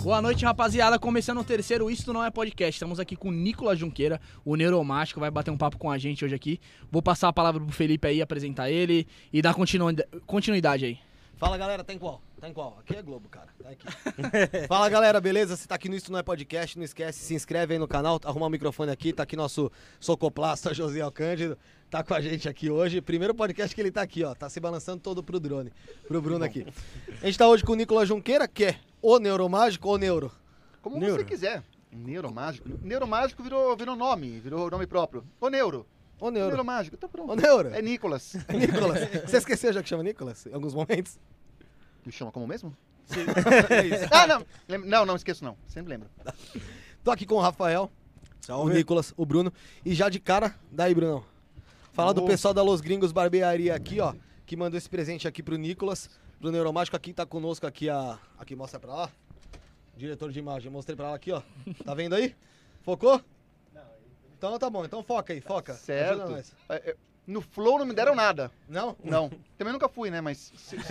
Boa noite, rapaziada. Começando o terceiro Isto Não É Podcast. Estamos aqui com o Nicolas Junqueira, o Neuromágico, vai bater um papo com a gente hoje aqui. Vou passar a palavra pro Felipe aí, apresentar ele e dar continuidade aí. Fala, galera, tá em qual? Tá em qual? Aqui é Globo, cara. Tá aqui. Fala, galera, beleza? Você tá aqui no Isto Não É Podcast, não esquece, se inscreve aí no canal, arrumar o microfone aqui, tá aqui nosso socoplasta, Josiel Cândido, tá com a gente aqui hoje. Primeiro podcast que ele tá aqui, ó, tá se balançando todo pro drone, pro Bruno aqui. A gente tá hoje com o Nicolas Junqueira, que é o Neuromágico ou Neuro? Como você quiser. Neuromágico. Neuromágico virou nome próprio. O Neuro. O Neuro. Neuromágico, tá pronto. O Neuro. É Nicolas. É Nicolas. Você esqueceu já que chama Nicolas em alguns momentos? Me chama como mesmo? Sim. É isso. Ah, não. Não esqueço não. Sempre lembro. Tô aqui com o Rafael, o Nicolas, o Bruno. E já de cara, daí, Brunão. Fala do pessoal da Los Gringos Barbearia aqui, ó, que mandou esse presente aqui pro Nicolas, pro Neuromágico. Aqui tá conosco aqui aqui, mostra pra lá. Diretor de imagem, mostrei pra ela aqui, ó. Tá vendo aí? Focou? Não. Então tá bom, então foca aí, foca. Certo. No Flow não me deram nada. Não? Não. Também nunca fui, né, mas...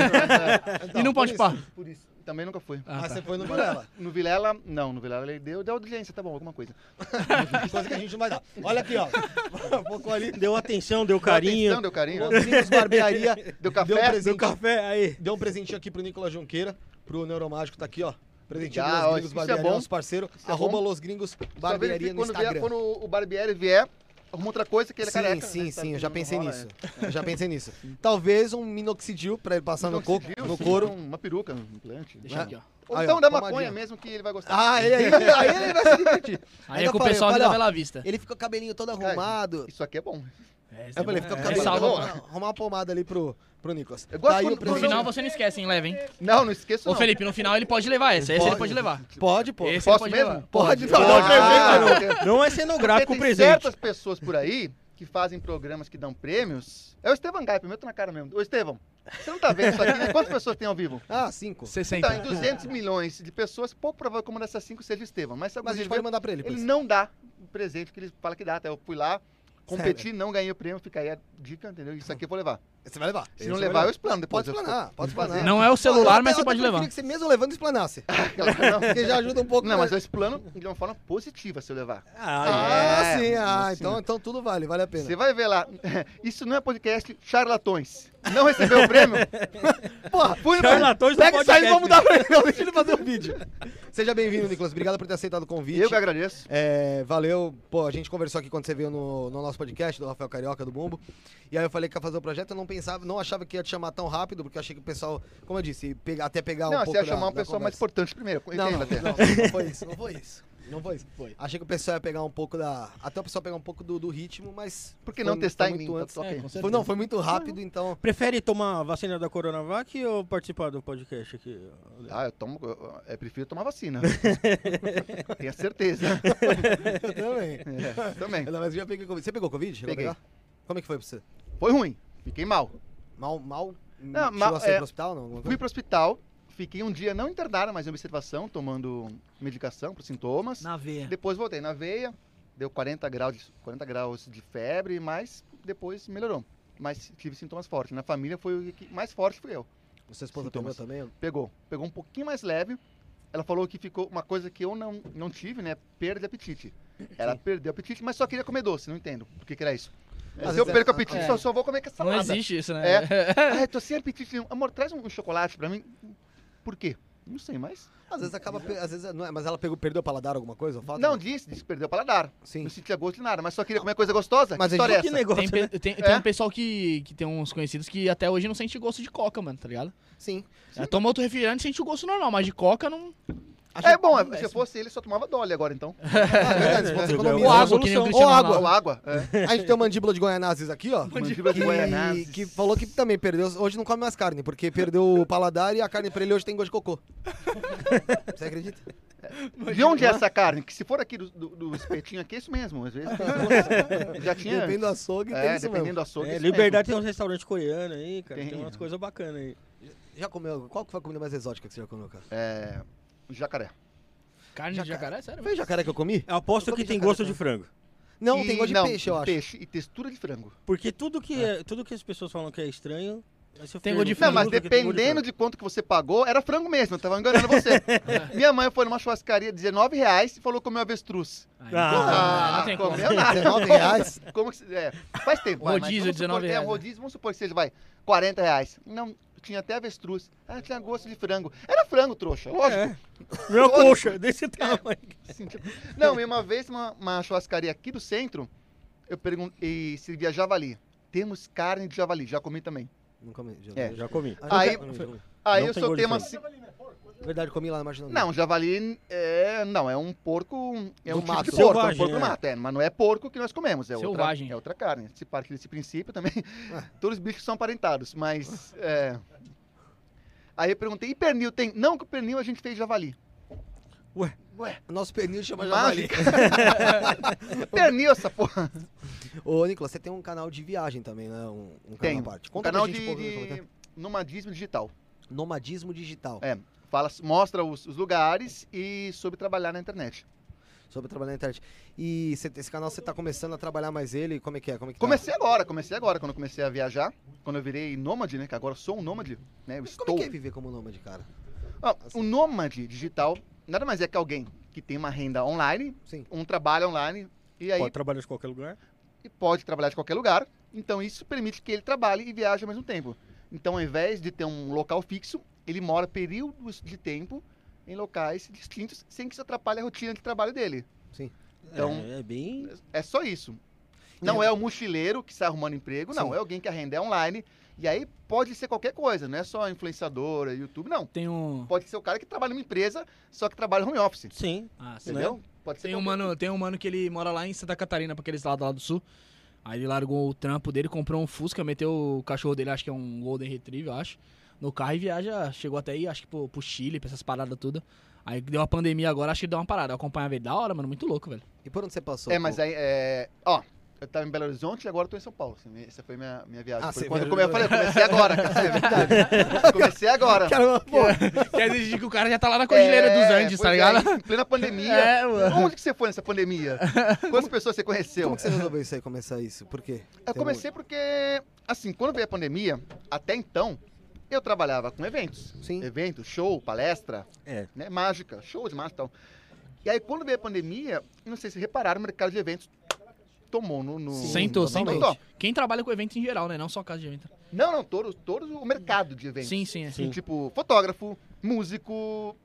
E não pode pá. Por isso. Também nunca fui. Mas você foi no Vilela. No Vilela, não. No Vilela ele deu audiência, tá bom, alguma coisa. Coisa que a gente não vai dar. Olha aqui, ó. Focou ali. Deu atenção, deu carinho. Deu carinho. Los Gringos Barbearia. Deu café. Deu café aí. Deu um presentinho aqui pro Nicolas Junqueira, pro Neuromágico, tá aqui, ó. Presentinho Ah, do Los Gringos isso é Barbearia, bom. nosso parceiro. Isso é @, bom. Los Gringos Só Barbearia verifica no Instagram. Quando o Barbieri vier, arruma outra coisa que ele é careca. Sim, né? sim, Tá eu já vendo? pensei Não rola, nisso. Eu já pensei nisso. Talvez um minoxidil pra ele passar no couro. Uma peruca, um implante. Deixa aqui, ó. Ou Aí, então ó, da pomadinha. maconha mesmo que ele vai gostar. Ah, aí ele vai se divertir. Aí é Ainda com o falei, pessoal aqui olha, da ó, Bela Vista. Ele fica com o cabelinho todo arrumado. Isso aqui é bom. Eu falei, fica com o É, salva, cabelinho. Arrumar uma pomada ali pro Nicolas. Eu gosto Tá aí quando- o No presente. final você não esquece, hein? Leva, hein? Não esqueço Ô, não. Felipe, no final ele pode levar essa. Esse ele pode levar. Pode, pô. Esse Posso ele pode mesmo? levar. Pode. Não é cenográfico o Tem presente. certas pessoas por aí que fazem programas que dão prêmios. É o Estevam Gai, primeiro tô na cara mesmo. Ô, Estevam, você não tá vendo isso aqui, né? Quantas pessoas tem ao vivo? Ah, 5. 60. Então, em 200 milhões de pessoas, pouco provável que uma dessas 5 seja o Estevam. Mas, sabe, Mas a gente pode mandar pra ele. ele pois. não dá o presente que ele fala que dá. Até eu fui lá, competi, não ganhei o prêmio, fica aí a dica, entendeu? Isso aqui eu vou levar. Você vai levar. Se não levar, eu explano depois. Pode explanar, pode explanar. Não é o celular, mas Eu você pode preferia levar. que você mesmo levando explanasse. Não, Porque já ajuda um pouco. não, mas eu explano de uma forma positiva se eu levar. Ah, sim. assim. Então tudo vale a pena. Você vai ver lá. Isso não é podcast charlatões. Não recebeu o prêmio? Porra, Fui no Charlatões do pega isso aí e podcast. vamos dar pra ele. Não, deixa ele fazer o vídeo. Seja bem-vindo, Nicolas. Obrigado por ter aceitado o convite. Eu que agradeço. Valeu. Pô, a gente conversou aqui quando você veio no nosso podcast, do Rafael Carioca, do Bumbo. E aí eu falei que ia fazer o projeto, eu não achava que ia te chamar tão rápido, porque eu achei que o pessoal, como eu disse, até pegar um Não, pouco você ia da- chamar uma da pessoa mais conversa. importante primeiro. Não, Entenda até. não foi isso, não foi isso. Não foi isso. Foi. Achei que o pessoal ia pegar um pouco até o pessoal pegar um pouco do ritmo, mas... Por que foi- não testar foi em mim? muito antes. Tá ok. com certeza. Foi muito rápido, então... Prefere tomar a vacina da Coronavac ou participar do podcast aqui? Ah, eu prefiro tomar vacina. Tenha certeza. Eu também. Também. Não, mas eu já peguei Covid. Você pegou Covid? Chegou a Peguei. pegar? Como é que foi pra você? Foi ruim. Fiquei mal. Mal? Não, Chegou a sair pro hospital? Não? Fui pro hospital. Fiquei um dia não internado, mas em observação, tomando medicação para sintomas. Na veia. Depois voltei na veia. Deu 40 graus de febre, mas depois melhorou. Mas tive sintomas fortes. Na família foi o que mais forte fui eu. Sua esposa pegou Sintomas. também? Pegou um pouquinho mais leve. Ela falou que ficou uma coisa que eu não tive, né? Perda de apetite. Ela perdeu o apetite, mas só queria comer doce. Não entendo por que era isso. Às Se eu vezes perco o é- apetite, é. só vou comer com essa Não salada. existe isso, né? Ai, tô sem apetite nenhum. Amor, traz um chocolate pra mim. Por quê? Não sei, mas... Às vezes acaba... Às vezes não é, mas ela perdeu o paladar alguma coisa? Fato, Não, disse que perdeu o paladar. Sim. Não sentia gosto de nada, mas só queria comer coisa gostosa. Mas que história é que essa? negócio, Tem, né? tem É? um pessoal que tem uns conhecidos que até hoje não sente gosto de coca, mano, tá ligado? Sim. Toma outro refrigerante e sente o gosto normal, mas de coca não... É bom, Não se desce. eu fosse ele, só tomava Dolly agora, então. Ah, é verdade, você economiza. Ou água, que nem o Ou Cristiano água. Ou Ronaldo. água. É. A gente tem uma mandíbula de Goianazes aqui, ó. Mandíbula de que- Goianazes. Que falou que também perdeu. Hoje não come mais carne, porque perdeu o paladar e a carne pra ele hoje tem gosto de cocô. Você acredita? De onde é essa carne? Que se for aqui do espetinho aqui, é isso mesmo. Às vezes tem gosto. Já tinha... Depende do açougue, tem É, isso dependendo mesmo. do açougue. É, isso Liberdade tem uns restaurantes coreanos aí, cara. Tem Tem. umas coisas bacanas aí. Já comeu? Qual que foi a comida mais exótica que você já comeu, cara? mesmo. Jacaré. Carne de jacaré, sério? Foi jacaré que eu comi? Eu aposto Eu que comi tem jacaré gosto também. de frango. Não, tem gosto de peixe, eu acho. Peixe e textura de frango. Porque tudo que as pessoas falam que é estranho Tem gol de Não, frango. mas dependendo de quanto que você pagou, era frango mesmo, eu tava enganando você. Minha mãe foi numa churrascaria, R$19, e falou que comeu avestruz. Não tem como. Comeu nada. R$19? Como que, faz tempo. vai, mas Rodízio, vamos supor que R$19. um rodízio, vamos supor que seja, R$40. Não, tinha até avestruz. Tinha gosto de frango. Era frango, trouxa, lógico. Meu coxa, desse tamanho. Assim, tipo, não, e uma vez, uma churrascaria aqui do centro, eu perguntei se via javali. Temos carne de javali, já comi também. Não comi. Já comi. Aí Não eu tem soltei gol uma... de Verdade, comi lá na Marginal. Não, javali é um porco, é um Do tipo mato. de porco, é um Selvagem, porco do né? mato, mas não é porco que nós comemos, é Selvagem. outra carne. Se parte desse princípio também, todos os bichos são aparentados, mas aí eu perguntei, e pernil tem? Não, que o pernil a gente fez javali. Ué, Nosso pernil chama javali. Mágica. Pernil essa porra. Ô, Nicolas, você tem um canal de viagem também, né? Um canal Tem. à parte. Um Conta canal pra gente um pouco como é que de é. nomadismo digital. Nomadismo digital. Mostra os lugares e sobre trabalhar na internet. Sobre trabalhar na internet. E esse canal você tá começando a trabalhar mais ele? Como é que é? Como é que tá? Comecei agora, quando eu comecei a viajar, quando eu virei nômade, né, que agora eu sou um nômade, né, eu Como estou... é que é viver como nômade, cara? O nômade digital nada mais é que alguém que tem uma renda online, Sim. um trabalho online, e aí pode trabalhar de qualquer lugar? pode trabalhar de qualquer lugar. Então isso permite que ele trabalhe e viaje ao mesmo tempo. Então, ao invés de ter um local fixo, ele mora períodos de tempo em locais distintos, sem que isso atrapalhe a rotina de trabalho dele. Sim. Então, É bem... é só isso. Não é o mochileiro que está arrumando emprego, não. Sim. É alguém que a renda é online. E aí pode ser qualquer coisa, não é só influenciadora, YouTube, não. Tem um. Pode ser o cara que trabalha numa empresa, só que trabalha home office. Sim. Ah, sim. Entendeu? Pode ser Tem um mano que ele mora lá em Santa Catarina, pra aqueles lados lá do sul. Aí ele largou o trampo dele, comprou um Fusca, meteu o cachorro dele, acho que é um Golden Retriever, eu acho, no carro e viaja, chegou até aí, acho que pro Chile, pra essas paradas tudo. Aí deu a pandemia agora, acho que deu uma parada. Eu acompanhava ele da hora, mano, muito louco, velho. E por onde você passou? Mas aí, eu tava em Belo Horizonte e agora eu tô em São Paulo. Essa foi minha viagem. Ah, Por você enquanto, viajou. como eu falei, eu comecei agora. É verdade. Comecei agora. Caramba, pô. Quer dizer que o cara já tá lá na Cordilheira dos Andes, tá pois ligado? Em plena pandemia. Mano. Onde que você foi nessa pandemia? Quantas pessoas você conheceu? Como que você resolveu isso aí, começar isso? Por quê? Eu comecei porque, assim, quando veio a pandemia, até então, eu trabalhava com eventos. Sim. Eventos, show, palestra, né, mágica, show de mágica e tal. E aí, quando veio a pandemia, não sei se repararam, o mercado de eventos tomou no... Sentou. Totalmente. Quem trabalha com evento em geral, né? Não só casa de evento. Não, todos o mercado de eventos. Sim, sim, é. Sim. Tipo, fotógrafo, músico,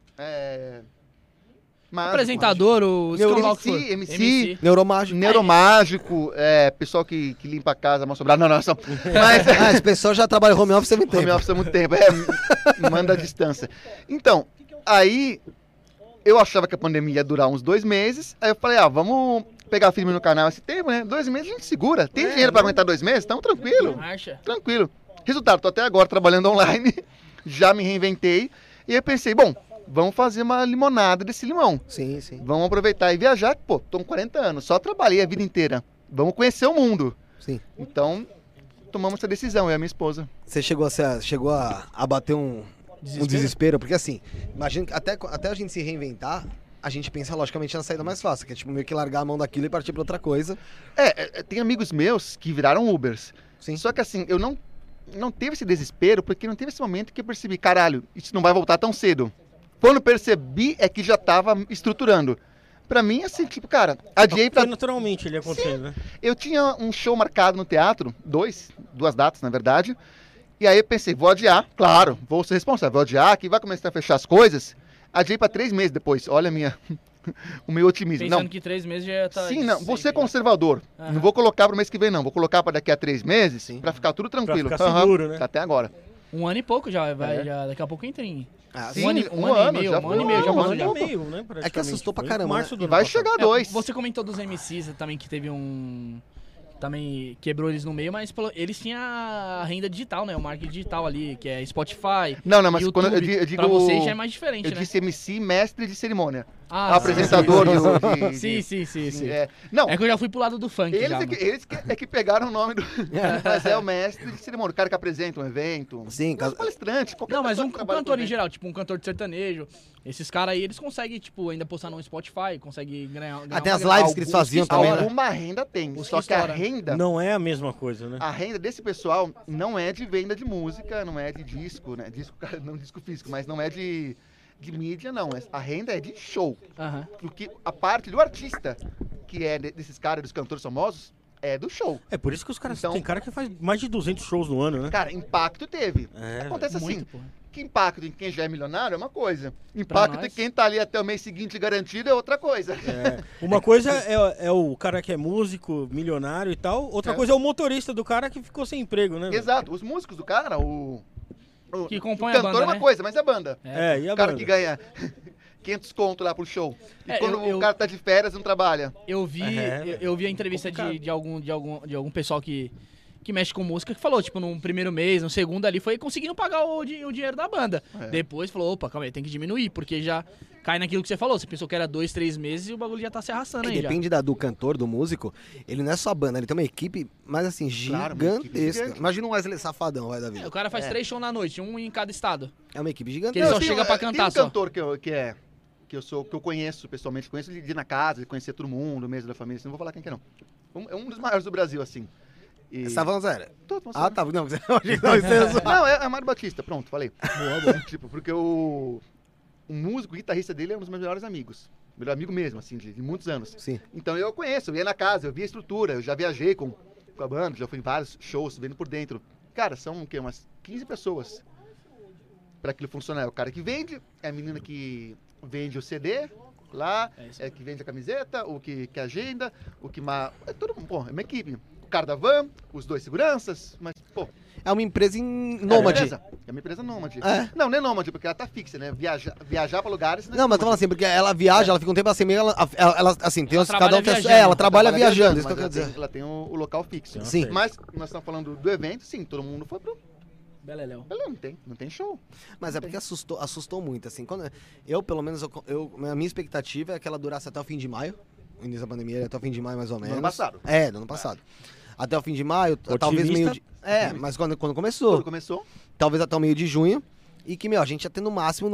mágico, Apresentador, o escala lá o que for. MC, Neuromágico. neuromágico, pessoal que limpa a casa, mal sobrado. Não, só... Mas... Esse pessoal já trabalha home office há muito tempo. Home office há muito tempo, manda a distância. Então, aí eu achava que a pandemia ia durar uns 2 meses, aí eu falei, vamos pegar firme no canal esse tempo, né? 2 meses a gente segura. Tem dinheiro pra aguentar 2 meses? Então, tranquilo. Marcha. Tranquilo. Resultado, tô até agora trabalhando online, já me reinventei, e eu pensei, bom, vamos fazer uma limonada desse limão. Sim, sim. Vamos aproveitar e viajar, pô, tô com 40 anos, só trabalhei a vida inteira. Vamos conhecer o mundo. Sim. Então, tomamos essa decisão, eu e a minha esposa. Você chegou a bater um desespero? Porque assim, imagina que até a gente se reinventar, a gente pensa logicamente na saída mais fácil, que é tipo meio que largar a mão daquilo e partir pra outra coisa. Tem amigos meus que viraram Ubers. Sim. Só que assim, eu não teve esse desespero, porque não teve esse momento que eu percebi, caralho, isso não vai voltar tão cedo. Quando percebi é que já tava estruturando. Pra mim, assim, tipo, cara, adiei pra... Foi naturalmente ele acontecendo, né? Eu tinha um show marcado no teatro, duas datas, na verdade. E aí eu pensei, vou adiar, claro, vou ser responsável, vou adiar, que vai começar a fechar as coisas. Adiei pra 3 meses depois, olha o meu otimismo. Pensando Não, que 3 meses já tá... sim, não, vou ser sempre. conservador. Aham. Não vou colocar pro mês que vem, não. Vou colocar pra daqui a 3 meses, Sim. pra ficar tudo tranquilo. Pra ficar seguro, né? Tá até agora. 1 ano e pouco já, já daqui a pouco entra em... Sim, um ano e meio, já um ano e foi. meio, já Um passou ano já. e Um ano e meio, né? É que praticamente. assustou pra Foi caramba, Março né? do E ano vai passado. chegar 2. Você comentou dos MCs também, que teve um... Também quebrou eles no meio, mas eles tinham a renda digital, né? O marketing digital ali, que é Spotify, Não, mas YouTube. quando eu digo... Pra vocês já é mais diferente, Eu né? disse MC, mestre de cerimônia. Ah, apresentador Sim, sim. Não, É que eu já fui pro lado do funk eles, já, é, mano. eles que pegaram o nome do... Mas é o mestre de cerimônia, o cara que apresenta um evento. Sim, Os palestrantes, qualquer Não, mas pessoa um que trabalha cantor com em evento. geral, tipo um cantor de sertanejo, esses caras aí, eles conseguem, tipo, ainda postar no Spotify, conseguem ganhar Tem uma as grana. lives que eles faziam também, né? Alguma renda tem, Os só que que a estoura. renda... Não é a mesma coisa, né? A renda desse pessoal não é de venda de música, não é de disco, né? Disco, não disco físico, mas não é de mídia, não. A renda é de show. Aham. Porque a parte do artista, que é desses caras, dos cantores famosos, é do show. É por isso que os caras... Então- Tem cara que faz mais de 200 shows no ano, né? Cara, impacto teve. É, Acontece assim, Muito, porra. que impacto em quem já é milionário é uma coisa. Impacto em nós. quem tá ali até o mês seguinte garantido é outra coisa. É. Uma coisa é o cara que é músico, milionário e tal. Outra É. coisa é o motorista do cara que ficou sem emprego, né? velho? Exato, os músicos do cara, Que compõe o a cantor banda, é uma né? coisa, mas é a banda. É, e a O cara banda? que ganha 500 conto lá pro show. E É, quando eu- o cara tá de férias, não trabalha. Eu vi, eu vi a entrevista de algum pessoal que mexe com música que falou, tipo, no primeiro mês, no segundo ali, foi conseguindo pagar o dinheiro da banda. É. Depois falou, opa, calma aí, tem que diminuir, porque já cai naquilo que você falou. Você pensou que era 2, 3 meses e o bagulho já tá se arrastando E aí já. depende do cantor, do músico, ele não é só banda, ele tem uma equipe, mas assim, Claro, uma equipe gigantesca. gigante. Imagina um Wesley Safadão, vai, Davi. É, o cara faz 3 shows na noite, um em cada estado. É uma equipe Que ele gigantesca. só chega pra Tem cantar um só. cantor que eu conheço pessoalmente, conheço de ir na casa, de conhecer todo mundo, mesmo da família, assim, não vou falar quem que é não. É um dos maiores do Brasil, assim. E... Você tá falando sério? Tô falando Ah, sério. tá. Não, você não, isso é só- Não, é Mário Batista, pronto, falei. Boa. Tipo, porque o músico, o guitarrista dele é um dos meus melhores amigos. Melhor amigo mesmo, assim, de muitos anos. Sim. Então eu conheço, eu ia na casa, eu vi a estrutura, eu já viajei com a banda, já fui em vários shows, vendo por dentro. Cara, são o quê? Umas 15 pessoas pra aquilo funcionar. É o cara que vende, é a menina que vende o CD lá, É isso. é que vende a camiseta, o que agenda, o que... É todo mundo, pô, é uma equipe. O cara da van, os 2 seguranças, mas, pô... É uma empresa É nômade. uma empresa nômade. É. Não é nômade, porque ela tá fixa, né? Viajar pra lugares... Não, mas tô falando assim, porque ela viaja, ela fica um tempo assim, meio, ela assim, tem Ela uns, trabalha cada um tem, viajando. ela trabalha viajando, isso que eu mas quero dizer. ela tem o local fixo. Sim. Mas nós estamos falando do evento, sim, todo mundo foi pro... Beleléu. Não tem show. Mas é porque assustou muito, assim. Quando, eu, pelo menos, a minha expectativa é que ela durasse até o fim de maio. O início da pandemia, até o fim de maio, mais ou menos. ano passado. É, do ano passado. Até o fim de maio, talvez meio de... É, mas quando começou. Quando começou, Talvez até o meio de junho. E que, meu, a gente ia ter no máximo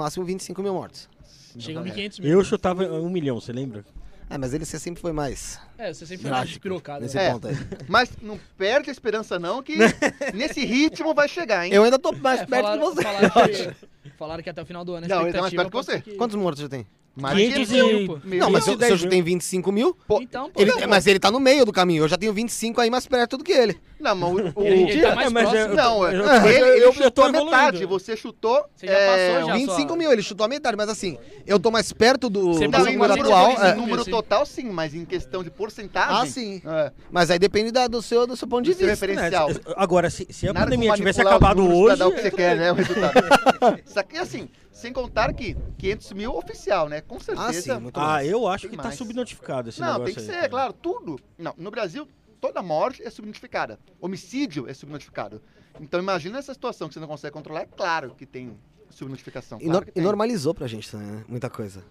25 mil mortos. Chega a 1.500 mil. Eu chutava 1 milhão, você lembra? É, mas você sempre foi mais É, você sempre foi mais drástico despirocado. nesse né? ponto aí. mas não perde a esperança não, que nesse ritmo vai chegar, hein? Eu ainda tô mais É, perto que você. falaram que até o final do ano a Não, ele tá mais expectativa perto que pode você. ser que- Quantos mortos já tem? Mais de 500 mil, e- pô. Não, mas se eu 10 já tenho 25 mil, Pô, Então, pô. mas ele tá no meio do caminho. Eu já tenho 25 aí mais perto do que ele. Não, mas Ele tá mais mas próximo. Não, eu- ele eu chutou tô a metade, evoluindo. você chutou... Você já passou, já. 25 só- mil, ele chutou a metade, mas assim, eu tô mais perto do Você Não, passou em por número cima número, atual. de em É. número sim. total, sim, mas em questão de porcentagem... Ah, sim. É, Mas aí depende do seu ponto de do seu vista. referencial. Agora, se a Nada pandemia como tivesse manipular os acabado números pra hoje... dar o que você quer, né? O resultado. Isso aqui, assim, sem contar que 500 mil oficial, né? Com certeza. Ah, sim, muito Ah, mais. eu acho Tem que tá mais. subnotificado esse Não, negócio tem que aí. ser, claro, tudo. Não, no Brasil, toda morte é subnotificada. Homicídio é subnotificado. Então imagina essa situação que você não consegue controlar, é claro que tem subnotificação. E, Claro que e tem. normalizou pra gente também, né? Muita coisa.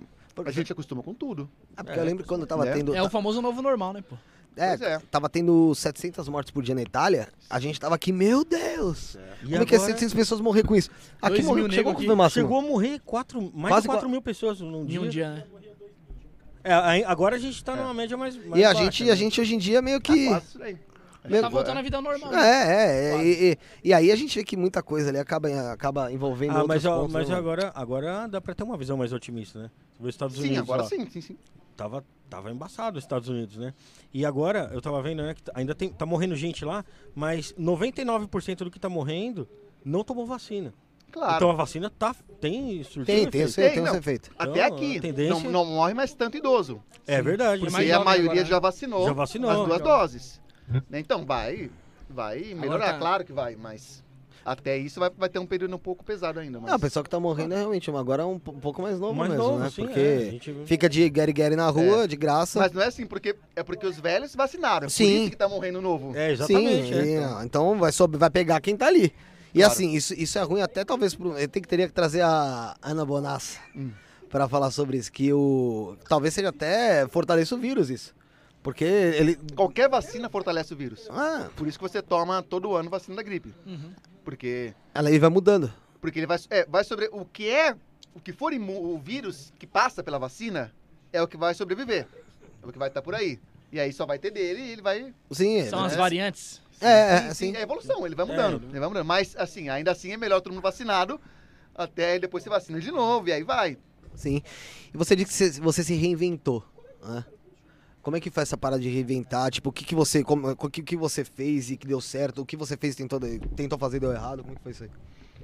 A gente acostuma com tudo. Ah, porque eu lembro que quando tava né? tendo... É o famoso novo normal, né, pô? Pois é. Tava tendo 700 mortes por dia na Itália, a gente tava aqui, meu Deus! E Como é que é agora 700 pessoas morrer com isso? Aqui 2 morreu, mil chegou nego com o máximo. Chegou a morrer mais Quase de 4 mil pessoas num Em dia. um dia, né? É, agora a gente tá numa média mais E a baixa, gente, né? a gente hoje em dia meio que... Quase isso aí. Meu- Tá voltando à vida normal. né? E aí a gente vê que muita coisa ali acaba envolvendo Ah, outros pontos. mas né? agora dá pra ter uma visão mais otimista, né? Você vê os Estados Sim, Unidos agora lá. sim. Tava embaçado os Estados Unidos, né? E agora, eu tava vendo, né, que ainda tá morrendo gente lá, mas 99% do que tá morrendo não tomou vacina. Claro. Então a vacina tem surtido Tem efeito. esse não. efeito. Até Então, aqui. a tendência- Não morre mais tanto idoso. É verdade. Porque mais a jovem maioria agora, né? já vacinou. Já vacinou, As duas já. doses. Então vai melhorar, tá. claro que vai, mas até isso vai ter um período um pouco pesado ainda. Mas... Não, o pessoal que tá morrendo é realmente agora um pouco mais novo Mais mesmo, novo, né? sim, Porque é, a gente- fica de guerre na rua, de graça. Mas não é assim, porque os velhos vacinaram. Sim. Por isso que tá morrendo novo. É, Sim, exatamente. é. então vai pegar quem tá ali. E Claro. assim, isso é ruim até talvez teria que trazer a Ana Bonassa pra falar sobre isso, que talvez seja até fortaleça o vírus isso. Porque ele... Qualquer vacina fortalece o vírus. Ah, Por isso que você toma todo ano vacina da gripe. Uhum. Porque ela aí vai mudando. ele vai sobre o que for o vírus que passa pela vacina é o que vai sobreviver. É o que vai estar por aí. E aí só vai ter dele e ele vai... Sim, São as variantes. sim. É evolução, ele vai mudando. Ele vai mudando. Mas, assim, ainda assim é melhor todo mundo vacinado até depois você vacina de novo e aí vai. Sim. E você disse que você se reinventou, né? Como é que foi essa parada de reinventar? Tipo, o que você fez e que deu certo? O que você fez e tentou fazer e deu errado? Como é que foi isso aí?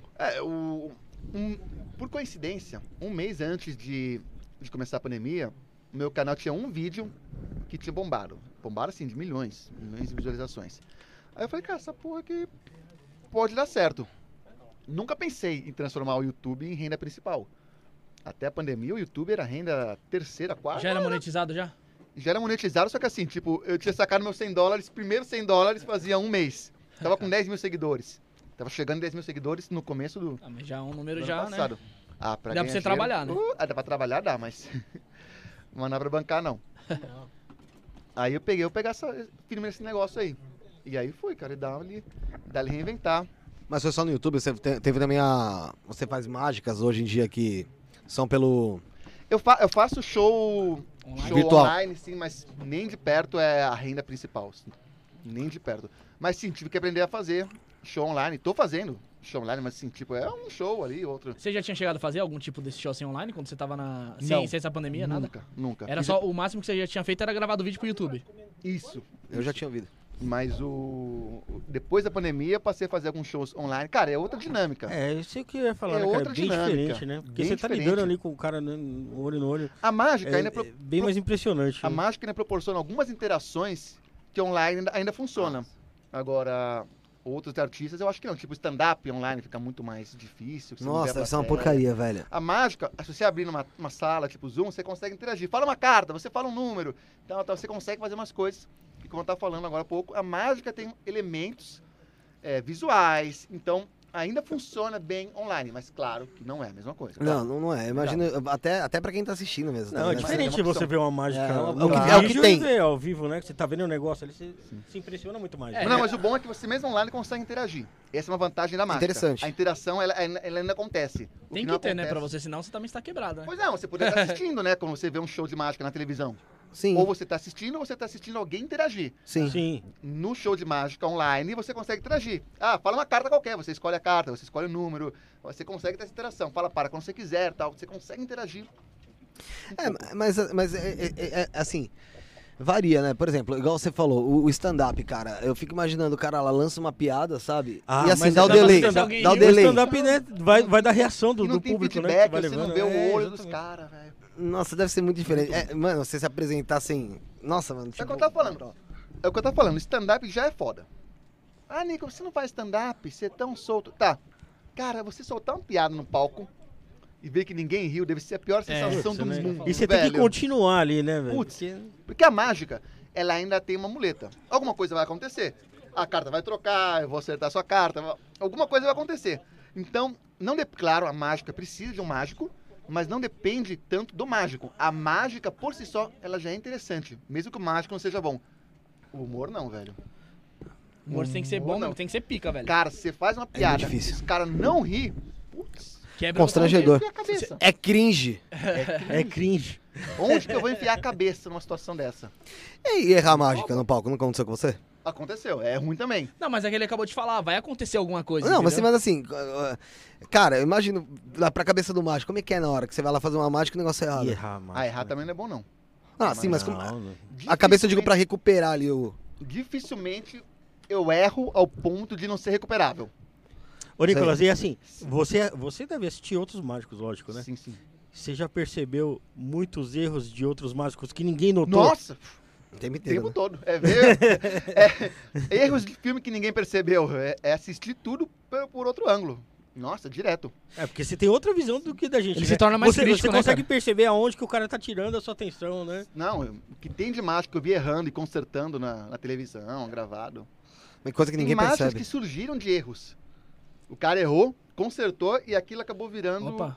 Por coincidência, um mês antes de começar a pandemia, o meu canal tinha um vídeo que tinha bombado. Bombado, assim, de milhões de visualizações. Aí eu falei, cara, essa porra aqui pode dar certo. Nunca pensei em transformar o YouTube em renda principal. Até a pandemia, o YouTube era renda terceira, quarta. Já era monetizado já? Já era monetizado, só que assim, tipo, eu tinha sacado meus $100, primeiro $100 fazia um mês. Tava com 10 mil seguidores. Tava chegando em 10 mil seguidores no começo do, Ah, mas já é um número do já, ano passado. né? Ah, pra Dá pra ganhar você dinheiro, trabalhar, né? Dá pra trabalhar, dá, mas não dá pra bancar, não. Aí eu pegar firme nesse negócio aí. E aí fui, cara, e dá-lhe reinventar. Mas foi só no YouTube? Você teve também Você faz mágicas hoje em dia que são pelo... Eu faço show Virtual. online, sim, mas nem de perto é a renda principal. Assim. Nem de perto. Mas sim, tive que aprender a fazer show online. Tô fazendo show online, mas assim, tipo, é um show ali, outro. Você já tinha chegado a fazer algum tipo desse show assim online quando você tava Não. sem essa pandemia, nada? Nunca. Era só o máximo que você já tinha feito era gravar do vídeo pro YouTube. Isso. Eu já tinha ouvido. Mas depois da pandemia, eu passei a fazer alguns shows online. Cara, é outra dinâmica. É, eu sei o que eu ia falar, né, cara? outra É bem dinâmica. diferente, né? Porque Bem você tá diferente. lidando ali com o cara, né, olho no olho. A mágica ainda É bem mais impressionante. A né? mágica ainda proporciona algumas interações que online ainda funciona. Agora, outros artistas eu acho que não. Tipo, stand-up online fica muito mais difícil. Você não vê a Nossa, deve ser uma plateia. porcaria, velho. A mágica, se você abrir numa sala, tipo Zoom, você consegue interagir. Fala uma carta, você fala um número. Então você consegue fazer umas coisas. E como eu estava falando agora há pouco, a mágica tem elementos visuais. Então, ainda funciona bem online. Mas claro que não é a mesma coisa. Claro. Não é. Imagina, até pra quem tá assistindo mesmo. Não, é tá ligado? diferente Mas é uma você ver uma mágica É no o que vídeo tem. e ver ao vivo, né? Que você tá vendo o negócio ali, você se impressiona muito mais. É. Não, mas o bom é que você mesmo online consegue interagir. Essa é uma vantagem da mágica. Interessante. A interação, ela ainda acontece. O Tem não que ter, né? acontece- Pra você, senão você também está quebrado, né? Pois não, você poderia estar assistindo, né? Quando você vê um show de mágica na televisão. Sim, Ou você está assistindo, ou você está assistindo alguém interagir. sim. Sim. No show de mágica online, você consegue interagir. Ah, fala uma carta qualquer, você escolhe a carta, você escolhe o número, você consegue ter essa interação. Fala para quando você quiser, tal, você consegue interagir. Mas assim, varia, né? Por exemplo, igual você falou, o stand-up, cara, eu fico imaginando o cara lá lança uma piada, sabe? Ah, E assim, mas dá o stand-up- delay, stand-up- dá o o delay. O stand-up, né, vai dar reação do E não tem público, né? feedback, que vai você levando. não vê o É, olho dos exatamente. caras, velho. Nossa, deve ser muito diferente. Mano, você se apresentar sem... Nossa, mano. É o que eu tava falando. É o que eu tava falando, stand-up já é foda. Ah, Nico, você não faz stand-up, você é tão solto. Tá, cara, você soltar uma piada no palco e ver que ninguém riu, deve ser a pior sensação do né? mundo, E você tem que velho. continuar ali, né, velho? Putz, Porque- porque a mágica, ela ainda tem uma muleta. Alguma coisa vai acontecer. A carta vai trocar, eu vou acertar a sua carta, alguma coisa vai acontecer. Então, claro, a mágica precisa de um mágico, mas não depende tanto do mágico. A mágica, por si só, ela já é interessante, mesmo que o mágico não seja bom. O humor não, velho. O humor tem que ser bom, não. mesmo, tem que ser pica, velho. Cara, você faz uma piada, difícil. os caras não ri, putz, Quebra Constrangedor. onde eu vou enfiar a cabeça? É cringe. É cringe. Onde que eu vou enfiar a cabeça numa situação dessa? E errar mágica no palco, não aconteceu com você? Aconteceu, é ruim também. Não, mas é que ele acabou de falar, vai acontecer alguma coisa. Não, mas entendeu? assim, cara, eu imagino lá pra cabeça do mágico, como é que é na hora que você vai lá fazer uma mágica e o negócio é errado? E errar, mano. Ah, errar também não é bom, não. Ah, sim, mas como... Não. A cabeça eu digo pra recuperar ali o... Dificilmente eu erro ao ponto de não ser recuperável. Ô, Nicolas, e assim, você deve assistir outros mágicos, lógico, né? Sim, sim. Você já percebeu muitos erros de outros mágicos que ninguém notou? Nossa, O tempo o inteiro, tempo né? todo. É ver erros de filme que ninguém percebeu. É assistir tudo por outro ângulo. Nossa, direto. É, porque você tem outra visão do que da gente, Ele né? se torna mais você, crítico, você né, consegue cara? perceber aonde que o cara tá tirando a sua atenção, né? Não, o que tem de mágico que eu vi errando e consertando na televisão, gravado. Uma coisa que ninguém Tem mágicas percebe. que surgiram de erros. O cara errou, consertou e aquilo acabou virando Opa.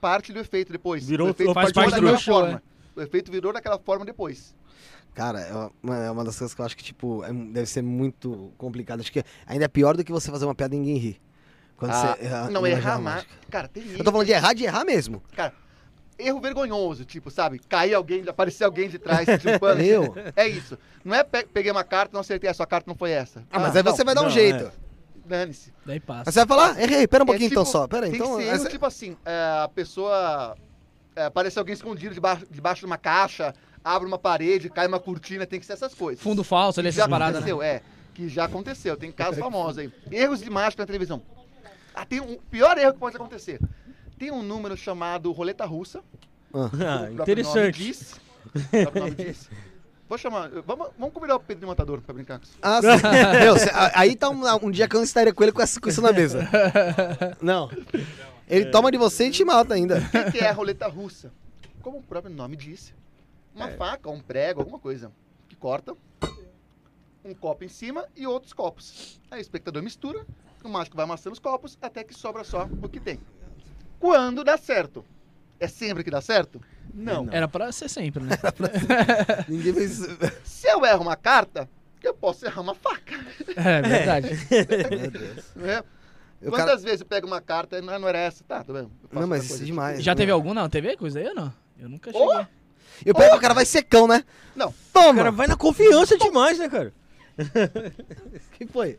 parte do efeito depois. Virou- o efeito faz virou parte do daquela meu show, forma. O efeito virou daquela forma depois. Cara, é uma das coisas que eu acho que, tipo, deve ser muito complicado. Acho que ainda é pior do que você fazer uma piada e ninguém rir. Quando você erra, não, na errar gramática. mais. Cara, tem Eu tô falando de errar mesmo. Cara, erro vergonhoso, tipo, sabe? Cair alguém, aparecer alguém de trás, tipo, Meu. é isso. Não é peguei uma carta, não acertei, a sua carta não foi essa. Ah, mas aí você vai dar um não, jeito. Dane-se. Daí passa. Aí você vai falar, errei, pera um pouquinho tipo, então só. Pera aí, tem então. que ser erro, tipo assim, a pessoa aparece alguém escondido debaixo de uma caixa, abre uma parede, cai uma cortina, tem que ser essas coisas. Fundo falso ali, Que essas já paradas, né? aconteceu, que já aconteceu. Tem casos famosos aí. Erros de mágica na televisão. Tem um pior erro que pode acontecer. Tem um número chamado roleta russa. Ah, O próprio nome interessante. diz. O próprio nome diz. Vou chamar. Vamos convidar o Pedro Matador pra brincar com isso. Ah, sim. Meu, aí tá um dia que eu não estaria com ele com isso na mesa. Não. Ele toma de você e te mata ainda. O que é a roleta russa? Como o próprio nome diz, uma faca, um prego, alguma coisa que corta um copo em cima e outros copos. Aí o espectador mistura, o mágico vai amassando os copos até que sobra só o que tem. Quando dá certo? É sempre que dá certo? Não. Era pra ser sempre, né? Ninguém fez. Se eu erro uma carta, eu posso errar uma faca. É verdade. Meu Deus. Né? Eu, Quantas cara... vezes eu pego uma carta e não era essa? Tá, tá vendo? Eu faço Não, mas outra isso é coisa. demais. Já teve Meu. algum na TV coisa aí ou não? Eu nunca cheguei. Eu pego, o cara vai secão, né? Não. O Toma! cara vai na confiança demais, né, cara? que foi?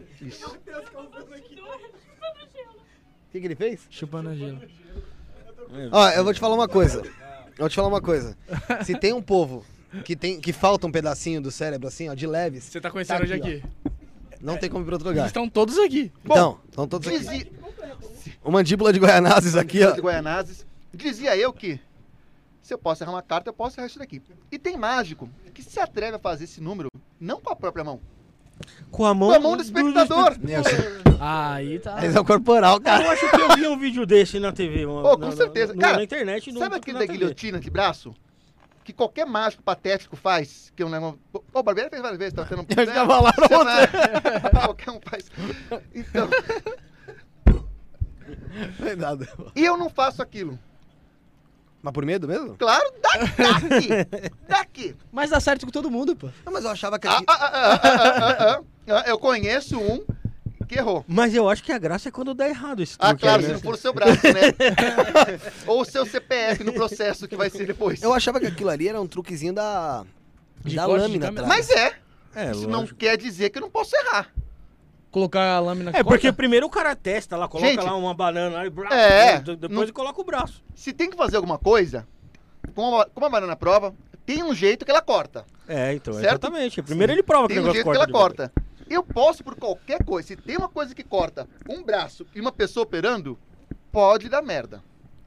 O que ele fez? Chupando gelo. Ó, eu vou te falar uma coisa. Se tem um povo que falta um pedacinho do cérebro, assim, ó, de leves. Você tá conhecendo Tá hoje aqui, aqui? Não tem como ir pra outro Eles lugar. estão todos aqui. Então, estão todos aqui. Dizia, O mandíbula de Goianazes aqui, ó. de Goianazes, dizia eu que se eu posso errar uma carta, eu posso errar isso daqui. E tem mágico que se atreve a fazer esse número, não com a própria mão, Com a mão, com a mão do espectador. Meu, Aí tá. Lesão corporal, Cara, cara. eu acho que eu vi um vídeo desse na TV. Com certeza. Cara, na internet. Sabe aquele da guilhotina de braço? Que qualquer mágico patético faz, que é um negócio... O Barbeiro fez várias vezes, tá tendo... Eu já falaram Qualquer um faz. Então, Não é nada. e eu não faço aquilo. Mas por medo mesmo? Claro, daqui. Mas dá certo com todo mundo, pô. Não, mas eu achava que... Eu conheço um que errou. Mas eu acho que a graça é quando dá errado esse Ah, truque claro, aí, se né? não for o seu braço, né? Ou o seu CPF no processo que vai ser depois. Eu achava que aquilo ali era um truquezinho da De da corte de lâmina câmera. atrás. Mas é. É, Isso não lógico. quer dizer que eu não posso errar. Colocar a lâmina É, porque primeiro o cara testa lá, coloca Gente, lá uma banana lá e brá, depois não- ele coloca o braço. Se tem que fazer alguma coisa, como a banana à prova, tem um jeito que ela corta. É, então, Certo? exatamente. Primeiro ele prova que Tem o um negócio jeito que ela de corta. Eu posso por qualquer coisa. Se tem uma coisa que corta um braço e uma pessoa operando, pode dar merda.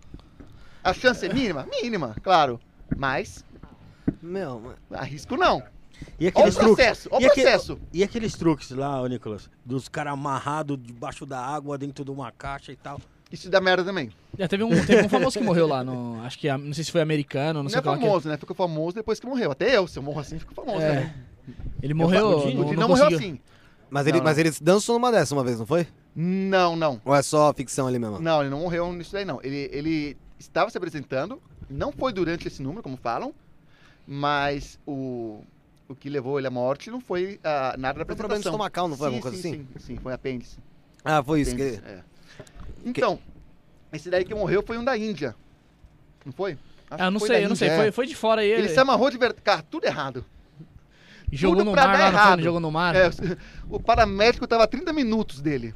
A chance é mínima? Mínima, claro. Mas, Meu, mano. arrisco não. E Olha o aqueles truques. processo, olha E o aque- processo. E aqueles truques lá, ô Nicolas, dos caras amarrados debaixo da água, dentro de uma caixa e tal. Isso dá merda também. Já teve um famoso que morreu lá no. Acho que não sei se foi americano, não Não sei é o que lá. famoso, né? Ficou famoso depois que morreu. Até eu, se eu morro assim, fico famoso, É. né? Ele morreu. O Dino- O Dino não morreu assim. Mas Não, ele dançou numa dessa uma vez, não foi? Não. Ou é só ficção ali mesmo? Não, ele não morreu nisso daí, não. Ele estava se apresentando, não foi durante esse número, como falam, mas o que levou ele à morte não foi nada da Foi problema apresentação. estomacal, não foi alguma coisa assim? Sim, foi apêndice. Ah, foi isso. Apêndice, é. Então, esse daí que morreu foi um da Índia. Não foi? Acho Ah, eu que não foi sei, da eu não sei. Índia, é. Foi de fora aí. Ele se amarrou de verdade. Cara, tudo errado. Jogou tudo no pra mar dar lá, não errado. foi? Jogou no mar. É, o paramédico tava a 30 minutos dele.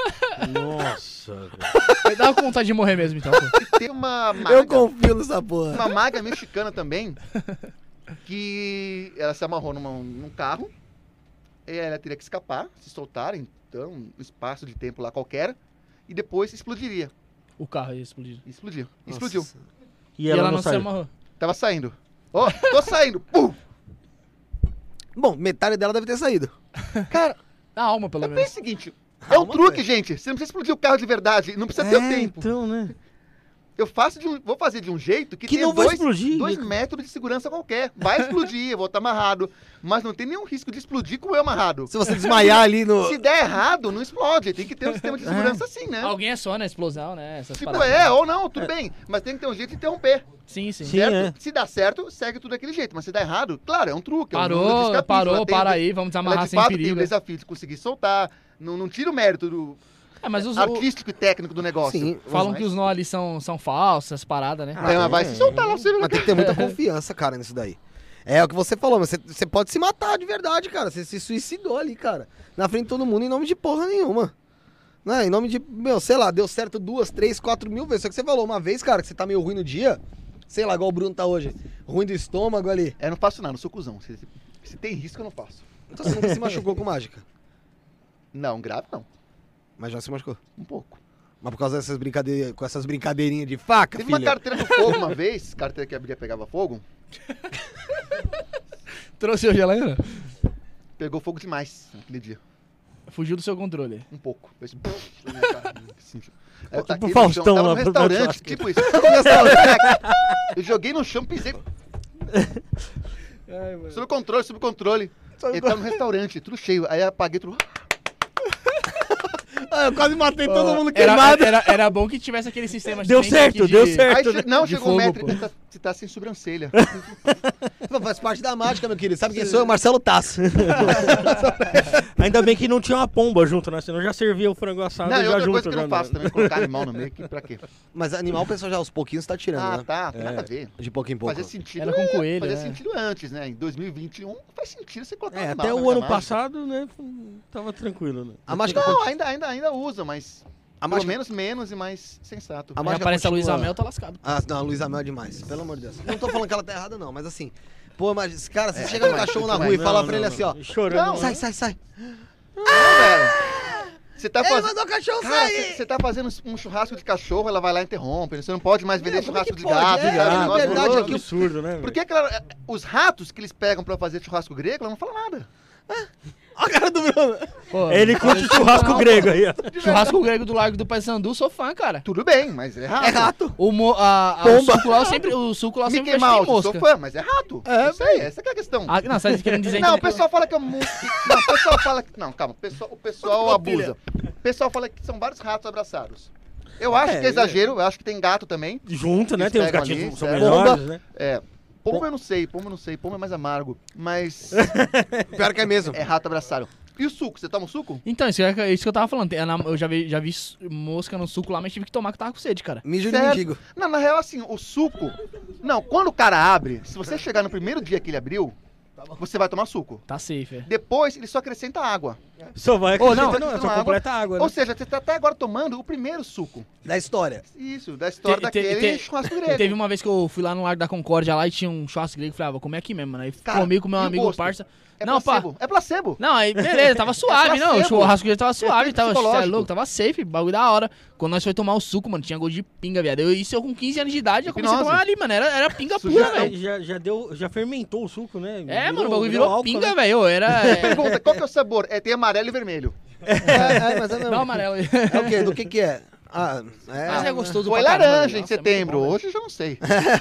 Nossa, velho. Vai dar vontade de morrer mesmo, então. Pô. Tem uma Eu maga, confio nessa porra. uma maga mexicana também, que ela se amarrou num carro, e ela teria que escapar, se soltar, então, um espaço de tempo lá qualquer, e depois explodiria. O carro ia explodir. Explodiu. Nossa. Explodiu. E ela não se saiu. amarrou. Tava saindo. Ó, tô saindo. Pum! Bom, metade dela deve ter saído. Cara, A alma, pelo eu menos. penso o seguinte, é um Calma, truque, velho. gente. Você não precisa explodir o carro de verdade, não precisa ter o tempo. Então, né? vou fazer de um jeito que Que tenha não vai explodir, 2 Nico. metros de segurança qualquer. Vai explodir, eu vou estar amarrado. Mas não tem nenhum risco de explodir com eu amarrado. Se você desmaiar ali no... Se der errado, não explode. Tem que ter um sistema de segurança assim, né? Alguém é só na explosão, né? Essas Tipo, paradas. ou não, tudo bem. Mas tem que ter um jeito de interromper. Sim, sim. Sim, Certo? é. Se dá certo, segue tudo daquele jeito. Mas se dá errado, claro, é um truque. é um número de escapismo. Parou, Ela tem para o- aí, vamos ela, desamarrar de sem fato, tem o perigo. desafio de conseguir soltar. Não tira o mérito do É, mas os, artístico e técnico do negócio. Sim, falam mas- que os nó ali são falsos, essas paradas, né? Mas vai se soltar lá pra você ver. Mas tem que ter muita confiança, cara, nisso daí. É o que você falou, mas você pode se matar de verdade, cara. Você se suicidou ali, cara. Na frente de todo mundo, em nome de porra nenhuma. Né? Em nome de, sei lá, deu certo 2, 3, 4 mil vezes. Só que você falou uma vez, cara, que você tá meio ruim no dia. Sei lá, igual o Bruno tá hoje. Ruim do estômago ali. Eu não faço nada, não sou cuzão. Se tem risco, eu não faço. Então você nunca se machucou com mágica. Não, grave não. Mas já se machucou. Um pouco. Mas por causa dessas brincadeiras, com essas brincadeirinhas de faca, Teve filho. uma carteira no fogo uma vez, carteira que abria pegava fogo, Trouxe hoje ela ainda? pegou fogo demais naquele dia. Fugiu do seu controle. Um pouco. Fez na minha cara, assim. Aí eu Tipo taquei no Faustão chão, tava lá no pro restaurante, churrasco. tipo isso. Eu joguei no chão, pisei. Sob o controle. Ele tava no restaurante, tudo cheio. Aí eu apaguei tudo. Ah, eu quase matei todo mundo Era, queimado. era bom que tivesse aquele sistema Deu diferente certo, aqui deu de- certo. Aí não, de chegou o fogo, metro pô. e você tá sem sobrancelha. Faz parte da mágica, meu querido. Sabe quem sou eu? Marcelo Tasso. Ainda bem que não tinha uma pomba junto, né? Senão já servia o frango assado Não, e já outra junto. coisa que eu já, não faço né? também, colocar animal no meio, que pra quê? Mas animal o pessoal já aos pouquinhos tá tirando, Ah, né? tá, tem nada a ver. De pouco em pouco. Fazia sentido. Era com coelho, Fazia né? sentido antes, né? Em 2021 faz sentido você colocar É, animal até na o ano mágica. passado, né? Tava tranquilo, né? A mágica Não, continua. ainda usa, mas A pelo mágica... menos e mais sensato. A Aí mágica aparece a Luísa continua- Mel, tá lascado. Ah, não, a Luísa Mel é demais. Pelo amor de Deus. Não tô falando que ela tá errada, não, mas assim... Pô, mas, cara, você chega no demais, cachorro na demais. rua e Não, fala não, pra ele não. assim, ó... Chorando. Não, Sai, sai, sai. Não, velho. Você tá Ele fazendo... mandou o cachorro Cara, sair! você tá fazendo um churrasco de cachorro, ela vai lá e interrompe. Você não pode mais vender Como é que churrasco de pode? gato. É, cara, na negócio verdade, horroroso. aqui Absurdo, né? Por que que os ratos que eles pegam pra fazer churrasco grego, ela não fala nada. Olha a cara do Bruno. Pô, Ele curte churrasco grego aí, ó. Churrasco grego do Largo do Paysandu, sou fã, cara. Tudo bem, mas é rato. É rato. O Pomba. o suco lá sempre Mickey vai ter Mouse, mosca. sou fã, mas é rato. É, Eu sei, essa que é a questão. Ah, não, você tá querendo dizer Não, o então, pessoal fala que é um... Não, o pessoal fala que... Não, calma, o pessoal abusa. O pessoal fala que são vários ratos abraçados. Eu acho que é exagero, eu acho que tem gato também. Junto, né? Eles Tem uns pegam gatinhos ali, que são certo. menores, né? É, pombo eu não sei, pombo é mais amargo. Mas Pior que é mesmo. é rato abraçado. E o suco, você toma o suco? Então, isso que eu tava falando. Eu já vi mosca no suco lá, mas tive que tomar que eu tava com sede, cara. Mijo de Certo. mendigo. Não, na real, assim, o suco... Não, quando o cara abre, se você chegar no primeiro dia que ele abriu, você vai tomar suco. Tá safe, é. Depois, ele só acrescenta água. Só vai Ô, não, acrescentando, só água. completa água, né? Ou seja, você tá até agora tomando o primeiro suco. Da história. Isso, da história daquele churrasco grego. Teve uma vez que eu fui lá no Largo da Concórdia lá e tinha um churrasco grego. Falei, vou comer aqui mesmo, mano. Aí Cara, comi com meu e o amigo gosto? parça. É Não, placebo. É placebo. Não, aí beleza, tava suave, não. O placebo. churrasco grego tava suave, Efeito tava cê é psicológico. louco, tava safe, bagulho da hora. Quando nós foi tomar o suco, mano, tinha gosto de pinga, viado. Isso eu com 15 anos de idade, já comecei a Hipnose. tomar ali, mano. Era pinga Isso pura, já- velho. Já fermentou o suco, né? É, mano, o bagulho virou álcool, pinga, né? velho. Era. Pergunta, qual que é o sabor? É, tem amarelo e vermelho. Mas é mesmo. Dá um amarelo aí. É o quê? Do que é? Ah, é... Mas é gostoso Foi pra caramba, laranja velho. em Nossa, é setembro, muito bom, hoje eu já não sei.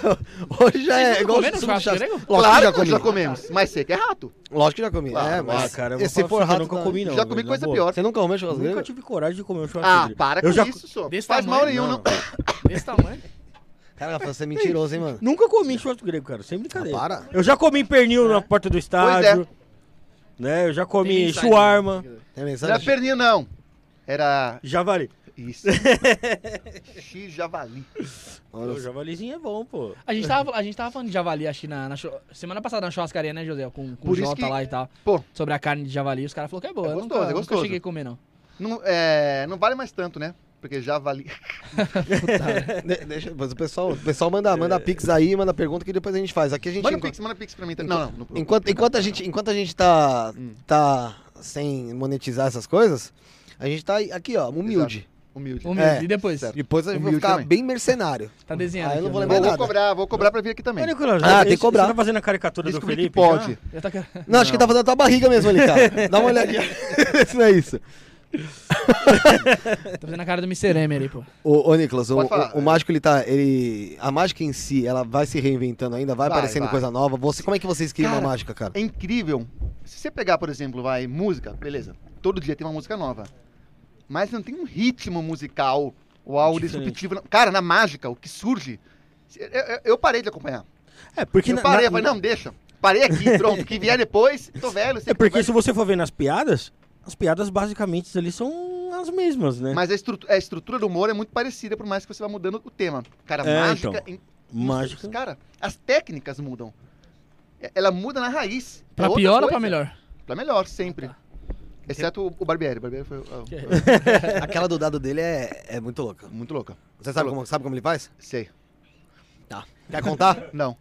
Hoje já Vocês é nunca igual comeram suco de churrasco chá. grego? Lógico que Claro já que comi. já comemos, mas sei que é rato. Lógico que já comi. Claro, é, mas cara, eu vou se falar for pra você, eu rato... nunca tá- comi, não. já comi velho, coisa na boa. pior. Você nunca comeu churrasco Nunca grego? tive coragem de comer um churrasco Ah, grego. para Eu com já isso, só. Desse Faz tamanho? mal nenhum, não. Desse tamanho. Cara, você é mentiroso, hein, mano? Nunca comi churrasco grego, cara. Sem brincadeira. Ah, para. Eu já comi pernil na porta do estádio. Né? Eu já comi Tem insight, shawarma. Tem Não era mensagem? perninha, não. Era... Javali. Isso. X-javali. O javalizinho é bom, pô. A gente tava falando de javali, acho que semana passada na churrascaria, né, José? Com o Por isso Jota que- lá e tal. Pô, Sobre a carne de javali. Os caras falaram que é boa. É Eu gostoso, nunca, é gostoso. nunca cheguei a comer, não. não vale mais tanto, né? Porque javali... Deixa, depois o pessoal manda pix aí, manda pergunta que depois a gente faz. Aqui a gente... Manda pix pra mim. Não. Enquanto a gente tá sem monetizar essas coisas, a gente tá aqui, ó, humilde. Humilde. Humilde. É, E depois? certo. Depois a gente vai Humilde ficar também. bem mercenário. Tá desenhando. Ah, eu não aqui, vou ó. lembrar. Vou cobrar pra vir aqui também. Ô, Nicolas, tem que cobrar. Você tá fazendo a caricatura do Descobri que Felipe? pode. Já tá... Não, acho que tá fazendo a tua barriga mesmo ali, cara. Dá uma olhadinha. Isso não é isso. Tô fazendo a cara do Mr. M ali, pô. Ô, Nicolas, Pode falar. o mágico, a mágica em si, ela vai se reinventando ainda, vai aparecendo coisa nova. Como é que vocês criam uma mágica, cara? É incrível. Se você pegar, por exemplo, música, beleza. Todo dia tem uma música nova. Mas não tem um ritmo musical ou algo disruptivo. Cara, na mágica, o que surge... Eu parei de acompanhar. Porque eu falei, não, deixa. Parei aqui, pronto. O que vier depois, tô velho. Porque se você for ver nas piadas, as piadas basicamente ali são as mesmas, né? Mas a estrutura do humor é muito parecida, por mais que você vá mudando o tema. Cara, mágica... Então, mágica. Cara, as técnicas mudam. Ela muda na raiz. Pra pior ou pra melhor? Pra melhor, sempre. Exceto o Barbieri. O Barbieri foi... Aquela do dado dele é muito louca. Muito louca. Você sabe como ele faz? Sei. Tá. Quer contar? Não.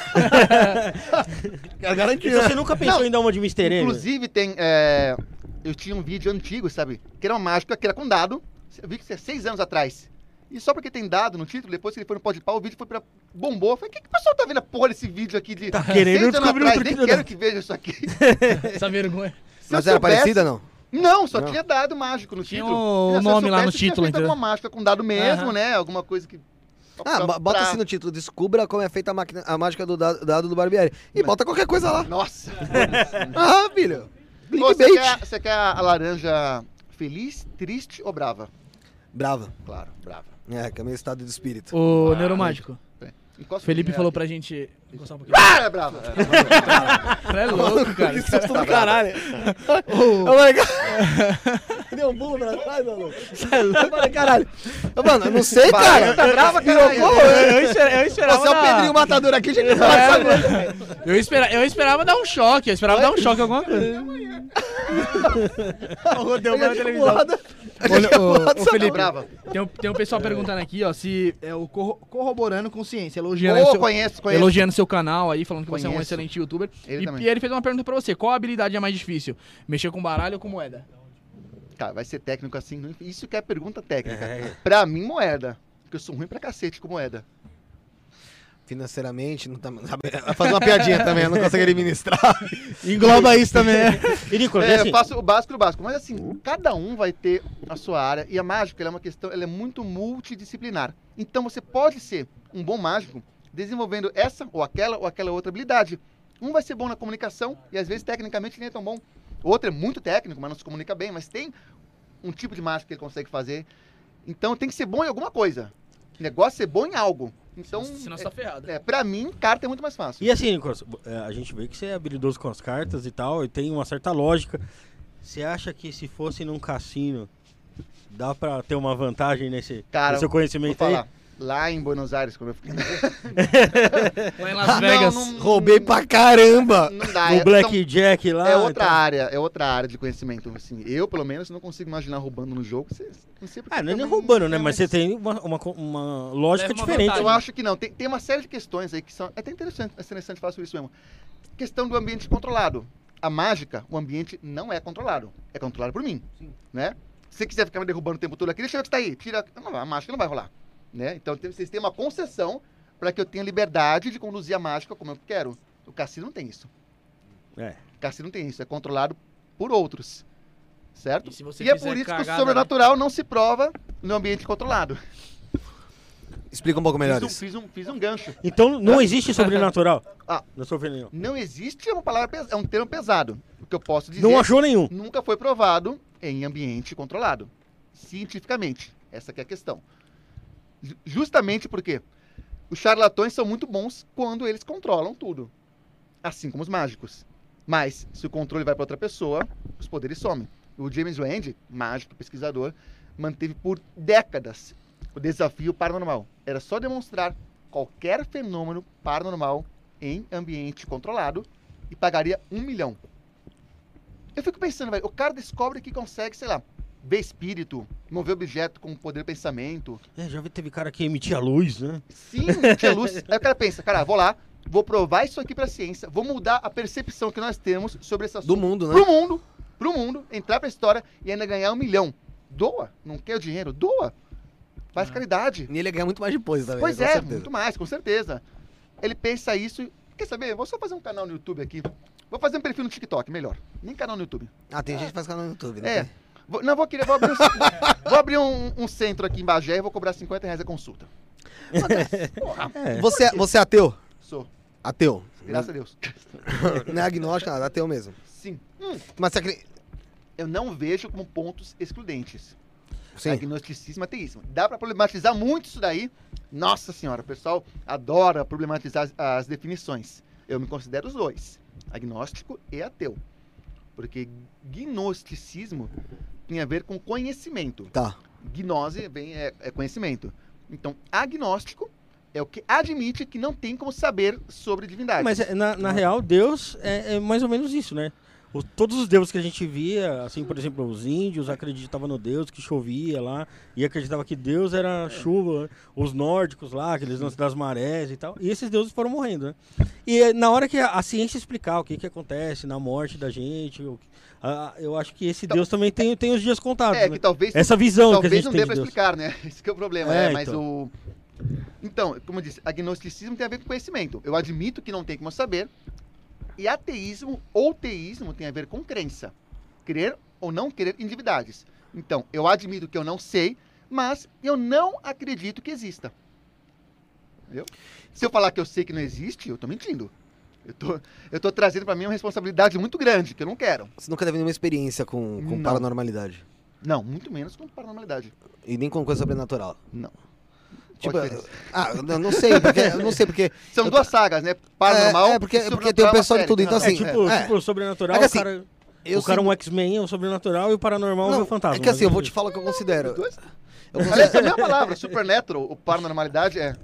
Quero garantir. Então você nunca pensou em dar uma de Mr. M? Inclusive, tem... eu tinha um vídeo antigo, sabe? Que era uma mágica, que era com dado. Eu vi que é 6 anos atrás. E só porque tem dado no título, depois que ele foi no Pode Pau, o vídeo foi pra... bombou. Eu falei, o que o pessoal tá vendo a porra desse vídeo aqui de... Tá querendo 6 anos descobrir atrás, outro nem título, quero né? que veja isso aqui. Essa vergonha. Se Mas eu era soubesse- parecida, não? Não, só tinha dado mágico no Tinha título. o Se eu nome lá no soubesse, tinha título, feito entendeu? alguma mágica com dado mesmo, Aham. né? Alguma coisa que... Bota assim no título, descubra como é feita a mágica do dado do Barbieri. E bota qualquer coisa lá. Nossa. Filho. Ô, Clickbait. você quer a laranja feliz, triste ou brava? Brava. Claro, brava. Que é meu estado de espírito. O Neuromágico. Encosta Felipe um falou pouquinho pra gente... encostar um pouquinho. aqui. É brava. É louco, cara. Que susto do caralho. Oh my God. Deu um pulo pra trás, mano. Caralho. Mano, eu não sei, cara. Tá brava, caralho. Eu esperava Você é o Pedrinho Matador aqui, já que falar dessa coisa. Eu esperava dar um choque. Eu esperava dar um choque em alguma coisa. Deu pra televisão. Ô, Felipe, brava. tem um pessoal perguntando aqui, ó, se é o corroborando com ciência, Conheço. elogiando seu canal aí, falando que você é um Conheço. excelente youtuber. Ele também. E ele fez uma pergunta pra você: qual a habilidade é mais difícil? Mexer com baralho ou com moeda? Cara, vai ser técnico assim. Isso que é pergunta técnica. Pra mim, moeda. Porque eu sou ruim pra cacete com moeda. Financeiramente, não tá... Faz uma piadinha também, eu não consigo administrar. Engloba isso também. E Nicolas, assim, Eu faço o básico do básico. Mas assim, cada um vai ter a sua área. E a mágica, ela é uma questão, ela é muito multidisciplinar. Então você pode ser um bom mágico desenvolvendo essa ou aquela outra habilidade. Um vai ser bom na comunicação e às vezes tecnicamente nem é tão bom. O outro é muito técnico, mas não se comunica bem. Mas tem um tipo de mágica que ele consegue fazer. Então tem que ser bom em alguma coisa. O negócio é ser bom em algo. Então, Senão você tá ferrado. pra mim, carta é muito mais fácil. e assim, Nicolas, a gente vê que você é habilidoso com as cartas e tal, e tem uma certa lógica. Você acha que se fosse num cassino, dá pra ter uma vantagem nesse Cara, seu conhecimento vou aí? falar. Lá em Buenos Aires, quando eu fiquei... Lá em Las Vegas. Roubei pra caramba. Não dá. No Blackjack lá. É outra então. área, é outra área de conhecimento. Assim, eu, pelo menos, não consigo imaginar roubando no jogo. Não sei porque Não é nem também- roubando, né? Mas você tem uma lógica Leva uma diferente. vantagem. Eu acho que não. Tem uma série de questões aí que são até interessante falar sobre isso mesmo. Questão do ambiente controlado. A mágica, o ambiente não é controlado. É controlado por mim. Né? Se você quiser ficar me derrubando o tempo todo aqui, deixa eu estar aí. Tira. Não, a mágica não vai rolar. Né? Então vocês têm uma concessão para que eu tenha liberdade de conduzir a mágica como eu quero. O cassino não tem isso. É. O cassino não tem isso. É controlado por outros. Certo? E se você E é fizer por isso que o cagada, sobrenatural não se prova no ambiente controlado. Explica um pouco melhor isso. Fiz um gancho. Então não existe sobrenatural. Ah. Na sua opinião. Não existe é uma palavra é um termo pesado. O que eu posso dizer Não achou nenhum. nunca foi provado em ambiente controlado. Cientificamente. Essa que é a questão. Justamente porque os charlatões são muito bons quando eles controlam tudo. Assim como os mágicos. Mas, se o controle vai para outra pessoa, os poderes somem. O James Randi, mágico, pesquisador, manteve por décadas o desafio paranormal. Era só demonstrar qualquer fenômeno paranormal em ambiente controlado e pagaria 1 milhão. Eu fico pensando, velho, o cara descobre que consegue, sei lá, ver espírito, mover objeto com poder de pensamento. Já teve cara que emitia luz, né? Sim, tinha luz. Aí o cara pensa, cara, vou lá, vou provar isso aqui pra ciência, vou mudar a percepção que nós temos sobre esse assunto. Do mundo, né? Pro mundo, entrar pra história e ainda ganhar 1 milhão. Doa, não quer o dinheiro, doa. Faz caridade. E ele ia ganhar muito mais depois também. Pois com é, certeza. muito mais, com certeza. Ele pensa isso e, quer saber, vou só fazer um canal no YouTube aqui. Vou fazer um perfil no TikTok, melhor. Nem canal no YouTube. Tem gente que faz canal no YouTube, né? É, Vou abrir um centro aqui em Bagé e vou cobrar R$50 a consulta. Porra, Você é ateu? sou. Ateu. Graças a Deus. Não é agnóstico, nada, ateu mesmo. Sim. Mas você acredita... Eu não vejo como pontos excludentes. Sim. Agnosticismo e ateísmo. Dá pra problematizar muito isso daí. Nossa senhora, o pessoal adora problematizar as definições. Eu me considero os dois, agnóstico e ateu. Porque gnosticismo tem a ver com conhecimento. Tá. Gnose é conhecimento. Então, agnóstico é o que admite que não tem como saber sobre divindade. Mas na real, Deus é mais ou menos isso, né? Todos os deuses que a gente via, assim, por exemplo, os índios acreditavam no Deus que chovia lá, e acreditavam que Deus era chuva, né? Os nórdicos lá, aqueles lances das marés e tal, e esses deuses foram morrendo, né? E na hora que a ciência explicar o que acontece na morte da gente, eu acho que esse Deus também tem os dias contados, né? Que talvez essa visão que a gente não tem dê de pra Deus. explicar, né? Esse que é o problema, mas então. Então, como eu disse, agnosticismo tem a ver com conhecimento. Eu admito que não tem como saber. E ateísmo ou teísmo tem a ver com crença. Crer ou não crer em divindades. Então, eu admito que eu não sei, mas eu não acredito que exista. Entendeu? Se eu falar que eu sei que não existe, eu tô mentindo. Eu tô trazendo pra mim uma responsabilidade muito grande, que eu não quero. Você nunca teve nenhuma experiência com Não. paranormalidade? Não, muito menos com paranormalidade. E nem com coisa sobrenatural? Não. Tipo, Qual a diferença? eu não sei porque... São duas sagas, né? Paranormal porque e tem o sobrenatural pessoal é de tudo, uma então série. assim... Tipo, sobrenatural, É que assim, o cara é um X-Men, é o sobrenatural, e o paranormal é o fantasma. É que assim, eu vou te Mas falar o que eu considero. Dois? Eu Aliás, é a mesma palavra, supernatural, o paranormalidade é...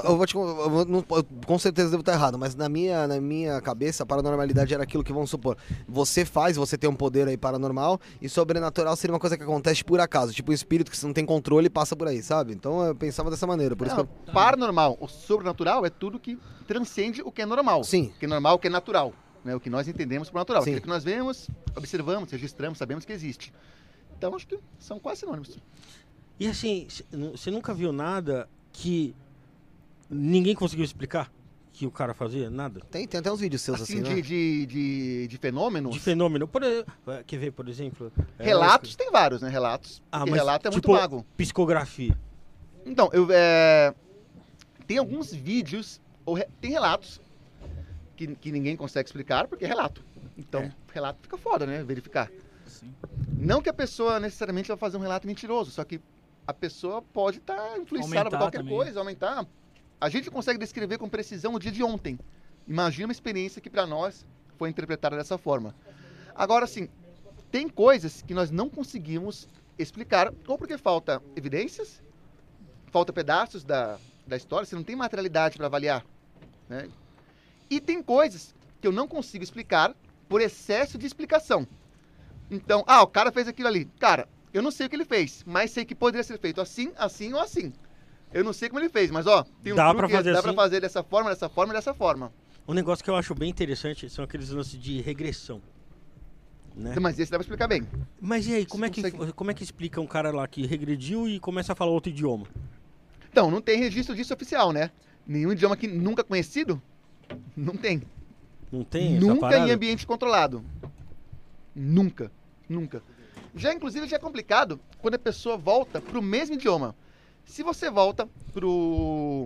Com certeza devo estar errado, mas na minha cabeça, a paranormalidade era aquilo que, vamos supor, você tem um poder aí paranormal, e sobrenatural seria uma coisa que acontece por acaso, tipo um espírito que você não tem controle e passa por aí, sabe? Então eu pensava dessa maneira, por isso que eu... Paranormal, o sobrenatural é tudo que transcende o que é normal. Sim. O que é normal, o que é natural. Né? O que nós entendemos por natural. Sim. Aquilo que nós vemos, observamos, registramos, sabemos que existe. Então acho que são quase sinônimos. E assim, você nunca viu nada que ninguém conseguiu explicar que o cara fazia? Nada? Tem até uns vídeos seus assim, Assim, né? de fenômenos. De fenômeno. Quer ver, por exemplo? Relatos tem vários, né? Relatos. Porque mas relato é muito tipo, vago. psicografia. Então, tem alguns vídeos, tem relatos que ninguém consegue explicar, porque é relato. Então, relato fica foda, né? Verificar. Sim. Não que a pessoa necessariamente vai fazer um relato mentiroso, só que a pessoa pode estar influenciada por Aumentar qualquer também. coisa, aumentar. A gente consegue descrever com precisão o dia de ontem. Imagina uma experiência que para nós foi interpretada dessa forma. Agora, assim, tem coisas que nós não conseguimos explicar, ou porque falta evidências, falta pedaços da história, você não tem materialidade para avaliar. Né? E tem coisas que eu não consigo explicar por excesso de explicação. Então, o cara fez aquilo ali. Cara, eu não sei o que ele fez, mas sei que poderia ser feito assim, assim ou assim. Eu não sei como ele fez, mas tem um Dá truque, pra fazer dá assim? pra fazer dessa forma, dessa forma e dessa forma. Um negócio que eu acho bem interessante são aqueles lances de regressão. Né? Mas esse dá pra explicar bem. Mas e aí, Você como é que explica um cara lá que regrediu e começa a falar outro idioma? Então, não tem registro disso oficial, né? Nenhum idioma que nunca conhecido, não tem. Não tem essa Nunca parada? em ambiente controlado. Nunca. Inclusive, já é complicado quando a pessoa volta pro mesmo idioma. Se você volta pro...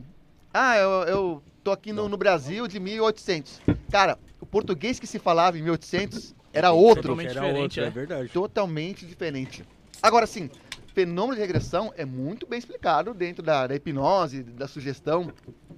eu tô aqui no Brasil de 1800. Cara, o português que se falava em 1800 era outro. Totalmente diferente, é verdade. Totalmente diferente. Agora, sim, fenômeno de regressão é muito bem explicado dentro da hipnose, da sugestão.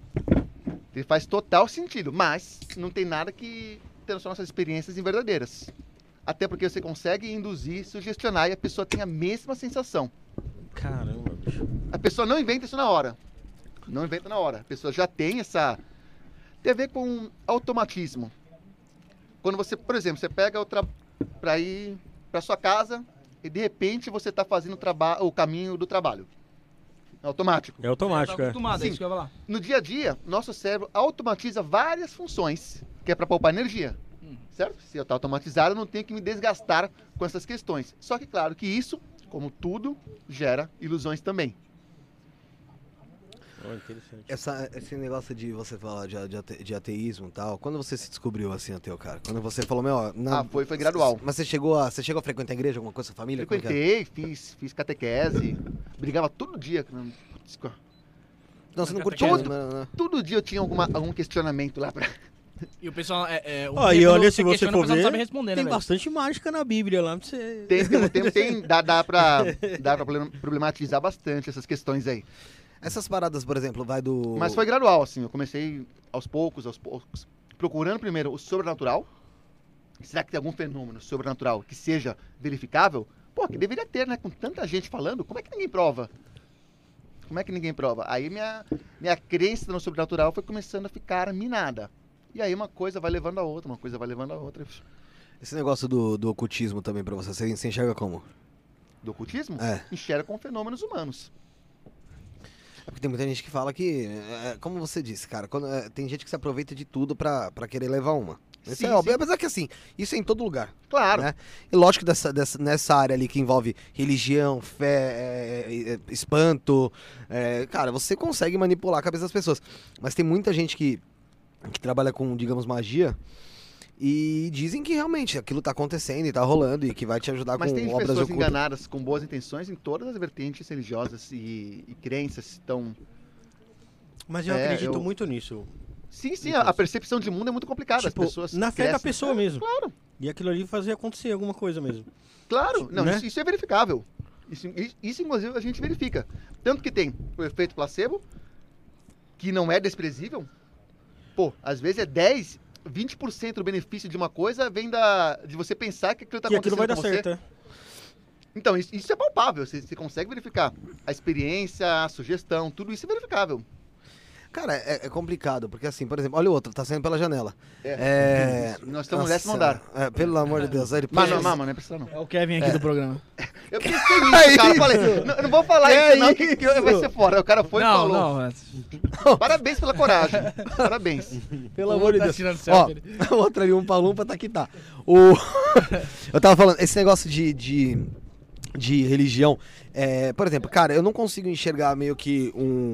Ele faz total sentido, mas não tem nada que transforme nossas experiências em verdadeiras. Até porque você consegue induzir, sugestionar e a pessoa tem a mesma sensação. Caramba, bicho. A pessoa não inventa isso na hora. Não inventa na hora. A pessoa já tem essa... Tem a ver com automatismo. Quando você, por exemplo, você pega para ir para sua casa e de repente você está fazendo o caminho do trabalho. É automático. É automático, Tá acostumado, é Sim. isso que eu ia falar. No dia a dia, nosso cérebro automatiza várias funções, que é para poupar energia. Certo? Se eu estou automatizado, eu não tenho que me desgastar com essas questões. Só que, claro, que isso, como tudo, gera ilusões também. Oh, interessante. Esse negócio de você falar de ateísmo e tal, quando você se descobriu assim, ateu, cara? Quando você falou, Foi gradual. Mas você chegou a frequentar a igreja, alguma coisa, família? Como é que é? Frequentei, fiz catequese, brigava todo dia. Não, você não curtiu? Todo dia eu tinha algum questionamento lá pra... E o pessoal. E olha, se você questiona, for o pessoal não ver, sabe responder, tem né, velho? bastante mágica na Bíblia lá pra você... Dá pra problematizar bastante essas questões aí. Essas paradas, por exemplo, vai do... Mas foi gradual, assim, eu comecei aos poucos, procurando primeiro o sobrenatural. Será que tem algum fenômeno sobrenatural que seja verificável? Pô, que deveria ter, né? Com tanta gente falando, como é que ninguém prova? Aí minha crença no sobrenatural foi começando a ficar minada. E aí uma coisa vai levando a outra, Esse negócio do ocultismo também pra você enxerga como? Do ocultismo? É. Enxerga com fenômenos humanos. Porque tem muita gente que fala que, como você disse, cara, tem gente que se aproveita de tudo pra querer levar uma. Isso é óbvio, apesar que assim, isso é em todo lugar. Claro. Né? E lógico que nessa área ali que envolve religião, fé, espanto, cara, você consegue manipular a cabeça das pessoas. Mas tem muita gente que trabalha com, digamos, magia e dizem que realmente aquilo tá acontecendo e tá rolando e que vai te ajudar Mas com tem obras pessoas ocultas. enganadas com boas intenções em todas as vertentes religiosas e crenças. Então, Mas eu acredito muito nisso. sim, a percepção de mundo é muito complicada. Tipo, as pessoas na fé da crescem. pessoa mesmo. Claro, E aquilo ali fazia acontecer alguma coisa mesmo. claro. Não, Né? isso é verificável. Isso, inclusive, a gente verifica. Tanto que tem o efeito placebo, que não é desprezível. Pô, às vezes é 10, 20% do benefício de uma coisa vem de você pensar que aquilo tá Que aquilo acontecendo vai dar com você. certo, é. Então, isso é palpável. Você consegue verificar. A experiência, a sugestão, tudo isso é verificável. Cara, é complicado, porque assim, por exemplo, olha o outro, tá saindo pela janela. Nós estamos no Nossa, 10º andar. pelo amor de Deus. Aí ele Mas puxa- não é precisa não. É o Kevin aqui do programa. Eu pensei nisso, cara. Eu falei, eu não vou falar isso não, que vai ser fora. O cara foi e falou. Não. Parabéns pela coragem. Parabéns. Pelo amor de Tá Deus. tirando Ó, selfie. outra ali, um palumpa tá que tá. Eu tava falando, esse negócio de religião, por exemplo, cara, eu não consigo enxergar meio que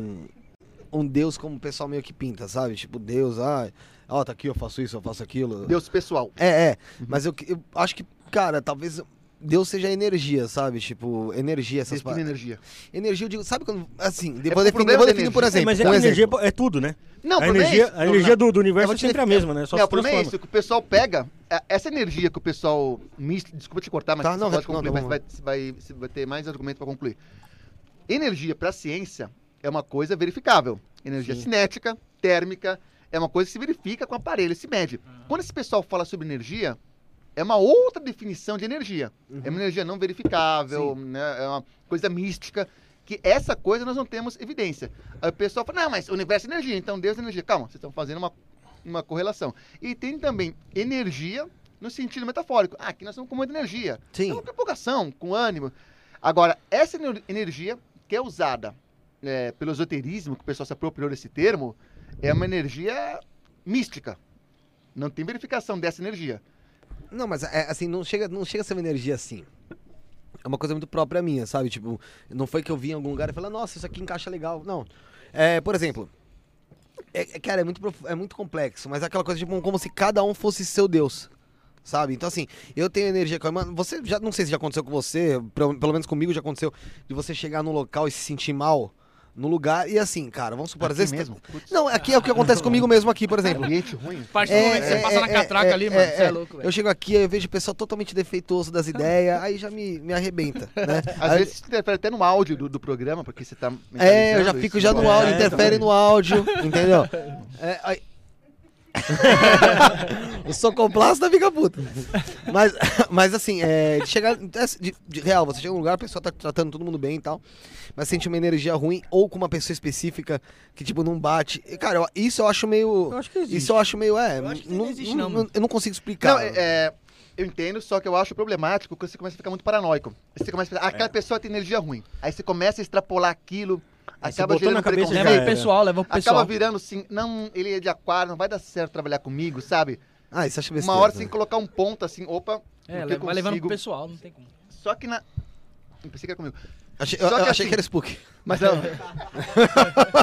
um Deus como o pessoal meio que pinta, sabe? Tipo, Deus, tá aqui, eu faço isso, eu faço aquilo. Deus pessoal. Mas eu acho que, cara, talvez Deus seja energia, sabe? Tipo, energia, essas Define energia. Energia, eu digo, sabe quando, assim, o vou definir por problema exemplo. Mas um a energia exemplo. é tudo, né? Não, A energia do universo é sempre a mesma, né? Só Não, se o problema é transforma. isso, que o pessoal pega, essa energia que o pessoal... Desculpa te cortar, mas Tá, não, você pode não, concluir, não, mas você vai ter mais argumento para concluir. Energia para a ciência é uma coisa verificável. Energia cinética, térmica, é uma coisa que se verifica com aparelho, se mede. Quando esse pessoal fala sobre energia, é uma outra definição de energia. É uma energia não verificável, né? É uma coisa mística, que essa coisa nós não temos evidência. Aí o pessoal fala, não, mas o universo é energia, então Deus é energia. Calma, vocês estão fazendo uma correlação. E tem também energia no sentido metafórico. Aqui nós estamos com muita energia. Sim. É uma empolgação, com ânimo. Agora, essa energia que é usada pelo esoterismo, que o pessoal se apropriou desse termo, é uma energia mística. Não tem verificação dessa energia. Não, mas assim, não chega a ser uma energia assim. É uma coisa muito própria minha, sabe? Tipo, não foi que eu vi em algum lugar e falei, nossa, isso aqui encaixa legal. Não. Por exemplo, cara, é muito complexo, mas é aquela coisa, tipo, como se cada um fosse seu Deus. Sabe? Então, assim, eu tenho energia com a irmã. Você já, não sei se já aconteceu com você, pelo menos comigo já aconteceu, de você chegar num local e se sentir mal no lugar. E assim, cara, vamos supor, às Aqui vezes. mesmo? Putz. Não, aqui é o que acontece comigo mesmo aqui, por exemplo. Ambiente ruim. A partir do momento que você passa na catraca ali, mano, você é louco, velho. Eu chego aqui, eu vejo o pessoal totalmente defeituoso das ideias, aí já me arrebenta, né? Às Aí- vezes isso interfere até no áudio do programa, porque você tá... eu mentalizando já isso. fico já no áudio, interfere no áudio, entendeu? Aí... O socoplasta fica puto. Mas assim, de chegar. De real, você chega num lugar, a pessoa tá tratando todo mundo bem e tal, mas sente uma energia ruim, ou com uma pessoa específica que, tipo, não bate. Cara, isso eu acho meio. Eu acho que existe. Isso eu acho meio. Eu acho que não existe, não, mano. Eu não consigo explicar. Não, eu entendo, só que eu acho problemático quando você começa a ficar muito paranoico. Você começa a pensar, aquela pessoa tem energia ruim. Aí você começa a extrapolar aquilo, Aí você acaba botou gerando na cabeça preconceito. Leva pro pessoal, leva pro pessoal. Acaba virando assim, não, ele é de aquário, não vai dar certo trabalhar comigo, sabe? Isso acho besteira. Uma hora você tem que colocar um ponto assim, opa, no que eu vai levando pro consigo. pessoal, não tem como. Só que na... Eu pensei que era comigo. Eu Só que achei assim- que era Spook. Mas não.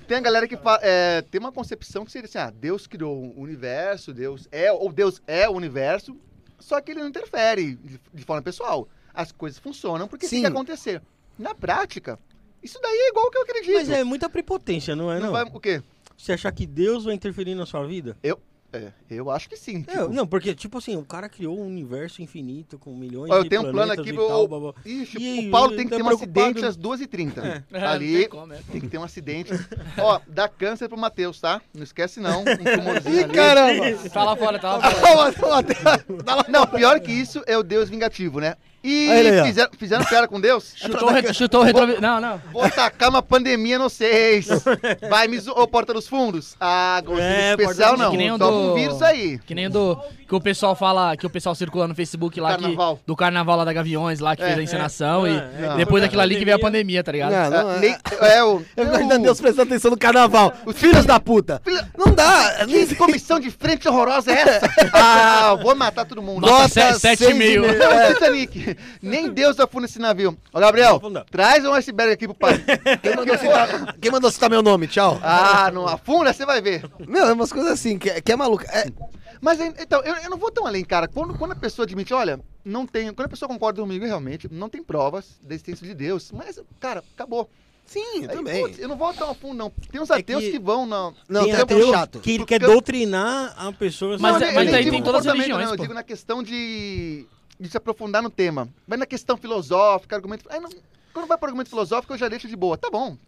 Tem a galera que tem uma concepção que seria assim, Deus criou o universo, Deus é o universo, só que ele não interfere de forma pessoal. As coisas funcionam porque tem que acontecer. Na prática, isso daí é igual o que eu acredito. Mas é muita prepotência, não é? Não vai, o quê? Você achar que Deus vai interferir na sua vida? Eu acho que sim. Tipo... Não, porque, tipo assim, o cara criou um universo infinito com milhões eu de tenho um plano aqui, o Paulo tem que ter um acidente às 2h30. Ali tem que ter um acidente. Ó, dá câncer pro Matheus, tá? Não esquece não. Um tumorzinho ali. Caramba! Tá lá fora, tá lá fora. Não, pior que isso é o Deus vingativo, né? E fizeram piada com Deus? Chutou o retrovisor. Não. Vou tacar uma pandemia no 6. Vai me Ô, Porta dos Fundos. Golzinho especial não. Que nem o Toma um vírus aí. Que nem do... Que o pessoal fala... Que o pessoal circula no Facebook lá. Carnaval. Do carnaval lá da Gaviões lá, que fez a encenação. E depois daquilo ali que veio a pandemia, tá ligado? Eu fico ainda Deus prestando atenção no carnaval. Os filhos da puta. Não dá. Que comissão de frente horrorosa é essa? Vou matar todo mundo. Nota 7,5. Não, Titanic. Nem Deus afunda esse navio. Ô, Gabriel, traz um iceberg aqui pro pai. Quem mandou citar meu nome? Tchau. Não afunda, você vai ver. Meu, é umas coisas assim, que é maluca. Mas, então, eu não vou tão além, cara. Quando a pessoa admite, olha, não tem... Quando a pessoa concorda comigo, realmente, não tem provas da existência de Deus. Mas, cara, acabou. Sim, eu Aí, também. putz, eu não vou tão a fundo, não. Tem uns ateus que vão na... Não, tem ateu ateu chato. que ele quer doutrinar a pessoa. Mas eu nem aí digo tem todas as comportamento, religiões, não, eu pô. digo na questão de se aprofundar no tema. Vai na questão filosófica, argumento... Quando vai para argumento filosófico, eu já deixo de boa. Tá bom.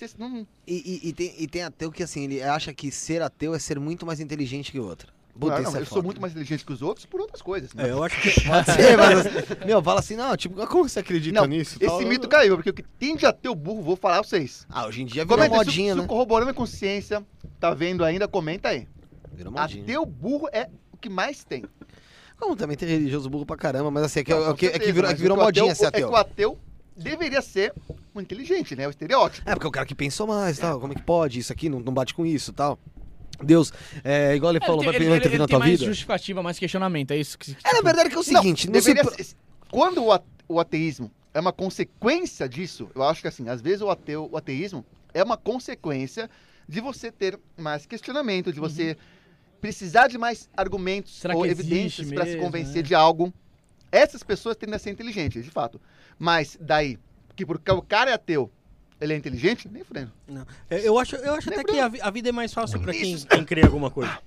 E tem ateu que, assim, ele acha que ser ateu é ser muito mais inteligente que o outro. Puta, isso é eu foda. sou muito mais inteligente que os outros por outras coisas. Né? Eu acho que... Pode ser, mas, meu, fala assim, não, tipo, como você acredita nisso? Esse mito caiu, porque o que tem de ateu burro, vou falar a vocês. Hoje em dia virou modinha, se né? corroborando a consciência, tá vendo ainda, comenta aí. Virou modinha. Ateu burro é o que mais tem. Como também tem religioso burro pra caramba, mas assim, Com certeza, que virou modinha ser ateu. É que o ateu deveria ser um inteligente, né? O estereótipo. Porque o cara que pensou mais, tal, como é que pode, isso aqui não bate com isso, tal. Deus, igual ele falou, vai intervir na tua mais vida. justificativa, mais questionamento, é isso que... Na verdade que é o seguinte, Quando o ateísmo é uma consequência disso, eu acho que assim, às vezes o ateísmo é uma consequência de você ter mais questionamento, de você precisar de mais argumentos ou evidências para se convencer de algo. Essas pessoas tendem a ser inteligentes, de fato. Mas daí, que porque o cara é ateu, ele é inteligente? Nem fudendo. Não. Eu acho até que a vida é mais fácil pra quem crê em alguma coisa.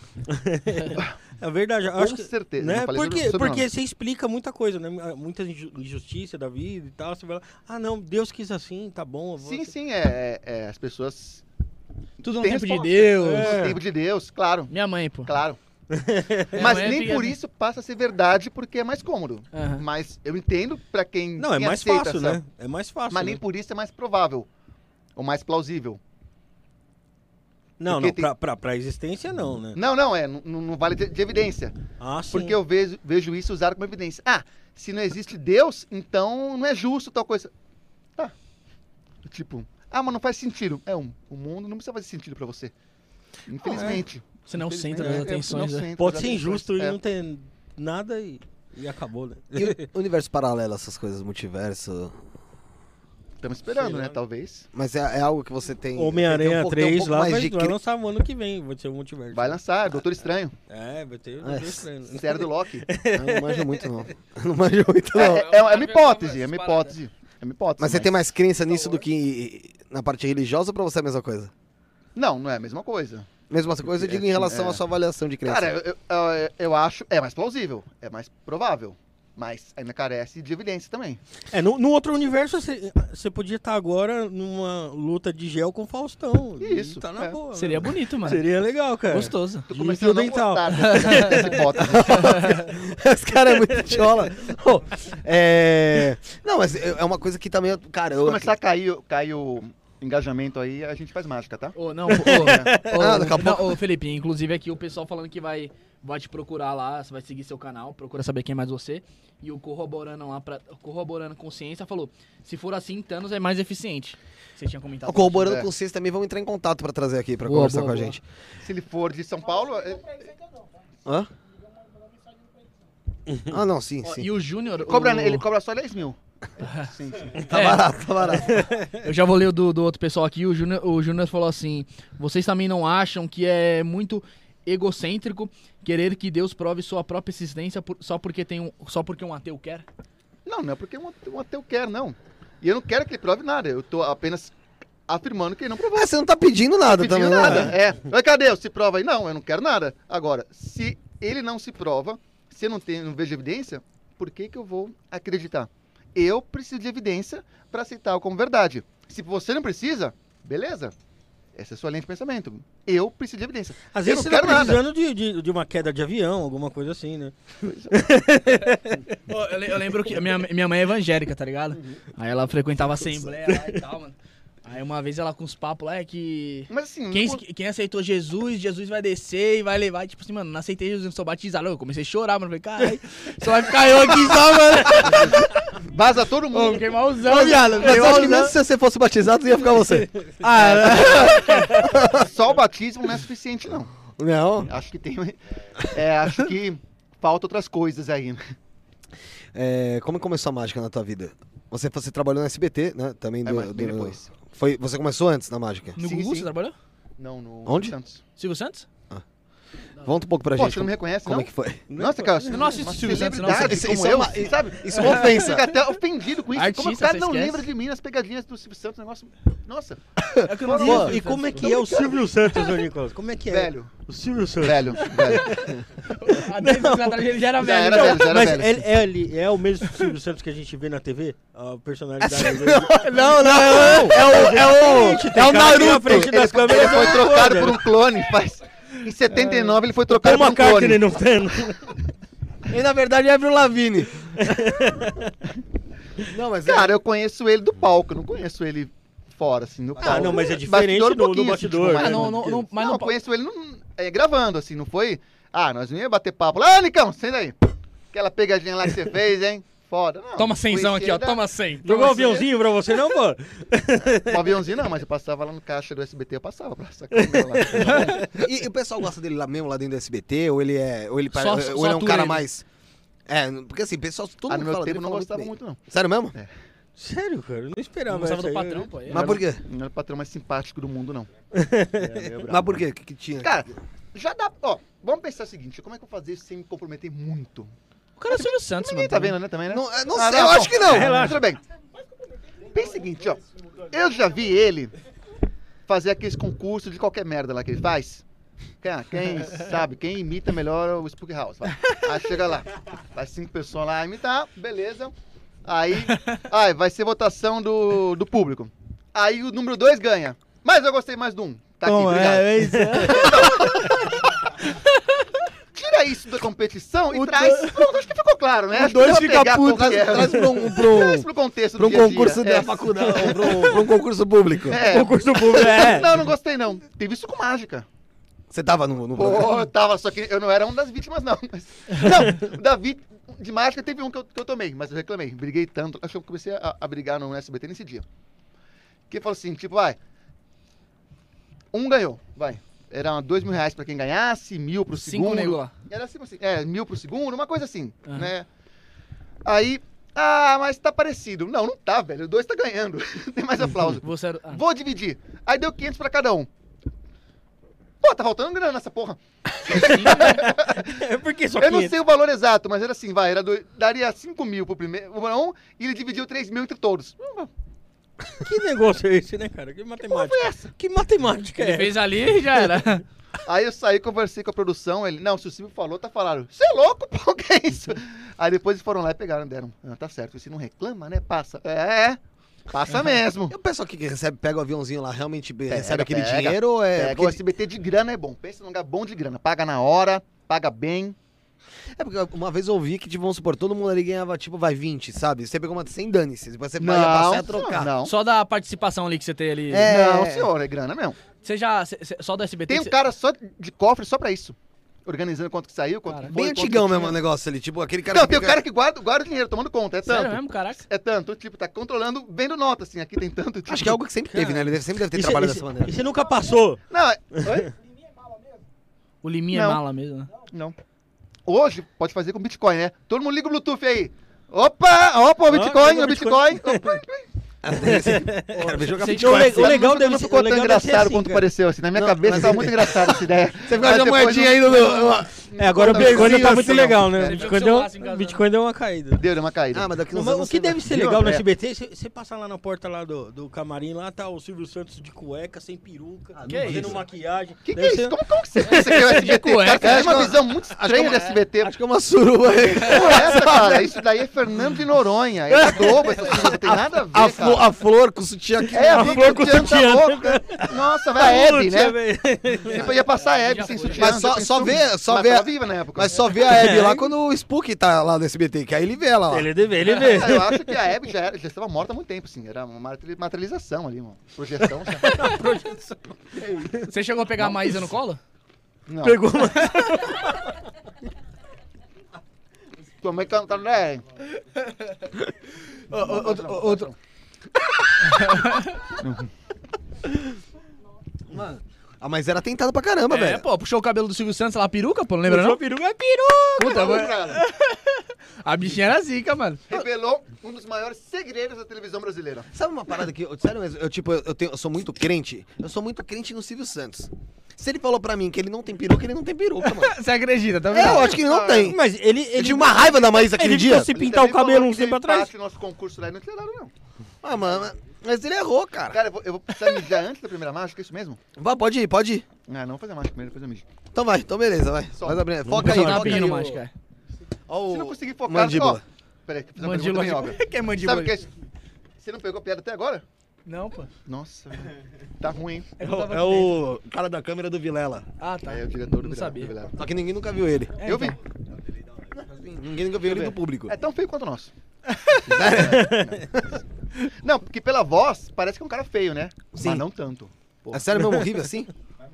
É verdade. Eu acho Com que, certeza. né? Não falei sobre Porque nome. você explica muita coisa, né? Muita injustiça da vida e tal. Você vai lá, não, Deus quis assim, tá bom. Eu vou Sim, as pessoas... Tudo no têm tempo de resposta. Deus. No tempo de Deus, claro. Minha mãe, pô. Claro. Mas mãe nem por isso passa a ser verdade, porque é mais cômodo. Aham. Mas eu entendo pra quem Não, é quem mais aceita fácil, essa- né? É mais fácil. Mas né? nem por isso é mais provável. Ou mais plausível. Não, porque não, pra existência não, né? Não, não vale de evidência. Ah, sim. Porque eu vejo isso usado como evidência. Se não existe Deus, então não é justo tal coisa. Tá. Tipo, mas não faz sentido. O mundo não precisa fazer sentido pra você. Infelizmente. Você não é o centro Infelizmente, das atenções, não né? centro Pode das ser atenções. injusto e não ter nada e acabou, né? E o universo paralelo, essas coisas, multiverso... Estamos esperando, Sei né? lá. Talvez. Mas é algo que você tem... Homem-Aranha tem 3 lá mais vai de lançar o ano que vem, vai ser o multiverso. Vai lançar, Doutor Estranho. Vai ter o Doutor Estranho. Série do Loki. Eu não manjo muito, não. Não manjo muito, não. É uma hipótese, é uma hipótese. É uma hipótese. Mas você tem mais crença nisso do que na parte religiosa ou pra você é a mesma coisa? Não é a mesma coisa. Mesma coisa eu digo em relação à sua avaliação de crença. Cara, eu acho... É mais plausível, é mais provável. Mas ainda carece de evidência também. No outro universo, você podia estar agora numa luta de gel com o Faustão. Isso, E tá na boa. Seria bonito, mano. Seria legal, cara. Gostoso. Tô De começando a não fio dental. gostar dessa hipótese. Esse cara é muito chola. Não, mas é uma coisa que também... Cara, Se começar a cair o engajamento aí, a gente faz mágica, tá? daqui a pouco. Ô, Felipe, inclusive aqui o pessoal falando que vai te procurar lá, você vai seguir seu canal, procura saber quem é mais você. E o Corroborando lá, Corroborando Consciência, falou, se for assim, Thanos é mais eficiente. Você tinha comentado. Corroborando É. com vocês também, vamos entrar em contato pra trazer aqui, pra Boa, conversar boa, com a boa. gente. Se ele for de São Paulo... Hã? Não, sim, Ó, sim. e o Júnior... Ele cobra só 10 mil. Sim. Tá barato, tá barato. Eu já vou ler o do outro pessoal aqui. O Júnior falou assim: vocês também não acham que é muito egocêntrico querer que Deus prove sua própria existência só porque um ateu quer? Não é porque um ateu quer, não. E eu não quero que ele prove nada. Eu tô apenas afirmando que ele não provou. Você não tá pedindo nada Não pedindo também, nada. né? Mas cadê? Se prova aí? Não, eu não quero nada. Agora, se ele não se prova, se eu não vejo evidência, por que eu vou acreditar? Eu preciso de evidência para aceitar como verdade. Se você não precisa, beleza. Essa é a sua linha de pensamento. Eu preciso de evidência. Às eu vezes não você tá quero nada. precisando de uma queda de avião, alguma coisa assim, né? Pô, eu lembro que minha mãe é evangélica, tá ligado? Aí ela frequentava a assembleia lá e tal, mano. Aí uma vez ela com os papos lá é que... Mas assim, Quem aceitou Jesus vai descer e vai levar. E, tipo assim, mano, não aceitei Jesus, não sou batizado. Eu comecei a chorar, mano. Falei, caralho, só vai ficar eu aqui só, mano. vaza todo Ô, mundo. fiquei malzão, viado. Mas Fiquei eu acho que malzão. mesmo se você fosse batizado, ia ficar você. Só o batismo não é suficiente, não. Não. Acho que tem... acho que falta outras coisas aí, né? Como começou a mágica na tua vida? Você trabalhou no SBT, né? Também Mas bem depois. Você começou antes na mágica? No Sim, Gugu sim. você trabalhou? Não, no Onde? Santos. Silvio Santos? Conta um pouco pra Pô, gente. você não me reconhece, como não? é que foi? Nossa, cara, Eu não assisto uma Silvio Santos, não. celebridade Isso como é eu, uma- sabe? Isso é uma ofensa. Fica até ofendido com isso. Artista, Como o cara você não esquece? lembra de mim nas pegadinhas do Silvio Santos, negócio... Nossa, É que eu não Pô, assisto. E como é que é o Silvio Santos, ô Nicolas? Como é que é? velho. O Silvio Santos. Velho. Há 10 anos atrás ele já era Já velho. era então. velho, já era Mas velho. ele é o mesmo Silvio Santos que a gente vê na TV? A personalidade dele? Não, é o Naruto. Naruto. Frente das câmeras, Ele foi é trocado foda. por um clone. Em 79 ele foi Paul trocado por um McCartney clone. não tem. E na verdade é Avril Lavigne. Não, mas Cara, eu conheço ele do palco, eu não conheço ele fora, assim, no palco. não, mas é diferente Bastidor um do pouquinho, bastidor, assim, Ah, tipo, mas não, não conheço ele gravando, assim, não foi? Ah, nós não ia bater papo lá, Nicão, senta aí. Aquela pegadinha lá que você fez, hein? Foda. Não, Toma 100 conheci aqui, ó. ele da- Toma 100. Jogou um aviãozinho pra você, não, pô? Um aviãozinho não, mas eu passava lá no caixa do SBT, eu passava pra sacar lá. E o pessoal gosta dele lá mesmo, lá dentro do SBT? Ou ele é Só um atua cara ele. mais... porque assim, o pessoal, todo Ah, mundo no meu fala tempo dele, eu não fala gostava bem. muito, não. Sério mesmo? Sério, cara? Eu não esperava Não gostava essa do aí. patrão, pô. Mas por quê? Não era o patrão mais simpático do mundo, não. Mas por quê? O que tinha? Cara, já dá... Ó, vamos pensar o seguinte, como é que eu vou fazer isso sem me comprometer muito? O cara é o Silvio Santos, Ninguém mano. tá vendo, né, também, né? Não, não Ah, sei, eu acho que não. Relaxa. Tudo bem. Pensa o seguinte, ó. Eu já vi ele fazer aqueles concursos de qualquer merda lá que ele faz. Quem sabe, quem imita melhor o Spook House. Vai. Aí chega lá, vai 5 pessoas lá imitar, beleza. Aí vai ser votação do público. Aí o número 2 ganha. Mas eu gostei mais do 1. Tá aqui, obrigado. isso. Tira isso da competição e traz... Pronto, acho que ficou claro, né? O Acho que deu 2 pra fica pegar puto, qual que é. traz Traz pro contexto pra do um dia a dia. concurso da faculdade, pra um concurso público. Concurso público, Não gostei não. Teve isso com mágica. Você tava no Pô, programa? eu tava, só que eu não era uma das vítimas, não. Mas, não, da de mágica teve um que eu tomei, mas eu reclamei. Briguei tanto, acho que eu comecei a brigar no SBT nesse dia. Que falou assim, tipo, um ganhou, Era R$2.000 pra quem ganhasse, 1.000 pro 5 segundo. nego lá. Era assim, 1.000 pro segundo, uma coisa assim, Aham. né? Aí, mas tá parecido. Não tá, velho, o 2 tá ganhando. Tem mais aplauso. Você era... Vou dividir. Aí deu 500 pra cada um. Pô, tá faltando grana nessa porra. Por que só Eu não 500? sei o valor exato, mas era assim, daria 5.000 pro primeiro um e ele dividiu 3.000 entre todos. Que negócio é esse, né, cara? Que matemática. Foi essa? Que matemática Ele é? fez ali e já era. Aí eu saí, conversei com a produção, ele, não, se o Silvio falou, tá falando. Você é louco, pô, que é isso? Aí depois eles foram lá e pegaram, deram. Tá certo, você não reclama, né? Passa. Passa mesmo. E o pessoal que recebe, pega o aviãozinho lá, realmente recebe Pega, aquele pega. dinheiro ou é... O SBT de grana é bom. Pensa num lugar bom de grana. Paga na hora, paga bem. É porque uma vez eu ouvi que, tipo, vamos supor, todo mundo ali ganhava, tipo, 20, sabe? Você pegou uma sem dane-se, depois você ia passar a trocar. Não. Só da participação ali que você tem ali. Não, senhor, é grana mesmo. Você já... Só do SBT... Tem um que cara só de cofre só pra isso. Organizando quanto que saiu, quanto Cara, que foi. Bem quanto antigão que tinha. mesmo o negócio ali, tipo, aquele cara Não, que tem o fica- cara que guarda o dinheiro, tomando conta, é Sério tanto. mesmo, caraca? É tanto, tipo, tá controlando, vendo nota, assim, aqui tem tanto. Tipo... Acho que é algo que sempre teve, né? Ele sempre deve ter E cê- trabalhado e cê- dessa maneira. E você nunca passou? Não, oi? O Liminha é Não. mala mesmo, né? Não. Hoje, pode fazer com Bitcoin, né? Todo mundo liga o Bluetooth aí. Opa, o Bitcoin, pegou o Bitcoin. Cara, vem jogar Você- Bitcoin. o legal não deve ficou o tão legal deve ser engraçado assim, quanto cara. pareceu, assim. Na minha Não, cabeça mas tava é- muito engraçado essa ideia. Você fica com a moedinha aí Agora o Bota Bitcoin não pezinho tá muito assim, legal, Você né? fica com o celular assim, casando. Bitcoin deu uma caída. Deu uma caída. Ah, mas daqui Não, uns mas anos o que você vai- deve ser Viu, legal no André? SBT, você passar lá na porta lá do camarim, lá tá o Silvio Santos de cueca, sem peruca, que é fazendo isso? maquiagem. Que Deve é ser- isso? Como que você pensa que é o SBT? cueca, Cara, é acho uma que- visão muito estranha do SBT. Acho que é uma suruba aí. Não é essa, cara. Isso daí é Fernando de Noronha. É da Globo, essa coisa não tem nada a ver, cara. A flor com o sutiã aqui. É, a flor com sutiã sutiã. da boca. Nossa, vai a Hebe, né? velho. Tipo, ia passar a Hebe sem sutiã. Mas já só pensou? vê- só Mas vê- tava viva na época. Mas só vê a Hebe lá quando o Spook tá lá no SBT, que aí ele vê ela lá. Ele vê. Eu acho que a Hebe já estava morta há muito tempo, assim. Era uma materialização ali, uma projeção. Você chegou a pegar a Maísa no colo? Não. Pegou uma... Tua mãe cantando, né? Outro. Mano. Ah, mas era tentado pra caramba, É, velho. pô, puxou o cabelo do Silvio Santos lá, peruca, pô, não lembra Puxou não? a peruca, é peruca. Puta, mano. A bichinha era zica, mano. Revelou um dos maiores segredos da televisão brasileira. Sabe uma parada que, sério mesmo, eu sou muito crente. Eu sou muito crente no Silvio Santos. Se ele falou pra mim que ele não tem peruca, ele não tem peruca, mano. Você acredita, tá É, vendo? eu acho que ele não tem. Mas ele... Eu tive uma raiva da Maísa aquele Ele dia. ficou se pintar o cabelo uns tempos atrás. No nosso concurso lá e não tiraram, não. Ah, mano, mas ele errou, cara. Cara, eu vou precisar mijar antes da primeira mágica, é isso mesmo? Vai, pode ir, pode ir. Ah, não, vou fazer a mágica primeiro, depois eu mijo. Então vai, então beleza, vai. Só. Faz a primeira. Foca aí, Tá foca aí. pedindo mágica, é. Ó, Se não conseguir focar, mandíbula. ó. Peraí, que eu fiz uma Mandíbula. pergunta bem óbvia. Que é mandíbula? Sabe o que é isso? Você não pegou a piada até agora? Não, pô. Nossa, velho. Tá ruim, hein? É que eu tava É aqui dentro. o cara da câmera do Vilela. Ah, tá. É o diretor do Não Vilela, sabia. do Vilela. Só que ninguém nunca viu ele. É, Eu vi. então. Ninguém nunca viu ele do público. É tão feio quanto o nosso. Não, porque pela voz, parece que é um cara feio, né? Sim. Mas não tanto. Pô. É sério mesmo, horrível assim?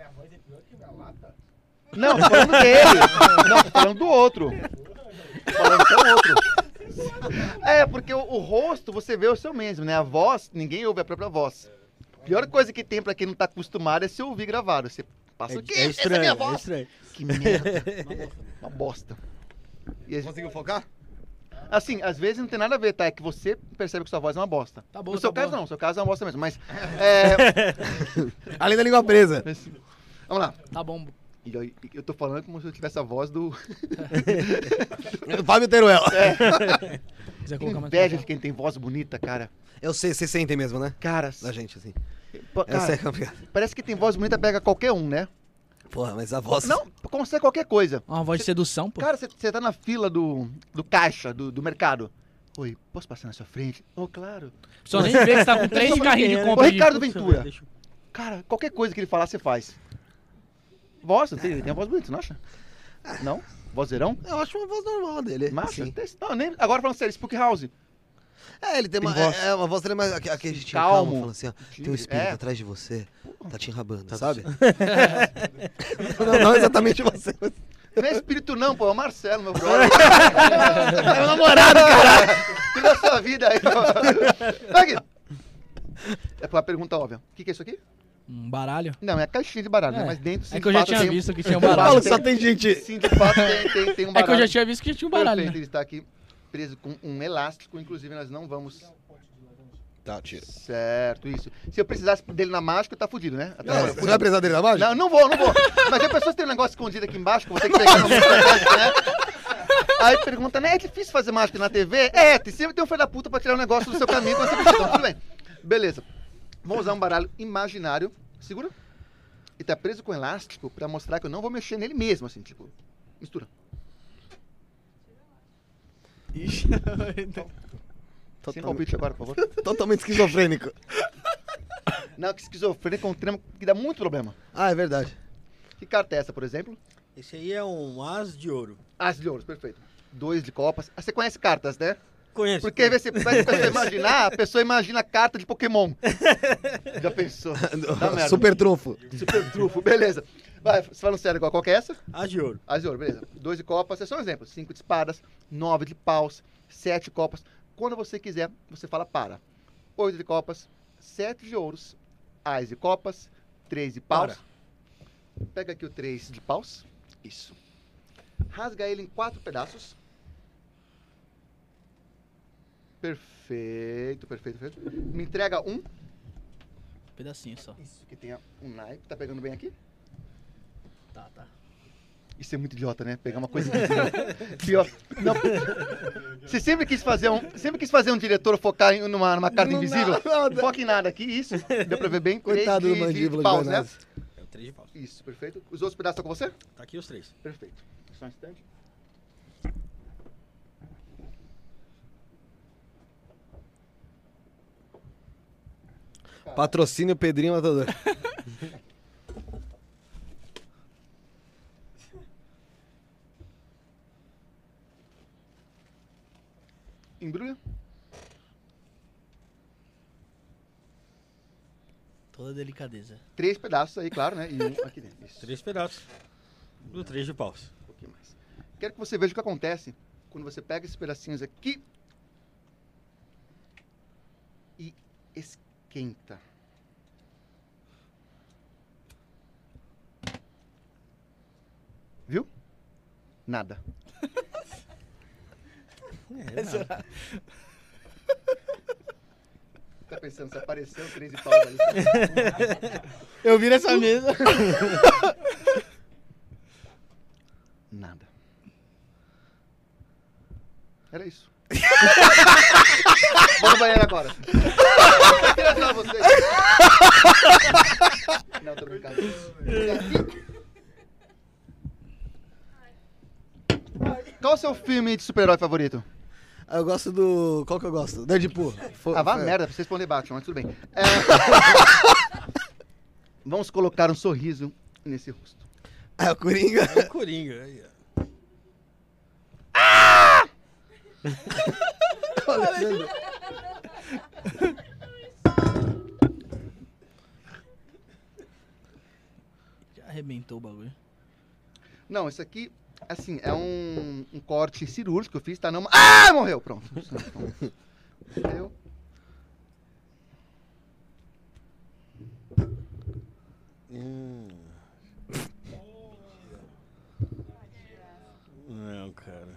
Não, tô falando dele. Não, tô falando do outro. Tô falando que é o outro. É, porque o rosto você vê o seu mesmo, né? A voz, ninguém ouve a própria voz. A pior coisa que tem pra quem não tá acostumado é se ouvir gravado. Você passa o quê? É Essa é a minha estranho, é voz. estranho. Que merda. Uma bosta. E às- Conseguiu focar? assim, às vezes não tem nada a ver, tá? É que você percebe que sua voz é uma bosta. Tá bom, No seu tá caso bom. não, no seu caso é uma bosta mesmo. Mas, é... Além da língua presa. Vamos lá. Tá bom. E eu tô falando como se eu tivesse a voz do... Fábio Teruel. Quiser colocar mais Inveja pra de quem tem voz bonita, cara. Eu sei, vocês sentem mesmo, né? Cara, Da gente, assim. pô, Essa cara, é complicada. parece que tem voz bonita pega qualquer um, né? Porra, mas a voz... Não, consegue qualquer coisa. Uma voz de sedução, pô. Cara, você tá na fila do caixa, do mercado. Oi, posso passar na sua frente? Oh, claro. Só nem vê que você tá com 3 carrinhos de Ô, compra. Ô, de- Ricardo Deixa eu Ventura. ver, deixa eu- Cara, qualquer coisa que ele falar, você faz. Voz, ele tem uma voz bonita, você não acha? Não? Vozeirão? Eu acho uma voz normal dele. Macho? Sim. Não, nem... Agora falando sério, Spook House. É, ele tem uma, Tem voz. uma voz dele mais... Aquele jeitinho Calmo. calmo, falando assim, ó. Tem um espírito É. atrás de você, tá te enrabando, sabe? não exatamente você, mas... Não é espírito não, pô, é o Marcelo, meu brother. É meu namorado, caralho! Cuida da sua vida aí, ó. Aqui. É uma pergunta óbvia. O que é isso aqui? Um baralho. Não, é a caixinha de baralho, né? É. Mas dentro, sim, É que eu de já fato, tinha tem um- visto que tinha um de fato, baralho. Paulo, só tem gente... Sim, de fato, tem um baralho. É que eu já tinha visto que tinha um baralho, Perfeito, né? ele está aqui preso com um elástico, inclusive nós não vamos... Tá, tira. Certo, isso. Se eu precisasse dele na mágica, tá fudido, né? Até agora, Você vai precisar dele na mágica? Não, não vou. Mas a pessoa tem um negócio escondido aqui embaixo que eu vou ter que pegar no momento da mágica, né? Aí pergunta, né? É difícil fazer mágica na TV? É, sempre tem um filho da puta pra tirar um negócio do seu caminho quando você precisa. Então, tudo bem. Beleza. Vamos usar um baralho imaginário. Segura. E tá preso com elástico pra mostrar que eu não vou mexer nele mesmo, assim, tipo. Mistura. Ixi. Sem palpite agora, por favor. Totalmente esquizofrênico. Não, que esquizofrênico é um trema que dá muito problema. Ah, é verdade. Que carta é essa, por exemplo? Esse aí é um as de ouro. As de ouros, perfeito. 2 de copas. Ah, você conhece cartas, né? Conheço. Porque aí você vai imaginar, a pessoa imagina a carta de Pokémon. Já pensou? Dá merda. Super trunfo. Super trufo, beleza. Vai, você falando sério agora, qual que é essa? As de ouro. As de ouro, beleza. 2 de copas, é só um exemplo. 5 de espadas, 9 de paus, 7 de copas. Quando você quiser, você fala para. 8 de copas, 7 de ouros, as de copas, 3 de paus. Pega aqui o 3 de paus. Isso. Rasga ele em 4 pedaços. Perfeito. Me entrega um. Pedacinho só. Isso, que tenha um naipe. Tá pegando bem aqui? Tá. Isso é muito idiota, né? Pegar uma coisa pior. Não. Você sempre quis fazer um diretor focar numa carta invisível? Não foca em nada aqui, isso. Deu pra ver bem. Coitado do mandíbula de paus, né? Guanás. É o 3 de paus. Isso, perfeito. Os outros pedaços estão com você? Tá aqui os 3. Perfeito. Só um instante. Patrocínio Pedrinho Matador. Embrulha. Toda delicadeza. 3 pedaços aí, claro, né? E um aqui dentro. Isso. 3 pedaços. Do 3 de paus. Um pouquinho mais. Quero que você veja o que acontece quando você pega esses pedacinhos aqui e esquenta. Viu? Nada. Nada. Tá pensando, se apareceu 3 de paus ali. Eu vi nessa mesa. Nada. Era isso. Vou no banheiro agora. Eu queria ajudar vocês. Não, tô brincando. Qual é o seu filme de super-herói favorito? Eu gosto do... Qual que eu gosto? Deadpool. Vá merda, pra você responder Batman, mas tudo bem. Vamos colocar um sorriso nesse rosto. É o Coringa. É o Coringa. Aí, ó. Já arrebentou o bagulho. Não, isso aqui, assim, é um corte cirúrgico que eu fiz, tá? Não... Ah, morreu, pronto. Morreu. Não, cara.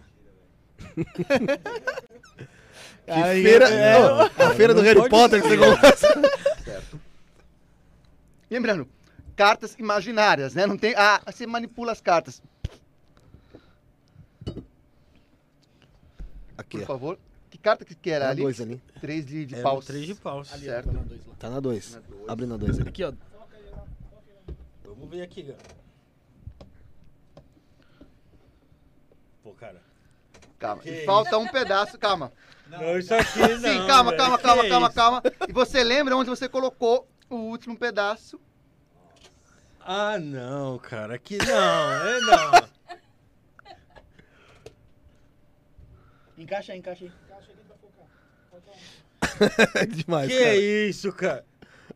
Que feira... a feira do Harry Potter que você gosta. Certo. Lembrando, cartas imaginárias, né? Não tem... Ah, você manipula as cartas. Aqui, Por ó. favor. Que carta que era Tá na ali? 2 ali. 3 de É paus. o 3 de paus. Ali, Certo. ó, tá na 2 lá. Tá na 2. Na dois. Abre na 2 ali. Aqui, ó. Vamos ver aqui, galera. Pô, cara. Calma. Que E falta um pedaço. Calma. Não, isso aqui não. Sim, calma, velho. calma, Que calma, é calma, isso? calma. E você lembra onde você colocou o último pedaço? Ah, não, cara. Aqui não. Não. Encaixa aí. Demais, Que cara. isso, cara?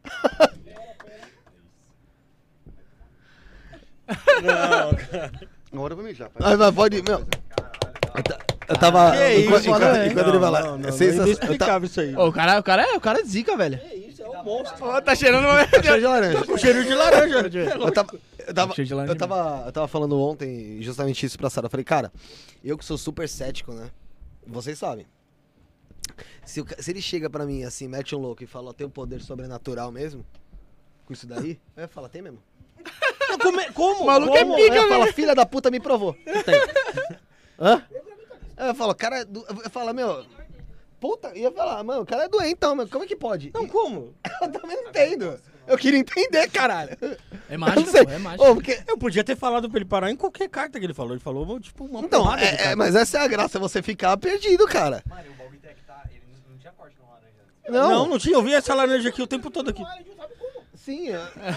Não, cara. Agora eu vou mijar. Mas pode... Meu, eu tava... Que enquanto, isso, enquanto, cara? enquanto ele vai lá. Não, É sensacional. Eu tava- inexplicável isso aí. Ô, o cara é de zica, velho. Que isso, é um monstro. Ó, tá cheirando Cheiro de laranja. Com cheiro de laranja. Eu tava falando ontem justamente isso pra Sara. Eu falei, cara, eu que sou super cético, né? Vocês sabem. Se ele chega pra mim assim, mete um louco e fala, ó, tem um poder sobrenatural mesmo? Com isso daí? Eu ia falar, tem mesmo. Como? O maluco é Como? pica, Eu ia falar, filha da puta me provou. Tem. Hã? Eu falo, cara, eu falo, meu... Puta, ia falar, mano, o cara é doentão, mano, como é que pode? Não, como? Eu também não entendo. Eu queria entender, caralho. É Eu mágico, não sei. pô, é mágico. Ô, porque... Eu podia ter falado pra ele parar em qualquer carta que ele falou. Ele falou, tipo, uma Então, porrada de carta. mas essa é a graça, você ficar perdido, cara. Mano, o bagulho é que tá. Ele não tinha corte no laranja. Não tinha. Eu vi essa laranja aqui o tempo todo aqui. Sim,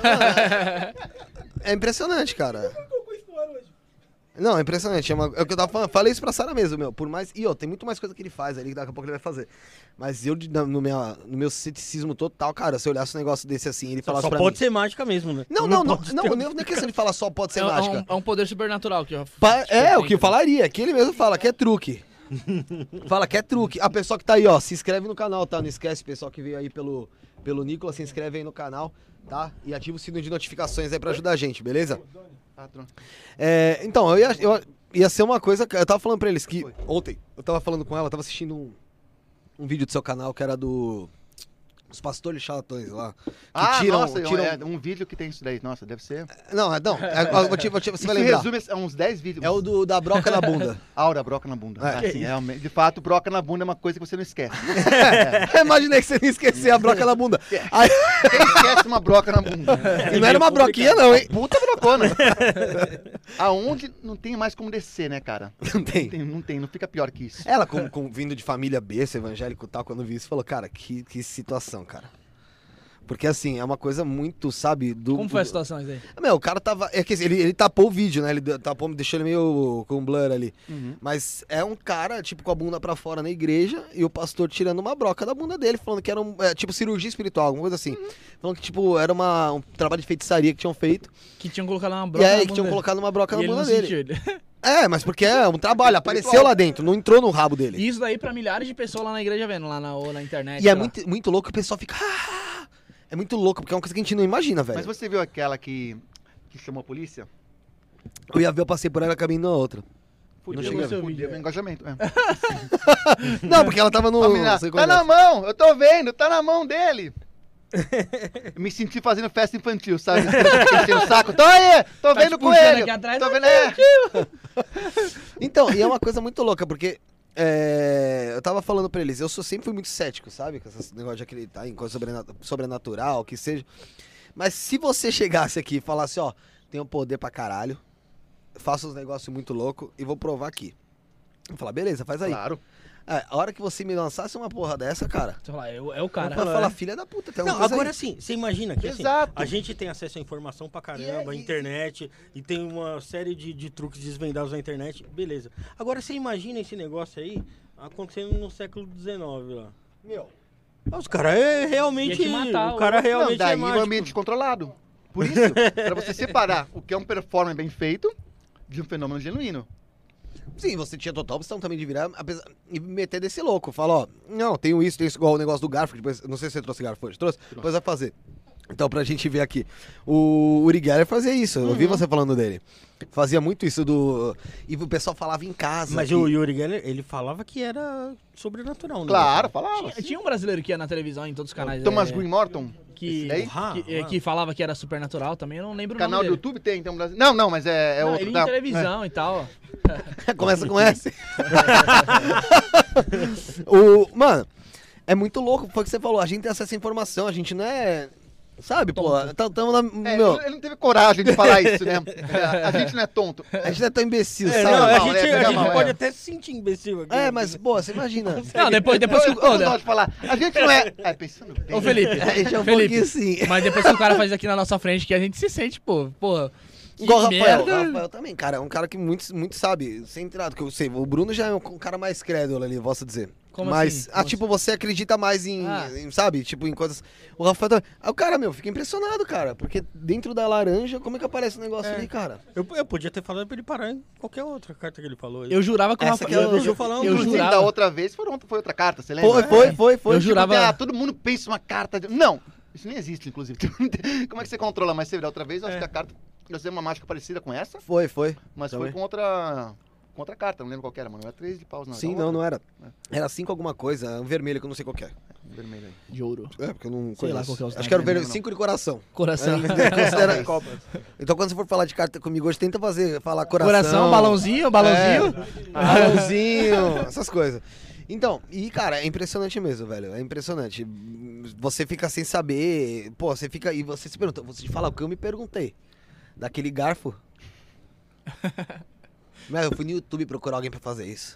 é impressionante, cara. Não, é impressionante. É o que eu tava falando. Falei isso pra Sara mesmo, meu. Por mais. E ó, tem muito mais coisa que ele faz ali que daqui a pouco ele vai fazer. Mas eu, no meu ceticismo total, cara, se eu olhasse um negócio desse assim, ele falasse Só pra pode mim. ser mágica mesmo, né? Não, pode ter- não é questão de falar só pode ser mágica. É um poder supernatural que eu É, o que eu falaria, que ele mesmo fala, que é truque. Fala que é truque. A pessoa que tá aí, ó, se inscreve no canal, tá? Não esquece, pessoal que veio aí pelo Nicolas, se inscreve aí no canal, tá? E ativa o sino de notificações aí pra ajudar a gente, beleza? Patrão. Então, ia ser uma coisa. Eu tava falando pra eles que ontem, eu tava falando com ela, eu tava assistindo um vídeo do seu canal que era os pastores charlatões lá. Que Nossa, tiram... um vídeo que tem isso daí. Nossa, deve ser. Não, você vai Isso lembrar. resume a uns 10 vídeos. É o da broca na bunda. Aura, broca na bunda. É. Assim, realmente. De fato, broca na bunda é uma coisa que você não esquece. Imaginei que você não esquecia a broca na bunda. Aí, Quem esquece uma broca na bunda? e não era uma broquinha não, hein? Puta brocona. Aonde não tem mais como descer, né, cara? Não tem. Não fica pior que isso. Ela, vindo de família berço, evangélico e tal, quando viu isso, falou, cara, que situação, cara. Porque, assim, é uma coisa muito, sabe... Como foi a situação aí? Meu, o cara tava... É que assim, ele tapou o vídeo, né? Ele deixou ele meio com blur ali. Uhum. Mas é um cara, tipo, com a bunda pra fora na igreja e o pastor tirando uma broca da bunda dele, falando que era tipo cirurgia espiritual, alguma coisa assim. Falando que, tipo, era um trabalho de feitiçaria que tinham feito. Que tinham colocado uma E broca na aí, bunda que tinham dele. colocado uma broca E na ele bunda não dele. sentiu ele. É, mas porque é um trabalho, apareceu lá dentro, não entrou no rabo dele. E isso daí pra milhares de pessoas lá na igreja vendo, lá ou na internet. E é sei lá. muito louco que o pessoal fica... "Ah!" É muito louco, porque é uma coisa que a gente não imagina, velho. Mas você viu aquela que chamou a polícia? Eu ia ver, eu passei por ela caminhando na outra. Fudeu cheguei a o seu Fudeu vídeo. meu engajamento. É. Não, porque ela tava no... Família, sei tá como é. na mão, eu tô vendo, tá na mão dele. Eu me senti fazendo festa infantil, sabe? Enchendo o saco. Tô aí, tô Tá vendo te com puxando ele. aqui atrás, Tô não vendo, Então, e é uma coisa muito louca, porque eu tava falando pra eles, eu sempre fui muito cético, sabe? Com esse negócio de acreditar em coisa sobrenatural, que seja. Mas se você chegasse aqui e falasse, ó, tenho poder pra caralho, faço uns negócios muito loucos e vou provar aqui. Eu vou falar, beleza, faz aí. Claro. A hora que você me lançasse uma porra dessa, cara, Você fala, é o cara. eu vou falar, filha da puta, tem Não, alguma coisa agora aí. sim, você imagina que assim, Exato. a gente tem acesso à informação pra caramba, a internet, e tem uma série de truques desvendados na internet, beleza. Agora você imagina esse negócio aí acontecendo no século XIX lá. Meu, Os caras realmente. Ia te matar, o cara ou- realmente Não, daí é o mágico. ambiente controlado. Por isso, pra você separar o que é um performance bem feito de um fenômeno genuíno. sim, você tinha total opção também de virar e meter desse louco. Fala, ó, não, tenho isso, igual o negócio do garfo, depois, não sei se você trouxe garfo hoje, trouxe? Depois vai fazer. Então, pra gente ver aqui, o Uri Geller fazia isso, eu ouvi você falando dele. Fazia muito isso e o pessoal falava em casa. Mas que- o Yuri Geller, ele falava que era sobrenatural, né? Claro, falava. Tinha um brasileiro que ia na televisão em todos os canais. Thomas Green Morton. Que, esse daí? que falava que era supernatural também, eu não lembro Canal o do nome dele. YouTube tem, então. Não, mas é Não, outro. ele da- em televisão e tal. Começa com S. Mano, é muito louco, foi o que você falou, a gente tem acesso à informação, a gente não é... Sabe, pô, tamo na... meu, Ele não teve coragem de falar isso, né? A gente não é tonto. a gente não é tão imbecil, É, sabe? não, a mal, gente, pega a gente mal, pode é. até se sentir imbecil aqui. É, mas, pô, você imagina. Não, depois que... Eu Ô, gosto de falar. A gente não é. Pensando bem. Ô, Felipe, A gente é um Felipe, pouquinho assim. mas depois que o cara faz isso aqui na nossa frente, que a gente se sente, pô, que Igual o Rafael. merda. O Rafael também, cara, é um cara que muito sabe, sem entrada, que eu sei, o Bruno já é um cara mais crédulo ali, posso dizer. Como mas, assim? Como tipo, você acredita mais em, sabe, tipo, em coisas... O Rafael também... Aí o cara, meu, fica impressionado, cara, porque dentro da laranja, como é que aparece o negócio ali, cara? Eu podia ter falado pra ele parar em qualquer outra carta que ele falou. Eu jurava que o Essa Rafael... que Deixa eu falar um eu Inclusive, jurava... da outra vez foi outra carta, você lembra? Foi. Eu jurava... Porque, todo mundo pensa uma carta. Não, isso nem existe, inclusive. Como é que você controla? Mas você da outra vez, eu acho que a carta. Eu sei uma mágica parecida com essa, Foi. mas Também. foi com outra carta, não lembro qual que era, mano. Não era 3 de paus, não. Sim, era não outra. era. Era 5 alguma coisa, um vermelho que eu não sei qual que é. Vermelho aí. De ouro. É, porque eu não Sei lá conheço. qual que é os Acho que era o nomes, vermelho, 5 de coração. Coração. Considera- Então quando você for falar de carta comigo hoje, tenta falar coração. Coração, balãozinho. Balãozinho, essas coisas. Então, e cara, é impressionante mesmo, velho. É impressionante. Você fica sem saber. Pô, você fica. E você se pergunta. Você fala o que eu me perguntei. Daquele garfo. Mas eu fui no YouTube procurar alguém pra fazer isso.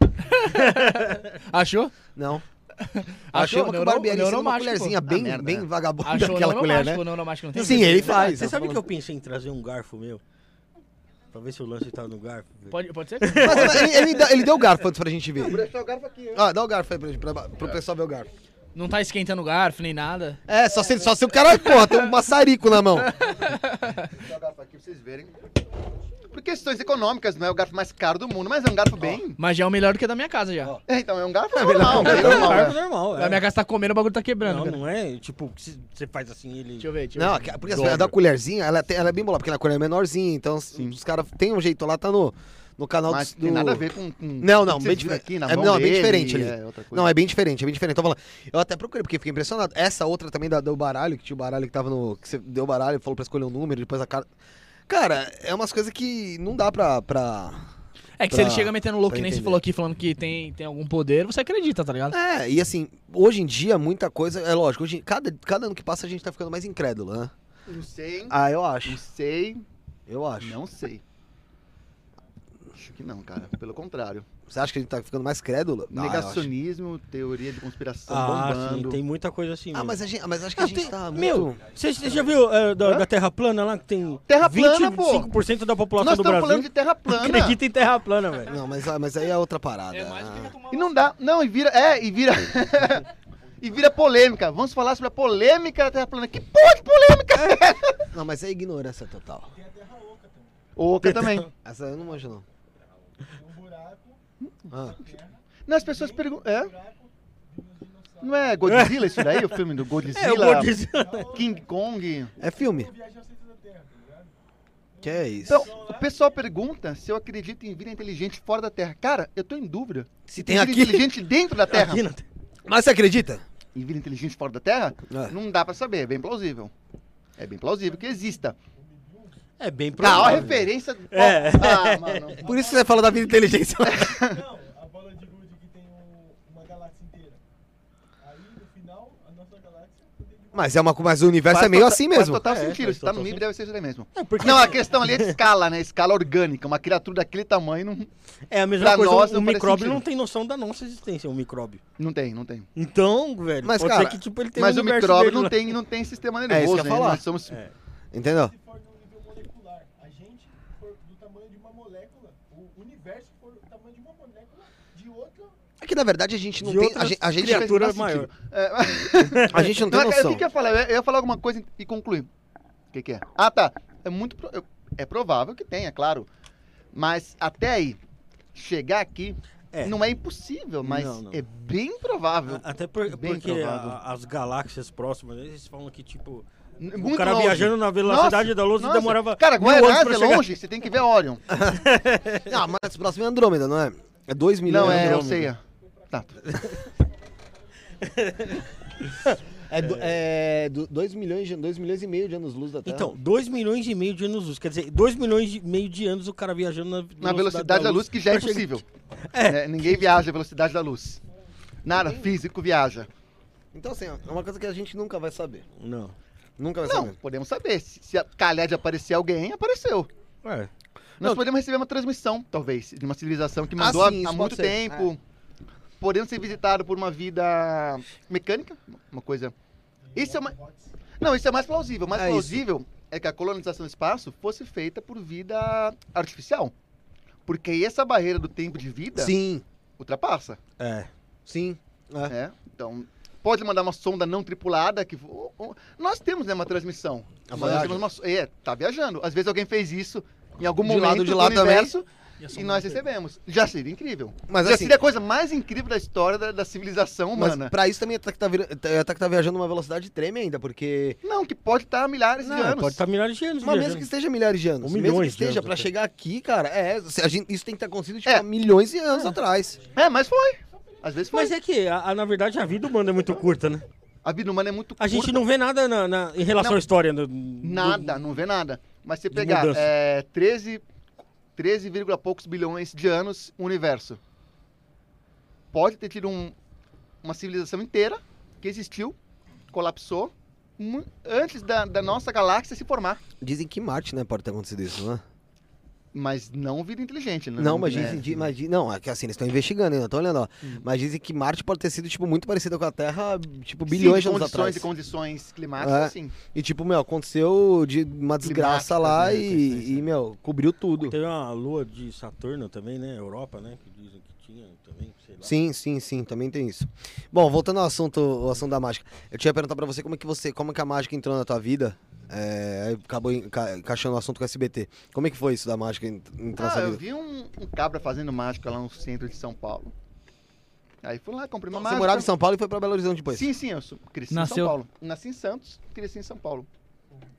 Achou? Não. Achou? Achei uma que o Barbieri ensina uma Neuromágico, colherzinha pô. bem, merda, bem é. vagabunda, Achou aquela colher, né? neuromágico, neuromágico não tem? Sim, ele faz. Você sabe que eu pensei em trazer um garfo meu? Pra ver se o lance tava no garfo. velho. Pode ser? Mas ele deu o garfo antes pra gente ver. Vou deixar o garfo aqui, Ah, dá o garfo aí pra gente, pro pessoal ver o garfo. Não tá esquentando o garfo nem nada. É, só se o cara, porra, tem um maçarico na mão. Vou deixar o garfo aqui pra vocês verem. Por questões econômicas, não é o garfo mais caro do mundo, mas é um garfo bem. Mas já é o melhor do que o da minha casa já. Então, é um garfo normal, bem É um normal. garfo né? normal. Da minha casa tá comendo, o bagulho tá quebrando. Não, cara. não é tipo, que você faz assim, ele. Deixa eu ver. Não, porque a da colherzinha, ela é bem bolada, porque na colher é menorzinha, então os caras tem um jeito lá, tá no canal Mas do... tem nada a ver com Não, o que bem vocês viram diferente. aqui na É, mão não, é bem dele, diferente ali. é outra coisa. Não, é bem diferente, é bem diferente. Tô falando, eu até procurei, porque fiquei impressionado. Essa outra também do baralho, que tinha o baralho que tava no... Que você deu o baralho, falou pra escolher um número, depois a cara... Cara, é umas coisas que não dá pra... É que se ele chega metendo louco, pra que nem você entender. falou aqui, falando que tem algum poder, você acredita, tá ligado? É, e assim, hoje em dia, muita coisa... É lógico, hoje, cada ano que passa a gente tá ficando mais incrédulo, né? Não sei, Ah, eu acho. não sei, Eu acho. não sei. Acho que não, cara. Pelo contrário. Você acha que a gente tá ficando mais crédulo? Ah, eu acho. Negacionismo, teoria de conspiração Ah, bombando. sim, tem muita coisa assim Ah, mesmo. mas acho que a gente tem- tá muito... Meu, você já viu da Terra plana lá, que tem Terra plana, pô. 25% da população Nós do estamos Brasil? falando de terra plana. Acredita em Terra plana, velho. Não, mas aí é outra parada. E não dá. Não, e vira. E vira polêmica. Vamos falar sobre a polêmica da Terra plana. Que porra de polêmica, velho? Não, mas é ignorância total. Oca também. Essa eu não manjo, não. Ah. Não, as pessoas perguntam. É? Não é Godzilla isso daí? O filme do Godzilla? É, o Godzilla. King Kong. É filme. Que é isso? Então, o pessoal pergunta se eu acredito em vida inteligente fora da Terra. Cara, eu tô em dúvida. Se Tem vida inteligente dentro da Terra. Aqui na Terra. Mas você acredita? Em vida inteligente fora da Terra? É. Não dá pra saber, é bem plausível. É bem plausível que exista. É bem Ah, ó, a provável. referência. É. Ah, mano. Por isso que você fala da vida inteligência. Não, a bola de gude que tem uma galáxia inteira. Aí, no final, a nossa galáxia poderia... Mas o universo é meio assim mesmo. Faz total É, sentido. faz Se tá no total MIB, deve ser isso daí mesmo. É, porque Não, a questão ali é de escala, né? Escala orgânica. Uma criatura daquele tamanho não, é a mesma pra coisa, nós o não faz micróbio sentido. não tem noção da nossa existência, o micróbio. não tem, não tem. Então, velho, Mas, pode cara, ser que tipo, ele tem Mas o universo micróbio dele lá. não tem sistema É nervoso, isso que eu ia né? falar. Nós somos... É. Entendeu? Se for no nível molecular, a gente for do tamanho de uma molécula, o universo for do tamanho de uma molécula de outra... É que na verdade a gente não De tem. outras A gente, criaturas faz maior. sentido. É, a gente não tem Não, noção. o que eu ia falar? Eu ia falar alguma coisa e concluir. O que é? Ah, tá. É muito... É provável que tenha, claro. Mas até aí, chegar aqui É. não é impossível, mas Não. é bem provável. Até Bem porque provável. As galáxias próximas, eles falam que, tipo, Muito o cara longe. viajando na velocidade da luz Nossa. demorava Cara, 1000 anos Guaianazes pra é chegar. longe, você tem que ver Orion. Ah, mas o próximo é Andrômeda, não é? É 2 milhões Não, de é Andrômeda. Oceia. Tá. É 2 milhões e meio de anos-luz da Terra. Então, 2 milhões e meio de anos-luz. Quer dizer, 2 milhões e meio de anos o cara viajando Na velocidade da luz, que já é pra chegar- impossível. É, ninguém viaja a velocidade da luz. Nada físico viaja. Então, assim, é uma coisa que a gente nunca vai saber. Não. Nunca vai Não, saber. podemos saber. Se calhar de aparecer alguém, apareceu. É. Nós Não, podemos receber uma transmissão, talvez, de uma civilização que mandou sim, há isso muito pode ser. tempo. Podemos ser visitados por uma vida mecânica, uma coisa... Isso é uma... Não, isso é mais plausível. Mais É plausível é que a colonização do espaço fosse feita por vida artificial. Porque aí essa barreira do tempo de vida Sim, ultrapassa. É. sim. É. É, então, pode mandar uma sonda não tripulada que nós temos, né, uma transmissão. A Nós Voyager. temos tá viajando. Às vezes alguém fez isso em algum De momento lado de do lá também. universo Ia ser e muito nós doido. recebemos. Já seria incrível. Mas Já assim, seria a coisa mais incrível da história da civilização mas humana. pra isso também tá que tá viajando numa velocidade tremenda, porque... Não, que pode estar milhares de Não, anos. pode estar milhares de anos Mas mesmo viajando. que esteja milhares de anos, Ou mesmo que milhões de esteja anos pra até. chegar aqui, cara, isso tem que ter acontecido tipo, É. há milhões de anos atrás. É, mas foi. Às vezes foi. Mas é que, na verdade, a vida humana é muito curta, né? A vida humana é muito A gente curta. não vê nada em relação Não. à história. Nada, não vê nada. Mas você de pegar mudança. 13, poucos bilhões de anos o universo. Pode ter tido uma civilização inteira que existiu, colapsou, antes da nossa galáxia se formar. Dizem que Marte, né, pode ter acontecido isso, não é? Mas não vida inteligente, né? Não, mas é. dizem, não, é que assim, eles estão investigando ainda, tô olhando, ó. Mas dizem que Marte pode ter sido, tipo, muito parecida com a Terra, tipo, bilhões de Sim, anos atrás. condições climáticas, É. sim. E, tipo, meu, aconteceu de uma desgraça Climáticas, lá né, e, meu, cobriu tudo. Teve uma lua de Saturno também, né? Europa, né? Que dizem que tinha também, sei lá. Sim, também tem isso. Bom, voltando ao assunto da mágica. Eu tinha perguntar pra você como é que a mágica entrou na tua vida. Aí acabou encaixando o assunto com o SBT. Como é que foi isso da mágica entrar na sua Eu vida? vi um cabra fazendo mágica lá no centro de São Paulo. Aí fui lá, comprei uma Você mágica. morava em São Paulo e foi pra Belo Horizonte depois? Sim, eu cresci em Nasceu? São Paulo. Nasci em Santos, cresci em São Paulo.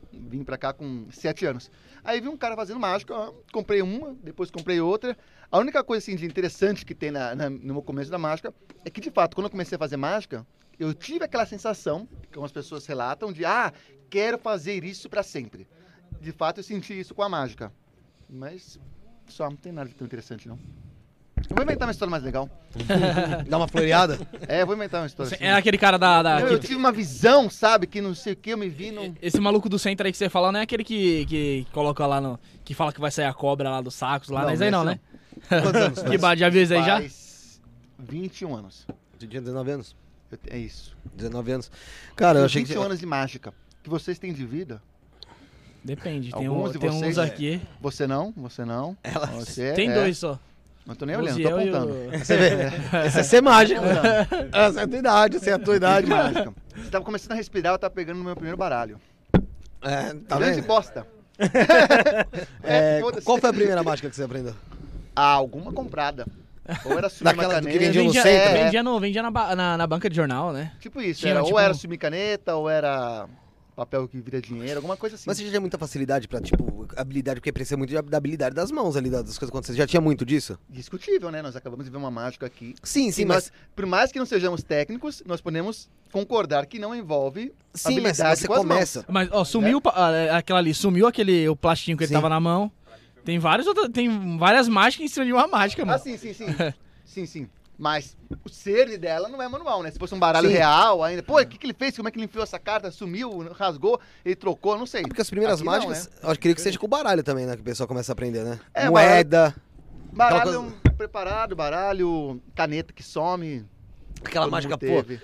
Vim pra cá com 7 anos. Aí vi um cara fazendo mágica, ó, comprei uma, depois comprei outra. A única coisa assim, de interessante que tem no meu começo da mágica é que, de fato, quando eu comecei a fazer mágica, eu tive aquela sensação, que algumas pessoas relatam, de quero fazer isso pra sempre. De fato, eu senti isso com a mágica. Mas só, não tem nada de tão interessante, não. Eu vou inventar uma história mais legal. Dá uma floreada? Eu vou inventar uma história assim. É aquele cara Eu tive uma visão, sabe, que não sei o que, eu me vi num... Esse maluco do centro aí que você fala, não é aquele que coloca lá no... Que fala que vai sair a cobra lá dos sacos lá, não é isso aí não, né? Quantos anos? Que já viu isso aí já? Faz 21 anos. Você tinha 19 anos? É isso. 19 anos. Cara, eu achei 21 anos de mágica. Que vocês têm de vida? Depende, tem, Alguns de tem uns vocês, aqui. Você não. Você Tem dois só. Não tô nem olhando, tô Uziel e apontando. Você vê? Esse é ser mágico. Essa é a tua idade, essa é a tua idade. Mágica. Você tava começando a respirar, eu tava pegando no meu primeiro baralho. Tá Grande vendo? bosta. Foda-se. Qual foi a primeira mágica que você aprendeu? Alguma comprada. Ou era subir uma Daquela que caneta. vendia no centro? Vendia na banca de jornal, né? Tipo isso, Tinha, ou tipo, era subir caneta, ou era papel que vira dinheiro, alguma coisa assim. Mas você já tinha muita facilidade pra, tipo, habilidade, porque precisa muito da habilidade das mãos ali, das coisas acontecendo. Você já tinha muito disso? Discutível, né? Nós acabamos de ver uma mágica aqui. Sim, E nós, por mais que não sejamos técnicos, nós podemos concordar que não envolve Sim, mas habilidade você com as começa. Mas, ó, sumiu aquela ali, sumiu o plastinho que ele Sim. tava na mão. Tem várias mágicas em cima de uma mágica, mãos. mano. Sim. Mas o cerne dela não é manual, né? Se fosse um baralho Sim. real ainda. Pô, o que ele fez? Como é que ele enfiou essa carta? Sumiu, rasgou, ele trocou, não sei. Porque as primeiras Aqui não, mágicas, né? eu queria que seja com o baralho também, né? Que o pessoal começa a aprender, né? É, Moeda. Baralho preparado, baralho, caneta que some. Aquela todo mágica, mundo pô. teve.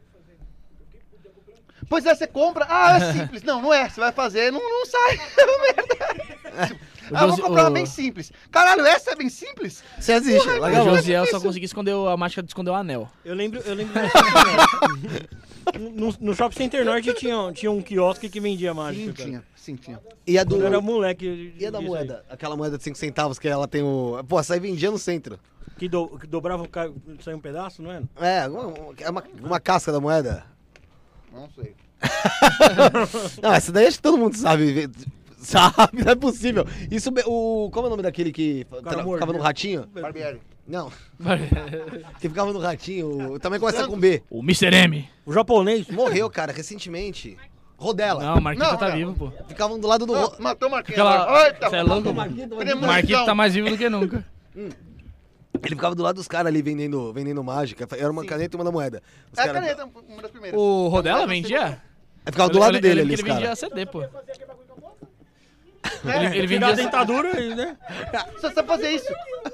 Pois é, você compra. É simples. Não é. Você vai fazer, não sai. Vou comprar uma bem simples. Caralho, essa é bem simples? Você assiste, Porra, legal. O Josiel só conseguia esconder a mágica de esconder o anel. Eu lembro no Shopping Center Norte tinha um quiosque que vendia mágica, cara. Sim, tinha. E a do... Quando eu era moleque. E a da disso aí. moeda? Aquela moeda de 5 centavos que ela tem o... Pô, essa aí vendia no centro. Que dobrava, saia um pedaço, não era? É uma casca da moeda. Não sei. Não, essa daí acho que todo mundo sabe. Sabe, não é possível. Isso, como é o nome daquele que ficava no ratinho? Barbieri. Não. Que ficava no ratinho. Também começa com B. O Mr. M. O japonês. Morreu, cara, recentemente. Rodela. Não, o Marquito Não, tá não. vivo, pô. Ficavam do lado do... Matou o Marquinhos. Aquela... Eita, Você é louco, mano? O Marquito tá mais vivo do que nunca. Ele ficava do lado dos caras ali vendendo mágica. Era uma caneta e uma da moeda. Os É a cara- caneta, uma das primeiras. O Rodela vendia? Aí ficava do lado Eu dele lembro ali, que os ele vendia caras. CD, pô. É, Ele Tirar a vendia... dentadura aí, né? Só sabe fazer isso.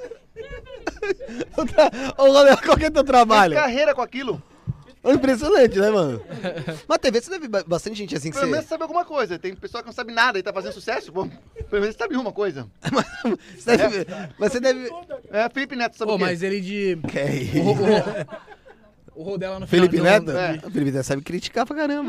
Ô, Rodela, qual que é teu Faz trabalho? carreira com aquilo. Impressionante, né, mano? Mas TV, você deve bastante gente assim que Pelo menos você... sabe alguma coisa. Tem pessoa que não sabe nada e tá fazendo sucesso. Bom, pelo menos sabe uma coisa. Você deve... Mas você deve... Felipe Neto sabe Pô, o quê? mas ele de... Que é isso? O Rodela no final... Felipe Neto? É. O Felipe Neto sabe criticar pra caramba.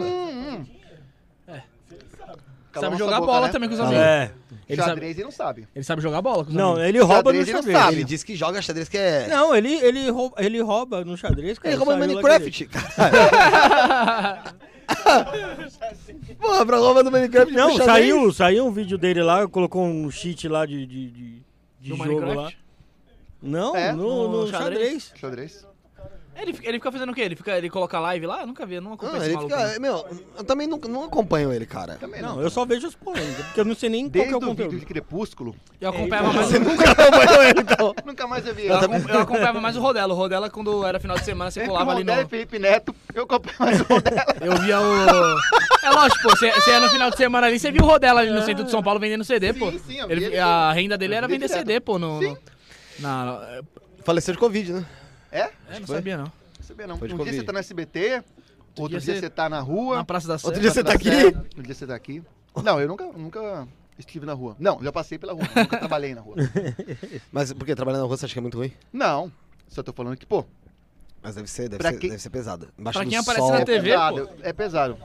Cala Sabe nossa jogar boca, bola né? também com os Ah, amigos. É. Ele sabe, Xadrez ele não sabe. ele sabe jogar bola com os Não, amigos. ele rouba Xadrez no ele não xadrez. sabe. Ele disse que joga xadrez que é... Não, ele rouba no xadrez, cara. Ele rouba Saiu lá Minecraft, cara. Porra, pra rouba do Minecraft. Não, pro xadrez. saiu um vídeo dele lá, colocou um cheat lá de Do jogo lá. Minecraft? Não, É? no No xadrez. Xadrez. Ele fica fazendo o quê? Ele coloca live lá? Eu nunca vi, eu não acompanho Não, esse ele maluco. fica... Meu, eu também não acompanho ele, cara. Também Não, não. eu só vejo as polêmicas, porque eu não sei nem qual que é Desde o o vídeo conteúdo. de Crepúsculo, Eu acompanhava mais Você nunca acompanhou ele, então. nunca mais eu vi eu, ele. eu acompanhava mais o Rodela. O Rodela, quando era final de semana, você Entre colava ali no... Rodela e Felipe Neto, eu comprei mais o Rodela. Eu via o... É lógico, pô, você ia no final de semana ali, você viu o Rodela ali no centro de São Paulo vendendo CD, pô. Sim, eu vi ele. A renda dele era Eu vi vender direto. CD, pô, Sim. Faleceu de Covid, né? É? não sabia, não. Não sabia não. Foi de Um dia Covid. você tá no SBT, outro dia você- você tá na rua. Na Praça da Sé. Outro dia você tá aqui. Outro dia você tá aqui. Não, eu nunca estive na rua. Não, já passei pela rua, nunca trabalhei na rua. Mas por que? Trabalhar na rua você acha que é muito ruim? Não, só tô falando que, pô, Mas deve ser Pra quem- deve ser pesado. Embaixo Pra do quem aparece sol. na é TV, pesado, pô. é pesado.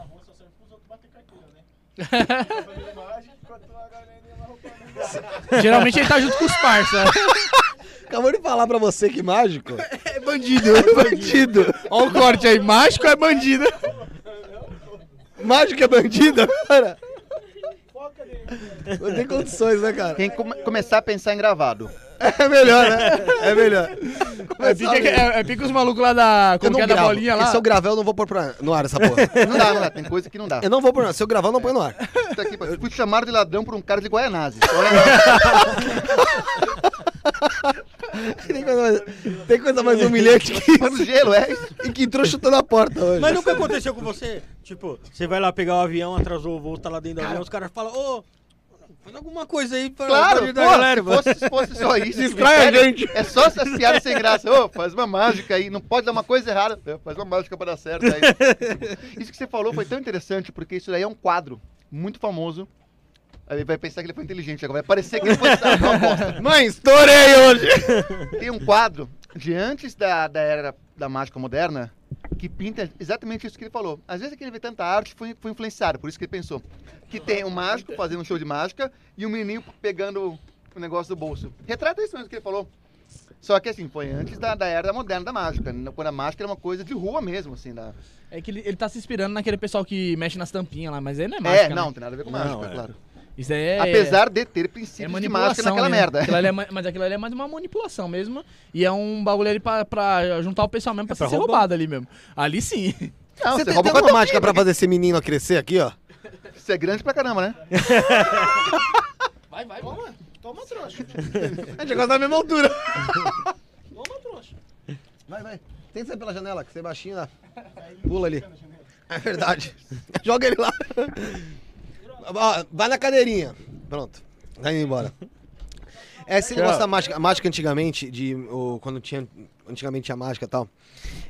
Geralmente ele tá junto com os parça. Acabou de falar pra você que mágico. É bandido. É bandido. Olha o corte aí. Mágico é bandido. Mágico é bandido, cara. Não tem condições, né, cara? Quem começar a pensar em gravado. É melhor, né? É melhor. Pica os malucos lá da. Eu Como não que é da gravo. bolinha Porque lá? se eu gravar, eu não vou pôr no ar essa porra. Não dá. Tem coisa que não dá. Eu não vou pôr no ar. Se eu gravar, eu não ponho no ar. Tá aqui, eu fui chamado de ladrão por um cara de Guaianazes. Tem coisa mais humilhante que Faz isso. gelo, é isso. E que entrou chutando a porta hoje. Mas nunca aconteceu com você? Tipo, você vai lá pegar o avião, atrasou o voo, tá lá dentro do avião, os caras falam, ô, faz alguma coisa aí pra Claro, ajudar a galera. se fosse só isso. Distrai a gente. É só essas piadas sem graça. Ô, faz uma mágica aí. Não pode dar uma coisa errada. Faz uma mágica pra dar certo aí. Isso que você falou foi tão interessante, porque isso daí é um quadro muito famoso. Aí vai pensar que ele foi inteligente agora. Vai parecer que ele foi uma bosta. Mãe, estourei hoje. Tem um quadro de antes da era da mágica moderna que pinta exatamente isso que ele falou. Às vezes aquele vê tanta arte foi influenciado, por isso que ele pensou. Que tem um mágico fazendo um show de mágica e um menininho pegando o negócio do bolso. Retrata isso mesmo que ele falou. Só que assim, foi antes da era moderna da mágica. Quando a mágica era uma coisa de rua mesmo, assim. É que ele tá se inspirando naquele pessoal que mexe nas tampinhas lá, mas aí não é mágica. Não, né? tem nada a ver com Não, mágica, é. claro. Isso aí é. Apesar de ter É princípios de manipulação mágica naquela mesmo. merda. Aquilo ali mas aquilo ali é mais uma manipulação mesmo. E é um bagulho ali pra juntar o pessoal mesmo pra pra ser roubar. roubado ali mesmo. Ali sim. Não, Você tem rouba alguma com a mágica pra fazer esse menino crescer aqui, ó? Você é grande pra caramba, né? Vai, vamos. Toma, trouxa. A gente gosta da mesma altura. Toma, trouxa. Vai. Tenta sair pela janela, que você é baixinho lá. Pula ali. É verdade. Joga ele lá. Ó, vai na cadeirinha. Pronto. Vai indo embora. Esse negócio da mágica. A mágica antigamente, quando tinha. Antigamente tinha mágica e tal.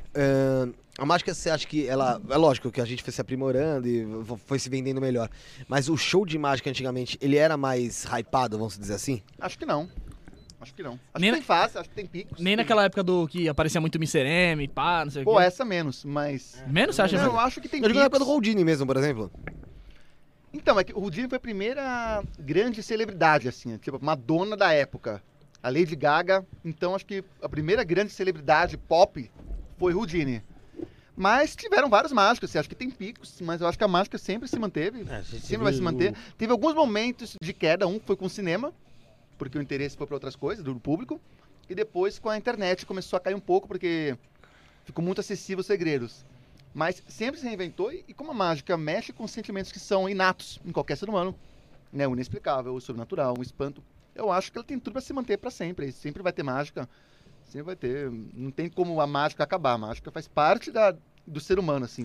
A mágica, você acha que ela. É lógico que a gente foi se aprimorando e foi se vendendo melhor. Mas o show de mágica antigamente, ele era mais hypado, vamos dizer assim? Acho que não. Acho que Nem tem fase, acho que tem picos. Nem naquela época do que aparecia muito Mr. M, pá, não sei o Pô, quê. essa menos, mas... Menos, você acha? Não, eu mesmo? acho que tem Eu digo na época do picos. Houdini mesmo, por exemplo. Então, é que o Houdini foi a primeira grande celebridade, assim, tipo, Madonna da época. A Lady Gaga, então acho que a primeira grande celebridade pop foi Houdini. Mas tiveram vários mágicos, assim, acho que tem picos, mas eu acho que a mágica sempre se manteve, sempre vai se manter. Teve alguns momentos de queda, um foi com o cinema, porque o interesse foi para outras coisas, do público, e depois com a internet começou a cair um pouco, porque ficou muito acessível os segredos. Mas sempre se reinventou, e como a mágica mexe com sentimentos que são inatos em qualquer ser humano, né, o inexplicável, o sobrenatural, o espanto, eu acho que ela tem tudo para se manter para sempre, sempre vai ter mágica, sempre vai ter, não tem como a mágica acabar, a mágica faz parte do ser humano, assim,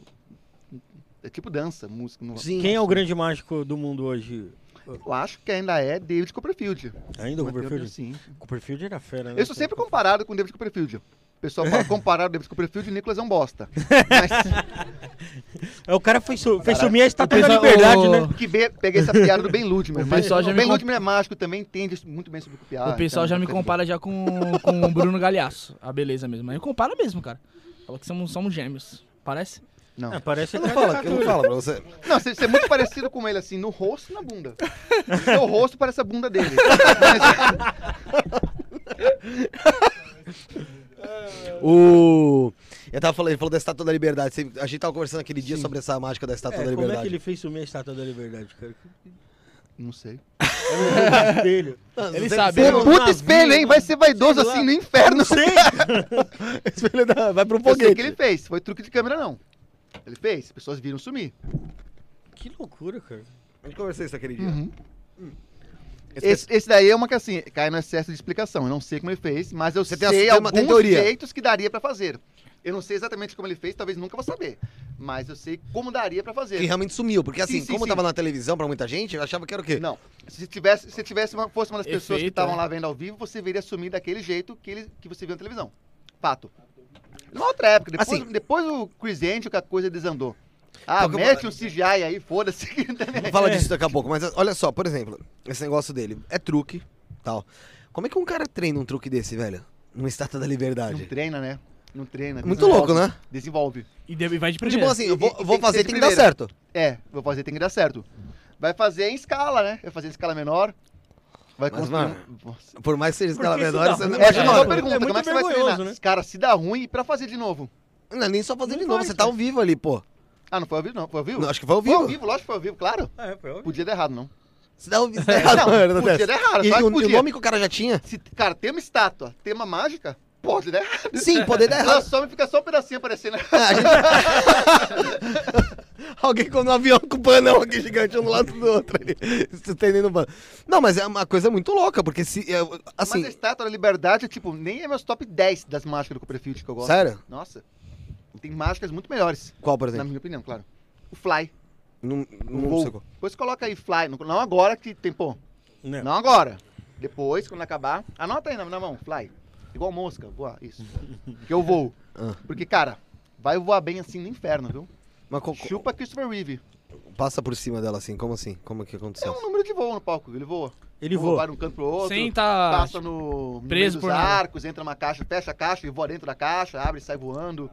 é tipo dança, música. Sim. Quem é o grande mágico do mundo hoje? Eu acho que ainda é David Copperfield. Ainda o Mas Copperfield? Sim. Copperfield era fera, né? Eu sou sempre comparado com o David Copperfield. O pessoal fala, comparar o David Copperfield e o Nicolas é um bosta. Mas O cara fez sumir a estátua O da pessoal- liberdade, o- né? peguei essa piada do Ben Ludmer. O Mas pessoal já o me Ben comp- Ludmer é mágico também, entende muito bem sobre copiar. O pessoal então, já me coisa compara já com o Bruno Galhaço. A beleza mesmo. Mas compara mesmo, cara. Fala que somos gêmeos. Parece? boa. Não. É, parece Eu não falo pra você. Não, você é muito parecido com ele, assim, no rosto e na bunda. Seu rosto parece a bunda dele. Ele falou da Estátua da Liberdade. A gente tava conversando aquele dia sobre essa mágica da Estátua da como Liberdade. é que ele fez sumir a estátua da liberdade, cara? Não sei. É um espelho. Ele Você- sabe. você Pô, não- puta navio, espelho, hein? Vai ser vaidoso sei lá. assim no inferno. Não sei. Vai pro Eu sei foguete. que ele fez. Foi truque de câmera, não. Ele fez. As pessoas viram sumir. Que loucura, cara. A gente conversou isso aquele dia. Uhum. Esse daí é uma que, assim, cai no excesso de explicação. Eu não sei como ele fez, mas eu Você sei tem alguns teoria. jeitos que daria pra fazer. Eu não sei exatamente como ele fez, talvez nunca vou saber. Mas eu sei como daria pra fazer. Que realmente sumiu. Porque assim, Sim, sim, como sim. tava na televisão pra muita gente, eu achava que era o quê? Não. Se fosse uma das pessoas que Efeito, estavam é. lá vendo ao vivo, você veria sumir daquele jeito que você viu na televisão. Fato. Numa outra época, Assim. depois o Chris Angel que a coisa desandou. Ah, Então, mete um CGI aí, foda-se. Vou falar disso daqui a pouco, mas olha só, por exemplo, esse negócio dele é truque, tal. Como é que um cara treina um truque desse, velho? Numa Estátua da Não Liberdade. treina, né? Não treina. Muito desenvolve. louco, né? Desenvolve. E vai de Tipo primeira. assim, eu E vou tem que fazer, ser tem de que dar primeira. certo. Vou fazer, tem que dar certo. Vai fazer em escala, né? Vai fazer em escala menor. Vai Mas, construir. mano, Por mais que seja escala Porque isso menor, dá você não ruim, Essa é cara. uma imagina. boa pergunta. É muito Como é que você vai vergonhoso, treinar? né? Cara, se dá ruim, e pra fazer de novo? Não é nem só fazer de Não novo, vai, você tá ao vivo ali, pô. Ah, não foi ao vivo, não. Foi ao vivo? Não, acho que foi ao Foi ao vivo. vivo, lógico que foi ao vivo, claro. É, foi óbvio. Podia dar errado, não. Se der errado, mano, podia dar errado. E Só que o podia. nome que o cara já tinha? Se, cara, tem uma estátua, tem uma mágica, pode dar errado. Sim, poder dar Ela errado. some, fica só um pedacinho aparecendo. Alguém com um avião com um panão aqui gigante um do lado do outro ali. Estendendo o pano. Não, mas é uma coisa muito louca, porque se. Assim. Mas a estátua da liberdade, tipo, nem é meus top 10 das mágicas do Copperfield que eu gosto. Sério? Nossa. Tem mágicas muito melhores, Qual, por na exemplo? minha opinião, claro. O Fly. Não Voo. sei qual. Depois coloca aí Fly. Não agora que tem, pô. Não. Não agora. Depois, quando acabar, anota aí na mão, Fly. Igual mosca, voar, isso. Que eu vou. Ah. Porque, cara, vai voar bem assim no inferno, viu? Mas Chupa Christopher Reeve. passa por cima dela assim, como assim? Como que É aconteceu? um número de voo no palco, ele voa. Ele voa. Vai de um canto pro outro. Sem tá Passa no preso meio por dos nada. arcos, entra numa caixa, fecha a caixa, ele voa dentro da caixa, abre e sai voando.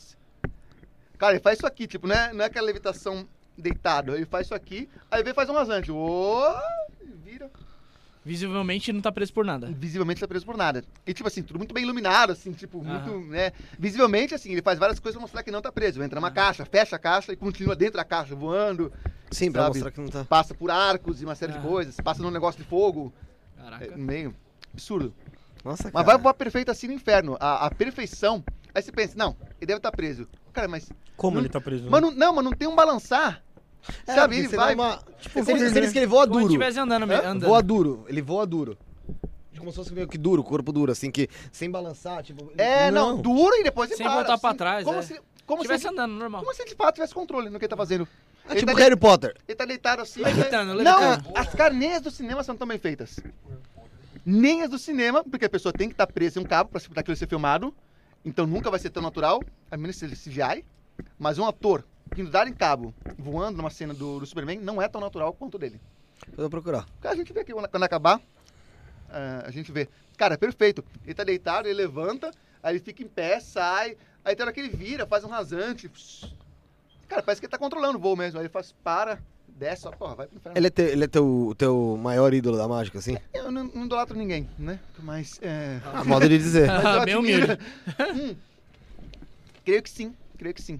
Cara, ele faz isso aqui, tipo, não é aquela levitação deitado, ele faz isso aqui, aí vem e faz um rasante. Vira. Visivelmente não tá preso por nada. Visivelmente tá preso por nada. E tipo assim, tudo muito bem iluminado, assim, tipo, muito, né? Visivelmente, assim, ele faz várias coisas pra mostrar que não tá preso. Entra numa caixa, fecha a caixa e continua dentro da caixa, voando. Sim, pra sabe? mostrar que não tá. Passa por arcos e uma série de coisas, passa num negócio de fogo. Caraca. Meio absurdo. Nossa, Mas cara. vai voar perfeito assim no inferno. A perfeição. Aí você pensa, não, ele deve estar preso. Cara, mas. Como não- ele tá preso? Mas não tem um balançar. É, sabe, porque ele você vai. dá uma- Tipo, se ele diz que ele voa Como se duro. estivesse andando, andando. Voa duro. Ele voa duro. Como se fosse meio que duro, corpo duro, assim, que sem balançar, tipo. Não, Não. duro e depois ele Sem para, voltar pra assim, trás, Como é. se. Como se, Estivesse ele, andando, normal. como se ele de fato tivesse controle no que ele tá fazendo. É Ele tipo tá Harry Potter. Ele tá deitado assim. Levitando, Não, levitando. as carneiras do cinema são tão bem feitas. Nem as do cinema, porque a pessoa tem que estar presa em um cabo pra aquilo ser filmado. Então nunca vai ser tão natural, a menos que seja CGI. Mas um ator pendurado em cabo, voando numa cena do Superman, não é tão natural quanto o dele. Vou procurar. A gente vê aqui, quando acabar, a gente vê. Cara, é perfeito. Ele tá deitado, ele levanta, aí ele fica em pé, sai, aí tem hora que ele vira, faz um rasante. Cara, parece que ele tá controlando o voo mesmo. Aí ele faz, para, desce, ó, porra, vai pro inferno. Ele é teu maior ídolo da mágica, assim? Eu não idolatro ninguém, né? Mas, A modo de dizer. mas eu Bem admiro. humilde. Creio que sim, creio que sim.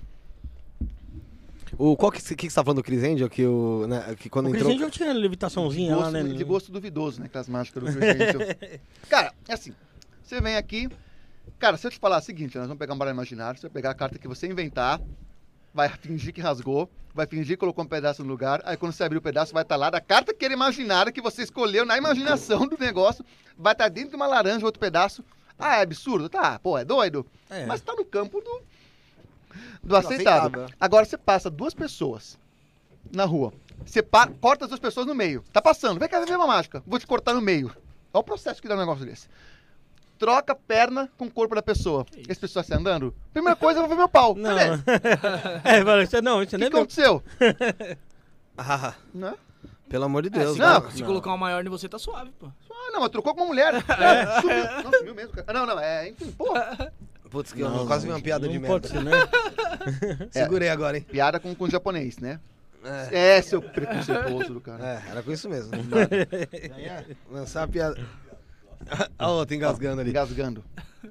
Qual que você tá falando do Chris Angel? Que, que quando O entrou. Chris Angel tinha levitaçãozinha lá, né? De gosto duvidoso, né? Aquelas mágicas do Chris Angel. Cara, é assim. Você vem aqui. Cara, se eu te falar o seguinte, nós vamos pegar um baralho imaginário, você vai pegar a carta que você inventar, vai fingir que rasgou, vai fingir que colocou um pedaço no lugar, aí quando você abrir o pedaço vai estar lá da carta que era imaginária, que você escolheu na imaginação do negócio, vai estar dentro de uma laranja outro pedaço. Ah, é absurdo? Tá, pô, é doido. É. Mas tá no campo do aceitável. aceitável. Agora você passa duas pessoas na rua, você corta as duas pessoas no meio, tá passando, vem cá ver uma mágica, vou te cortar no meio. Olha o processo que dá um negócio desse. Troca a perna com o corpo da pessoa. E as pessoas estão andando? Primeira coisa, eu vou ver meu pau. Não. Cadê? Não, isso O não que é meu. aconteceu? Ah, Né? pelo amor de É, Deus. se, não. se colocar um maior em você, tá suave, pô. Ah, não, mas trocou com uma mulher. Sumiu. Não, sumiu mesmo, cara. Ah, não, enfim, pô. Putz, que eu quase vi uma piada de não merda. pode ser, né? Segurei agora, hein? Piada com japonês, né? É, seu preconceituoso do cara. É, era com isso mesmo. Lançar a piada. A outra engasgando ali. Engasgando.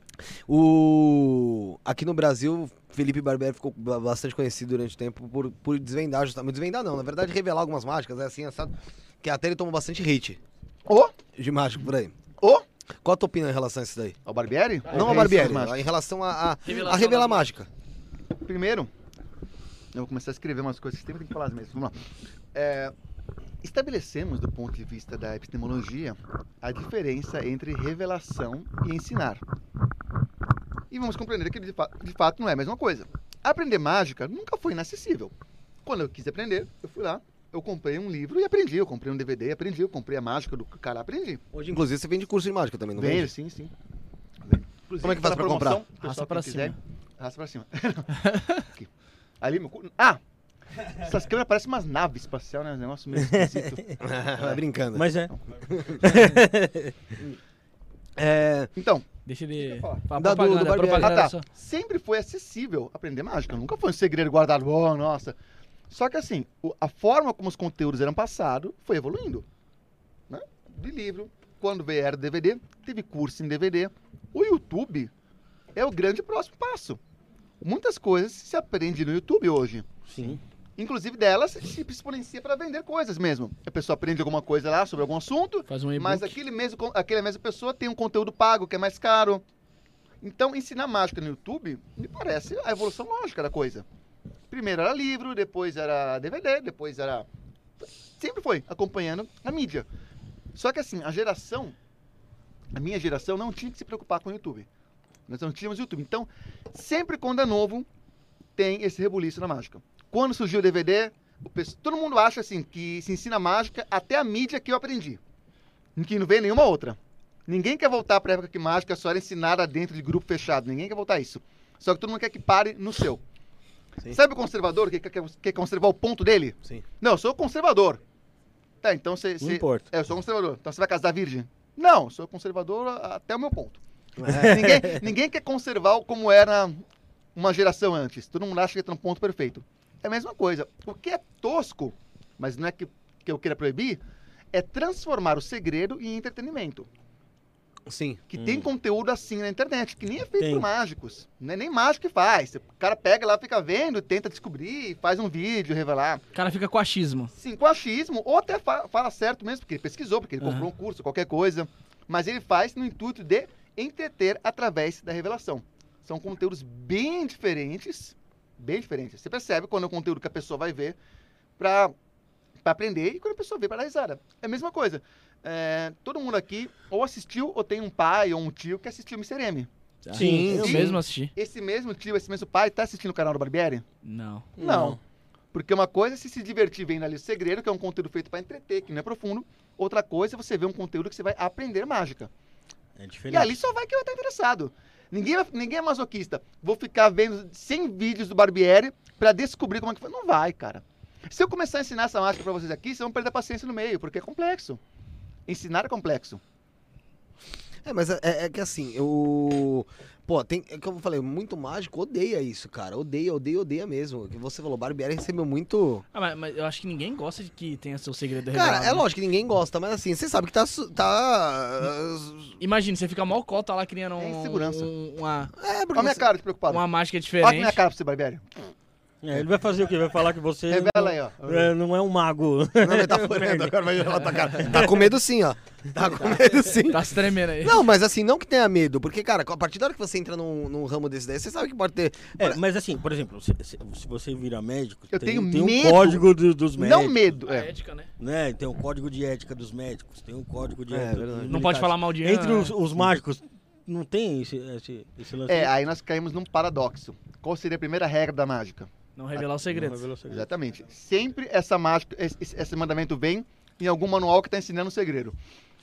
Aqui no Brasil, Felipe Barbieri ficou bastante conhecido durante o tempo por desvendar, justamente. Desvendar não, na verdade revelar algumas mágicas, é assim, assado. Que até ele tomou bastante hate Ô, de mágico por aí. ô. Qual a tua opinião em relação a isso daí? Ao Barbieri? Não Ou a Barbieri, Reis Mágicos? em relação a Revelação revelar da mágica. Primeiro, eu vou começar a escrever umas coisas que sempre tem que falar as mesmas. Vamos lá. Estabelecemos, do ponto de vista da epistemologia, a diferença entre revelação e ensinar. E vamos compreender que de fato não é a mesma coisa. Aprender mágica nunca foi inacessível. Quando eu quis aprender, eu fui lá, eu comprei um livro e aprendi. Eu comprei um DVD, aprendi. Eu comprei a mágica do cara, aprendi. Hoje, inclusive, você vende curso de mágica também, não Vende, vende? sim, sim. Inclusive, Como é que faz tá na pra comprar? promoção, pessoal, Raça pra quem quiser, cima. Raça pra cima. Aqui. Ali, essas câmeras parecem umas naves espaciais, né? Um negócio meio esquisito. Vai brincando. Mas é. Então, Deixa ele. falar? Fala Do propaganda, Barbieri. propaganda tá. só. Sempre foi acessível aprender mágica. Nunca foi um segredo guardado. Oh, nossa. Só que assim, a forma como os conteúdos eram passados foi evoluindo. Né? De livro. Quando veio a era do DVD, teve curso em DVD. O YouTube é o grande próximo passo. Muitas coisas se aprende no YouTube hoje. Sim. Inclusive delas se exponencia para vender coisas mesmo. A pessoa aprende alguma coisa lá sobre algum assunto, Faz um e-book. mas aquela mesma pessoa tem um conteúdo pago que é mais caro. Então, ensinar mágica no YouTube me parece a evolução lógica da coisa. Primeiro era livro, depois era DVD, depois era... Sempre foi acompanhando a mídia. Só que assim, a minha geração não tinha que se preocupar com o YouTube. Nós não tínhamos YouTube. Então, sempre quando é novo, tem esse rebuliço na mágica. Quando surgiu o DVD, todo mundo acha assim, que se ensina mágica até a mídia que eu aprendi. Que não vem nenhuma outra. Ninguém quer voltar para a época que mágica só era ensinada dentro de grupo fechado. Ninguém quer voltar a isso. Só que todo mundo quer que pare no seu. Sim. Sabe o conservador que quer conservar o ponto dele? Sim. Não, eu sou conservador. Tá, então você... Não importa. Eu sou conservador. Então você vai casar virgem? Não, eu sou conservador até o meu ponto. Ninguém quer conservar como era uma geração antes. Todo mundo acha que está no ponto perfeito. É a mesma coisa. O que é tosco, mas não é que eu queira proibir, é transformar o segredo em entretenimento. Sim. Que tem conteúdo assim na internet, que nem é feito Tem. por mágicos. Não é nem mágico que faz. O cara pega lá, fica vendo, tenta descobrir, faz um vídeo, revelar. O cara fica com achismo. Sim, com achismo, ou até fala certo mesmo, porque ele pesquisou, porque ele comprou um curso, qualquer coisa. Mas ele faz no intuito de entreter através da revelação. São conteúdos bem diferentes. Bem diferentes. Você percebe quando é um conteúdo que a pessoa vai ver pra aprender e quando a pessoa vê pra dar risada. É a mesma coisa. Todo mundo aqui ou assistiu ou tem um pai ou um tio que assistiu o Mr. M. Sim, eu sim. mesmo assisti. Esse mesmo tio, esse mesmo pai tá assistindo o canal do Barbieri? Não. Não. Porque uma coisa é se divertir vendo ali o segredo, que é um conteúdo feito para entreter, que não é profundo. Outra coisa é você ver um conteúdo que você vai aprender mágica. É E diferente. ali só vai quem vai estar interessado. Ninguém é masoquista. Vou ficar vendo 100 vídeos do Barbieri para descobrir como é que foi. Não vai, cara. Se eu começar a ensinar essa mágica para vocês aqui, vocês vão perder a paciência no meio, porque é complexo. Ensinar é complexo. Mas é que assim, Pô, é como eu falei, muito mágico odeia isso, cara. Odeia mesmo. O que você falou, Barbieri recebeu muito... Mas eu acho que ninguém gosta de que tenha seu segredo Cara, revelado. é lógico que ninguém gosta, mas assim, você sabe que tá... Imagina, você fica mal cota lá criando É insegurança. uma porque Olha a minha você- cara de preocupado. mágica Olha a minha diferente. cara pra você, Barbieri. Ele vai fazer o quê? Vai falar que você Revela aí, ó. não é um mago. Não, ele tá furando, agora vai gelar tua cara. Tá com medo sim, ó. Tá com medo sim. Tá se tremendo aí. Não, mas assim, não que tenha medo, porque, cara, a partir da hora que você entra num ramo desse daí, você sabe que pode ter... Mas assim, por exemplo, se você virar médico, Eu tem tenho um medo. código dos médicos. Não medo. A ética, né? Né? Tem um código de ética dos médicos, tem um código de ética verdade. dos Não pode militares. falar mal de Entre os mágicos, não tem esse lance? Aí nós caímos num paradoxo. Qual seria a primeira regra da mágica? Não revelar os segredos. Não revela o segredo. Exatamente. Sempre essa mágica, esse mandamento vem em algum manual que está ensinando o segredo.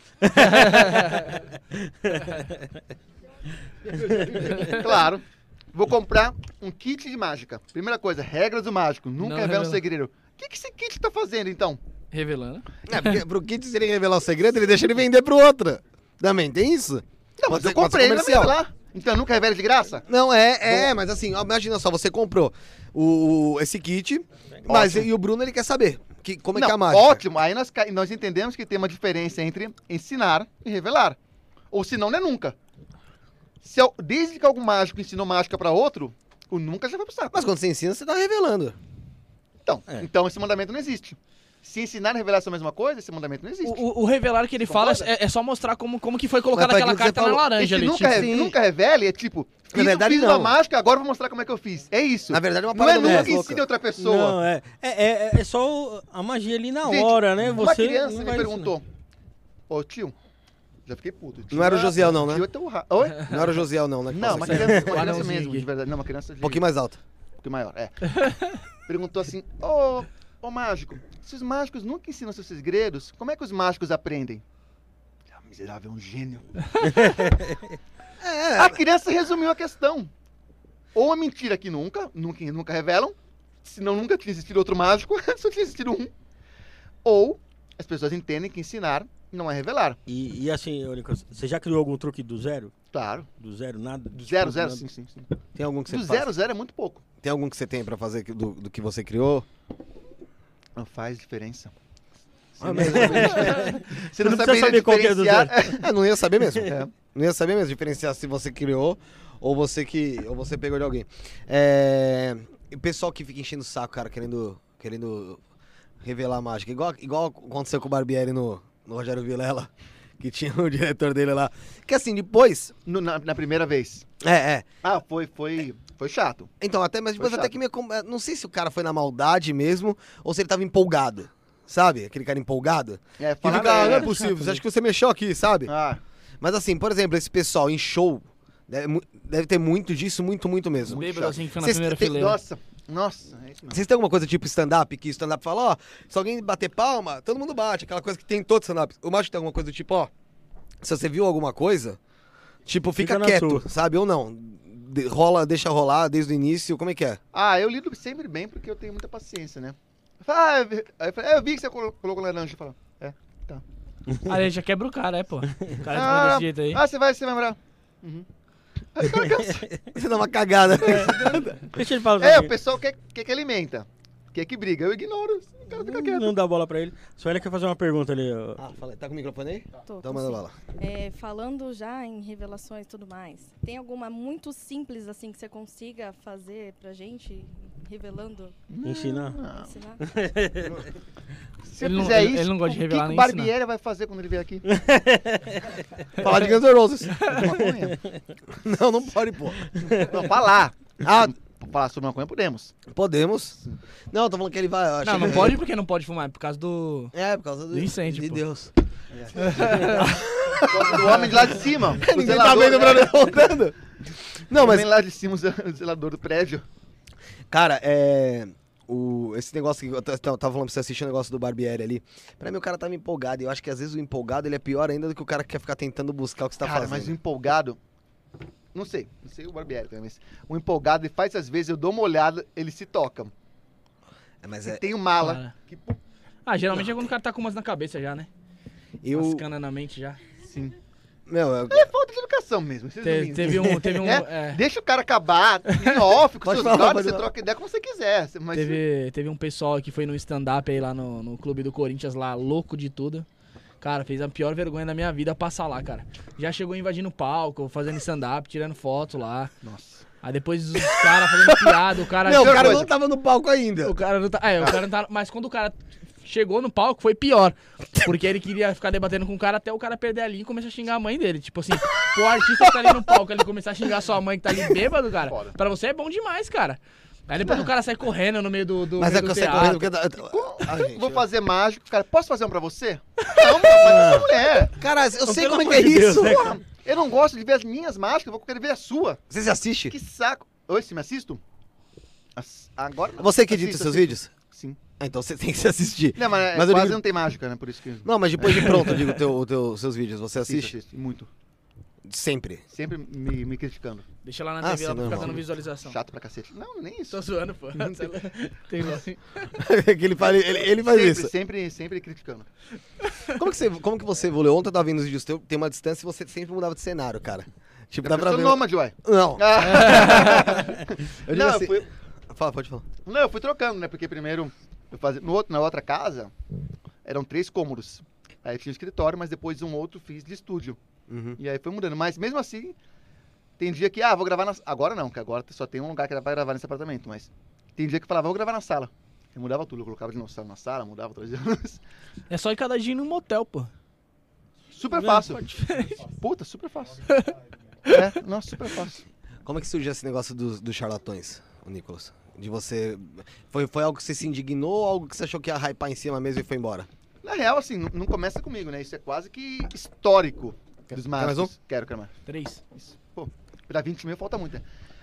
Claro. Vou comprar um kit de mágica. Primeira coisa, regras do mágico. Nunca Não revela revela. um segredo. O que esse kit tá fazendo, então? Revelando. Porque pro Kit, se ele revelar o segredo, ele deixa ele vender pro outro. Também tem isso? Não, Pode mas ser- eu pode ser comprei ele vai me comercial. revelar. Então nunca revela de graça? Não, mas assim, ó, imagina só, você comprou esse kit, mas e o Bruno, ele quer saber como é que é a mágica. ótimo. Aí nós entendemos que tem uma diferença entre ensinar e revelar. Ou senão, não é nunca. Desde que algum mágico ensinou mágica para outro, o nunca já vai pro saco. Mas quando você ensina, você tá revelando. Então esse mandamento não existe. Se ensinar e revelar são a mesma coisa, esse mandamento não existe. O revelar que ele fala Concorda? é só mostrar como que foi colocada Mas pra aquela aquilo que carta você na falou, laranja Esse ali. tipo, nunca revele é tipo, Na verdade, fiz não. uma mágica, agora eu vou mostrar como é que eu fiz. É isso. Na verdade, é uma Não é parada nunca muito que louca. ensine outra pessoa. Não, é só a magia ali na Gente, hora, né? Uma Você criança não me vai perguntou, ô tio, já fiquei puto. Tio Não era o Josiel, não, né? Tio é teu Oi? Não era o Josiel, não, né? que Não, fala uma isso aí. criança, Anãozinho mesmo, aqui. de verdade. Não, uma criança de... Um pouquinho mais alto. Um pouquinho maior, Perguntou assim, ô mágico, se os mágicos nunca ensinam seus segredos, como é que os mágicos aprendem? Ah, miserável, é um gênio. A criança resumiu a questão. Ou a mentira que nunca revelam, senão nunca tinha existido outro mágico, só tinha existido um. Ou as pessoas entendem que ensinar não é revelar. E assim, ô, Nicolas, você já criou algum truque do zero? Claro. Do zero, nada? Do zero, Tipo, sim. Tem algum que você Do faz? zero é muito pouco. Tem algum que você tem pra fazer do que você criou? Não faz diferença. Ah, mas- Você não precisa saber qual que é do zero. Não ia saber mesmo. É. Não ia saber mesmo diferenciar se você criou ou você pegou de alguém. O pessoal que fica enchendo o saco, cara, querendo querendo revelar mágica. Igual aconteceu com o Barbieri no Rogério Vilela, que tinha o diretor dele lá. Que assim, depois... Na primeira vez. É. Ah, foi chato. Então, mas depois Foi até que não sei se o cara foi na maldade mesmo, ou se ele tava empolgado. Sabe? Aquele cara empolgado. É, Que falaram, fica, não é né? possível, você acha que você mexeu aqui, sabe? Ah, Mas assim, por exemplo, esse pessoal em show, deve ter muito disso, muito mesmo. Bêbado assim que foi na Vocês primeira têm- fileira. nossa, é isso mesmo. Vocês têm alguma coisa tipo stand-up, que stand-up fala, ó, se alguém bater palma, todo mundo bate, aquela coisa que tem em todo stand-up. O Mágico tem alguma coisa do tipo, ó, se você viu alguma coisa, tipo, fica Fica na quieto, sua. sabe? Ou não. Deixa rolar desde o início, como é que é? Ah, eu lido sempre bem porque eu tenho muita paciência, né? Aí eu falei, eu vi que você colocou laranja. Eu falo, tá. Aí já quebra o cara, pô. O cara tá desse jeito aí. Você vai morar. Uhum. Aí o cara cansa. Você dá uma cagada. Deixa ele falar. É, o pessoal quer que alimenta. Quer que briga. Eu ignoro. O cara fica quieto. Não dá bola pra ele. Só ele quer fazer uma pergunta ali. Ó. Ah, fala aí. Tá com o microfone aí? Tô, Então tô manda sim. bala. Falando já em revelações e tudo mais, tem alguma muito simples assim que você consiga fazer pra gente, revelando, Ensinar. ensinar? Se Ele eu não- fizer ele- isso, ele não gosta de revelar o que nem o Barbieri vai fazer quando ele vier aqui? Falar de Guns N' Roses. Maconha. Não pode, pô. Não, falar. Ah, Falar sobre maconha podemos. podemos. Não, tô falando que ele vai... eu acho Não, não que- pode porque não pode fumar, é por causa do... É, por causa Do incêndio, de pô. Deus. Do homem de lá de cima. O Ninguém tá zelador, vendo né? pra mim voltando. Não, O mas... homem lá de cima, o zelador do prédio. Cara, esse negócio que eu tava falando pra você assistir o negócio do Barbieri ali. Pra mim o cara tá me empolgado. E eu acho que às vezes o empolgado ele é pior ainda do que o cara que quer ficar tentando buscar o que você tá Cara, fazendo. mas o empolgado... Não sei o Barbieri também, mas o empolgado, ele faz às vezes, eu dou uma olhada, ele se toca. Mas E é. tem o mala. Cara. Que, Geralmente é quando o cara tá com umas na cabeça já, né? Eu. Umas canas na mente já. sim. Meu, É falta de educação mesmo. Teve um... É, deixa o cara acabar, em off, com Pode seus falar, brothers, pode você falar. troca ideia como você quiser. Mas Teve um pessoal que foi no stand-up aí lá no clube do Corinthians lá, louco de tudo. Cara, fez a pior vergonha da minha vida passar lá, cara. Já chegou invadindo o palco, fazendo stand-up, tirando foto lá. Nossa. Aí depois os caras fazendo piada, o cara... Não, o Pior cara coisa. não tava no palco ainda. O cara não tá... o cara não tá... Mas quando o cara chegou no palco, foi pior. Porque ele queria ficar debatendo com o cara até o cara perder a linha e começar a xingar a mãe dele. Tipo assim, o artista que tá ali no palco, ele começar a xingar sua mãe que tá ali bêbado, cara. Foda. Pra você é bom demais, cara. Aí depois o cara sai correndo no meio do Mas meio é que do eu saio teatro. correndo porque. Ah, gente, Vou fazer mágico. Cara, posso fazer um pra você? Não, mas essa mulher. Cara, eu sei pelo como é amor que é de Deus, isso. né, Porra, eu não gosto de ver as minhas mágicas, eu vou querer ver a sua. Você se assiste? Que saco. Oi, se me assisto? Agora não. Você que edita Assisto, seus assisto. vídeos? Sim. Ah, então você tem que se assistir. Não, mas, Mas eu quase digo- não tem mágica, né? Por isso que... Não, mas depois de pronto, eu digo, seus vídeos. Você assiste? Assisto, muito. Sempre. Sempre me criticando. Deixa lá na Ah, TV sim, lá pra ficar normal. dando visualização. Chato pra cacete. Não, nem isso. Tô zoando, pô. Tem assim. Que ele faz isso. Sempre criticando. Como que você evoluiu? Ontem eu tava vendo os vídeos teus, tem uma distância e você sempre mudava de cenário, cara. Tipo, dá Eu pra sou ver. nômade, ué. Não. Eu digo Não, assim- eu fui... Fala, pode falar. Não, eu fui trocando, né? Porque primeiro, eu fazia, na outra casa, eram 3 cômodos. Aí eu tinha escritório, mas depois um outro fiz de estúdio. Uhum. E aí foi mudando. Mas mesmo assim, tem dia que, vou gravar na... Agora não, que agora só tem um lugar que dá pra gravar nesse apartamento. Mas tem dia que eu falava, vou gravar na sala. Eu mudava tudo, eu colocava de novo na sala, mudava todas as... É só ir cada dia num motel, pô. Super Tá fácil. vendo? Diferente. Puta, super fácil. Nossa, super fácil. Como é que surgiu esse negócio dos charlatões, o Nicolas? De você. Foi algo que você se indignou ou algo que você achou que ia hypar em cima mesmo e foi embora? Na real, assim, não começa comigo, né? Isso é quase que histórico dos Quer mais mágicos. Quero mais. 3. Isso. Pô, pra 20 mil falta muito, né?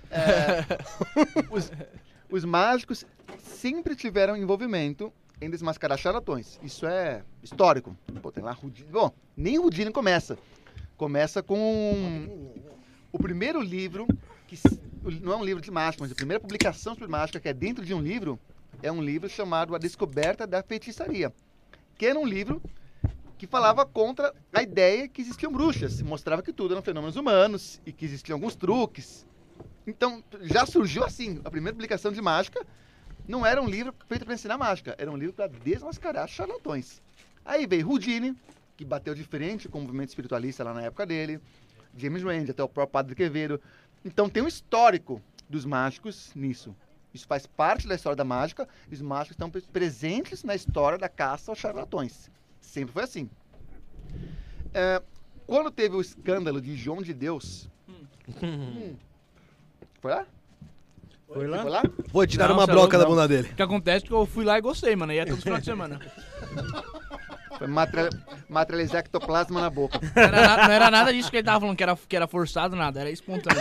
Os mágicos sempre tiveram envolvimento em desmascarar charlatões. Isso é histórico. Pô, tem lá Houdini. Bom, nem Houdini começa. Começa com o primeiro livro, que não é um livro de mágica, mas a primeira publicação sobre mágica, que é dentro de um livro, é um livro chamado A Descoberta da Feitiçaria. Que era um livro que falava contra a ideia que existiam bruxas. Mostrava que tudo eram fenômenos humanos e que existiam alguns truques. Então, já surgiu assim. A primeira publicação de mágica não era um livro feito para ensinar mágica, era um livro para desmascarar charlatões. Aí veio Houdini, que bateu de frente com o movimento espiritualista lá na época dele, James Randi, até o próprio Padre Quevedo. Então tem um histórico dos mágicos nisso. Isso faz parte da história da mágica, e os mágicos estão presentes na história da caça aos charlatões. Sempre foi assim. Quando teve o escândalo de João de Deus... Foi lá? Foi lá? Foi lá? Pô, tiraram Não, uma você é broca louco, da bunda dele. O que acontece é que eu fui lá e gostei, mano. Ia todo final de semana. Foi materializar ectoplasma na boca. Não era nada disso que ele tava falando, que era forçado, nada. Era espontâneo.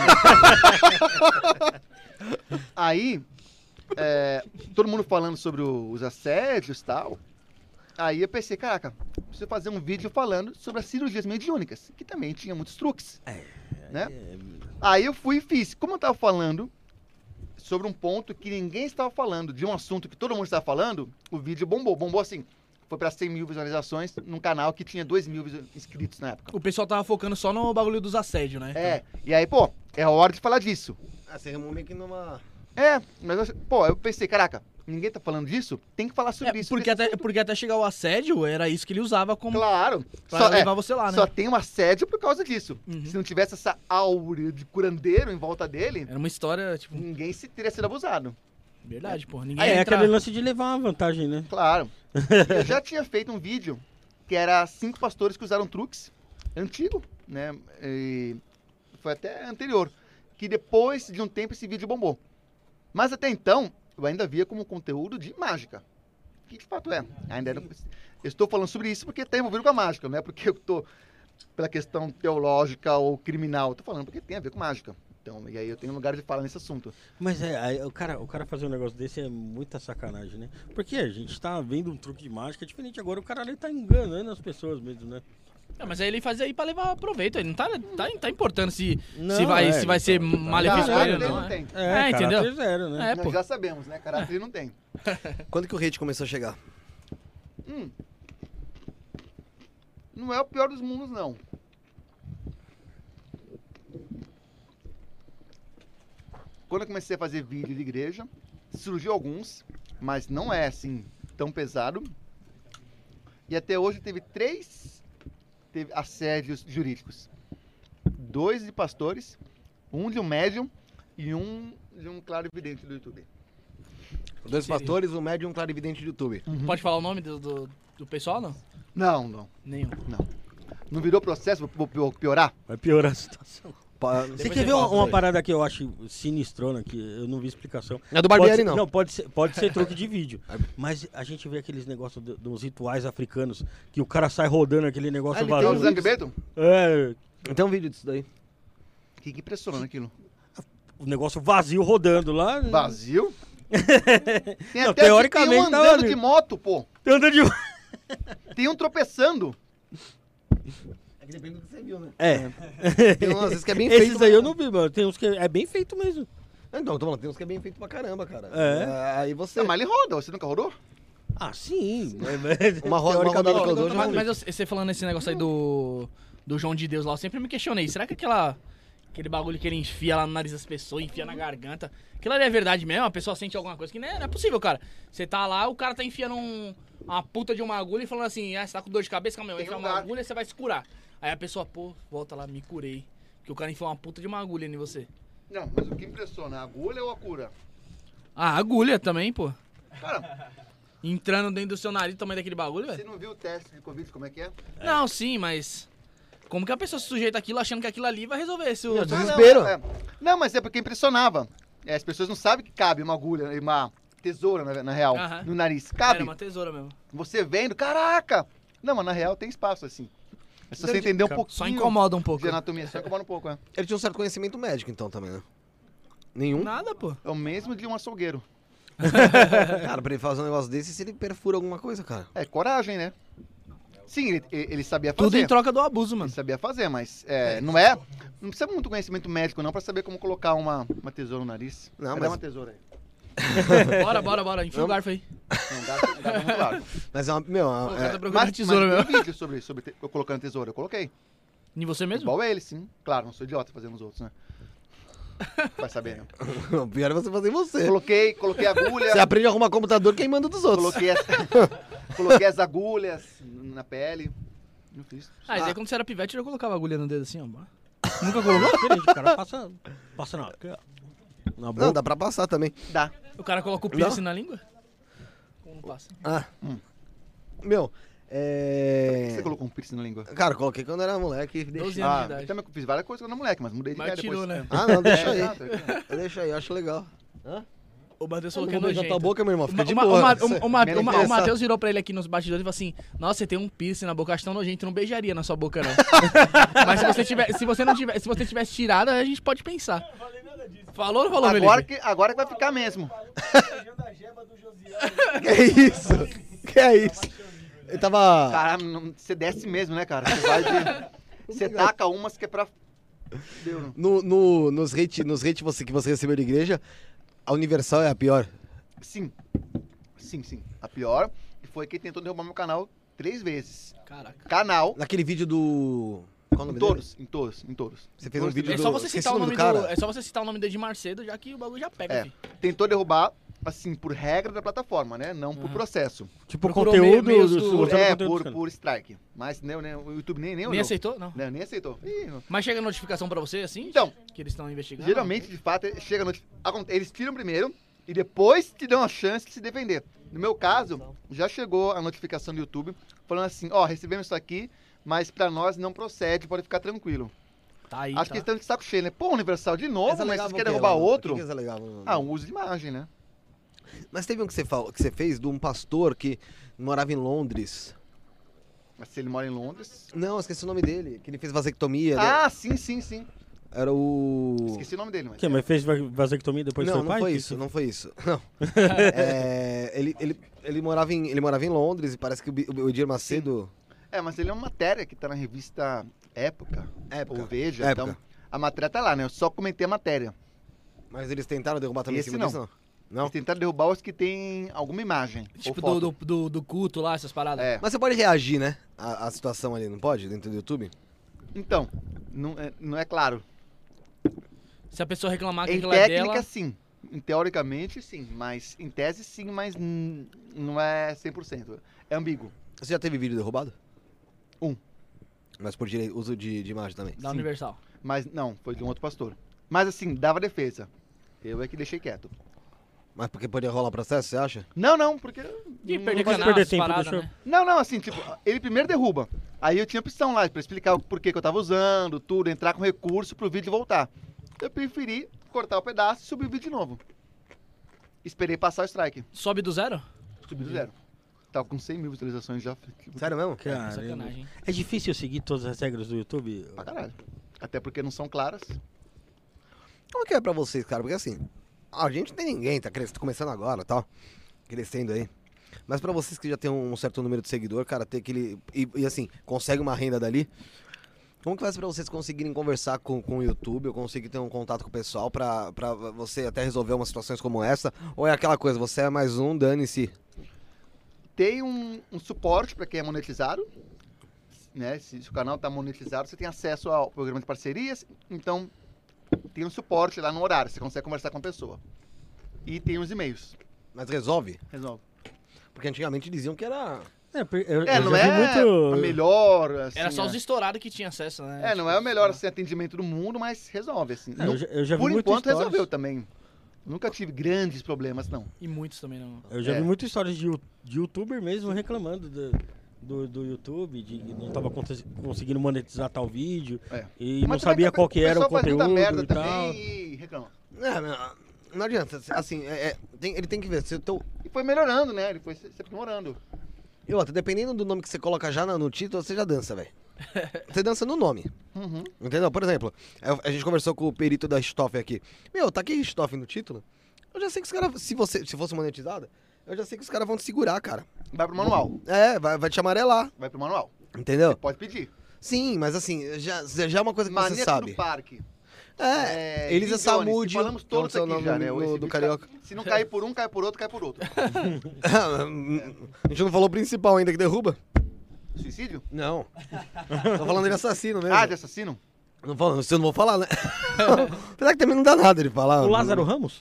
Aí, todo mundo falando sobre os assédios e tal. Aí eu pensei, caraca, preciso fazer um vídeo falando sobre as cirurgias mediúnicas, que também tinha muitos truques, né? Aí eu fui e fiz. Como eu tava falando sobre um ponto que ninguém estava falando, de um assunto que todo mundo estava falando, o vídeo bombou. Bombou assim, foi pra 100 mil visualizações num canal que tinha 2 mil inscritos na época. O pessoal tava focando só no bagulho dos assédios, né? E aí, pô, é hora de falar disso. Ah, você remou meio que numa... Mas, eu pensei, caraca, ninguém tá falando disso? Tem que falar sobre isso. Porque até chegar o assédio, era isso que ele usava como... Claro. Pra levar você lá, né? Só tem um assédio por causa disso. Uhum. Se não tivesse essa áurea de curandeiro em volta dele, Era uma história, tipo... ninguém teria sido abusado. Verdade, pô. Ninguém É ia aquele lance de levar uma vantagem, né? Claro. Eu já tinha feito um vídeo que era 5 pastores que usaram truques. Antigo, né? E foi até anterior. Que depois de um tempo esse vídeo bombou. Mas até então, eu ainda via como conteúdo de mágica. Que de fato é. Ainda era... Eu estou falando sobre isso porque está envolvido com a mágica, não é porque eu estou pela questão teológica ou criminal. Estou falando porque tem a ver com mágica. Então, e aí eu tenho lugar de falar nesse assunto. Mas aí o cara fazer um negócio desse é muita sacanagem, né? Porque a gente tá vendo um truque de mágica, é diferente agora, o cara ali tá enganando as pessoas mesmo, né? Mas aí ele faz aí pra levar proveito. Ele não tá importando se Não, vai ser malefício pra ele ou Caráter não. não tem. Entendeu? caráter zero, né? É, Nós pô. já sabemos, né? Caráter não tem. Quando que o hate começou a chegar? Não é o pior dos mundos, não. Quando eu comecei a fazer vídeo de igreja, surgiu alguns, mas não é assim tão pesado. E até hoje teve 3 assédios jurídicos. 2 de pastores, um de um médium e um de um clarividente do YouTube. 2 pastores, um médium e um clarividente do YouTube. Pode falar o nome do pessoal, não? Não. Nenhum. Não virou processo, vou piorar? Vai piorar a situação. Você Depois quer ver fala uma aí. parada que eu acho sinistrona, que eu não vi explicação. Não é do Barbieri, Pode ser- não. pode ser truque de vídeo. Mas a gente vê aqueles negócios dos rituais africanos, que o cara sai rodando aquele negócio ele Tem vazio. o Zangue Beto? É, Tem um vídeo disso daí. Que impressionante aquilo. o negócio vazio rodando lá. Vazio? Tem Não, até teoricamente tem um tá andando ali. de moto, pô. Anda de... Tem um tropeçando. É que depende do que você viu, né? É. Tem umas vezes que é bem feito. Esses aí eu não vi, mano. Tem uns que é bem feito mesmo. Então, tô falando, tem uns que é bem feito pra caramba, cara. É. Aí você... Não, mas ele roda, você nunca rodou? Ah, sim. Uma rodada que eu dou, já Mas você falando esse negócio aí do João de Deus lá, eu sempre me questionei. Será que aquele bagulho que ele enfia lá no nariz das pessoas, enfia na garganta, aquilo ali é verdade mesmo? A pessoa sente alguma coisa que não é possível, cara. Você tá lá, o cara tá enfiando uma puta de uma agulha e falando assim, você tá com dor de cabeça, calma aí, eu vou Tem enfiar uma lugar. agulha e você vai se curar. Aí a pessoa, pô, volta lá, me curei. Porque o cara enfiou uma puta de uma agulha em você. Não, mas o que impressiona, a agulha ou a cura? Ah, agulha também, pô. Cara, Entrando dentro do seu nariz, tamanho daquele bagulho, você velho. não viu o teste de Covid, como é que é? Não, sim, mas... Como que a pessoa se sujeita àquilo achando que aquilo ali vai resolver esse... Meu Ah, Deus. Desespero. Não, mas é porque impressionava. As pessoas não sabem que cabe uma agulha, uma tesoura, na real, Aham. no nariz. Era Cabe. uma tesoura mesmo. Você vendo, caraca! Não, mas na real tem espaço, assim. É só você entender um pouquinho Só incomoda um pouco. de anatomia. Só incomoda um pouco, é. Ele tinha um certo conhecimento médico, então, também, né? Nenhum? Nada, pô. É o mesmo de um açougueiro. Cara, pra ele fazer um negócio desse, se ele perfura alguma coisa, cara. É coragem, né? Sim, ele sabia fazer. Tudo em troca do abuso, Ele mano. sabia fazer, mas não é... Não precisa muito conhecimento médico, não, pra saber como colocar uma tesoura no nariz. Não, Cadê mas- uma tesoura aí? Bora. Enfia o garfo aí. Não, dá muito largo. Mas é uma... Meu, Pô, o cara tá procurando Mas tesoura tem mesmo. vídeo sobre eu colocando tesoura, eu coloquei. Em você mesmo? Igual ele, sim. Claro, não sou idiota fazendo os outros, né? Vai saber, né? o pior é você fazer você. Coloquei agulha, Você aprende a arrumar computador queimando dos outros. coloquei as agulhas na pele. Não fiz. Ah, isso aí quando você era pivete, eu já colocava agulha no dedo assim, ó. Nunca colocou? Diferente, o cara passa na... Na boca? Não, dá pra passar também. Dá. O cara coloca o piercing na língua? Como não passa? Ah. Meu, Por que você colocou um piercing na língua? Cara, coloquei quando era moleque. 12 anos de idade. Eu também fiz várias coisas quando era moleque, mas mudei de Mas ideia tirou, depois. né? Ah, não, deixa aí. Exato. Deixa aí, eu acho legal. O Matheus Eu falou não que é vou beijar tua nojento. boca, meu irmão. Fica de O boa. o Matheus virou pra ele aqui nos bastidores e falou assim: Nossa, você tem um piercing na boca, acho tão nojento, não beijaria na sua boca, não. Mas se você tivesse tirado, a gente pode pensar. Não falei nada disso. Falou ou não falou, Agora Felipe? que vai ficar mesmo. Beijando a jeba do Josiel. Que é isso? Que é isso? Ele tava... Cara, você desce mesmo, né, cara? Você vai de... Você taca umas que é pra... Deu, não. Nos hate que você recebeu da igreja, a Universal é a pior. Sim. Sim. A pior foi quem tentou derrubar meu canal 3 vezes. Caraca. Canal. Naquele vídeo do... Qual o nome Em todos. Você fez um vídeo É do... só você Esqueci citar o nome do cara. É só você citar o nome do Edmar Cedo, já que o bagulho já pega, É. filho. Tentou derrubar, assim, por regra da plataforma, né? Não por processo. Tipo, Procurou conteúdo... meios do- mostrando conteúdo dos caras. Por strike. Mas né, o YouTube nem Nem olhou. aceitou? Não. Não, nem aceitou. Ih, não. Mas chega notificação pra você, assim? Então, Que eles estão investigando? geralmente, de fato, chega eles tiram primeiro e depois te dão a chance de se defender. No meu caso, já chegou a notificação do YouTube falando assim, ó, recebemos isso aqui, mas pra nós não procede, pode ficar tranquilo. Tá aí, Acho tá. que eles estão de saco cheio, né? Pô, Universal de novo, Eles mas alegavam vocês o querem quê, derrubar Lando? outro? O que eles alegavam? Ah, um uso de imagem, né? Mas teve um que você fez de um pastor que morava em Londres. Mas se ele mora em Londres... Não, esqueci o nome dele. Que ele fez vasectomia. Ah, sim. Era o... Esqueci o nome dele, mas... Que, mas fez vasectomia e depois não, foi não pai? foi Que isso, não foi isso. Não. É, ele morava em Londres e parece que o Edir Macedo... É, mas ele é uma matéria que tá na revista Época. Ou Veja. Época. Então, a matéria tá lá, né? Eu só comentei a matéria. Mas eles tentaram derrubar também Esse em cima não. disso, não? Eles tentaram derrubar os que tem alguma imagem. Tipo ou foto. do culto lá, essas paradas. É. Mas você pode reagir, né? À situação ali, não pode? Dentro do YouTube? Então, não é claro. Se a pessoa reclamar que Em aquilo é técnica, dela... sim. Teoricamente, sim. Mas em tese, sim, mas não é 100%. É ambíguo. Você já teve vídeo derrubado? Um. Mas por uso de imagem também? Da Sim. Universal. Mas não, foi de um outro pastor. Mas assim, dava defesa. Eu é que deixei quieto. Mas porque poderia rolar processo, você acha? Não, porque... De não- perder não- canal, perder essas tempo, paradas, deixou- né? Não, assim, tipo, ele primeiro derruba. Aí eu tinha opção lá pra explicar o porquê que eu tava usando, tudo, entrar com recurso pro vídeo voltar. Eu preferi cortar o pedaço e subir o vídeo de novo. Esperei passar o strike. Sobe do zero? Subi do zero. Tava com 100 mil visualizações já. Sério mesmo? Caramba. Sacanagem. É difícil seguir todas as regras do YouTube? Pra caralho. Até porque não são claras. Como que é pra vocês, cara? Porque assim, a gente não tem ninguém, tá começando agora e tal, crescendo aí. Mas pra vocês que já tem um certo número de seguidor, cara, ter aquele... E assim, consegue uma renda dali, como que faz pra vocês conseguirem conversar com o YouTube, ou conseguir ter um contato com o pessoal pra você até resolver umas situações como essa? Ou é aquela coisa, você é mais um, dane-se? Tem um suporte para quem é monetizado, né? Se o canal está monetizado, você tem acesso ao programa de parcerias, então tem um suporte lá no horário, você consegue conversar com a pessoa. E tem os e-mails. Mas resolve? Resolve. Porque antigamente diziam que era... Eu não já é vi muito... a melhor, assim, Era só os né? estourados que tinham acesso, né? não é o melhor assim, atendimento do mundo, mas resolve, assim. Eu já vi Por muito enquanto stories. resolveu também. Nunca tive grandes problemas, não. E muitos também não. Eu já É. vi muitas histórias de youtuber mesmo reclamando do YouTube, de que não tava conseguindo monetizar tal vídeo, É. e Mas não também sabia qual que era o pessoal faz muita conteúdo merda e tal. também e reclama. Não adianta, assim, ele tem que ver, se eu tô... E foi melhorando, né? Ele foi se aprimorando. E outra, dependendo do nome que você coloca já no título, você já dança, velho. Você dança no nome. Uhum. Entendeu? Por exemplo, a gente conversou com o perito da Richthofen aqui. Meu, tá aqui Richthofen no título? Eu já sei que os caras, se fosse monetizada, eu já sei que os caras vão te segurar, cara. Vai pro manual. Vai te amarelar, Vai pro manual. entendeu? Pode pedir. Sim, mas assim, já é uma coisa que você Maníaco sabe. do parque. Elisa Guinjones, Samude, falamos todos que é o aqui nome já, né? do Esse vídeo Carioca. Se não cair por um, cai por outro, cai por outro. A gente não falou o principal ainda que derruba? Suicídio? Não. Tô falando de assassino mesmo. Ah, de assassino? Não falo, você não vou falar, né? Apesar que também não dá nada de falar. O Lázaro Ramos?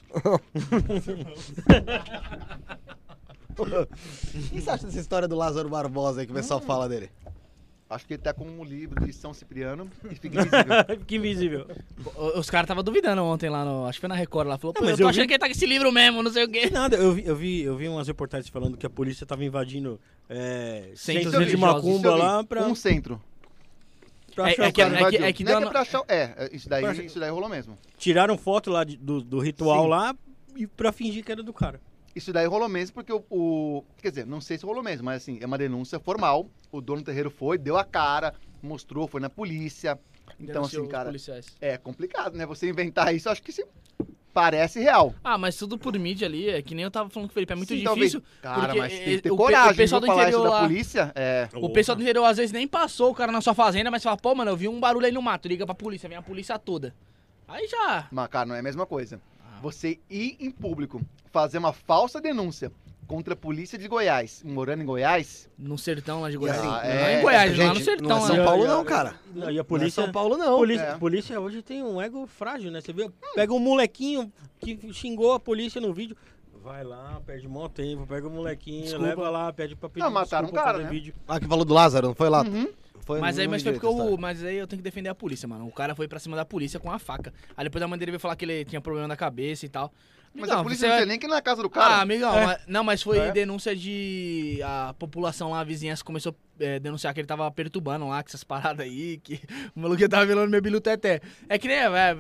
O que você acha dessa história do Lázaro Barbosa aí que o pessoal fala dele? Acho que ele tá com um livro de São Cipriano e fica invisível. Que invisível. Os caras estavam duvidando ontem lá no. Acho que foi na Record lá. Falou, pô, Não, eu mas tô eu achando vi- que ele tá com esse livro mesmo, não sei o quê. Nada, eu vi umas reportagens falando que a polícia tava invadindo Centros centros de religiosos, macumba Isso eu vi. lá pra Um centro. É achar o que- cara. Invadiu. é que Não é deu que é uma- pra achar... isso daí, Pra- isso daí rolou mesmo. Tiraram foto lá do ritual Sim. lá e pra fingir que era do cara. Isso daí rolou mesmo porque quer dizer, não sei se rolou mesmo, mas assim, é uma denúncia formal. O dono do terreiro foi, deu a cara, mostrou, foi na polícia. Então, Denunciou assim, os cara, policiais. é complicado, né? Você inventar isso, acho que parece real. Ah, mas tudo por mídia ali, é que nem eu tava falando com o Felipe, é muito Sim, difícil. Cara, porque mas tem que ter o coragem pessoal de do falar isso interior da lá- polícia. É. O pessoal do interior às vezes nem passou o cara na sua fazenda, mas fala, pô, mano, eu vi um barulho aí no mato, liga pra polícia, vem a polícia toda. Aí já. Mas, cara, não é a mesma coisa. Ah. Você ir em público, fazer uma falsa denúncia contra a polícia de Goiás, morando em Goiás, No sertão lá de Goiás. assim, não é, em Goiás, lá no gente, sertão. não é lá. São Paulo E a- não, cara. E a Não é polícia. São Paulo não. É. Polícia hoje tem um ego frágil, né? Você vê, pega um molequinho que xingou a polícia no vídeo. Vai lá, perde mó tempo, pega o molequinho, Desculpa. leva lá, pede pra pedir Não, mataram desculpa, o cara, fazer né? vídeo. Ah, que falou do Lázaro, não foi lá? Uhum. Foi, Mas aí, não mas vi foi porque direito a história. mas aí eu tenho que defender a polícia, mano. O cara foi pra cima da polícia com a faca. Aí depois a mãe dele veio falar que ele tinha problema na cabeça e tal. Mas Amigão, a polícia você não vai- tinha nem que ir na casa do Ah, cara. amigão, É. não, mas foi É. denúncia de... A população lá, a vizinhança, começou a denunciar que ele tava perturbando lá, com essas paradas aí, que o maluco tava velando meu bilu teté. É que nem, velho,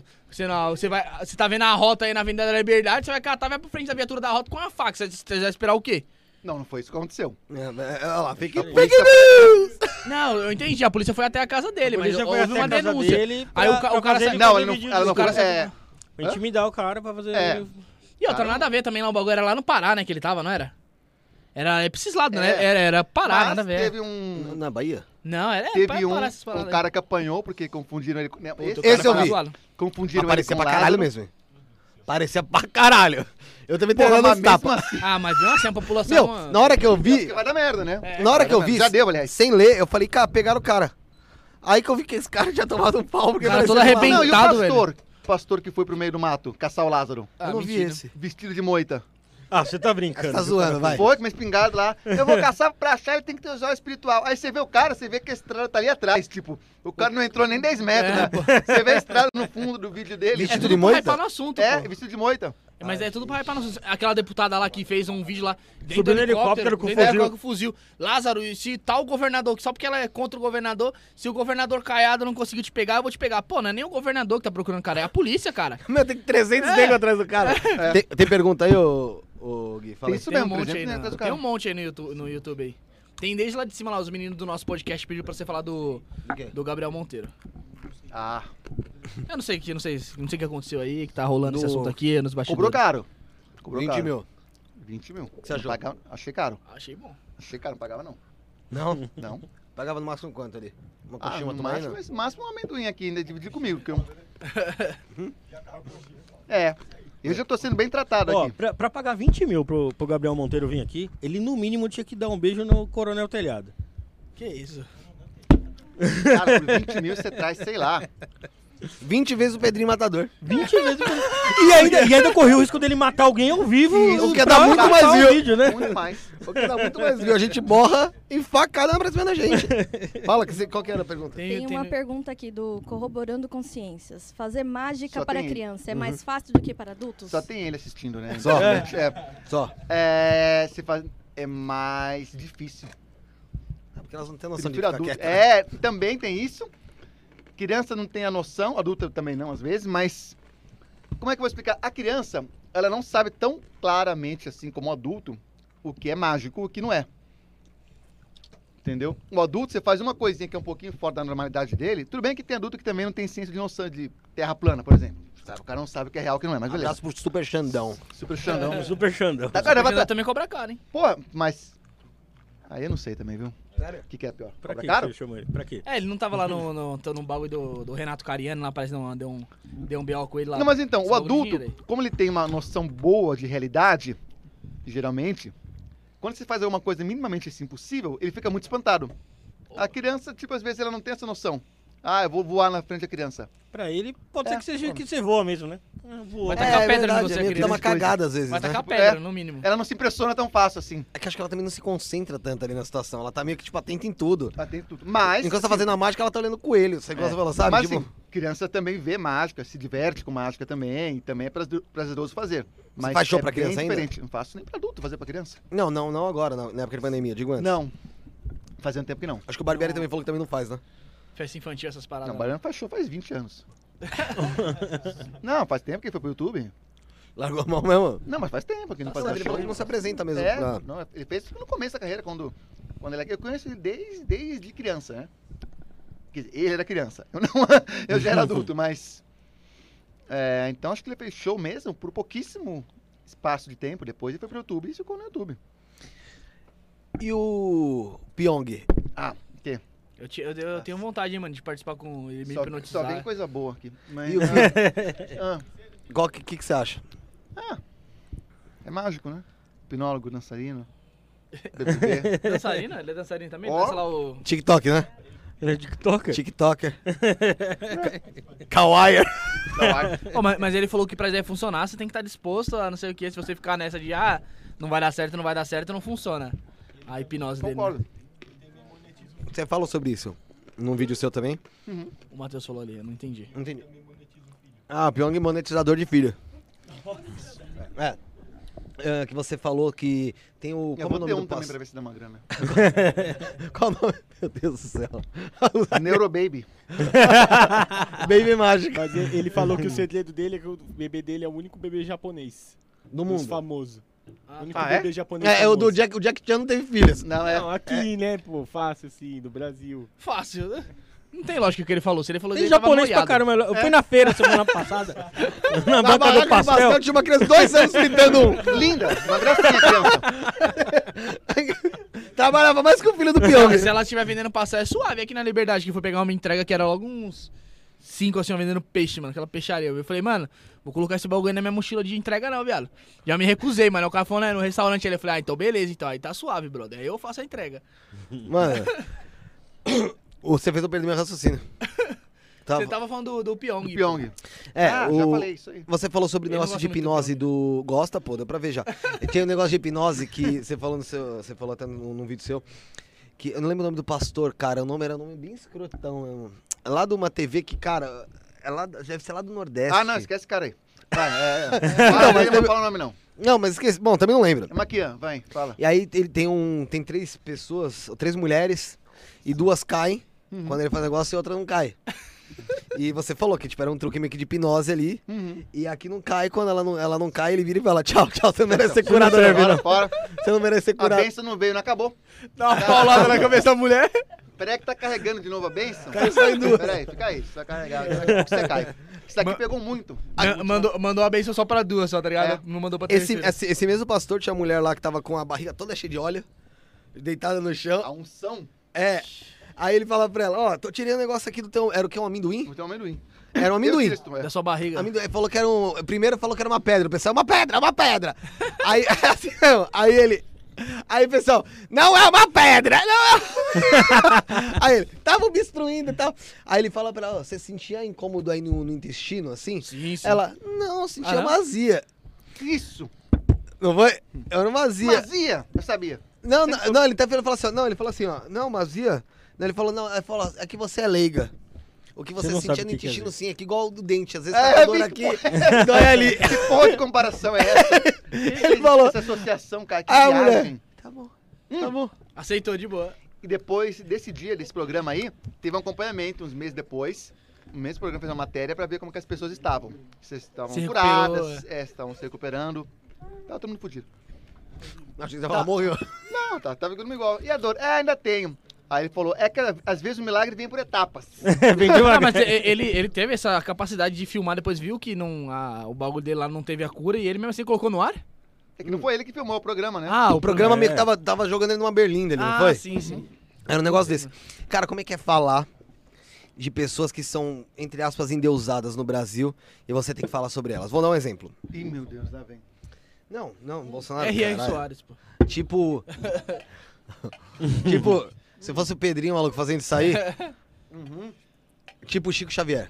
você tá vendo a rota aí na Avenida da Liberdade, você vai catar, vai pra frente da viatura da rota com a faca, você vai esperar o quê? Não foi isso que aconteceu. Olha lá, fake Não, eu entendi, a polícia foi até a casa dele, A mas polícia foi houve até uma a casa denúncia. dele Aí o pra cara fazer sa- ele Não, fazer ele não, vídeo ela não os caras foi. saíram- Pra intimidar o cara pra fazer. É. E outra, Cara, nada a ver também lá, o bagulho era lá no Pará, né, que ele tava, não era? Era pra esses lados, né? É. Era Pará, Mas nada a ver. teve um. Na Bahia? Não, era Teve pra um, parar essas paradas um aí. cara que apanhou porque confundiram ele com. Né, Puta, o esse cara Esse eu tava vi. zoado. Confundiram Parecia ele com pra caralho Lázaro. mesmo. Parecia pra caralho. Eu também Porra, treinando mas os mesmo tapas. assim, Ah, mas não assim, a população... Meu, na hora que eu acho vi, que vai dar merda, né? É. na hora que eu vi, Já deu, aliás. sem ler, eu falei, cara, pegaram o cara. Aí que eu vi que esse cara tinha tomado um pau, porque O cara parecia todo uma- arrebentado. Não, e o Pintado, pastor? O pastor que foi pro meio do mato, caçar o Lázaro. Ah, Eu não vi mentira. esse. Vestido de moita. Ah, você tá brincando. Você tá zoando, vai. Foi com uma espingarda lá. Eu vou caçar pra achar, ele tem que ter usar o espiritual. Aí você vê o cara, você vê que a estrada tá ali atrás. Tipo, o cara não entrou nem 10 metros, né? Você vê a estrada no fundo do vídeo dele. É Vestido tudo de pra moita? hypar no assunto, É, pô. vestido de moita. Mas é tudo pra hypar no assunto. Aquela deputada lá que fez um vídeo lá dentro Subiu do no helicóptero com dentro do fuzil. helicóptero com fuzil. Lázaro, e se tal governador, só porque ela é contra o governador, se o governador caiado não conseguiu te pegar, eu vou te pegar. Pô, não é nem o governador que tá procurando o cara, é a polícia, cara. Meu, tem 300 negros atrás do cara. Tem pergunta aí, ô Gui? Fala Tem aí. isso Tem um mesmo, monte 300 aí, metros do tem cara. um monte aí no YouTube aí. Tem desde lá de cima lá, os meninos do nosso podcast pediram pra você falar do Gabriel Monteiro. Ah, Eu não sei o que aconteceu aí, que tá rolando esse Do- assunto aqui nos bastidores. cobrou caro. Cobrou 20 caro. mil. 20 mil. você achou? Não pagava- achei caro. Achei bom. Achei caro, não pagava não. Não? Não. Pagava no máximo quanto ali? Uma Ah, coxinha, uma no tumaina? máximo um amendoim aqui, ainda dividir comigo. Que eu... É, eu já tô sendo bem tratado Ó, aqui. pra pagar 20 mil pro Gabriel Monteiro vir aqui, ele no mínimo tinha que dar um beijo no Coronel Telhado. Que isso? Cara, por 20 mil você traz, sei lá. 20 vezes o Pedrinho Matador. 20 vezes. E ainda correu o risco dele matar alguém ao vivo. O que pra dá muito catar mais o view. vídeo, né? Muito mais. O que dá muito mais viu. A gente borra e facada pra cima da gente. Fala, qual que era a pergunta? Tem uma pergunta aqui do Corroborando Consciências. Fazer mágica Só para tem ele. criança é mais fácil do que para adultos? Só tem ele assistindo, né? Só? Só. Você faz... É mais difícil. Porque elas não têm noção de Prefiro ficar adulto. quieta. É, também tem isso. Criança não tem a noção, adulto também não, às vezes, mas... Como é que eu vou explicar? A criança, ela não sabe tão claramente, assim como o adulto, o que é mágico e o que não é. Entendeu? O adulto, você faz uma coisinha que é um pouquinho fora da normalidade dele. Tudo bem que tem adulto que também não tem ciência de noção de terra plana, por exemplo. Sabe? O cara não sabe o que é real e o que não é, mas beleza. Abraço pro Super Xandão. Super Xandão. Super Xandão. Agora, Mas também cobra caro, hein? Pô, mas... Aí eu não sei também, viu? Sério? O que é pior? Pra Cobra que caro? você chamou ele? Pra quê? É, ele não tava lá no bagulho do Renato Cariano, lá parece que deu um B.O. com ele lá. Não, mas então, Esse o bagulho de adulto, dinheiro aí. como ele tem uma noção boa de realidade, geralmente, quando você faz alguma coisa minimamente assim possível, ele fica muito espantado. A criança, tipo, às vezes ela não tem essa noção. Ah, eu vou voar na frente da criança. Pra ele, pode ser É, que seja pô. que você voa mesmo, né? Voa. Vai tacar pedra em você, meio que dá criança. uma cagada às vezes, Vai né? tacar É. pedra, no mínimo. Ela não se impressiona tão fácil assim. É que acho que ela também não se concentra tanto ali na situação. Ela tá meio que, tipo, atenta em tudo. Ela tem tudo. Mas, Enquanto tá fazendo a mágica, ela tá olhando o coelho. Você gosta de falar, sabe? mas Tipo, assim, criança também vê mágica, se diverte com mágica também, e também é prazeroso fazer. Mas faz show é pra criança bem ainda? diferente. Não faço nem pra adulto fazer pra criança. não agora, não, na época de pandemia, digo antes. Não. Fazia um tempo que não. Acho que o Barbieri também falou que também não faz, né? Festa infantil, essas paradas. Não, Baiano faz show faz 20 anos. Não, faz tempo que ele foi pro YouTube. Largou a mão mesmo. Não, mas faz tempo que ele não faz Ele show. falou que não se apresenta mesmo. É, pra- não, ele fez isso no começo da carreira, quando ele, eu conheço ele desde criança, né? Quer dizer, ele era criança, eu já era adulto, mas... então acho que ele fez show mesmo por pouquíssimo espaço de tempo, depois ele foi pro YouTube e ficou no YouTube. E o Pyong? Ah, o quê? Eu tenho vontade, hein, mano, de participar com ele, me Só hipnotizar. vem coisa boa aqui. Mas, E o ah, Qual que você acha? é mágico, né? Hipnólogo, dançarino, BBB. Dançarino? Ele é dançarino também? Ó. Dança lá o... TikTok, né? Ele é TikToker? TikToker. Kawaii. Ô, mas ele falou que pra ideia funcionar, você tem que estar disposto a não sei o que. Se você ficar nessa de, não vai dar certo, não funciona. A hipnose dele. Né? Concordo. Você falou sobre isso num vídeo seu também? O Matheus falou ali, eu não entendi. Não entendi. Ah, Pyong monetizador de filho. Que você falou que tem o... Eu Como é o vou nome ter do um também passo? pra ver se dá uma grana. Qual o nome? Meu Deus do céu. Neurobaby. Baby mágica. Mas ele falou que o segredo dele é que o bebê dele é o único bebê japonês. Do Dos mundo. famoso. O único Ah, é? bebê japonês É, o do famoso. Jack. O Jack Chan não teve filhos. Não, Não, aqui, né, pô, fácil assim, do Brasil. Fácil, né? Não tem lógica o que ele falou. Se ele falou Tem dele, tava japonês pra noiado. caramba. Eu fui na feira semana passada. Na Na banca barraca do de pastel. pastel tinha uma criança de 2 anos gritando um. linda, uma gracinha, criança. Trabalhava mais que o filho do Não, Pyong. se ela estiver vendendo pastel, é suave. Aqui na Liberdade, que foi pegar uma entrega que era logo uns 5 assim, ó, vendendo peixe, mano. Aquela peixaria. Eu falei, mano, vou colocar esse bagulho na minha mochila de entrega não, viado. Já me recusei, mano. O cara falou, né, no restaurante ele. Eu falei, então beleza, então. Aí tá suave, brother. Aí eu faço a entrega. Mano. Você fez eu perder meu raciocínio. Você tava falando do Pyong. O Pyong. É, já falei isso aí. Você falou sobre o Ele não negócio de gosta muito do hipnose do. Gosta, pô, deu pra ver já. Tem um negócio de hipnose que você falou no seu. Você falou até num vídeo seu. Que eu não lembro o nome do pastor, cara. O nome era um nome bem escrotão mesmo. É lá de uma TV que, cara. É lá, deve ser lá do Nordeste. Ah, não, esquece esse cara aí. Vai, Não, mas mas não teve- vou falar o nome, não. Não, mas esqueci. Bom, também não lembro. É Maquian, vai, fala. E aí ele tem 3 pessoas, 3 mulheres, e 2 caem quando ele faz negócio e a outra não cai. E você falou que tipo, era um truque meio que de hipnose ali. E aqui não cai, quando ela não cai, ele vira e fala, tchau, você não merece ser curado, Fora, não. fora. Você não merece ser A curado. benção não veio, não acabou. Dá uma paulada na cabeça da mulher. Peraí que tá carregando de novo a benção. Caiu só em 2. Peraí, fica aí, você vai carregar. Daqui a pouco você cai. Isso daqui pegou muito. Mandou a benção só pra 2, só, tá ligado? É. Não mandou pra Esse, 3. esse mesmo pastor tinha uma mulher lá que tava com a barriga toda cheia de óleo, deitada no chão. A unção É. Aí ele fala pra ela, ó, tô tirando um negócio aqui do teu... Era o que? Um amendoim? não tem um amendoim. Era um amendoim. Cristo, é. Da sua barriga. Amendoim. Ele falou que era um... Primeiro falou que era uma pedra. O pessoal, é uma pedra. Aí, assim, não. Aí ele... Aí o pessoal, não é uma pedra, não é. Aí ele, tava obstruindo e tal. Aí ele fala pra ela, ó, você sentia incômodo aí no intestino, assim? Sim, sim. Ela, não, sentia não? uma azia. Isso. Não foi? Era uma azia. Vazia. Eu sabia. Não, ele tá falando assim, ó. Não, ele falou assim, ó. Não, uma azia. Não, ele falou, não, ele falou, é que você é leiga. O que você Você não sentia sabe no o que que é intestino, isso. sim, é que igual o do dente. Às vezes É, tá com dor bicho, aqui, dói ali. Que porra de comparação é essa? Ele falou, Essa associação, cara, que ah, viagem. mulher. Tá bom, tá bom. Aceitou de boa. E depois desse dia, desse programa aí, teve um acompanhamento uns meses depois. Um mês o programa fez uma matéria pra ver como que as pessoas estavam. Se estavam Se curadas, recuperou, se estavam se recuperando. Tava todo mundo fudido. Achei que você ia falar, morreu. Não, tava todo mundo igual. E a dor? Ainda tenho. Aí ele falou, é que às vezes o milagre vem por etapas. Vem Ah, devagar. mas ele teve essa capacidade de filmar, depois viu que o bagulho dele lá não teve a cura e ele mesmo assim colocou no ar? É que não foi ele que filmou o programa, né? Ah, O programa é. meio que tava jogando ele numa berlinda ali, não foi? sim, sim. Era um negócio desse. Cara, como é que é falar de pessoas que são, entre aspas, endeusadas no Brasil e você tem que falar sobre elas? Vou dar um exemplo. Ih, meu Deus, lá vem. Não, Bolsonaro, R.R. caralho. Soares, pô. Tipo... tipo, se fosse o Pedrinho, maluco, fazendo isso aí... Tipo o Chico Xavier.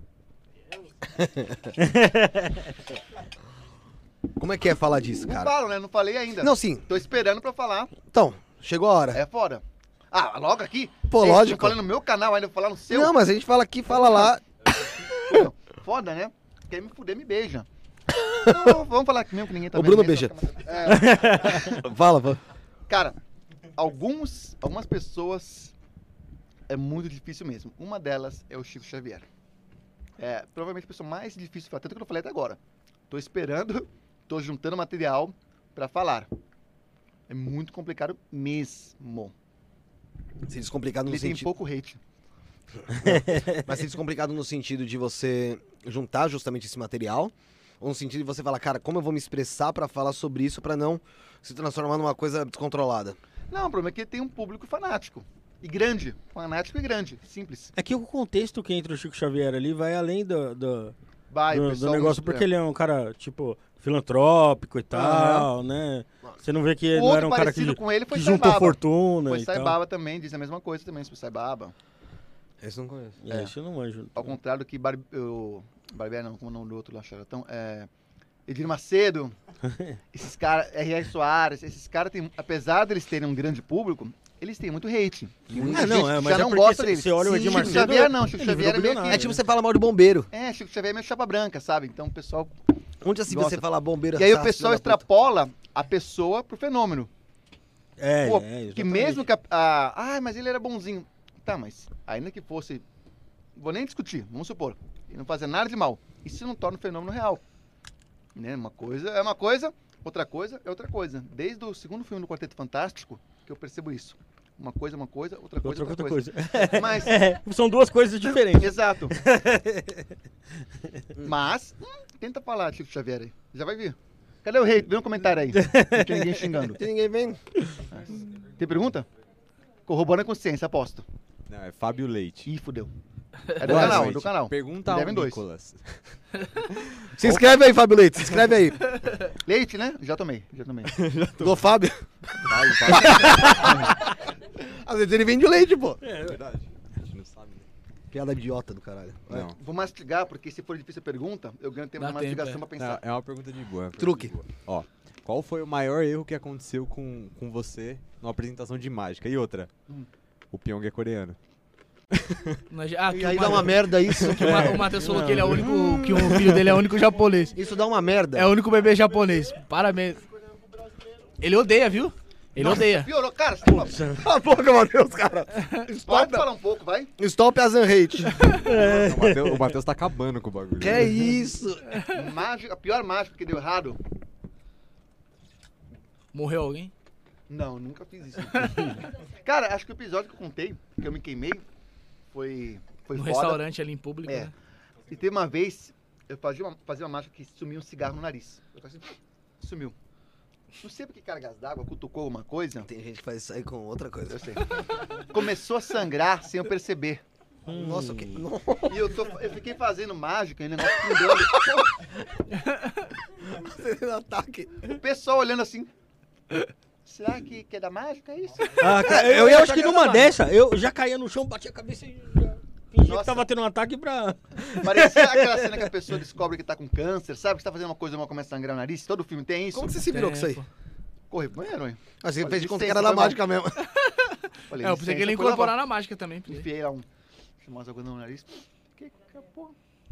Como é que é falar disso, Não cara? falo, né? Não falei ainda. Não, sim. Tô esperando pra falar. Então, chegou a hora. É foda. Ah, logo aqui? Pô, Ei, lógico. Tô falando no meu canal ainda, vou falar no seu. Não, mas a gente fala aqui, fala lá. Pô, foda, né? Quer me fuder, me beija. Não, vamos falar aqui mesmo que ninguém tá O vendo Bruno mesmo, beija. É, Fala. cara, algumas pessoas é muito difícil mesmo. Uma delas é o Chico Xavier. É provavelmente a pessoa mais difícil de falar, tanto que eu não falei até agora. Tô esperando, tô juntando material pra falar. É muito complicado mesmo. Se descomplicado no Ele tem sentido. pouco hate. Mas se descomplicado no sentido de você juntar justamente esse material. Ou no sentido de você falar, cara, como eu vou me expressar pra falar sobre isso pra não se transformar numa coisa descontrolada? Não, o problema é que tem um público fanático. E grande. Fanático e grande. Simples. É que o contexto que entra o Chico Xavier ali vai além do Vai, o do pessoal... negócio, porque ele é um cara, tipo, filantrópico e tal, né? Você não vê que ele O não era outro um cara que, parecido com ele foi que juntou Saibaba. fortuna Foi e tal. Saibaba também, diz a mesma coisa também sobre Saibaba. Esse eu não conheço. É, isso eu não manjo. Ao contrário do que Barbieri não, como o nome do outro lá, Charatão, Edir Macedo, esses caras, R.R. Soares, esses caras têm, apesar deles terem um grande público, eles têm muito hate. E muita gente mas já é não porque gosta cê- deles. cê olha o Edir Chico Macedo, Xavier não, Chico ele Xavier é virou meio bilionário. É tipo você fala mal de bombeiro. Chico Xavier é meio chapa branca, sabe? Então o pessoal... Onde assim Gosta. você fala bombeiro? E aí o assassin, pessoal filho da puta? extrapola a pessoa pro fenômeno. Pô, que exatamente. mesmo que mas ele era bonzinho. Tá, mas ainda que fosse, vou nem discutir, vamos supor, ele não fazia nada de mal. Isso não torna o fenômeno real. Né? Uma coisa é uma coisa, outra coisa é outra coisa. Desde o segundo filme do Quarteto Fantástico que eu percebo isso. Uma coisa, outra coisa, Outra outra coisa. coisa. Mas, São duas coisas diferentes. exato. Mas, tenta falar, Chico Xavier aí. Já vai vir. Cadê o rei? Vê um comentário aí. Não tem ninguém xingando. Tem ninguém vendo? Tem pergunta? Corrobora a consciência, aposto. Não, é Fábio Leite. Ih, fudeu. É do Boa canal, é noite. do canal. Pergunta Devem ao dois. Nicolas. Se inscreve aí, Fábio Leite. Se inscreve aí. Leite, né? Já tomei. Do Fábio. Às vezes ele vende o leite, pô. É verdade. A gente não sabe, né? Piada idiota do caralho. Não. Vou mastigar, porque se for difícil a pergunta, eu ganho tempo Dá de mastigação tempo, pra pensar. É uma pergunta de boa. Truque. Ó, qual foi o maior erro que aconteceu com você numa apresentação de mágica? E outra, o Pyong é coreano. E aí dá uma merda isso. O Matheus falou que ele é o único, que o filho dele é o único japonês. Isso dá uma merda. É o único bebê japonês. Parabéns. Ele odeia, viu? Ele odeia. Piorou, cara. Cala a boca, Matheus, cara. Pode falar um pouco, vai. Stop as hate. O Matheus tá acabando com o bagulho. Que é isso? Mágica, a pior mágica que deu errado. Morreu alguém? Não, nunca fiz isso. Cara, acho que o episódio que eu contei, que eu me queimei, foi No foda. restaurante ali em público, É. né? E teve uma vez, eu fazia uma mágica que sumiu um cigarro no nariz. Eu fazia assim, sumiu. Não sei porque cargas d'água, cutucou alguma coisa. Tem gente que faz isso aí com outra coisa. Eu sei. Começou a sangrar sem eu perceber. Nossa, o que... E eu fiquei fazendo mágica e o negócio pingando. Ataque. O pessoal olhando assim. Será que é da mágica isso? Ah, cara, eu acho que numa dessa, eu já caía no chão, batia a cabeça e já fingia Nossa. que tava tendo um ataque pra... Parecia aquela cena que a pessoa descobre que tá com câncer, sabe? Que tá fazendo uma coisa, uma começa a sangrar o nariz. Todo filme tem isso. Como que você se virou com isso aí? Pô. Corre pro banheiro, hein? Ah, você Olha, fez de conta que licença, era da foi mal. mágica mesmo. Falei, Eu pensei que ele ia licença, foi incorporar lavar. na mágica também. porque- Enfiei lá um... Chamou coisa no nariz. Que porra?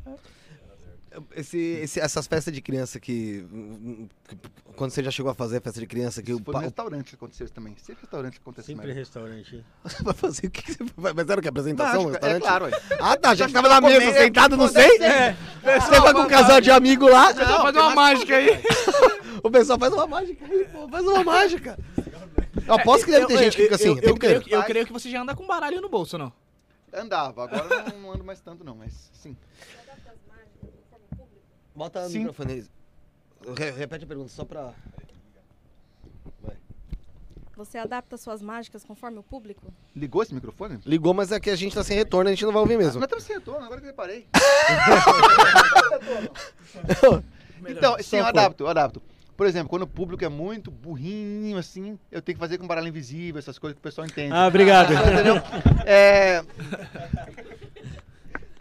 Essas festas de criança que... Quando você já chegou a fazer festa de criança, que Isso o foi no pa... restaurante que aconteceu isso também. Sempre restaurante que acontece Sempre merda. restaurante. Você vai fazer o que você vai... Mas era o que? Apresentação no Mágica, restaurante? claro, ué. Ah, tá. Já Já ficava na ficava mesa, comendo, sentado, não deve sei. ser. Você vai com um casal de amigo lá. Pessoal, faz tem uma mais mágica aí. O pessoal faz uma mágica aí, pô. Faz uma mágica. Eu aposto que deve ter gente que fica assim. o tempo inteiro. Eu creio que você já anda com baralho no bolso, não? Andava, agora não ando mais tanto não, mas sim. Bota no Sim. microfone aí. Repete a pergunta, só pra... Você adapta suas mágicas conforme o público? Ligou esse microfone? Ligou, mas é que a gente tá sem retorno, a gente não vai ouvir mesmo. Nós estamos sem retorno, agora que eu reparei. Então, sim, eu adapto. Por exemplo, quando o público é muito burrinho, assim, eu tenho que fazer com baralho invisível, essas coisas que o pessoal entende. Ah, obrigado. Entendeu?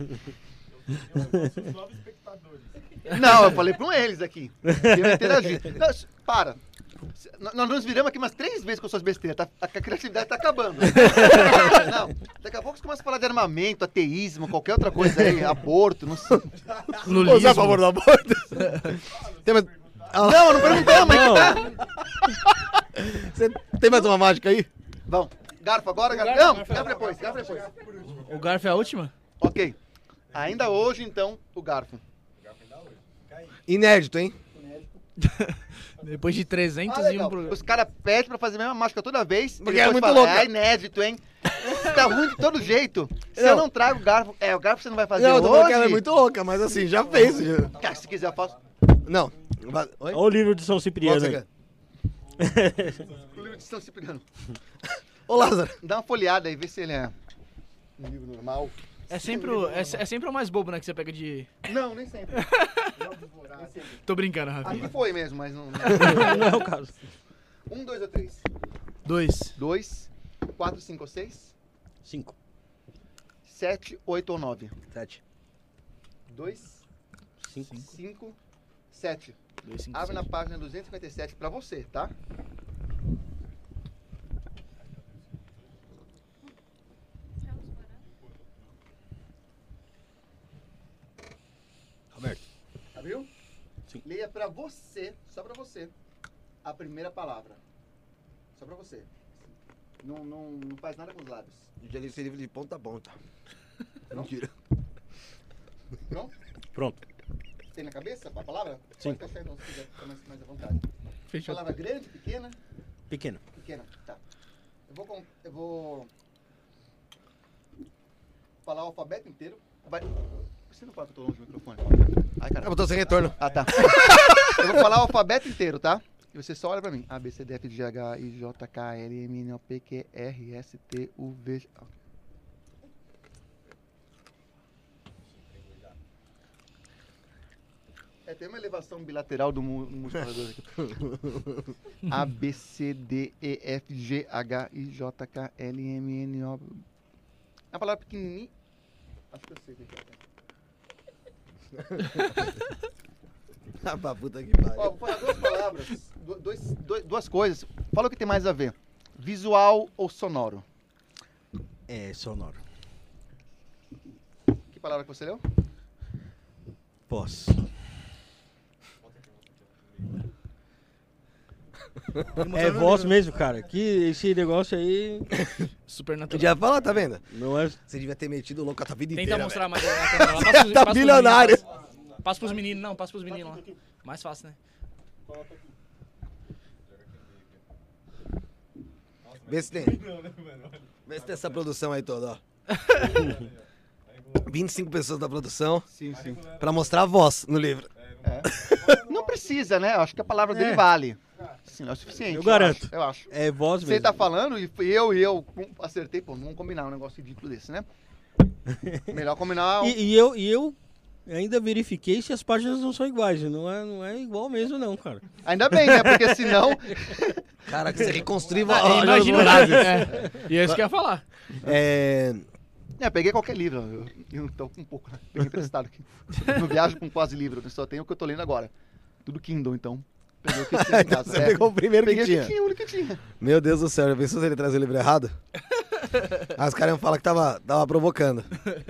Nossos novos espectadores. Não, eu falei com eles aqui. Eu ia interagir. Não, para. Nós nos viramos aqui umas 3 vezes com suas besteiras. A criatividade tá acabando. Não. Daqui a pouco você começa a falar de armamento, ateísmo, qualquer outra coisa aí, aborto, não sei. Você é a favor do aborto? Tem mais... Não, eu não perguntei, mas que tá. Você tem mais uma mágica aí? Vamos. Garfo agora, garfo. Não, garfo depois, garfo depois. O garfo é a última? Ok. Ainda hoje, então, o garfo. Inédito, hein? Depois de 300 e legal. um programa. Os caras pedem pra fazer a mesma mágica toda vez. Porque e é depois muito falam, louco. É inédito, hein? Tá ruim de todo jeito. Se eu não trago o garfo... o garfo você não vai fazer Não, eu tô falando hoje? que ela é muito louca, mas assim, já fez. Já... Cara, se quiser eu faço. Não. Oi? Olha o livro de São Qual Cipriano você aí. quer? O livro de São Cipriano. Ô, Lázaro. Dá uma folheada aí, vê se ele é um livro normal. É sempre o mais bobo, né, que você pega de... Não, nem sempre. Tô brincando, Rafa. Aqui foi mesmo, mas não... Não é o caso. 1, 2 ou 3? 2. 2, 4, 5 ou 6? 5. 7, 8 ou 9? 7. 2, 5. 5, 7. 2, 5, Abre na página 257 pra você, tá? Roberto. Abriu? Sim. Leia pra você, só pra você, a primeira palavra. Só pra você. Não faz nada com os lábios. Já li esse livro de ponta a ponta. Mentira. Pronto? Pronto. Tem na cabeça a palavra? Sim. Pode fechar então, se quiser ficar mais à vontade. Fechou. Palavra grande, pequena? Pequeno. Pequena, tá. Eu vou falar o alfabeto inteiro. Você não fala que eu tô longe do microfone? Ai, Eu caramba. botou sem retorno. Ah, tá. Eu vou falar o alfabeto inteiro, tá? E você só olha pra mim. A, B, C, D, F, G, H, I, J, K, L, M, N, O, P, Q, R, S, T, U, V... Tem uma elevação bilateral do musculador aqui. A, B, C, D, E, F, G, H, I, J, K, L, M, N, O... É uma palavra pequenininha. Acho que eu sei o que é. Ah, pra puta que pariu. Ó, vou falar 2 palavras, duas coisas. Fala o que tem mais a ver. Visual ou sonoro? É sonoro. Que palavra que você leu? Posso. É voz mesmo, cara. Que esse negócio aí Super natural. Podia falar, tá vendo? não é. Você devia ter metido louco a tua vida Tenta inteira. mostrar velho. mais na câmera lá. Passa pros- Tá passa pros bilionário. meninos, Passa pros meninos, não, passa pros meninos lá. Mais fácil, né? Vê se tem. Vê se tem essa produção aí toda, ó. 25 pessoas da produção Sim, sim. pra mostrar a voz no livro. Não precisa, né? Eu acho que a palavra dele vale. Sim, é o suficiente. Eu garanto. Eu acho. É voz Você mesmo. tá falando e eu acertei, pô, não vamos combinar um negócio ridículo desse, né? Melhor combinar. E eu ainda verifiquei se as páginas não são iguais. Não é igual mesmo, não, cara. Ainda bem, né? Porque senão. Caraca, você reconstruiu Imagina o Brasil. E é isso que eu ia falar. Peguei qualquer livro. Eu tô com um pouco, né? Peguei emprestado aqui. Não viajo com quase livro, eu só tenho o que eu tô lendo agora. Tudo Kindle, então. Peguei o que tinha em casa. Você pegou o primeiro que Peguei tinha. o que tinha, o único que tinha. Meu Deus do céu, já pensou se ele traz o livro errado? Aí os caras iam falar que tava provocando.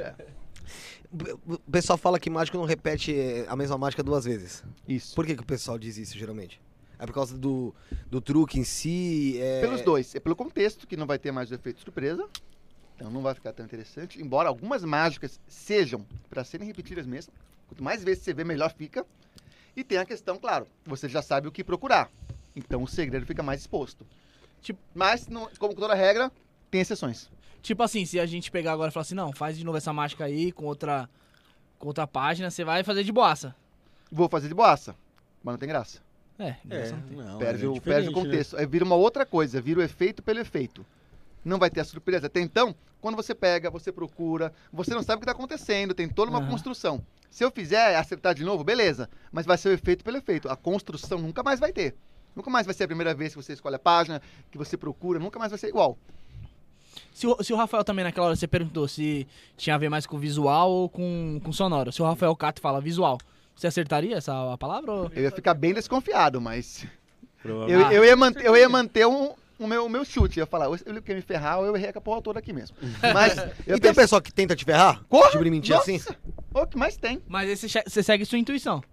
O pessoal fala que mágico não repete a mesma mágica 2 vezes. Isso. Por que o pessoal diz isso, geralmente? É por causa do truque em si? Pelos dois. É pelo contexto, que não vai ter mais o efeito surpresa. Então não vai ficar tão interessante. Embora algumas mágicas sejam para serem repetidas mesmo. Quanto mais vezes você vê, melhor fica. E tem a questão, claro, você já sabe o que procurar. Então o segredo fica mais exposto. Mas, como toda regra, tem exceções. Tipo assim, se a gente pegar agora e falar assim, não, faz de novo essa mágica aí com outra página, você vai fazer de boaça. Vou fazer de boaça, mas não tem graça. Não, Perde é o diferente, contexto. Aí vira uma outra coisa, vira o efeito pelo efeito. Não vai ter a surpresa. Até então, quando você pega, você procura, você não sabe o que está acontecendo, tem toda uma construção. Se eu fizer acertar de novo, beleza, mas vai ser o efeito pelo efeito. A construção nunca mais vai ter. Nunca mais vai ser a primeira vez que você escolhe a página, que você procura, nunca mais vai ser igual. Se o Rafael também naquela hora você perguntou se tinha a ver mais com visual ou com sonoro. Se o Rafael Cato fala visual, você acertaria essa palavra? Ou... Eu ia ficar bem desconfiado, mas... Provavelmente. Eu ia manter o meu chute. Eu ia falar, ou ele quer me ferrar ou eu errei a porra toda aqui mesmo. Mas eu E tem pessoa que tenta te ferrar? Corra! Tipo de mentir Nossa! assim? O que mais tem? Mas aí você segue sua intuição.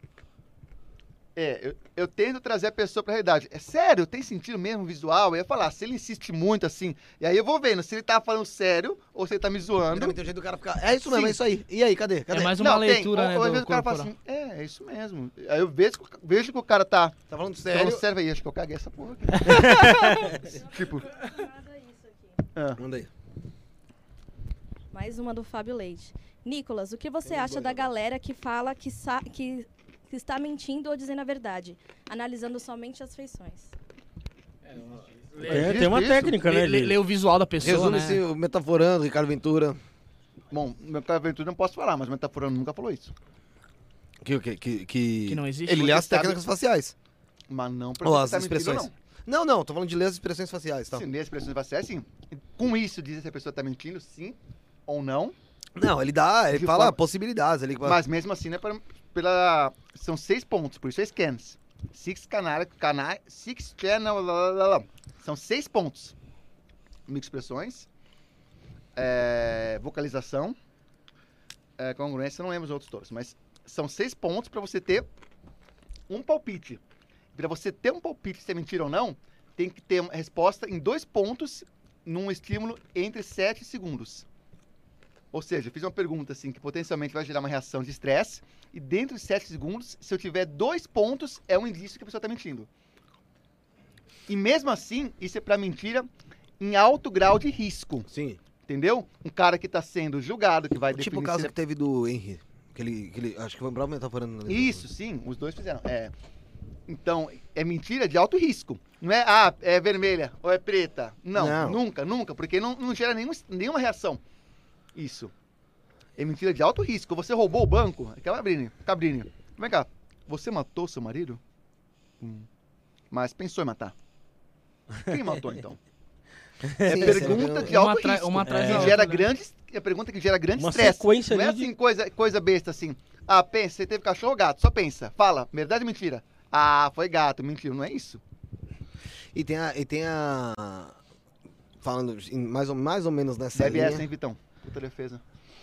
Eu tento trazer a pessoa pra realidade. É sério, tem sentido mesmo visual? Eu ia falar, se ele insiste muito assim, e aí eu vou vendo se ele tá falando sério ou se ele tá me zoando. Tem um jeito do cara ficar. É isso mesmo, Sim. é isso aí. E aí, cadê? É mais uma Não, leitura, tem. né, Ou às do vezes o cara fala corporal. assim, é isso mesmo. Aí eu vejo que o cara tá Tá falando falando sério? sério aí, acho que eu caguei essa porra aqui. Tipo, Manda aí. Mais uma do Fábio Leite. Nicolas, o que você acha da galera que fala que está mentindo ou dizendo a verdade, analisando somente as feições? Tem uma Isso. técnica, né? Lê o visual da pessoa, Resume-se né? o Metaforando, Ricardo Ventura. bom, meu cara Ventura não posso falar, mas o Metaforando nunca falou isso. Que não existe. Ele lê as sabe- técnicas faciais. Mas não Ou porque as tá mentindo, expressões. não. Não, tô falando de ler as expressões faciais, tá? Se ler as expressões faciais, sim. Com isso, diz se a pessoa tá mentindo, sim ou não. Não, ele De fala forma- possibilidades. Mas mesmo assim, né, são 6 pontos, por isso é scans. Six channel, lá, lá, lá. São 6 pontos. Microexpressões, vocalização, congruência, não lembro os outros todos, mas são 6 pontos para você ter um palpite. Para você ter um palpite se é mentira ou não, tem que ter uma resposta em 2 pontos num estímulo entre 7 segundos. Ou seja, eu fiz uma pergunta assim que potencialmente vai gerar uma reação de estresse e dentro de 7 segundos, se eu tiver 2 pontos, é um indício que a pessoa está mentindo. E mesmo assim, isso é para mentira em alto grau de risco, Sim. entendeu? Um cara que está sendo julgado, que vai Tipo definir o caso se que teve do Henry. Acho que foi o próprio Metaforando. Isso, sim, os dois fizeram. Então, é mentira de alto risco. Não é, é vermelha ou é preta. Não. Nunca, porque não gera nenhuma reação. Isso. É mentira de alto risco. Você roubou o banco? Cabrini, vem cá. Você matou seu marido? Mas pensou em matar. Quem matou, então? É Sim, pergunta de uma alto atra- risco. uma atrás Que da gera outra, né? grandes... É pergunta que gera grande Uma estresse. sequência Não é ali de- assim, coisa besta assim. Pensa, você teve cachorro ou gato? Só pensa. Fala, verdade ou mentira? Foi gato, mentira. Não é isso. E tem a. Falando mais ou menos nessa Deve linha. essa, hein, Vitão? Puta defesa.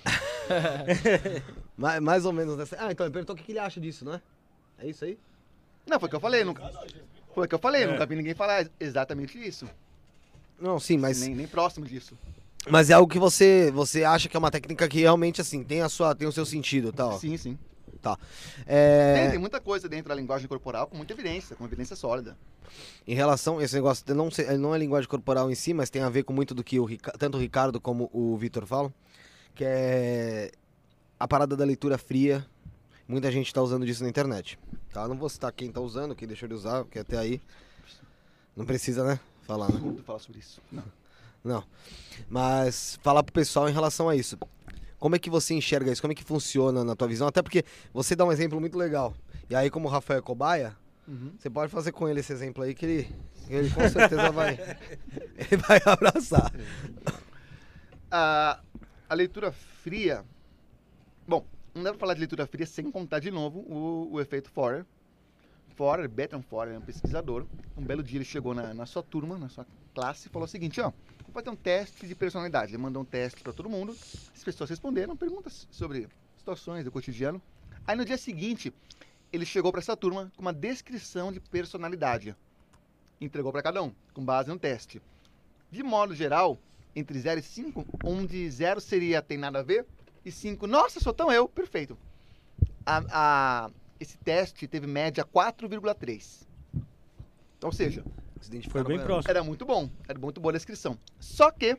Mais ou menos nessa. Então ele perguntou o que ele acha disso, não é? É isso aí? Não, foi o que eu falei. Foi o que eu falei. Nunca vi ninguém falar exatamente isso. Não, sim, mas. Nem próximo disso. Mas é algo que você acha que é uma técnica que realmente, assim, tem o seu sentido, tá? Ó. Sim, sim. Tá. Tem muita coisa dentro da linguagem corporal com muita evidência, com evidência sólida. Em relação a esse negócio, não é linguagem corporal em si, mas tem a ver com muito do que tanto o Ricardo como o Vitor falam, que é a parada da leitura fria. Muita gente tá usando disso na internet. Tá? Não vou citar quem tá usando, quem deixou de usar, porque até aí não precisa, né? Falar, né? Tudo falar sobre isso. Não. Mas falar pro pessoal em relação a isso. Como é que você enxerga isso? Como é que funciona na tua visão? Até porque você dá um exemplo muito legal. E aí, como o Rafael é cobaia, você pode fazer com ele esse exemplo aí que ele com certeza ele vai abraçar. A leitura fria... Bom, não dá pra falar de leitura fria sem contar de novo o efeito Forer. Bertrand Forer é um pesquisador. Um belo dia ele chegou na sua turma, na sua classe, e falou o seguinte, vou fazer um teste de personalidade. Ele mandou um teste para todo mundo, as pessoas responderam perguntas sobre situações do cotidiano. Aí no dia seguinte, ele chegou para essa turma com uma descrição de personalidade. Entregou para cada um, com base no teste. De modo geral, entre 0 e 5, onde 0 seria tem nada a ver, e 5, nossa, sou tão eu, perfeito. Esse teste teve média 4,3. Ou seja, Foi bem próximo. era muito bom. Era muito boa a descrição. Só que,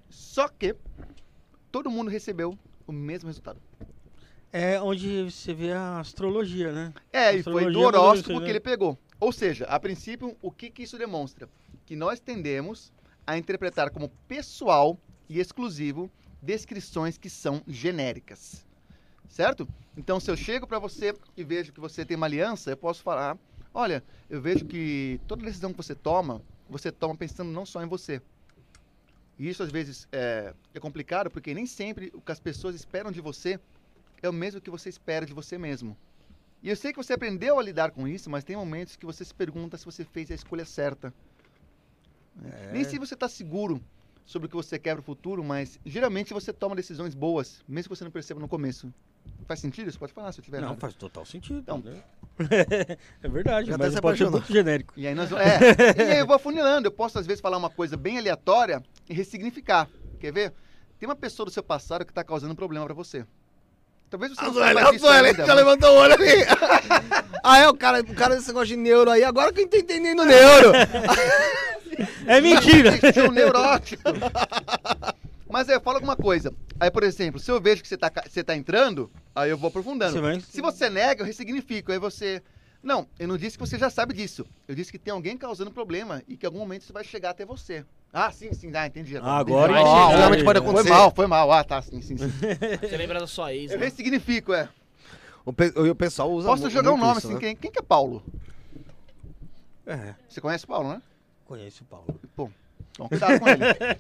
todo mundo recebeu o mesmo resultado. É onde você vê a astrologia, né? E foi do Astrologia horóscopo mudou isso, que ele pegou. Ou seja, a princípio, o que isso demonstra? Que nós tendemos a interpretar como pessoal e exclusivo descrições que são genéricas. Certo? Então, se eu chego para você e vejo que você tem uma aliança, eu posso falar, olha, eu vejo que toda decisão que você toma pensando não só em você. E isso às vezes é complicado porque nem sempre o que as pessoas esperam de você é o mesmo que você espera de você mesmo. E eu sei que você aprendeu a lidar com isso, mas tem momentos que você se pergunta se você fez a escolha certa. Nem se você está seguro sobre o que você quer para o futuro, mas geralmente você toma decisões boas, mesmo que você não perceba no começo. Faz sentido? Você pode falar se eu tiver Não, errado. faz total sentido. Então. Né? É verdade, Já mas até se pode ser apaixonou. muito genérico. E aí, e aí eu vou afunilando. Eu posso, às vezes, falar uma coisa bem aleatória e ressignificar. Quer ver? Tem uma pessoa do seu passado que está causando um problema para você. Talvez você não saiba disso ainda, já mas- levantou o olho ali. O cara desse negócio de neuro aí, agora que eu tô entendendo neuro. É mentira! Você é um neurótico. Mas aí, fala alguma coisa. Aí, por exemplo, se eu vejo que você tá entrando, aí eu vou aprofundando. Você vai- Se você nega, eu ressignifico. Aí você... Não, eu não disse que você já sabe disso. Eu disse que tem alguém causando problema e que em algum momento isso vai chegar até você. Ah, sim, entendi. Agora entendi. entendi. realmente pode acontecer. Foi mal. Ah, tá, sim. Você lembra da sua ex, Eu né? ressignifico, O pessoal usa Posso jogar um muito nome isso, assim, né? quem que é Paulo? É, Você conhece o Paulo, né? conheço o Paulo. Pô, então cuidado com ele.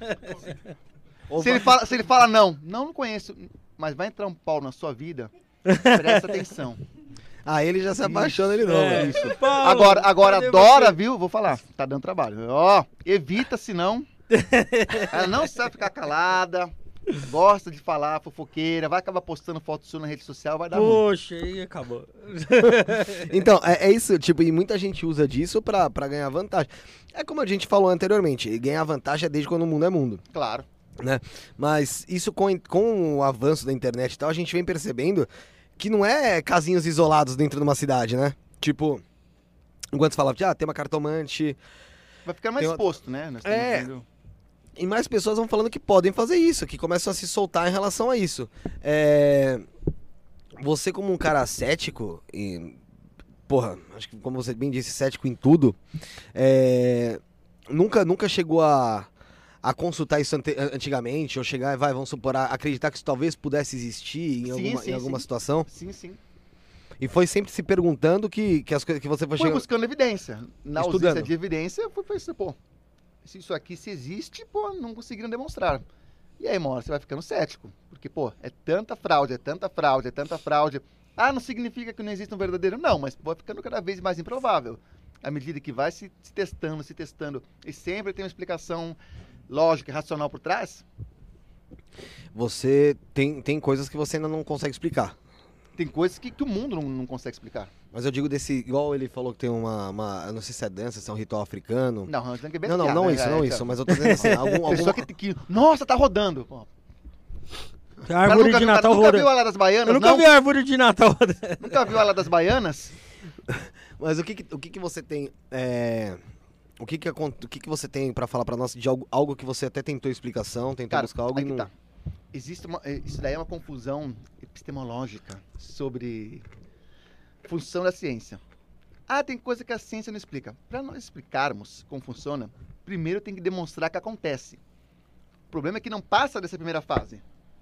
Se ele fala não conheço, mas vai entrar um Paulo na sua vida, presta atenção. Ele já se apaixona de novo. É. Isso. Paulo, Agora cadê adora, você? viu? Vou falar, tá dando trabalho. Ó, evita, senão ela não sabe ficar calada, gosta de falar, fofoqueira, vai acabar postando foto sua na rede social, vai dar ruim. Poxa, aí acabou. Então, é isso, tipo, e muita gente usa disso pra ganhar vantagem. É como a gente falou anteriormente, ganhar vantagem é desde quando o mundo é mundo, Claro. né? Mas isso com o avanço da internet e tal, a gente vem percebendo que não é casinhos isolados dentro de uma cidade, né? Tipo, enquanto você falava de, tem uma cartomante, Vai ficar mais Tem uma- exposto, né? Nós estamos É. vendo- e mais pessoas vão falando que podem fazer isso, que começam a se soltar em relação a isso. Você como um cara cético, e, porra, acho que como você bem disse, cético em tudo, nunca chegou a consultar isso antigamente, ou chegar, vamos supor, a acreditar que isso talvez pudesse existir em alguma sim. situação, Sim. e foi sempre se perguntando que as coisas que você foi Foi chegando... buscando evidência. Na Estudando. ausência de evidência, foi pensando, pô, se isso aqui se existe, pô, não conseguiram demonstrar. E aí, uma hora você vai ficando cético. Porque, pô, é tanta fraude. Ah, não significa que não existe um verdadeiro. Não, mas vai ficando cada vez mais improvável. À medida que vai se testando, e sempre tem uma explicação lógica e racional por trás, Você tem coisas que você ainda não consegue explicar. tem coisas que o mundo não consegue explicar. Mas eu digo igual ele falou que tem uma eu não sei se é dança, se é um ritual africano. Não, tem que Não isso, mas eu tô dizendo assim, Pessoa que, nossa, tá rodando. Pô, A árvore de Natal nunca viu rodando. a Lá das Baianas, Eu nunca não? vi a árvore de Natal rodando. Nunca viu a Lá das Baianas? Mas o que você tem o que você tem pra falar pra nós de algo que você até tentou explicação, tentou buscar algo aí e que não... tá. Isso daí é uma confusão epistemológica sobre função da ciência. Tem coisa que a ciência não explica. Para nós explicarmos como funciona, primeiro tem que demonstrar que acontece. O problema é que não passa dessa primeira fase.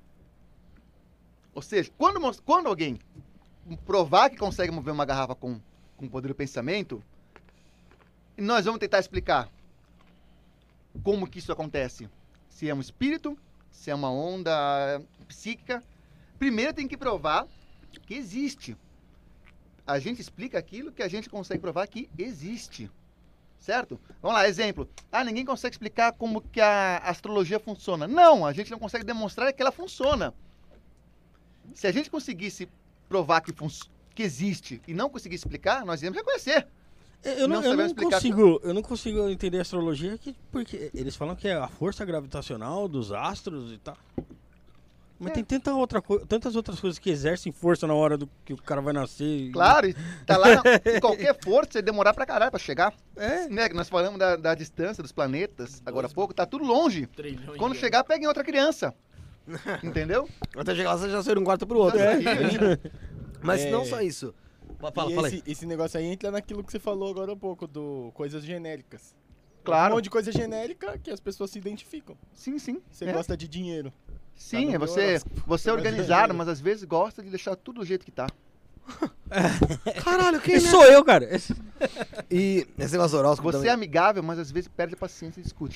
Ou seja, quando alguém provar que consegue mover uma garrafa com poder do pensamento, nós vamos tentar explicar como que isso acontece. Se é um espírito, se é uma onda psíquica. Primeiro tem que provar que existe. A gente explica aquilo que a gente consegue provar que existe. Certo? Vamos lá, exemplo. Ninguém consegue explicar como que a astrologia funciona. Não, a gente não consegue demonstrar que ela funciona. Se a gente conseguisse provar que existe e não conseguisse explicar, nós íamos reconhecer. Eu Não sabemos explicar não consigo entender a astrologia porque eles falam que é a força gravitacional dos astros e tal. Mas tem tantas outras coisas que exercem força na hora do que o cara vai nascer. Claro, e tá lá em qualquer força, você demorar pra caralho pra chegar. Né? Nós falamos da distância dos planetas agora há pouco, tá tudo longe. Trilhões Quando de chegar, pega em outra criança. Entendeu? Até chegar lá, você já saiu de um quarto pro outro. Mas É. não só isso. Fala aí. Esse negócio aí entra naquilo que você falou agora há pouco, do coisas genéricas. Claro. Um monte de coisa genérica que as pessoas se identificam. Sim. Você É. gosta de dinheiro. Sim, Tá é no você é organizado, mas às vezes gosta de deixar tudo do jeito que tá. Caralho, quem Esse sou eu, cara. E esse negócio do horóscopo Você é também. amigável, mas às vezes perde a paciência e discute.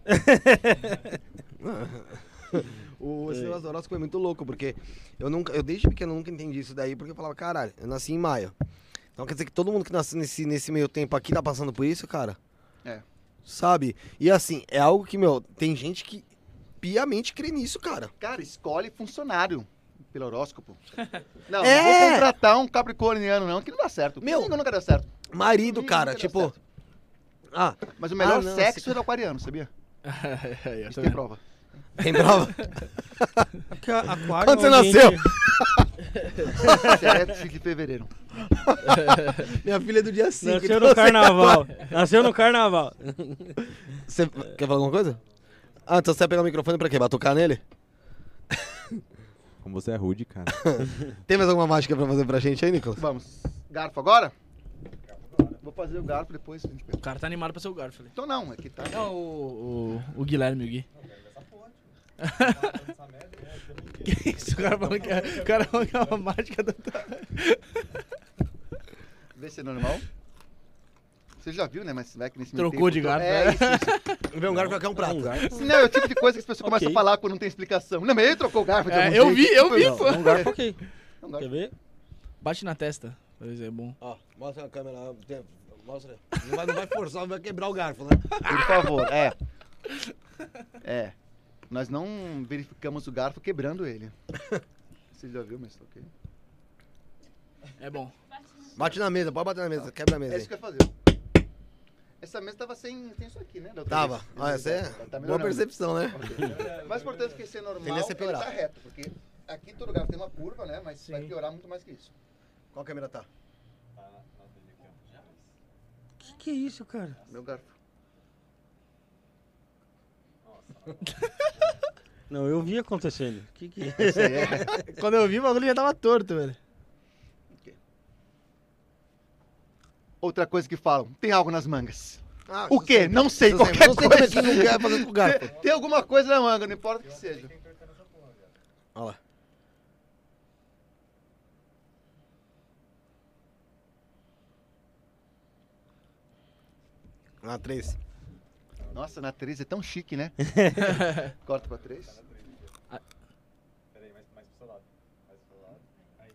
Esse negócio do horóscopo é muito louco, porque eu desde pequeno nunca entendi isso daí, porque eu falava, caralho, eu nasci em maio. Então quer dizer que todo mundo que nasce nesse meio tempo aqui tá passando por isso, cara? É. Sabe? E assim, é algo que, tem gente que piamente crê nisso, cara. Cara, escolhe funcionário pelo horóscopo. Não, É. não vou contratar um capricorniano, não, que não dá certo. Comigo nunca deu certo. Marido, Comigo cara, nunca deu tipo... certo. Ah, Mas o melhor não, sexo você- é do aquariano, sabia? Aí, ó, Isso tá tem vendo? prova. tem prova? Porque aquário Quando você é um ambiente- nasceu? 7 de fevereiro. Minha filha é do dia 5. Nasceu no carnaval. Nasceu no carnaval. Você quer falar alguma coisa? Ah, então você vai pegar o microfone pra quê? Vai tocar nele? Como você é rude, cara. Tem mais alguma mágica pra fazer pra gente aí, Nicolas? Vamos. Garfo agora? Vou fazer o garfo depois. A gente pega. O cara tá animado pra ser o Garfield. Então não, é que tá. Não, o Guilherme, o Gui. Que isso? O cara falando que é uma mágica do... Vê se é normal. Você já viu, né? Mas vai que nesse Trocou de garfo, É, né? isso. Vem um garfo aqui é um prato. Não, é o tipo de coisa que as pessoas começam a Ok. falar quando não tem explicação. Não, mas ele trocou o garfo de É, algum eu jeito. vi, Não, pô. Um garfo, ok. não dá. Quer ver? Bate na testa. Por exemplo, é bom. Ó, mostra a câmera. Mostra. Não vai forçar, não vai quebrar o garfo, né? Por favor, é. É. Nós não verificamos o garfo quebrando ele. Você já viu, mas tá ok. É bom. Bate na mesa, pode bater na mesa, quebra a mesa É aí. isso que eu ia fazer. Essa mesa tava sem isso aqui, né? da outra Tava. vez. Olha, essa é Tá boa melhorando. percepção, né? O mais importante é que ser normal Tendência a ele piorar. tá reto, porque aqui todo garfo tem uma curva, né? Mas vai piorar muito mais que isso. Qual câmera tá? Que é isso, cara? Meu garfo. Não, eu vi acontecendo. Que é? Esse aí é. Quando eu vi, o bagulho já tava torto, velho. Outra coisa que falam, tem algo nas mangas. Ah, O quê? Não sei, Não qualquer sei como é coisa. que não quer fazer com o garfo. Tem alguma coisa na manga, não importa o que seja. Olha lá. Ah, 3. Nossa, na 3 é tão chique, né? Corta pra 3. Peraí, mais pro seu lado. Mais pro seu lado. Aí.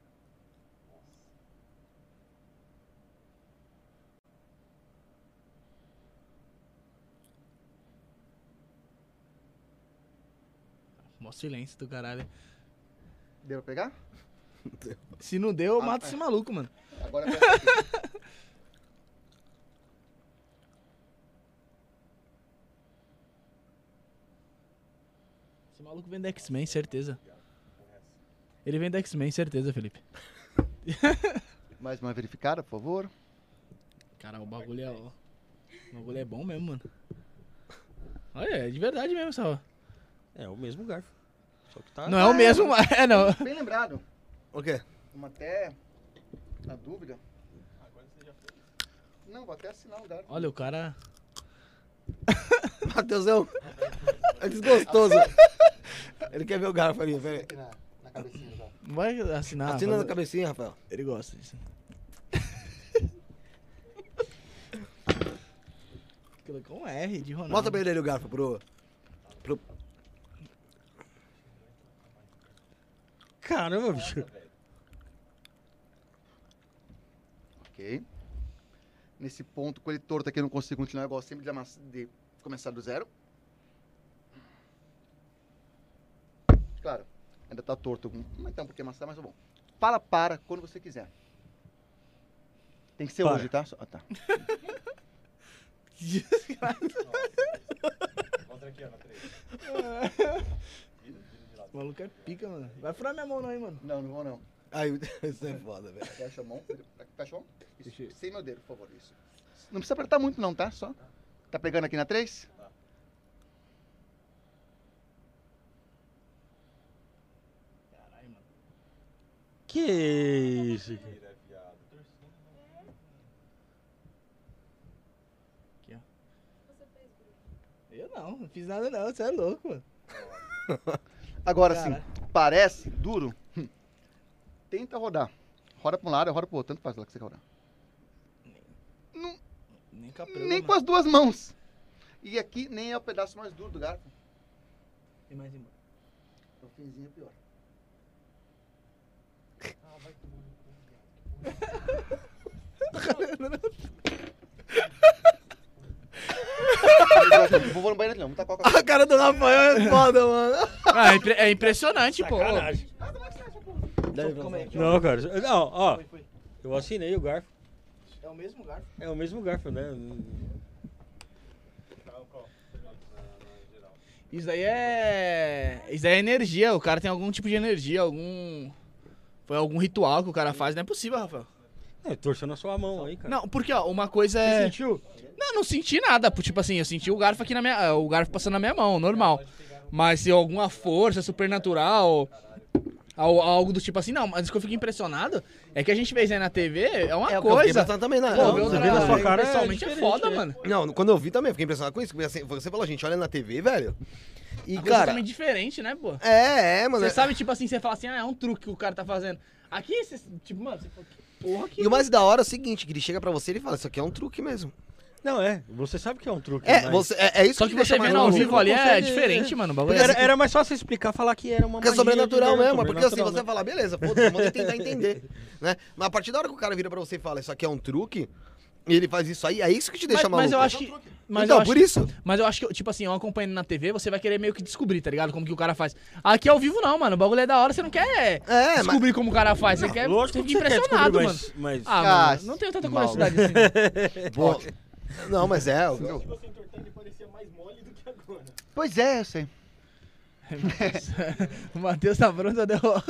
Mó silêncio do caralho. Deu pra pegar? Se não deu, eu mato esse maluco, mano. Agora presta aqui. Esse maluco vem da X-Men, certeza. Ele vem da X-Men, certeza, Felipe. Mais uma verificada, por favor. Cara, o bagulho é, ó. O bagulho é bom mesmo, mano. Olha, é de verdade mesmo, Sal. É o mesmo garfo. Só que tá. Não é o mesmo, mas. É, não. Bem lembrado. O quê? Uma até na dúvida. Não, vou até assinar o garfo. Olha, o cara. Matheusão. É desgostoso. Ele quer ver o garfo ali, velho. Aqui na cabecinha já. Não vai assinar. Assina na fazer- cabecinha, Rafael. Ele gosta disso. Colocou um R de Ronaldo. Mostra pra ele ali o garfo pro... Caramba, bicho. Ok. Nesse ponto, com ele torto aqui, eu não consigo continuar. Eu gosto sempre de começar do zero. Claro, ainda tá torto. Mas tá um pouquinho amassado, mas tá bom. Fala para quando você quiser. Tem que ser Para. hoje, tá? Ah, tá. Mostra aqui, ó, na 3. O maluco é pica, mano. Vai furar minha mão não, hein, mano. Não, não vou não. Ai, isso é foda, velho. Fecha a mão. Fecha a mão. Isso. Sem meu dedo, por favor. Isso. Não precisa apertar muito não, tá? Só. Tá pegando aqui na 3? Caralho, mano. Que isso, cara? Aqui, ó. Eu não fiz nada não, você é louco, mano. Agora Caralho. sim, parece duro. Tenta rodar. Roda pra um lado, roda pro outro. Tanto faz lá que você quer rodar. Nem capreu, Nem mano. com as duas mãos. E aqui nem é o pedaço mais duro do garfo. Tem mais embaixo. O finzinho é pior. Vou no banheiro não, muita coca. A cara do Rafael é foda, mano. Ah, é impressionante, pô. Sacanagem. Não, cara. Não, ó. Eu assinei o garfo. É o mesmo garfo. É o mesmo garfo, né? Isso aí é energia. O cara tem algum tipo de energia, foi algum ritual que o cara faz. Não é possível, Rafael. É, torcendo a sua mão aí, cara. Não, porque, ó, uma coisa Você é... sentiu? Não senti nada. Tipo assim, eu senti o garfo aqui o garfo passando na minha mão, normal. Mas se alguma força supernatural, algo do tipo assim, não. Mas o que eu fico impressionado é que a gente vê isso aí na TV, é uma É o que eu fiquei coisa. pensando também, né? Pô, Não, ver você outra vê na sua cara pessoalmente é diferente, foda, né? mano. Não, quando eu vi também, eu fiquei impressionado com isso. Porque assim, você falou, gente, olha na TV, velho. E, Uma coisa cara. totalmente diferente, né, pô? Mano. Você sabe, tipo assim, você fala assim, é um truque que o cara tá fazendo. Aqui, você, tipo, mano, você fala, que porra que... E o mais da hora é o seguinte, que ele chega pra você e ele fala, isso aqui é um truque mesmo. Não, você sabe que é um truque. mas- É isso Só que deixa você mais vendo ao louco. vivo ali é consegue- diferente, mano. O bagulho Porque é... Era mais fácil explicar, falar que era uma Porque é magia sobrenatural de Deus, mesmo, porque assim, sobrenatural, você né? fala, beleza, foda-se, vamos tentar entender, né? Mas a partir da hora que o cara vira pra você e fala, isso aqui é um truque, e ele faz isso aí, é isso que te deixa maluco. Mas eu acho que... Mas então, eu acho por isso. Mas eu acho que, tipo assim, eu acompanhando na TV, você vai querer meio que descobrir, tá ligado? Como que o cara faz. Aqui ao vivo não, mano. O bagulho é da hora, você não quer descobrir como o cara faz. Você quer Lógico você que fica você quer impressionado, descobrir, mano. mas... Ah, Ah, mano, não tenho tanta mal. curiosidade assim. Pô, não, mas Se você entortar, ele parecia mais mole do que agora. Pois é, eu sei. O Matheus tá pronto a derrota.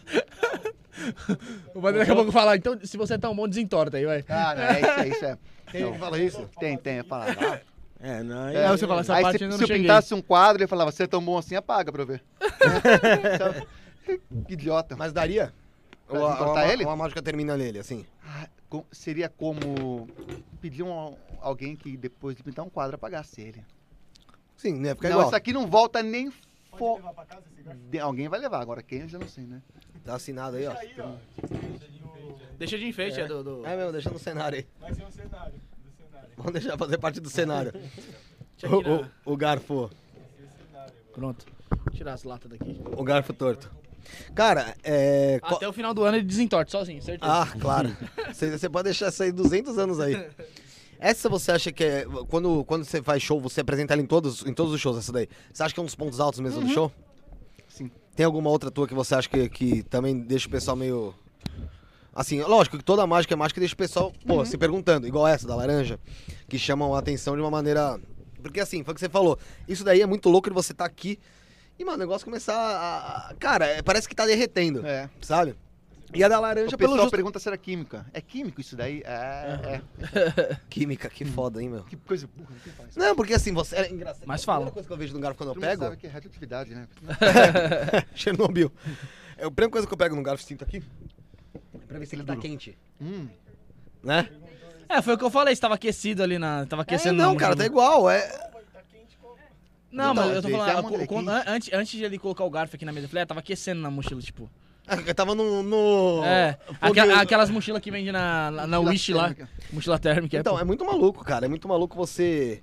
O Matheus daqui a pouco fala, então, se você é tão bom, desentorta aí, vai. Ah, não, é isso é. quem que fala isso? Tem, eu falava. não, Aí você fala, essa Aí parte se, ainda se não eu cheguei. pintasse um quadro, ele falava, você é tão bom assim, apaga pra eu ver. Então, que idiota. Mas daria? Pra Ou entortar ele? a mágica termina nele, assim? Seria como pedir alguém que depois de pintar um quadro apagasse ele. Sim, né? Fica Não, igual. isso aqui não volta nem Pode levar pra casa esse garfo? Alguém vai levar, agora quem eu já não sei, né? Tá assinado aí, ó. Aí, ó. Deixa de enfeite, é do... É mesmo, deixa no cenário aí. Vai ser um cenário. Do cenário. Vamos deixar fazer parte do cenário. Deixa aqui na- O garfo. Pronto. Vou tirar as latas daqui. O garfo torto. Cara, Até o final do ano ele desentorta sozinho, certeza. Ah, claro. Você pode deixar isso aí 200 anos aí. Essa você acha que é... Quando você faz show, você apresenta ela em todos os shows, essa daí. Você acha que é um dos pontos altos mesmo do show? Sim. Tem alguma outra tua que você acha que também deixa o pessoal meio... Assim, lógico que toda mágica é mágica e deixa o pessoal, pô, se perguntando. Igual essa, da laranja, que chamam a atenção de uma maneira... Porque assim, foi o que você falou. Isso daí é muito louco de você estar aqui e, mano, o negócio começar Cara, parece que tá derretendo, É. sabe? E a da laranja, O pelo pessoal justo... pergunta se era química. É químico isso daí? É. Química, que foda, hein, meu? Que coisa burra, quem faz? Não, porque assim, você... É engraçado. Mas A fala. primeira coisa que eu vejo no garfo quando eu Todo mundo pego... sabe que é radioatividade, né? Chernobyl. A primeira coisa que eu pego no garfo e sinto aqui é pra ver se ele tá quente, né? Foi o que eu falei, você tava aquecido ali na... Tava aquecendo não, na cara, mochila. tá igual, Não, Então, mas eu tô às vezes falando, é uma quando- molequinha. antes de ele colocar o garfo aqui na mesa, eu falei, tava aquecendo na mochila, tipo. Eu tava no... Aquelas mochilas que vende na Wish lá. térmica. Mochila térmica. Então, é muito maluco, cara. É muito maluco você...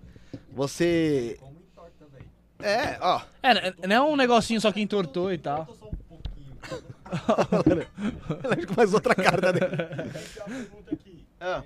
ó. Não é um negocinho só que entortou e tal. Ela com mais outra carta dele. Tem uma pergunta aqui. Ah.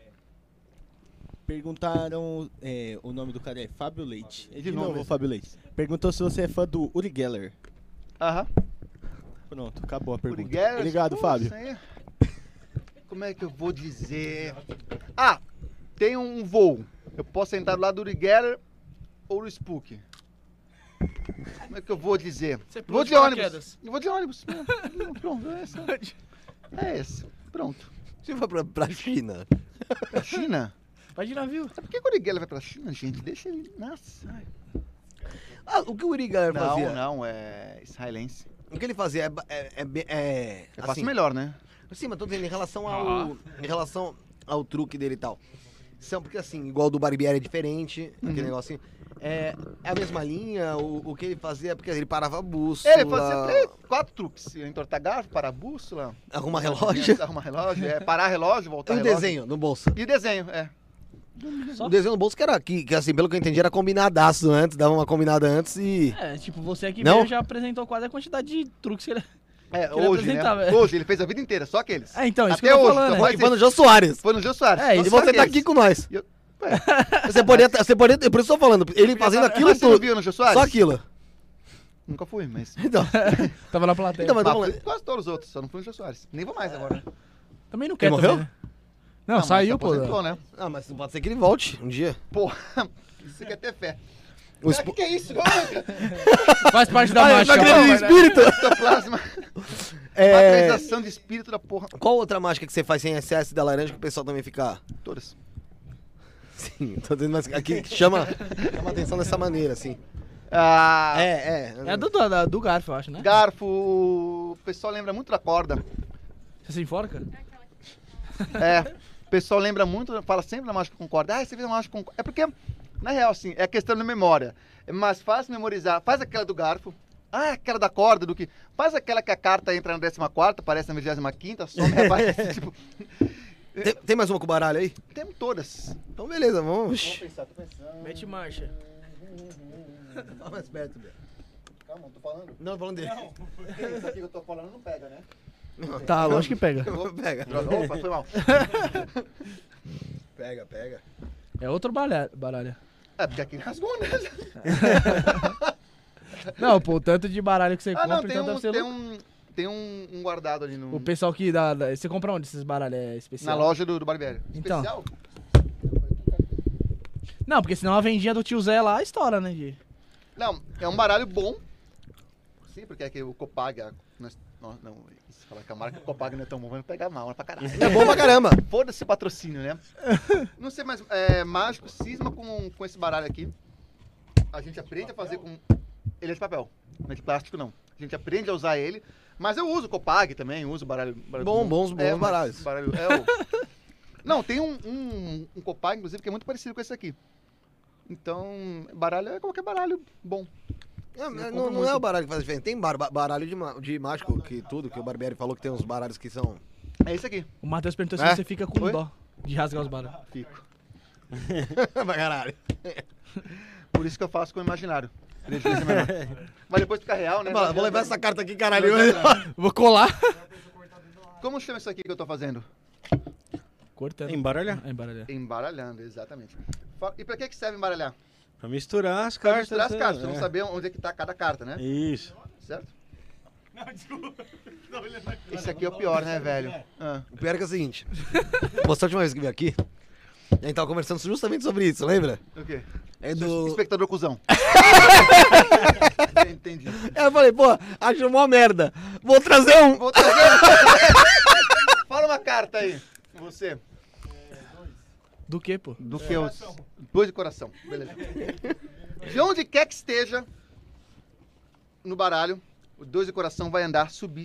Perguntaram, o nome do cara é Fábio Leite. De nome. novo, Fábio Leite. Perguntou se você é fã do Uri Geller. Aham. Pronto, acabou a pergunta. Uri Geller, Obrigado, pô, Fábio. isso aí é- Como é que eu vou dizer? Ah, tem um voo. Eu posso entrar do lado do Uri Geller ou do Spook. Como é que eu vou dizer? Você Vou pulou de de ônibus. paraquedas. Eu vou de ônibus. Pronto, é esse. Pronto. Você vai pra China. Pra China? Vai de navio. Por que o Uri Geller vai pra China, gente? Deixa ele. Nossa. Ah, o que o Uri Geller fazia? Não, é israelense. O que ele fazia Eu faço melhor, né? Sim, mas tô dizendo em relação ao truque dele e tal. São, porque assim, igual do Barbieri é diferente, aquele negocinho. É a mesma linha, o que ele fazia, porque ele parava a bússola. Ele fazia 4 truques. Entortar garfo, parar a bússola. Arruma relógio. Arrumar relógio, parar relógio, voltar E o relógio. desenho no bolso. E desenho, é. O desenho no bolso que era aqui, que assim, pelo que eu entendi, era combinadaço antes, dava uma combinada antes e... É, tipo, você aqui Não? veio já apresentou quase a quantidade de truques que ele... É, Que ele hoje, né? apresentava, é. Hoje, ele fez a vida inteira, só aqueles. É, então, isso Até que eu tô hoje, falando. então né? vai E foi no Jô Soares. Foi no Jô Soares. É, só e E você tá aqueles. aqui com nós. E eu- Você poderia, por isso eu tô falando, ele fazendo aquilo Mas você não tudo, viu no Jô Soares? só aquilo. Nunca fui, mas... Então, Tava na plateia. então mas Mas vamos fui lá. quase todos os outros, só não fui no Jô Soares. Nem vou mais agora. Também não quer Ele morreu? também, né? Não, mas saiu, pô. aposentou, né? Ah, mas pode ser que ele volte um dia. Porra, você quer ter fé. O O que é isso? Faz parte da Ah, mágica. não acredito em pô, né? espírito? Ectoplasma. É... Materialização de espírito da porra. Qual outra mágica que você faz sem SS da laranja que o pessoal também fica... Todas. Sim, tô dizendo, mas aqui que chama atenção dessa maneira, assim. Ah, É do garfo, eu acho, né? garfo, o pessoal lembra muito da corda. Você se enforca? É, o pessoal lembra muito, fala sempre da mágica com corda. Ah, você fez uma mágica com corda. É porque, na real, assim, é questão de memória. É mais fácil memorizar. Faz aquela do garfo. Ah, aquela da corda, do que... Faz aquela que a carta entra na 14ª, aparece na 25ª, some, aparece, tipo... Tem mais uma com baralho aí? Temos todas. Então beleza, vamos. Pensar, tô pensando. Mete marcha. Tá mais perto, Bia. Calma, não tô falando. Não, tô falando dele. Isso aqui que eu tô falando não pega, né? Tá, lógico que pega. Pega. Droga, opa, foi mal. Pega. É outro baralho. É, porque aqui rasgou, né? Não, pô, o tanto de baralho que você Ah, compra, não, tem então deve ser tem louco. tem um guardado ali no... O pessoal que dá... Você compra onde esses baralhos? É especial? Na loja do Barbieri. Então. Especial? Não, porque senão a vendinha do tio Zé lá estoura, né, Gui? Não, é um baralho bom. Sim, porque é que o Copag... Não, se falar que a marca Copag não é tão bom, vai me pegar mal, né, pra caralho. É bom pra caramba. Foda-se patrocínio, né? Não sei, mas mágico, cisma com esse baralho aqui. A gente aprende a fazer com... Ele é de papel, não é de plástico não. A gente aprende a usar ele, mas eu uso Copag também, uso baralho Bons mas baralhos. Não, tem um Copag, inclusive, que é muito parecido com esse aqui. Então, baralho é qualquer baralho bom. Não é o baralho que faz diferença. Tem baralho de mágico, que o Barbieri falou que tem uns baralhos que são... É esse aqui. O Matheus perguntou se É? você fica com Oi? dó de rasgar os baralhos. Fico. Pra caralho. Por isso que eu faço com o imaginário. Prejuízo menor. Mas depois fica real, né? Vou levar essa carta aqui, caralho. Vou colar. Como chama isso aqui que eu tô fazendo? Cortando. Embaralhar. É, embaralhar. Embaralhando, exatamente. E pra que serve embaralhar? Pra misturar as Pra cartas. misturar as cartas, pra é. não saber onde é que tá cada carta, né? Isso. Certo? Esse aqui é o pior, né, velho? Ah. O pior é que é o seguinte. Mostrou a última vez que veio aqui. A gente tava conversando justamente sobre isso, lembra? O quê? É do... Espectador cuzão. Entendi. Eu falei, pô, acho uma merda. Vou trazer um. Vou trazer... Fala uma carta aí. Você. Do que, pô? Do que os... Dois de coração. Beleza. De onde quer que esteja no baralho, o dois de coração vai andar, subir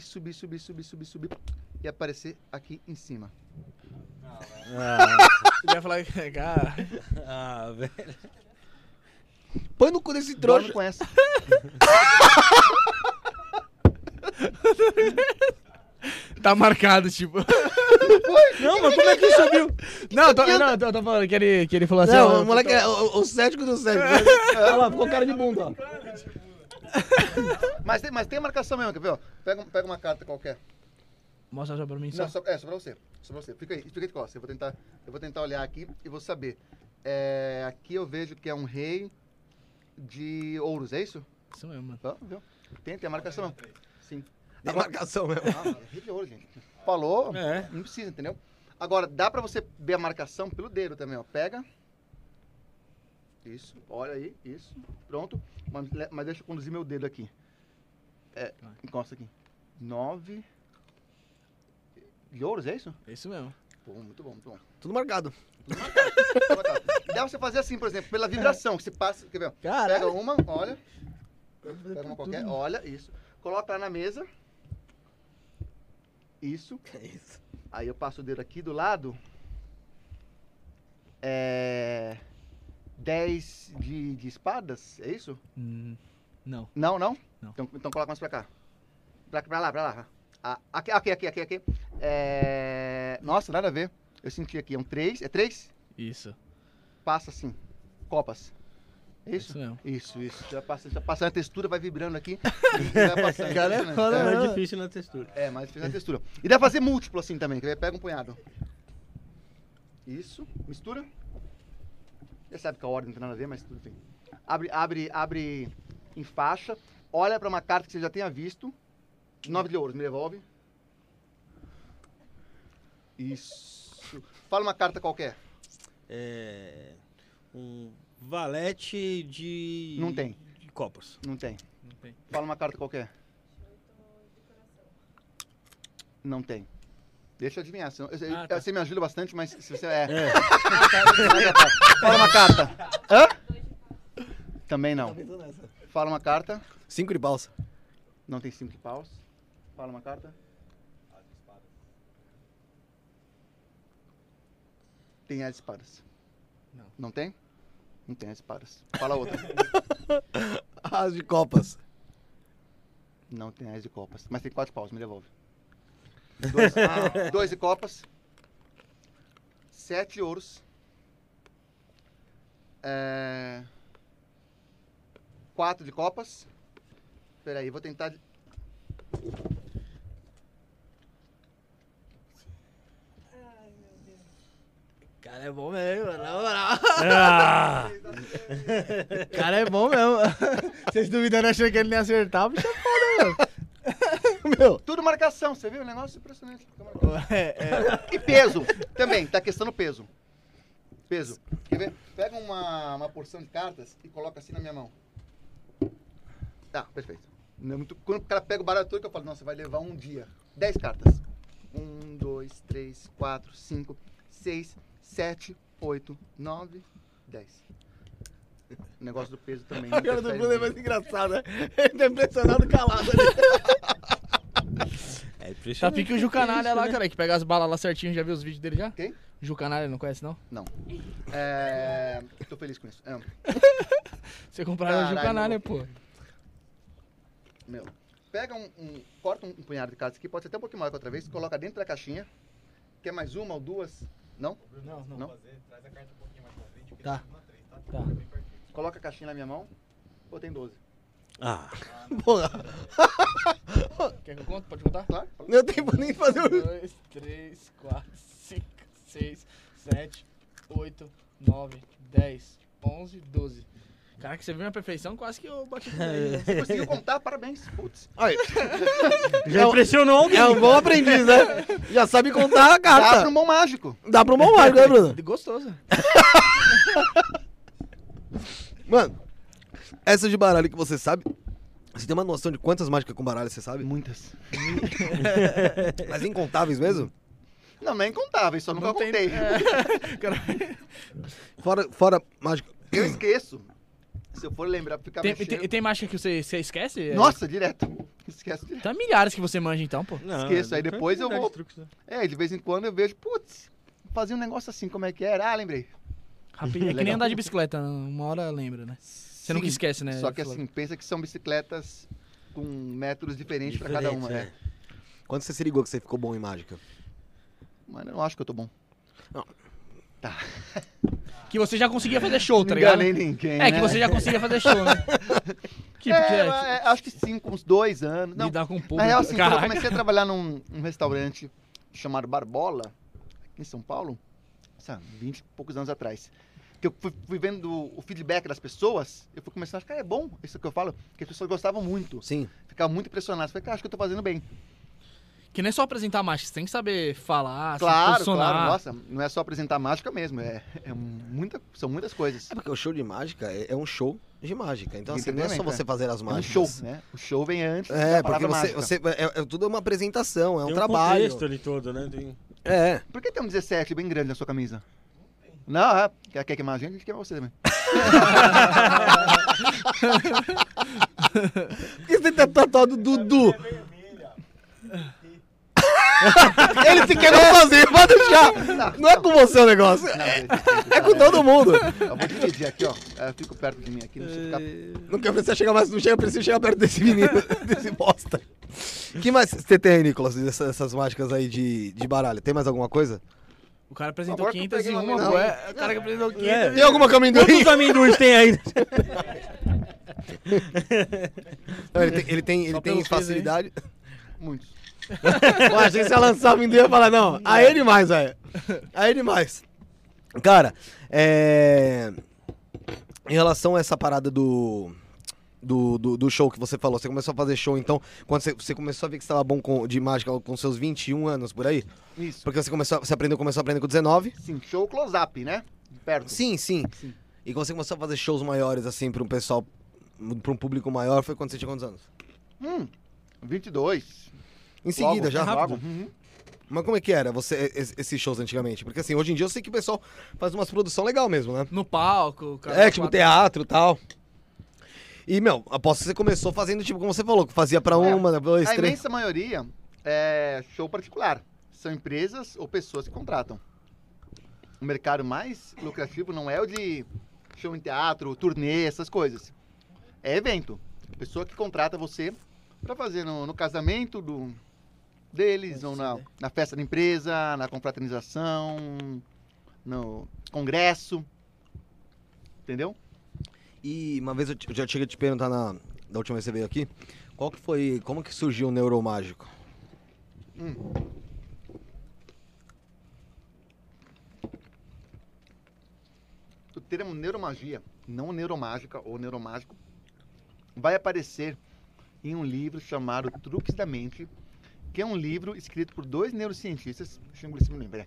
e aparecer aqui em cima. Ele ia falar que... Cara, Ah, velho. Põe no cu desse Dorme trouxa. com essa. tá marcado, tipo... Não, mas como é que subiu? Não, eu tô falando que ele falou assim... Não, ó, o moleque é o cético do cético. Olha lá, ficou cara de bunda, ó. Mas tem a marcação mesmo, quer ver? Ó? Pega uma carta qualquer. Mostra já pra mim só. Não, só pra você. Só pra você. Fica aí, fica de costas. Eu vou tentar olhar aqui e vou saber. Aqui eu vejo que é um rei de ouros, é isso? Isso mesmo, mano. Ó, viu? Tem a marcação mesmo. Sim. A marcação mesmo. É rei de ouro, gente. Falou, É. não precisa, entendeu? Agora, dá pra você ver a marcação pelo dedo também, ó. Pega. Isso, olha aí, isso. Pronto. Mas deixa eu conduzir meu dedo aqui. Encosta aqui. 9 de ouros, é isso? É isso mesmo. Pô, muito bom, muito bom. Tudo marcado. Dá pra você fazer assim, por exemplo, pela vibração, que você passa, quer ver? Ó? Caralho. Pega uma, olha. Pega uma qualquer, olha, isso. Coloca lá na mesa. Isso. É isso. Aí eu passo o dedo aqui do lado. 10 de espadas, é isso? Não. Não, não? Não. Então coloca mais pra cá. Pra lá. Aqui. Nossa, nada a ver. Eu senti aqui, é um 3. É 3? Isso. passa assim, copas. Isso mesmo. Isso. Já passa a textura, vai vibrando aqui. E vai passando. Cara, Impressionante. é mais difícil na textura. É, mais difícil a textura. E dá pra fazer múltiplo assim também, que pega um punhado. Isso, mistura. Você sabe que a ordem não tem nada a ver, mas tudo bem. Abre em faixa. Olha pra uma carta que você já tenha visto. 9 de ouros, me devolve. Isso. Fala uma carta qualquer. Um valete de... Não tem. De copas. Não tem. Fala uma carta qualquer. Não tem. Deixa eu adivinhar. Você me ajuda bastante, mas se você Fala uma carta. Hã? Também não. Fala uma carta. 5 de paus. Não tem 5 de paus. Fala uma carta. Tem as espadas. Não. Não tem? Não tem as espadas. Fala outra. As de copas. Não tem as de copas. Mas tem 4 de paus, me devolve. 2 de copas. 7 ouros. 4 de copas. Espera aí, vou tentar... Cara é bom mesmo, mano, na moral. Ah! Cara é bom mesmo. Vocês duvidando achando que ele nem ia acertar, bicho é foda, meu. Meu. Tudo marcação, você viu? Um negócio impressionante. E peso, também, tá questão do peso. Peso. Quer ver? Pega uma porção de cartas e coloca assim na minha mão. Tá, perfeito. Não é muito... Quando o cara pega o baralho todo, que eu falo, não, você vai levar um dia. 10 cartas. 1, 2, 3, 4, 5, 6, 7, 8, 9, 10. O negócio do peso também. A cara do Bruno é mais engraçada, né? Ele tá impressionado calado ali. É Tá impressionante. pique o Jucanalha lá, cara, que pega as balas lá certinho. Já viu os vídeos dele já? Quem? Jucanalha, não conhece não? Não. Tô feliz com isso. Você compraram o Caralho, Jucanalha, meu. pô. Meu, pega corta um punhado de cartas aqui, pode ser até um pouquinho maior que outra vez, coloca dentro da caixinha. Quer mais uma ou duas? Não? Não. Não? Traz a carta um pouquinho mais pra frente, porque Tá. na 3, tá? Tá. Bem pertinho. Coloca a caixinha na minha mão. Pô, tem 12. Ah, Porra, Quer que eu conte? Pode contar? Claro? não deu tempo nem de fazer o... 2, 3, 4, 5, 6, 7, 8, 9, 10, 11, 12. Caraca, você viu minha perfeição? Quase que eu bati tudo aí. né? Você conseguiu contar? Parabéns. Putz. Aí, já impressionou alguém. é um bom aprendiz, né? Já sabe contar a Dá pra carta. um bom mágico. Dá pra um bom mágico, né, Bruno? Gostoso. Mano, essa de baralho que você sabe... Você tem uma noção de quantas mágicas com baralho você sabe? Muitas. Mas incontáveis mesmo? Não é incontável, só nunca tem- contei. Fora mágica... Eu esqueço. Se eu for lembrar, ficar mexendo... Tem mágica que você esquece? Nossa, direto. Esquece direto. Tem milhares que você manja então, pô. Não, Esqueço, aí depois eu vou- truques, né? De vez em quando eu vejo, putz, fazia um negócio assim, como é que era? Ah, lembrei. Rapidinho. É que nem Legal. andar de bicicleta, uma hora lembra, né? Você nunca Sim, esquece, né? Só que assim, pensa que são bicicletas com métodos diferentes pra cada uma, Diferente, Quando você se ligou que você ficou bom em mágica? Mas eu não acho que eu tô bom. Que você já conseguia fazer show, tá Não ligado? enganei ninguém, É, que né? você já conseguia fazer show, né? Acho que sim, com uns 2 anos. Não, Lidar com o público. na real, assim, quando eu Caraca. comecei a trabalhar num restaurante chamado Barbola, aqui em São Paulo, sabe, 20 e poucos anos atrás, que eu fui vendo o feedback das pessoas, eu fui começando a achar, cara, é bom isso que eu falo, que as pessoas gostavam muito, Sim. ficavam muito impressionadas. Falei, cara, acho que eu tô fazendo bem. Que nem só apresentar mágica, você tem que saber falar, se Claro, posicionar. claro, nossa, não é só apresentar mágica mesmo, são muitas coisas. É porque o show de mágica é um show de mágica. Então, De assim, não é só entretenimento, você fazer as É um mágicas. show, né? O show vem antes É, da porque palavra você, mágica. tudo é uma apresentação, é um Tem trabalho. contexto ali todo, né? Tem... É. Por que tem um 17 bem grande na sua camisa? Não, quer queimar a gente queima você também. Por que você tá tatuado Dudu? Ele se quer fazer, pode deixar. Não é com você o negócio. É com todo mundo. Eu vou dividir aqui, ó. Fica perto de mim aqui, não precisa ficar... Não quero precisar chegar mais, não chega, precisa chegar perto desse menino, desse bosta. Que mais você tem aí, Nicolas, dessas mágicas aí de baralho? Tem mais alguma coisa? O cara apresentou Agora que eu peguei 501, uma pô. menina. O cara que apresentou 500. É. Tem alguma com amendoim? Quantos amendoins tem aí? Não, ele tem Só pelos facilidade. Muitos. Pô, achei que você ia lançar amendoim e ia falar, não, aí é demais, velho. Aí é demais. Cara, em relação a essa parada do show que você falou, você começou a fazer show, então, quando você começou a ver que você estava bom de mágica com seus 21 anos, por aí? Isso. Porque você começou a aprender com 19? Sim, show close-up, né? De perto. Sim. E quando você começou a fazer shows maiores, assim, pra um pessoal, pra um público maior, foi quando você tinha quantos anos? 22. Em seguida, Logo, já? logo. Mas como é que era esses shows antigamente? Porque assim, hoje em dia eu sei que o pessoal faz umas produção legal mesmo, né? No palco. Cara, Tipo teatro e tal. E, meu, aposto que você começou fazendo, tipo, como você falou, que fazia pra uma, dois, A três. imensa maioria é show particular. São empresas ou pessoas que contratam. O mercado mais lucrativo não é o de show em teatro, turnê, essas coisas. É evento. Pessoa que contrata você pra fazer no casamento deles, ou na festa da empresa, na confraternização, no congresso. Entendeu? E uma vez eu já cheguei a te perguntar da última vez que você veio aqui, como que surgiu o Neuromágico? O termo neuromagia, não neuromágica ou neuromágico, vai aparecer em um livro chamado Truques da Mente, que é um livro escrito por 2 neurocientistas. Deixa eu engolir esse menino, peraí.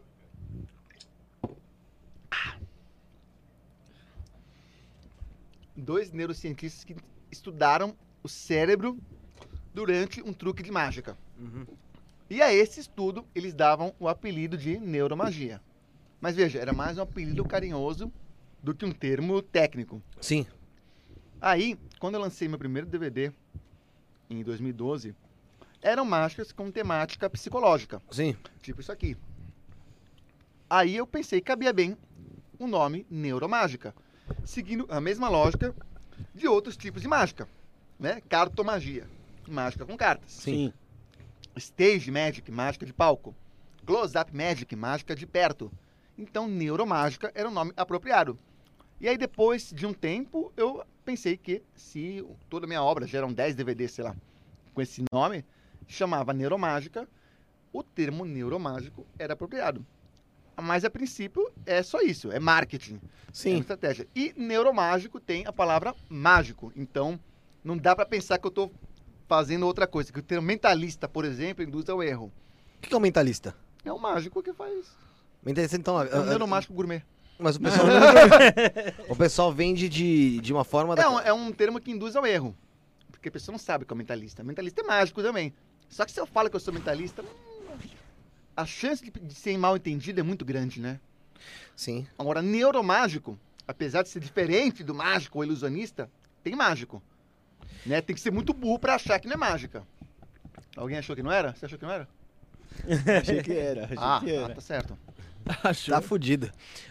Dois neurocientistas que estudaram o cérebro durante um truque de mágica. E a esse estudo eles davam o apelido de neuromagia. Mas veja, era mais um apelido carinhoso do que um termo técnico. Sim. Aí, quando eu lancei meu primeiro DVD, em 2012, eram mágicas com temática psicológica, Sim. tipo isso aqui. Aí eu pensei que cabia bem o nome neuromágica, seguindo a mesma lógica de outros tipos de mágica, né? Cartomagia, mágica com cartas. Sim. Stage Magic, mágica de palco. Close-up Magic, mágica de perto. Então, neuromágica era o nome apropriado. E aí, depois de um tempo, eu pensei que se toda a minha obra, já eram 10 DVDs, sei lá, com esse nome, chamava neuromágica, o termo neuromágico era apropriado. Mas, a princípio, é só isso, é marketing. É uma estratégia. E neuromágico tem a palavra mágico. Então, não dá pra pensar que eu tô fazendo outra coisa. Que o termo mentalista, por exemplo, induz ao erro. O que é um mentalista? É um mágico que faz. Mentalista, então... É um neuromágico gourmet. Mas o pessoal... o pessoal vende de uma forma... É um termo que induz ao erro. Porque a pessoa não sabe o que é mentalista. Mentalista é mágico também. Só que se eu falo que eu sou mentalista, a chance de ser mal entendido é muito grande, né? Sim. Agora, neuromágico, apesar de ser diferente do mágico ou ilusionista, tem mágico. Né? Tem que ser muito burro pra achar que não é mágica. Alguém achou que não era? Você achou que não era? Achei que era, achei que era. Tá certo. Achou? Tá fudido.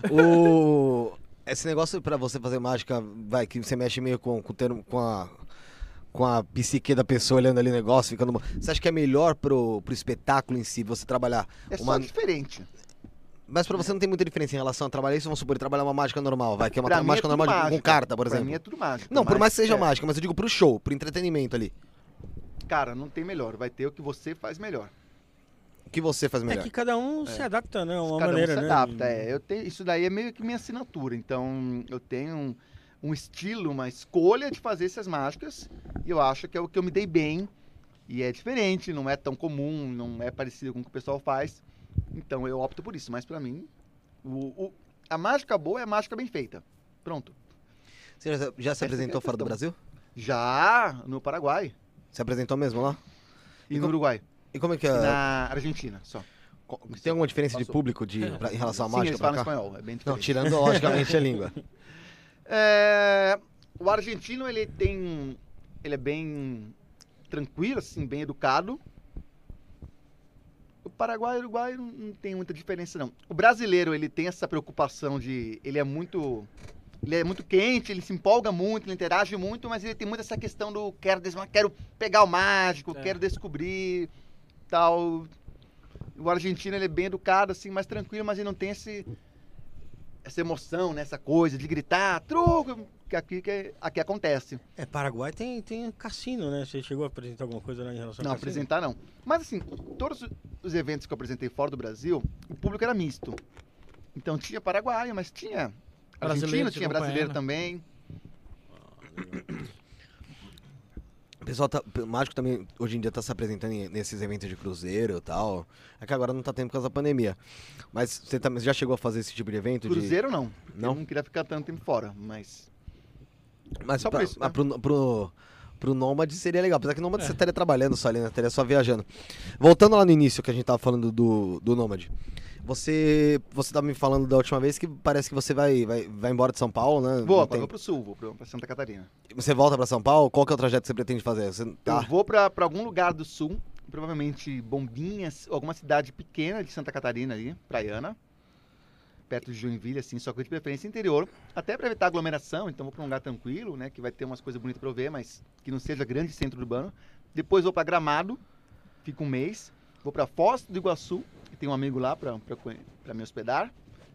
Esse negócio pra você fazer mágica, que você mexe meio com o termo, com a psique da pessoa olhando ali o negócio, ficando... Você acha que é melhor pro espetáculo em si, você trabalhar É só diferente. Mas pra você não tem muita diferença em relação a trabalhar isso, vamos supor, trabalhar uma mágica normal, que é uma Pra mim mágica é tudo normal com mágica. carta, por Pra exemplo. mim é tudo mágico. Não, por mais que seja é. mágica, mas eu digo pro show, pro entretenimento ali. Cara, não tem melhor. Vai ter o que você faz melhor. O que você faz É melhor? que cada um se adapta, né? Uma Cada maneira, um se né? adapta. Eu tenho, isso daí é meio que minha assinatura. Então, eu tenho um estilo, uma escolha de fazer essas mágicas. E eu acho que é o que eu me dei bem. E é diferente, não é tão comum, não é parecido com o que o pessoal faz. Então, eu opto por isso. Mas pra mim, a mágica boa é a mágica bem feita. Pronto. Você já se Essa apresentou é a fora do questão. Brasil? Já no Paraguai Se apresentou mesmo lá? e no Uruguai. E como é que E é? na Argentina, só. Tem alguma diferença de Passou. público em relação à Sim, mágica eles pra falam cá? espanhol, é bem Não, diferente. tirando logicamente a língua. O argentino, ele é bem tranquilo, assim, bem educado. O Paraguai e o Uruguai não tem muita diferença, não. O brasileiro, ele tem essa preocupação de... Ele é muito quente, ele se empolga muito, ele interage muito, mas ele tem muito essa questão do quero pegar o mágico, quero descobrir, tal. O argentino, ele é bem educado, assim, mais tranquilo, mas ele não tem essa emoção, né? Essa coisa de gritar, truco, que aqui acontece. Paraguai tem cassino, né? Você chegou a apresentar alguma coisa lá em relação Não, ao cassino? apresentar não. Mas assim, todos os eventos que eu apresentei fora do Brasil, o público era misto. Então tinha paraguaio, mas tinha Brasileiro argentino, te tinha brasileiro acompanhando. também. O pessoal o mágico também, hoje em dia, tá se apresentando nesses eventos de cruzeiro e tal. É que agora não tá tendo por causa da pandemia. Mas você já chegou a fazer esse tipo de evento? Cruzeiro não. Não? Eu não queria ficar tanto tempo fora, mas... Mas Só por isso, né? pro Nômade seria legal. Apesar que o Nômade você estaria trabalhando só ali, né? Estaria só viajando. Voltando lá no início que a gente tava falando do Nômade. Você tava me falando da última vez que parece que você vai embora de São Paulo, né? Vou, Não agora vou pro sul, vou pra Santa Catarina. Você volta pra São Paulo? Qual que é o trajeto que você pretende fazer? Você Eu vou pra algum lugar do sul, provavelmente Bombinhas, alguma cidade pequena de Santa Catarina ali, praiana, perto de Joinville, assim, só que de preferência interior, até pra evitar aglomeração, então vou pra um lugar tranquilo, né, que vai ter umas coisas bonitas pra eu ver, mas que não seja grande centro urbano. Depois vou pra Gramado, fico um mês, vou pra Foz do Iguaçu, e tenho um amigo lá pra me hospedar.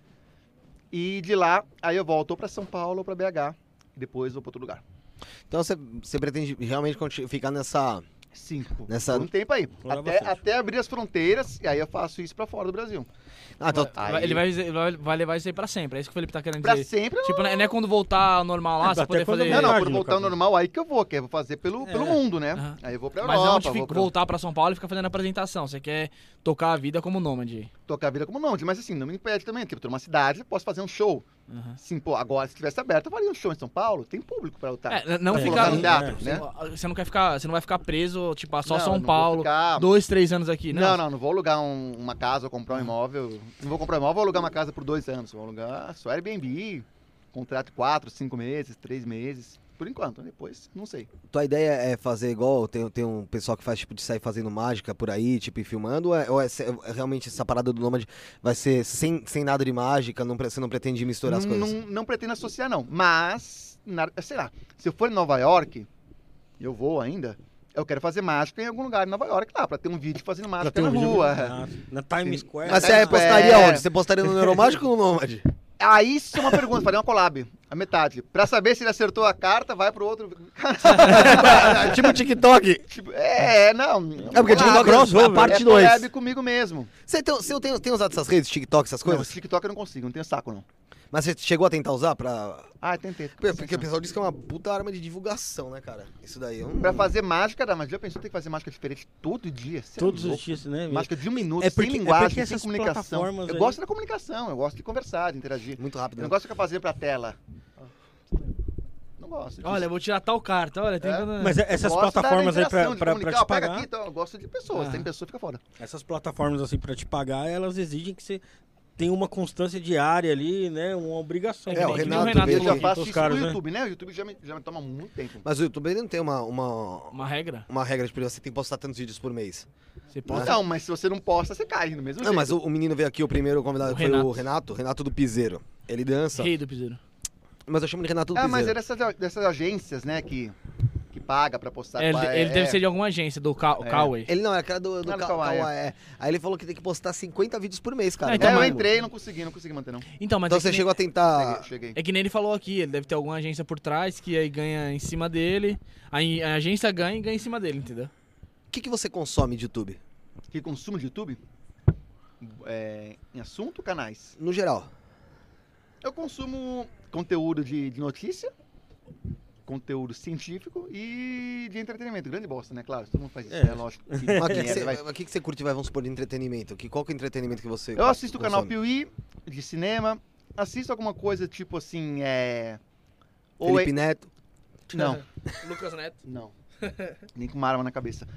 E de lá, aí eu volto ou pra São Paulo ou pra BH, e depois vou pra outro lugar. Então você pretende realmente ficar nessa... Sim, Nessa- por um tempo aí. Morar Até, bastante. até abrir as fronteiras, e aí eu faço isso pra fora do Brasil. Ah, então... Aí- Ele vai levar isso aí pra sempre. É isso que o Felipe tá querendo Pra dizer. sempre, Tipo, não é quando voltar ao normal lá, É, você até poder quando fazer... não, viagem, quando no voltar ao caso. normal, aí que eu vou fazer pelo mundo, né? Aham. Aí eu vou pra Mas Europa, antes de vou pra voltar pra São Paulo e ficar fazendo apresentação. Você quer tocar a vida como nômade. tocar a vida como nômade, mas assim, não me impede também, tipo, tô numa cidade, eu posso fazer um show. Aham. Sim, pô, agora se tivesse aberto, eu faria um show em São Paulo, tem público pra eu estar. Não Pra ficar... colocar no teatro, Você né? Você não quer ficar... Você não vai ficar preso, tipo, só Não, São não vou Paulo, ficar- 2, 3 anos aqui, né? Não, não vou alugar uma casa ou comprar um imóvel. Não vou comprar um imóvel, vou alugar uma casa por 2 anos. Vou alugar só Airbnb, contrato 4, 5 meses, 3 meses. Por enquanto, depois, não sei. Tua ideia é fazer igual, tem um pessoal que faz, tipo, de sair fazendo mágica por aí, tipo, e filmando, ou é realmente essa parada do Nômade vai ser sem nada de mágica, você não pretende misturar as coisas? Não pretendo associar, não. Mas, sei lá, se eu for em Nova York, eu vou ainda, eu quero fazer mágica em algum lugar em Nova York lá, pra ter um vídeo fazendo Pra mágica ter na um vídeo- rua. Ah, na Times Square. Mas É, você postaria é. onde? Você postaria no Neuromágico ou no Nômade? Aí isso é uma pergunta, faria uma collab, a metade. Pra saber se ele acertou a carta, vai pro outro. Tipo TikTok. Tipo, não. É porque TikTok é a parte é 2. collab comigo mesmo. Você tem usado essas redes, TikTok, essas Não, coisas? esse TikTok eu não consigo, não tenho saco não. Mas você chegou a tentar usar pra... Ah, tentei. Porque o pessoal diz que é uma puta arma de divulgação, né, cara? Isso daí é um... Pra fazer mágica, dá, mas já pensou ter que fazer mágica diferente todo dia? Cê é Todos os louco. dias, né? Mágica de 1 minuto, É porque- sem é linguagem, porque sem essas comunicação. plataformas Eu aí- gosto da comunicação, eu gosto de conversar, de interagir. Muito rápido, Eu né? não gosto de ficar fazendo pra tela. Não gosto disso. Olha, eu vou tirar tal carta, olha, tem... É. quando- Mas essas Gosto da plataformas aí interação, de pra comunicar, te ó, pega pagar, aqui, então, eu gosto de pessoas, Ah. tem pessoa fica fora. essas plataformas assim pra te pagar, elas exigem que você tenha uma constância diária ali, né? Uma obrigação. É, o que nem Renato Renato veio Eu já aqui. faço os isso caras, no né? YouTube, né? O YouTube já me toma muito tempo. Mas o YouTube ele não tem uma Uma regra. regra de que você tem que postar tantos vídeos por mês. Você pode... Não, mas se você não posta, você cai no mesmo Não, jeito. mas o menino veio aqui, o primeiro convidado O foi o Renato do Piseiro. Ele dança, Rei do piseiro. mas eu chamo de Renato do Ah, mas Piseiro. é dessas agências, né, que paga pra postar. Ele deve ser de alguma agência, do Kawaii. Ele não, é cara do Não, do Kawaii. Kawaii, É. Aí ele falou que tem que postar 50 vídeos por mês, cara. Ah, então, eu mas- entrei, não consegui manter, não. Então, mas Então é você que nem- chegou a tentar... Cheguei. É que nem ele falou aqui, ele deve ter alguma agência por trás que aí ganha em cima dele. Aí a agência ganha e ganha em cima dele, entendeu? O que você consome de YouTube? Que consumo de YouTube? Em assunto, canais. No geral. Eu consumo conteúdo de notícia, conteúdo científico e de entretenimento. Grande bosta, né? Claro, todo mundo faz isso, É. né? Lógico. Mas o que você curte, vamos supor, de entretenimento? Qual que é o entretenimento que você Eu assisto o canal consome? Piuí, de cinema, assisto alguma coisa tipo assim, ou Felipe Neto. Não, Lucas Neto. não. Nem com uma arma na cabeça.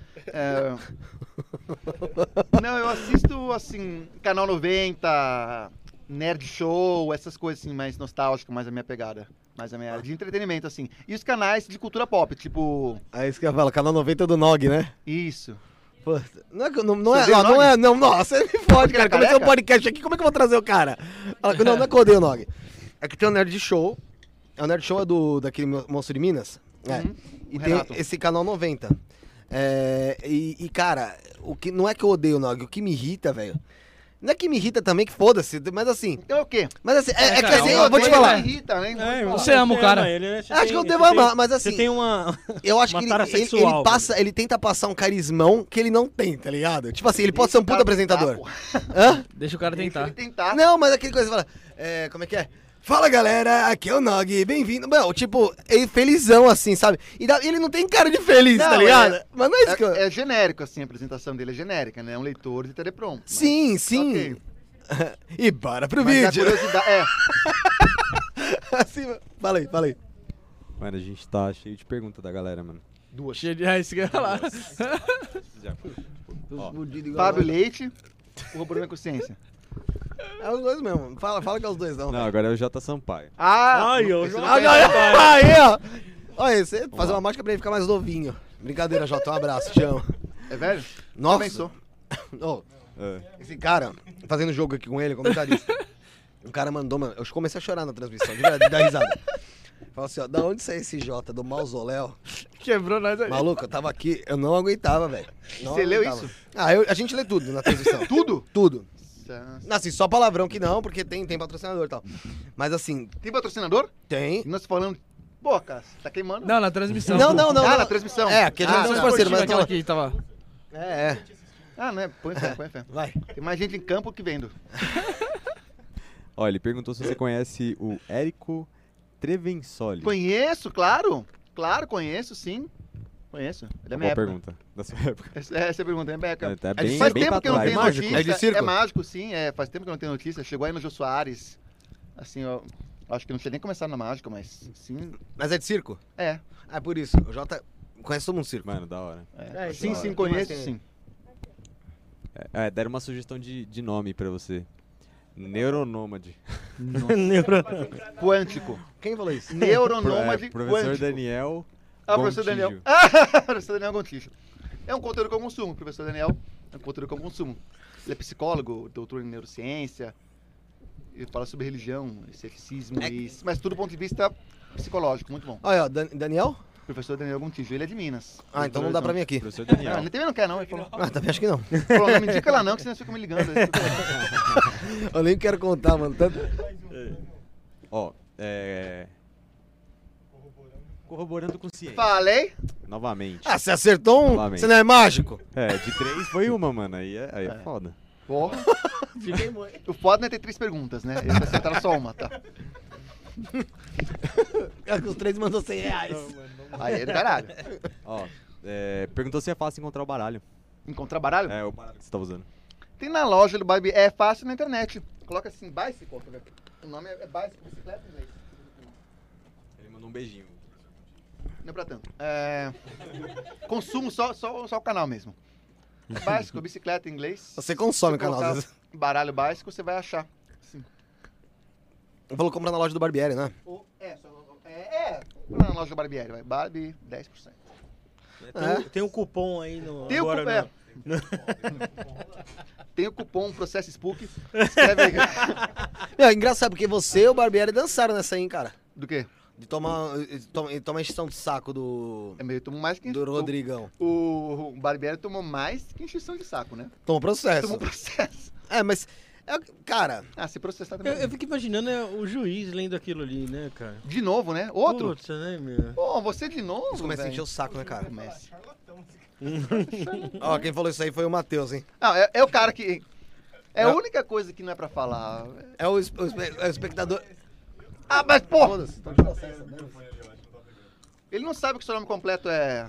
Não, eu assisto, assim, Canal 90, Nerd Show, essas coisas assim, mais nostálgicas, mais a minha pegada. Mais a minha área de entretenimento, assim. E os canais de cultura pop, tipo... É isso que eu falo, canal 90 do Nog, né? Isso. Pô, não é, não Você é, vê o não Nog? é, não, nossa, você me fode, cara. Comecei um careca? podcast aqui, como é que eu vou trazer o cara? Não, não é que eu odeio o Nog. É que tem o Nerd Show. O Nerd Show é daquele monstro de Minas. É. Uhum. E O tem Renato. esse canal 90. Cara, o que, não é que eu odeio o Nog, o que me irrita, velho. Não é que me irrita também, que foda-se, mas assim. Então é o quê? Mas assim, é que cara, assim, uma eu vou te coisa falar. Me irrita, né? Você ama o cara. Acho que eu devo amar, mas assim. Você tem uma. Eu acho Uma que tara ele sexual, ele tenta passar um carismão que ele não tem, tá ligado? Tipo assim, ele pode ser um puta Cara, apresentador. tá, pô. Hã? Deixa o cara Deixa tentar. ele tentar. Não, mas aquele coisa que fala. Como é que é? Fala galera, aqui é o Nog, bem-vindo. Não, tipo, ele felizão assim, sabe? E ele não tem cara de feliz, Não, tá ligado? Mas não é isso que eu. É genérico, assim, a apresentação dele é genérica, né? É um leitor de teleprom. Sim, sim. Ok. E bora pro Mas a vídeo. curiosidade. Assim, fala aí. Mano, a gente tá cheio de perguntas da galera, mano. Cheio de isso que eu ia falar. Já. Ó, Fábio Leite, corroborando a consciência. É os dois mesmo. Fala que é os dois, não. não, agora é o Jota Sampaio. Ai, eu esse já- não Aí, conhece. ó. Olha, você fazer uma mágica pra ele ficar mais novinho. Brincadeira, Jota, um abraço, te amo. É velho? Nossa. Também sou. Ô, É. esse cara, fazendo jogo aqui com ele, comentarista. Um cara mandou, mano, eu comecei a chorar na transmissão, de verdade, de dar risada. Falou assim, ó, da onde saiu esse Jota do mausoléu? Quebrou nós aí. Maluco, eu tava aqui, eu não aguentava, velho. Não Você leu aguentava. isso? Ah, a gente lê tudo na transmissão. Tudo? Tudo. Assim, só palavrão que não, porque tem patrocinador e tal. Mas assim, Tem patrocinador? tem. E nós falando. Pô, cara, você tá queimando? Não, na transmissão. Não, na transmissão. É, aqui a gente Ah, não é tá. parceiro, mas aquela eu tô... que tava. É. Ah, não é? Põe fé, põe fé. Vai. Tem mais gente em campo que vendo. Ó, ele perguntou se você conhece o Érico Trevensoli. Conheço, claro. Claro, conheço, sim. Conheço. É da minha Boa época. pergunta. Da sua época. Essa pergunta é minha época. Tá de bem, Faz bem tempo pra que eu não trás. tenho Mágico? notícia. É de circo? É mágico, sim. Faz tempo que eu não tenho notícia. Chegou aí no Jô Soares. Assim, ó. Acho que não tinha nem começado na mágica, mas sim. Mas é de circo? É. Ah, é por isso. O Jota conhece todo mundo circo. Mano, da hora. Sim, sim, Quem conheço, mais tem? sim. Deram uma sugestão de nome pra você. Neuronômade. Neuro- Quântico. Quem falou isso? Neuronômade Professor quântico. Daniel Professor Gontijo. Daniel. Professor Daniel Gontijo. É um conteúdo que eu consumo, professor Daniel. É um conteúdo que eu consumo. Ele é psicólogo, doutor em neurociência. Ele fala sobre religião, ceticismo, mas tudo do ponto de vista psicológico, muito bom. Olha, ó, Daniel? Professor Daniel Gontijo, ele é de Minas. Ah, então não dá pra mim aqui. Professor Não, Daniel. ele também não quer não, ele falou. Ah, também acho que não. Falou, não me indica lá não, que senão você fica me ligando. Eu nem quero contar, mano. Tanto... Ó, corroborando com ciência. Falei? Novamente. Ah, você acertou um? Novamente. Você não é mágico? De 3 foi uma, mano. Aí é foda. Porra. O foda não é ter 3 perguntas, né? Eles acertaram só uma, tá? Os 3 mandou 100 reais. Aí é do caralho. Ó, perguntou se é fácil encontrar o baralho. Encontrar baralho? É, o baralho que você tá usando. Tem na loja do Barbie, é fácil na internet. Coloca assim, Bicycle, tá vendo? O nome é Bicycle, bicicleta em inglês. Ele mandou um beijinho. Não é pra tanto. Consumo só o canal mesmo. Bicycle, bicicleta em inglês. Você consome o Se canal, às colocar vezes. Baralho Bicycle, você vai achar. Sim. Falou comprar na loja do Barbieri, né? Na loja do Barbieri, vai. Barbie, 10%. Tem um cupom aí no. Tem o agora cupom, Tem o cupom Processo Spook. Escreve aí. É engraçado, porque você e o Barbieri dançaram nessa aí, hein, cara? Do quê? De tomar encheção de saco do Tomou mais que do Rodrigão. O Barbieri tomou mais que encheção de saco, né? Tomou processo. Tomou processo. Mas, cara... Se processar também. Eu fico imaginando o juiz lendo aquilo ali, né, cara? De novo, né? Outro? Putz, né, meu? Pô, você de novo, Você começa a velho. encher o saco, né, cara? Começa. Ó, quem falou isso aí foi o Matheus, hein? Não, é o cara que... É a única coisa que não é pra falar. É o espectador... Mas, pô! Foda-se. Ele não sabe que o seu nome completo é...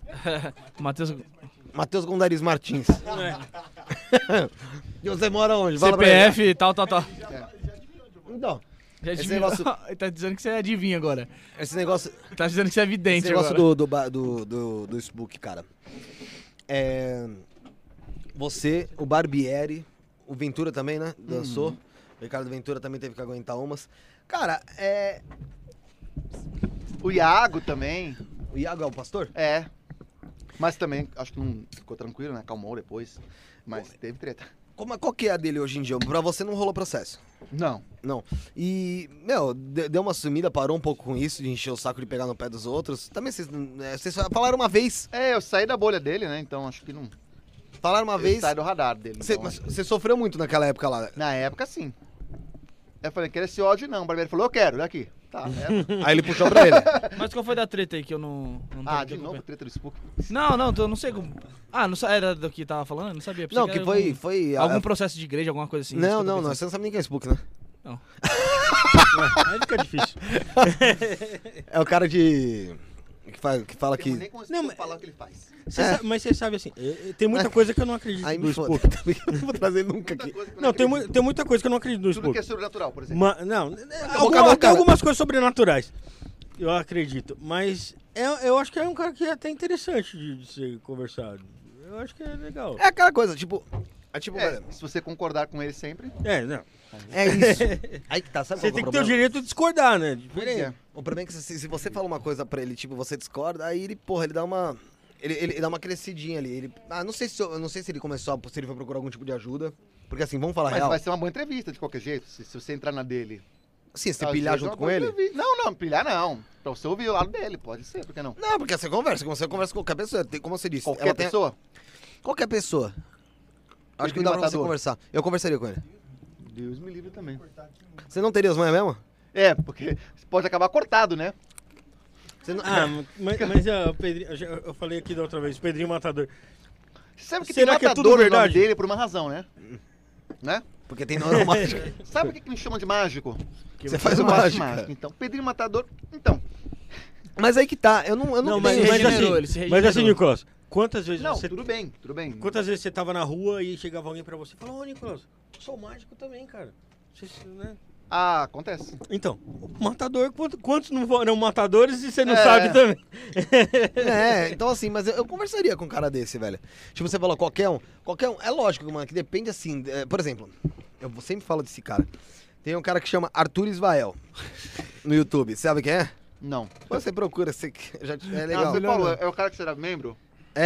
Matheus Gondaris Martins. E você mora onde? Fala pra CPF, tal. ele. Então, Já Esse adivinhou. negócio- Ele tá dizendo que você adivinha agora. esse negócio... Tá dizendo que você é Esse vidente negócio agora. do Spook, cara. Você, o Barbieri, o Ventura também, né? Dançou. O Ricardo Ventura também teve que aguentar umas. Cara, O Iago também. o Iago é o pastor? É. Mas também, acho que não ficou tranquilo, né? Acalmou depois. Mas teve treta. Qual que é a dele hoje em dia? Pra você não rolou processo? Não. Não. E, meu, deu uma sumida, parou um pouco com isso, de encher o saco de pegar no pé dos outros. Também vocês falaram uma vez. Eu saí da bolha dele, né? Então acho que não. Falaram uma vez. Sai do radar dele. Então, Mas você sofreu muito naquela época lá. na época, sim. Eu falei, quero esse ódio não. O barbeiro falou, eu quero, daqui. Tá, Aí ele puxou pra ele. Mas qual foi da treta aí que eu não de novo, treta do Spook. Não, eu não sei como. Ah, não era do que tava falando? Não sabia. Pensei Não, que era foi. algum processo de igreja, alguma coisa assim. Não, isso que eu tô não, pensando. você não sabe nem quem é Spook, né? Não. Aí fica difícil. É o cara que fala que. Eu nem consigo Não, mas- falar o que ele faz. Mas você sabe assim, tem muita coisa que eu não acredito Aí do me Spook. foda. Não vou trazer nunca aqui. Não, tem muita coisa que eu não acredito no Tudo Spook. que é sobrenatural, por exemplo. Não, cara. tem algumas coisas sobrenaturais. Eu acredito. Mas eu acho que é um cara que é até interessante de ser conversado. Eu acho que é legal. É aquela coisa, tipo. É tipo, velho, Se você concordar com ele sempre. Não. é isso. Aí que tá, sabe Você qual tem é o que ter o problema? direito de discordar, né? Pois é. O problema é que se você fala uma coisa pra ele, tipo, você discorda, aí ele, porra, ele dá uma. Ele dá uma crescidinha ali. Ele, não sei se ele começou, se ele foi procurar algum tipo de ajuda. Porque assim, vamos falar Mas real. vai ser uma boa entrevista de qualquer jeito, se você entrar na dele. Sim, você Às pilhar vezes é junto uma com boa ele? entrevista. Não, pilhar não. Pra você ouvir o lado dele, pode ser, por que não? Não, porque você conversa com qualquer pessoa. Como você disse. Qualquer ela tem- pessoa? Qualquer pessoa. Acho que Pedrinho não dá pra você Matador. conversar. Eu conversaria com ele. Deus me livre também. Você não teria as manhas mesmo? Porque pode acabar cortado, né? Você não... Mas o Pedrinho, eu falei aqui da outra vez, o Pedrinho Matador. Você sabe que Será tem que é matador tudo no nome verdade? dele por uma razão, né? Né? Porque tem neuromágica. Sabe o que me chamam de mágico? Você faz o Eu acho mágico. Então, Pedrinho Matador. Então. Mas aí que tá. Eu não Não, tenho- mas regenerou, ele se assim, regenerou. mas assim, Nicolas, quantas vezes Não, você... tudo bem. Quantas vezes você tava na rua e chegava alguém pra você e falou, ô Nicolas, eu sou mágico também, cara. Você, né? Ah, acontece. Então, o matador, quantos não foram matadores e você não É. sabe também? Então assim, mas eu conversaria com um cara desse, velho. Tipo, você falou qualquer um. É lógico, mano, que depende assim. Por exemplo, eu sempre falo desse cara. Tem um cara que chama Arthur Isvael no YouTube. Sabe quem é? Não. Você procura, é legal. Você falou, é o cara que será membro?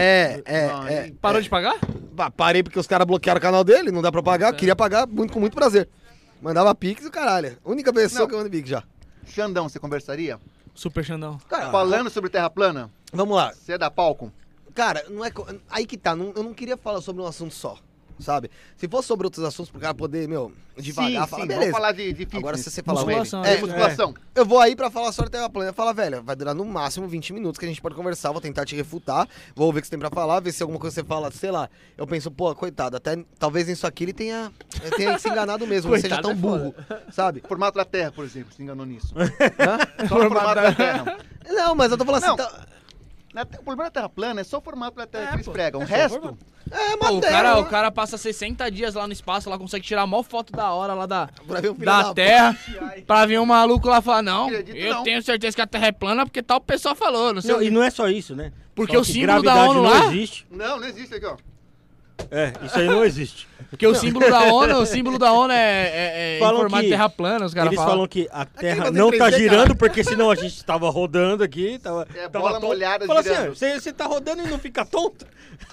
É. Parou de pagar? Parei porque os caras bloquearam o canal dele, não dá pra pagar. Queria pagar com muito prazer. Mandava pix e o caralho. Única pessoa Não. que manda pix já. Xandão, você conversaria? Super Xandão. Cara, Falando sobre terra plana, vamos lá. você é da palco? Cara, não é. Aí que tá, eu não queria falar sobre um assunto só, sabe? Se fosse sobre outros assuntos pro cara poder, devagar, falar, beleza. Vamos falar de fitness. Agora se você falar Musculação, ele, musculação. eu vou aí pra falar sobre terra plana. Fala, velho, vai durar no máximo 20 minutos que a gente pode conversar, vou tentar te refutar, vou ouvir o que você tem pra falar, ver se alguma coisa você fala, sei lá. Eu penso, pô, coitado, até talvez nisso aqui ele tenha se enganado mesmo, não seja Coitado, tão é burro, sabe? Formato da Terra, por exemplo, se enganou nisso. Hã? Só o formato da Terra. Não, mas eu tô falando Não. assim, tá... O problema da Terra plana é só o formato da Terra que eles pô. pregam. O Só o resto, formato. mas Pô, terra, o cara passa 60 dias lá no espaço, lá consegue tirar a maior foto da hora lá Pra ver o filho da da Terra, pra vir um maluco lá falar, não, Acredito eu não. tenho certeza que a Terra é plana porque tal pessoa falou, não sei o Não, quê. e não é só isso, né? Porque Só o que símbolo da gravidade ONU não lá, existe. não existe aqui, ó. Isso aí não existe. porque o símbolo da ONU é em Falam formato de que- terra plana, os caras Eles falam. falam que a Terra fazer não 3D, tá cara. girando, porque senão a gente tava rodando aqui, tava bola tonto. molhada Fala girando. assim, você tá rodando e não fica tonto?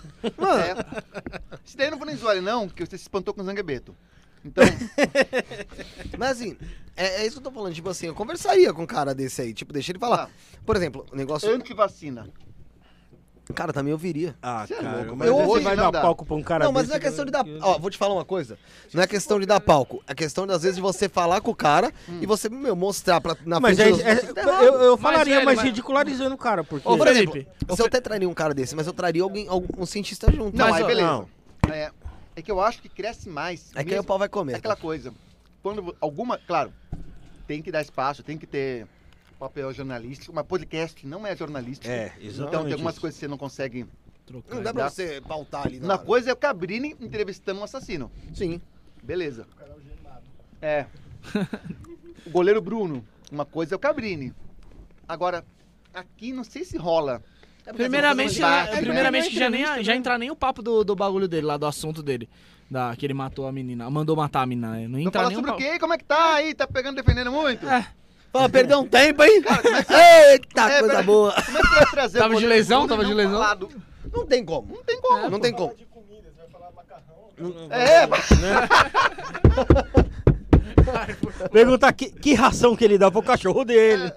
Isso daí eu não vou nem zoar ele, não, porque você se espantou com o Zanguebeto. Então, Mas assim, é isso que eu tô falando, tipo assim, eu conversaria com um cara desse aí, tipo, deixa ele falar. Por exemplo, o negócio... antivacina. Cara, também eu viria. Ah, Você é cara, louco, mas mas você hoje vai não dar dá. palco pra um cara Não, mas desse, não é questão de dar... que- Ó, vou te falar uma coisa. Não é questão de dar palco. É questão, às vezes, de você falar com o cara e você, mostrar na Mas frente é, dos... é- Tá errado. eu falaria, velho, mas mas- ridicularizando o cara, porque... Ô, por Felipe, exemplo, eu até traria um cara desse, mas eu traria um cientista junto. Não, Mas, aí ó, beleza. não. É que eu acho que cresce mais. É que aí mesmo- o pau vai comer. É aquela coisa. Quando alguma. Claro, tem que dar espaço, tem que ter papel jornalístico, mas podcast não é jornalístico. Então tem algumas coisas que você não consegue. Não dá pra você pautar ali. Uma coisa é o Cabrini entrevistando um assassino. Sim. Beleza. É. O goleiro Bruno. Uma coisa é o Cabrini. Agora, aqui não sei se rola. Primeiramente, Primeiramente, que já entrar nem o papo do bagulho dele, lá do assunto dele. Que ele matou a menina, mandou matar a menina. Né? Não Não entra fala nem o sobre o papo. quê? Como é que tá aí? Tá pegando, defendendo muito? É. Fala, perdeu um tempo, hein? Eita, coisa boa. Como é que você vai trazer Tava o de goleiro lesão? Bruno e Tava de não lesão? falar do- Não tem como. Não tem como. Não tem como. De comida, você vai falar macarrão, Perguntar que ração que ele dá pro cachorro dele.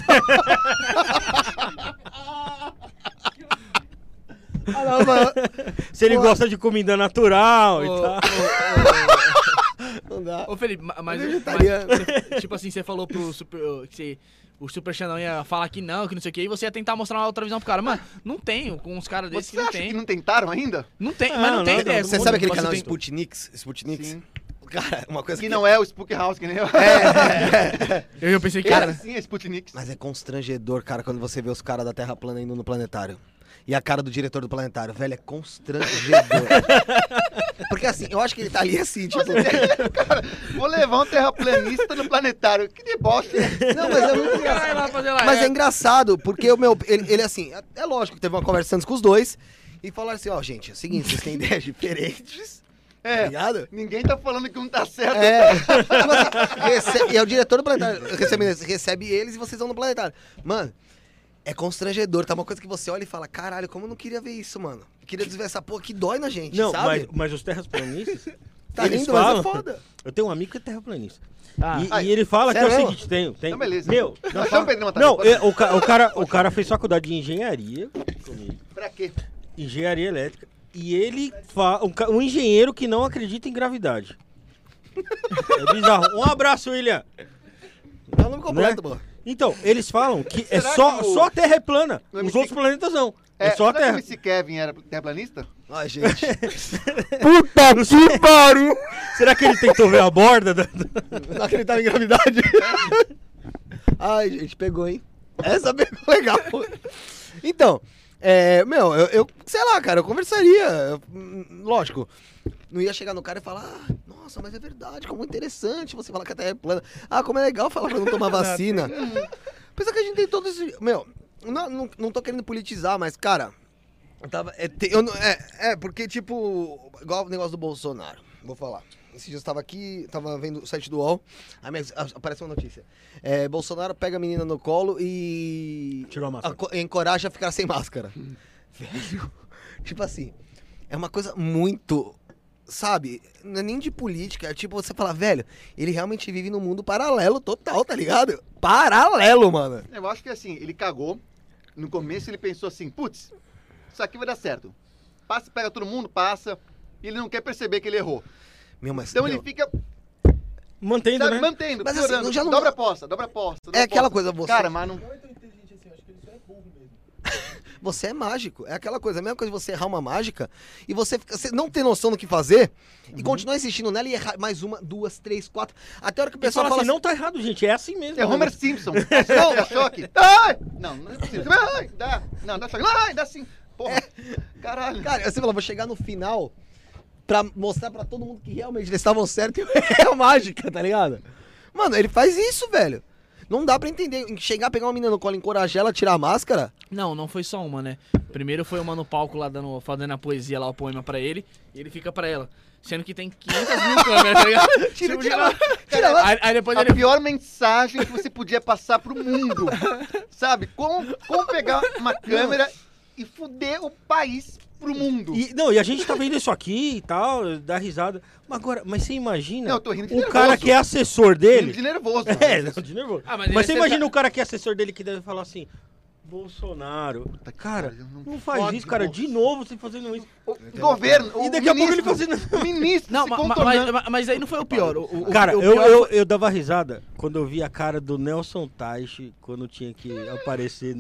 Se ele gosta de comida natural e tal. Não dá. Ô, Felipe, mas tipo assim, você falou pro o Super Xandão ia falar que não sei o que, e você ia tentar mostrar uma outra visão pro cara. Mano, não tem, com uns caras desses Você que não acha tem. que não tentaram ainda? Não tem, mas não tem ideia. Você sabe aquele canal Tem- Sputniks? Sim. Cara, uma coisa Que não é o Spook House, que nem eu. Eu pensei que Cara, era. sim, é Sputnik. Mas é constrangedor, cara, quando você vê os caras da Terra plana indo no planetário. E a cara do diretor do planetário, velho, é constrangedor. Porque assim, eu acho que ele tá ali assim, tipo... Cara, vou levar um terraplanista no planetário. Que deboche. Não, mas é muito Vai lá fazer lá. Mas é engraçado, porque o meu. Ele assim, é lógico que teve uma conversa antes com os dois. E falaram assim, ó, gente, é o seguinte, vocês têm ideias diferentes. Tá ligado? Ninguém tá falando que um tá certo. Tipo assim, e é o diretor do planetário. Recebe eles e vocês vão no planetário. Mano, é constrangedor, tá? Uma coisa que você olha e fala, caralho, como eu não queria ver isso, mano. Eu queria desver essa porra que dói na gente, Não, sabe? mas os terraplanistas, Tá eles rindo, falam... mas é foda. Eu tenho um amigo que é terraplanista. Ah, E ele fala que é o sério? seguinte, tem. Então, beleza. Meu, Nós chama o Pedrinho Matar. não, o cara fez faculdade de engenharia comigo. Pra quê? Engenharia elétrica. E ele um engenheiro que não acredita em gravidade. É bizarro. Um abraço, William. Dá o nome completo, Né? pô. Então, eles falam que é Será só, que o- só a Terra é plana. o Os MC outros planetas não. É só a será que Terra. o MC Kevin era terraplanista? Ai, gente. Puta que pariu! Será que ele tentou ver a borda? Não acreditava em gravidade. Ai, gente, pegou, hein? Essa pegou legal. Então, eu sei lá, cara, eu conversaria. Lógico, não ia chegar no cara e falar, nossa, mas é verdade, como interessante você falar que a Terra é plana. Ah, como é legal falar pra não tomar vacina. Pensa que a gente tem todo esse... não tô querendo politizar, mas, cara... Porque, tipo, igual o negócio do Bolsonaro, vou falar. Esse dia eu estava aqui, tava vendo o site do UOL, aí aparece uma notícia. Bolsonaro pega a menina no colo e... Tirou a máscara. Encoraja a ficar sem máscara. Velho, tipo assim, é uma coisa muito... Sabe, não é nem de política, é tipo você falar, velho, ele realmente vive num mundo paralelo total, tá ligado? Paralelo, mano. Eu acho que assim, ele cagou. No começo ele pensou assim, putz, isso aqui vai dar certo. Passa, pega todo mundo, passa. E ele não quer perceber que ele errou. Então ele fica, Mantendo, sabe, né? mantendo, Mas assim, piorando. já não- Dobra a posta, dobra a posta. É aquela coisa, você... Cara, mas não... Não é tão inteligente assim, eu acho que ele só é burro mesmo. Você é mágico. É aquela coisa, a mesma coisa de você errar uma mágica e você não ter noção do que fazer e continuar insistindo nela e errar mais uma, duas, três, quatro. Até a hora que o E pessoal fala fala assim, não tá errado, gente, é assim mesmo. É Homer Simpson. Não, dá choque. Ai! Não, não é possível. Ai, dá. Não, dá choque. Ai, dá sim. Porra. Caralho. Cara, você fala, vou chegar no final pra mostrar pra todo mundo que realmente eles estavam certos e é a mágica, tá ligado? Mano, ele faz isso, velho. Não dá pra entender. Chegar, pegar uma menina no colo, encorajar ela, tirar a máscara. Não foi só uma, né? Primeiro foi uma no palco lá fazendo a poesia lá, o poema pra ele, e ele fica pra ela. Sendo que tem 500.000 câmeras, tá ligado? Aí depois A ele... pior mensagem que você podia passar pro mundo. Sabe? Como pegar uma câmera e fuder o país pro mundo. E a gente tá vendo isso aqui e tal, dá risada. Mas você imagina Não, eu tô rindo de o nervoso. cara que é assessor Rindo dele. de nervoso. Não, de nervoso. Ah, mas ele você é imagina cerca- o cara que é assessor dele que deve falar assim: Bolsonaro, cara, não faz fode, isso, cara, de novo você fazendo isso. O governo, E o daqui a pouco ele ministro, fazendo. o ministro Não, se contornando. mas aí não foi o pior. Cara, o pior foi- eu dava risada quando eu vi a cara do Nelson Teich quando tinha que aparecer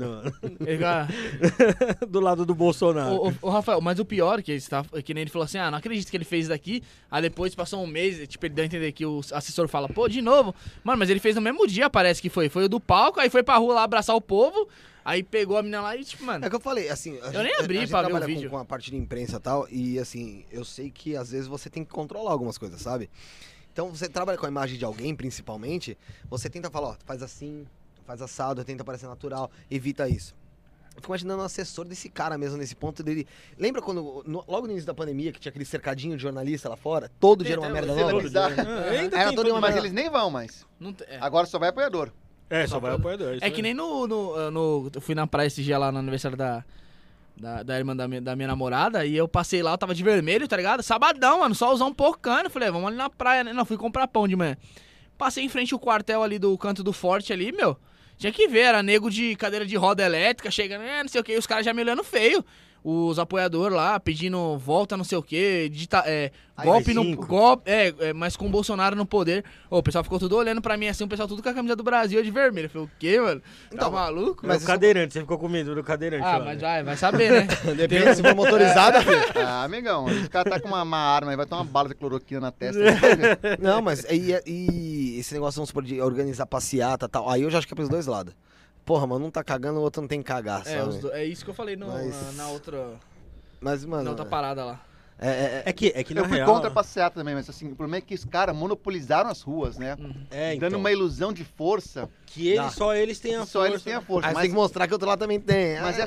do lado do Bolsonaro. Ô, Rafael, mas o pior que nem ele falou assim, não acredito que ele fez daqui, aí depois passou um mês, tipo, ele deu a entender que o assessor fala, pô, de novo, mano, mas ele fez no mesmo dia, parece que foi o do palco, aí foi pra rua lá abraçar o povo, aí pegou a menina lá e, tipo, mano, É que eu falei, assim... Eu nem abri a gente pra ver o trabalha vídeo. com a parte de imprensa e tal, e assim, eu sei que às vezes você tem que controlar algumas coisas, sabe? Então, você trabalha com a imagem de alguém, principalmente, você tenta falar, ó, faz assim, faz assado, tenta parecer natural, evita isso. Eu fico imaginando um assessor desse cara mesmo, nesse ponto dele... Lembra quando, logo no início da pandemia, que tinha aquele cercadinho de jornalista lá fora? Todo dia era uma merda Cena nova? bizarra. Ainda Era tem todo todo- uma Mas merda. eles nem vão mais. não tem- é. Agora só vai apoiador. É, só vai apoiador. É que nem eu fui na praia esse dia lá no aniversário Da irmã da minha namorada, e eu passei lá, eu tava de vermelho, tá ligado? Sabadão, mano, só usar um porcano. Falei, vamos ali na praia, né? Não, fui comprar pão de manhã. Passei em frente ao quartel ali do canto do forte ali, meu. Tinha que ver, era nego de cadeira de roda elétrica, chegando, não sei o que, os caras já me olhando feio. Os apoiadores lá, pedindo volta, não sei o que, golpe no... Golpe, mas com o Bolsonaro no poder. O pessoal ficou tudo olhando pra mim assim, o pessoal tudo com a camisa do Brasil de vermelho. Eu falei, o quê, mano? Tá maluco? Mas o cadeirante, você ficou com medo do cadeirante lá, mas né? vai saber, né? Depende se for motorizada, filho. Ah, amigão, esse cara tá com uma arma aí, vai ter uma bala de cloroquina na testa. Não, mas e esse negócio, vamos supor, de organizar passeata e tal, aí eu já acho que é pros dois lados. Porra, mano, um tá cagando, o outro não tem que cagar, sabe? É isso que eu falei na outra... Mas, mano... Na outra parada lá. É que na eu fui real... contra a passeata também, mas assim, o problema é que os caras monopolizaram as ruas, né? então, Dando uma ilusão de força. Que só eles têm a só força. eles têm a força. Aí Mas tem que mostrar que o outro lado também tem. mas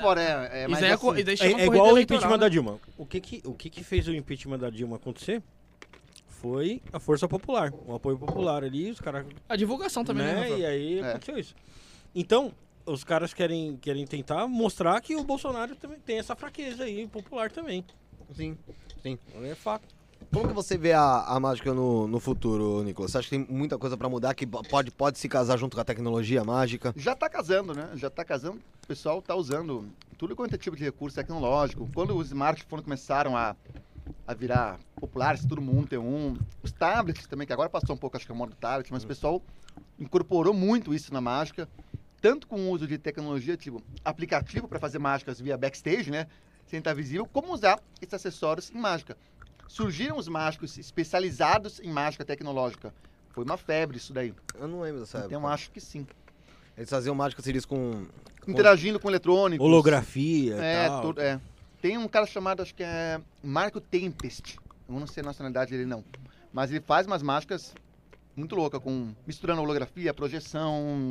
É igual o impeachment da Dilma. O que fez o impeachment da Dilma acontecer foi a força popular, o apoio popular ali, os caras... A divulgação também, né? E aí aconteceu isso. Então, os caras querem tentar mostrar que o Bolsonaro também tem essa fraqueza aí, popular também. Sim. É fato. Como que você vê a mágica no futuro, Nicolas? Você acha que tem muita coisa pra mudar, que pode se casar junto com a tecnologia mágica? já tá casando, né? Já tá casando. O pessoal tá usando tudo quanto é tipo de recurso tecnológico. Quando os smartphones começaram a virar populares, todo mundo tem um. Os tablets também, que agora passou um pouco, acho que é o modo tablet, mas o pessoal incorporou muito isso na mágica. Tanto com o uso de tecnologia, tipo aplicativo para fazer mágicas via backstage, né? Sem estar visível, como usar esses acessórios em mágica. Surgiram os mágicos especializados em mágica tecnológica. Foi uma febre isso daí. Eu não lembro dessa época. Então acho que sim. Eles faziam mágica, seria isso com... Interagindo com eletrônicos. Holografia e tal. Tem um cara chamado, acho que é Marco Tempest. Eu não sei a nacionalidade dele, não. Mas ele faz umas mágicas muito loucas, misturando holografia, projeção...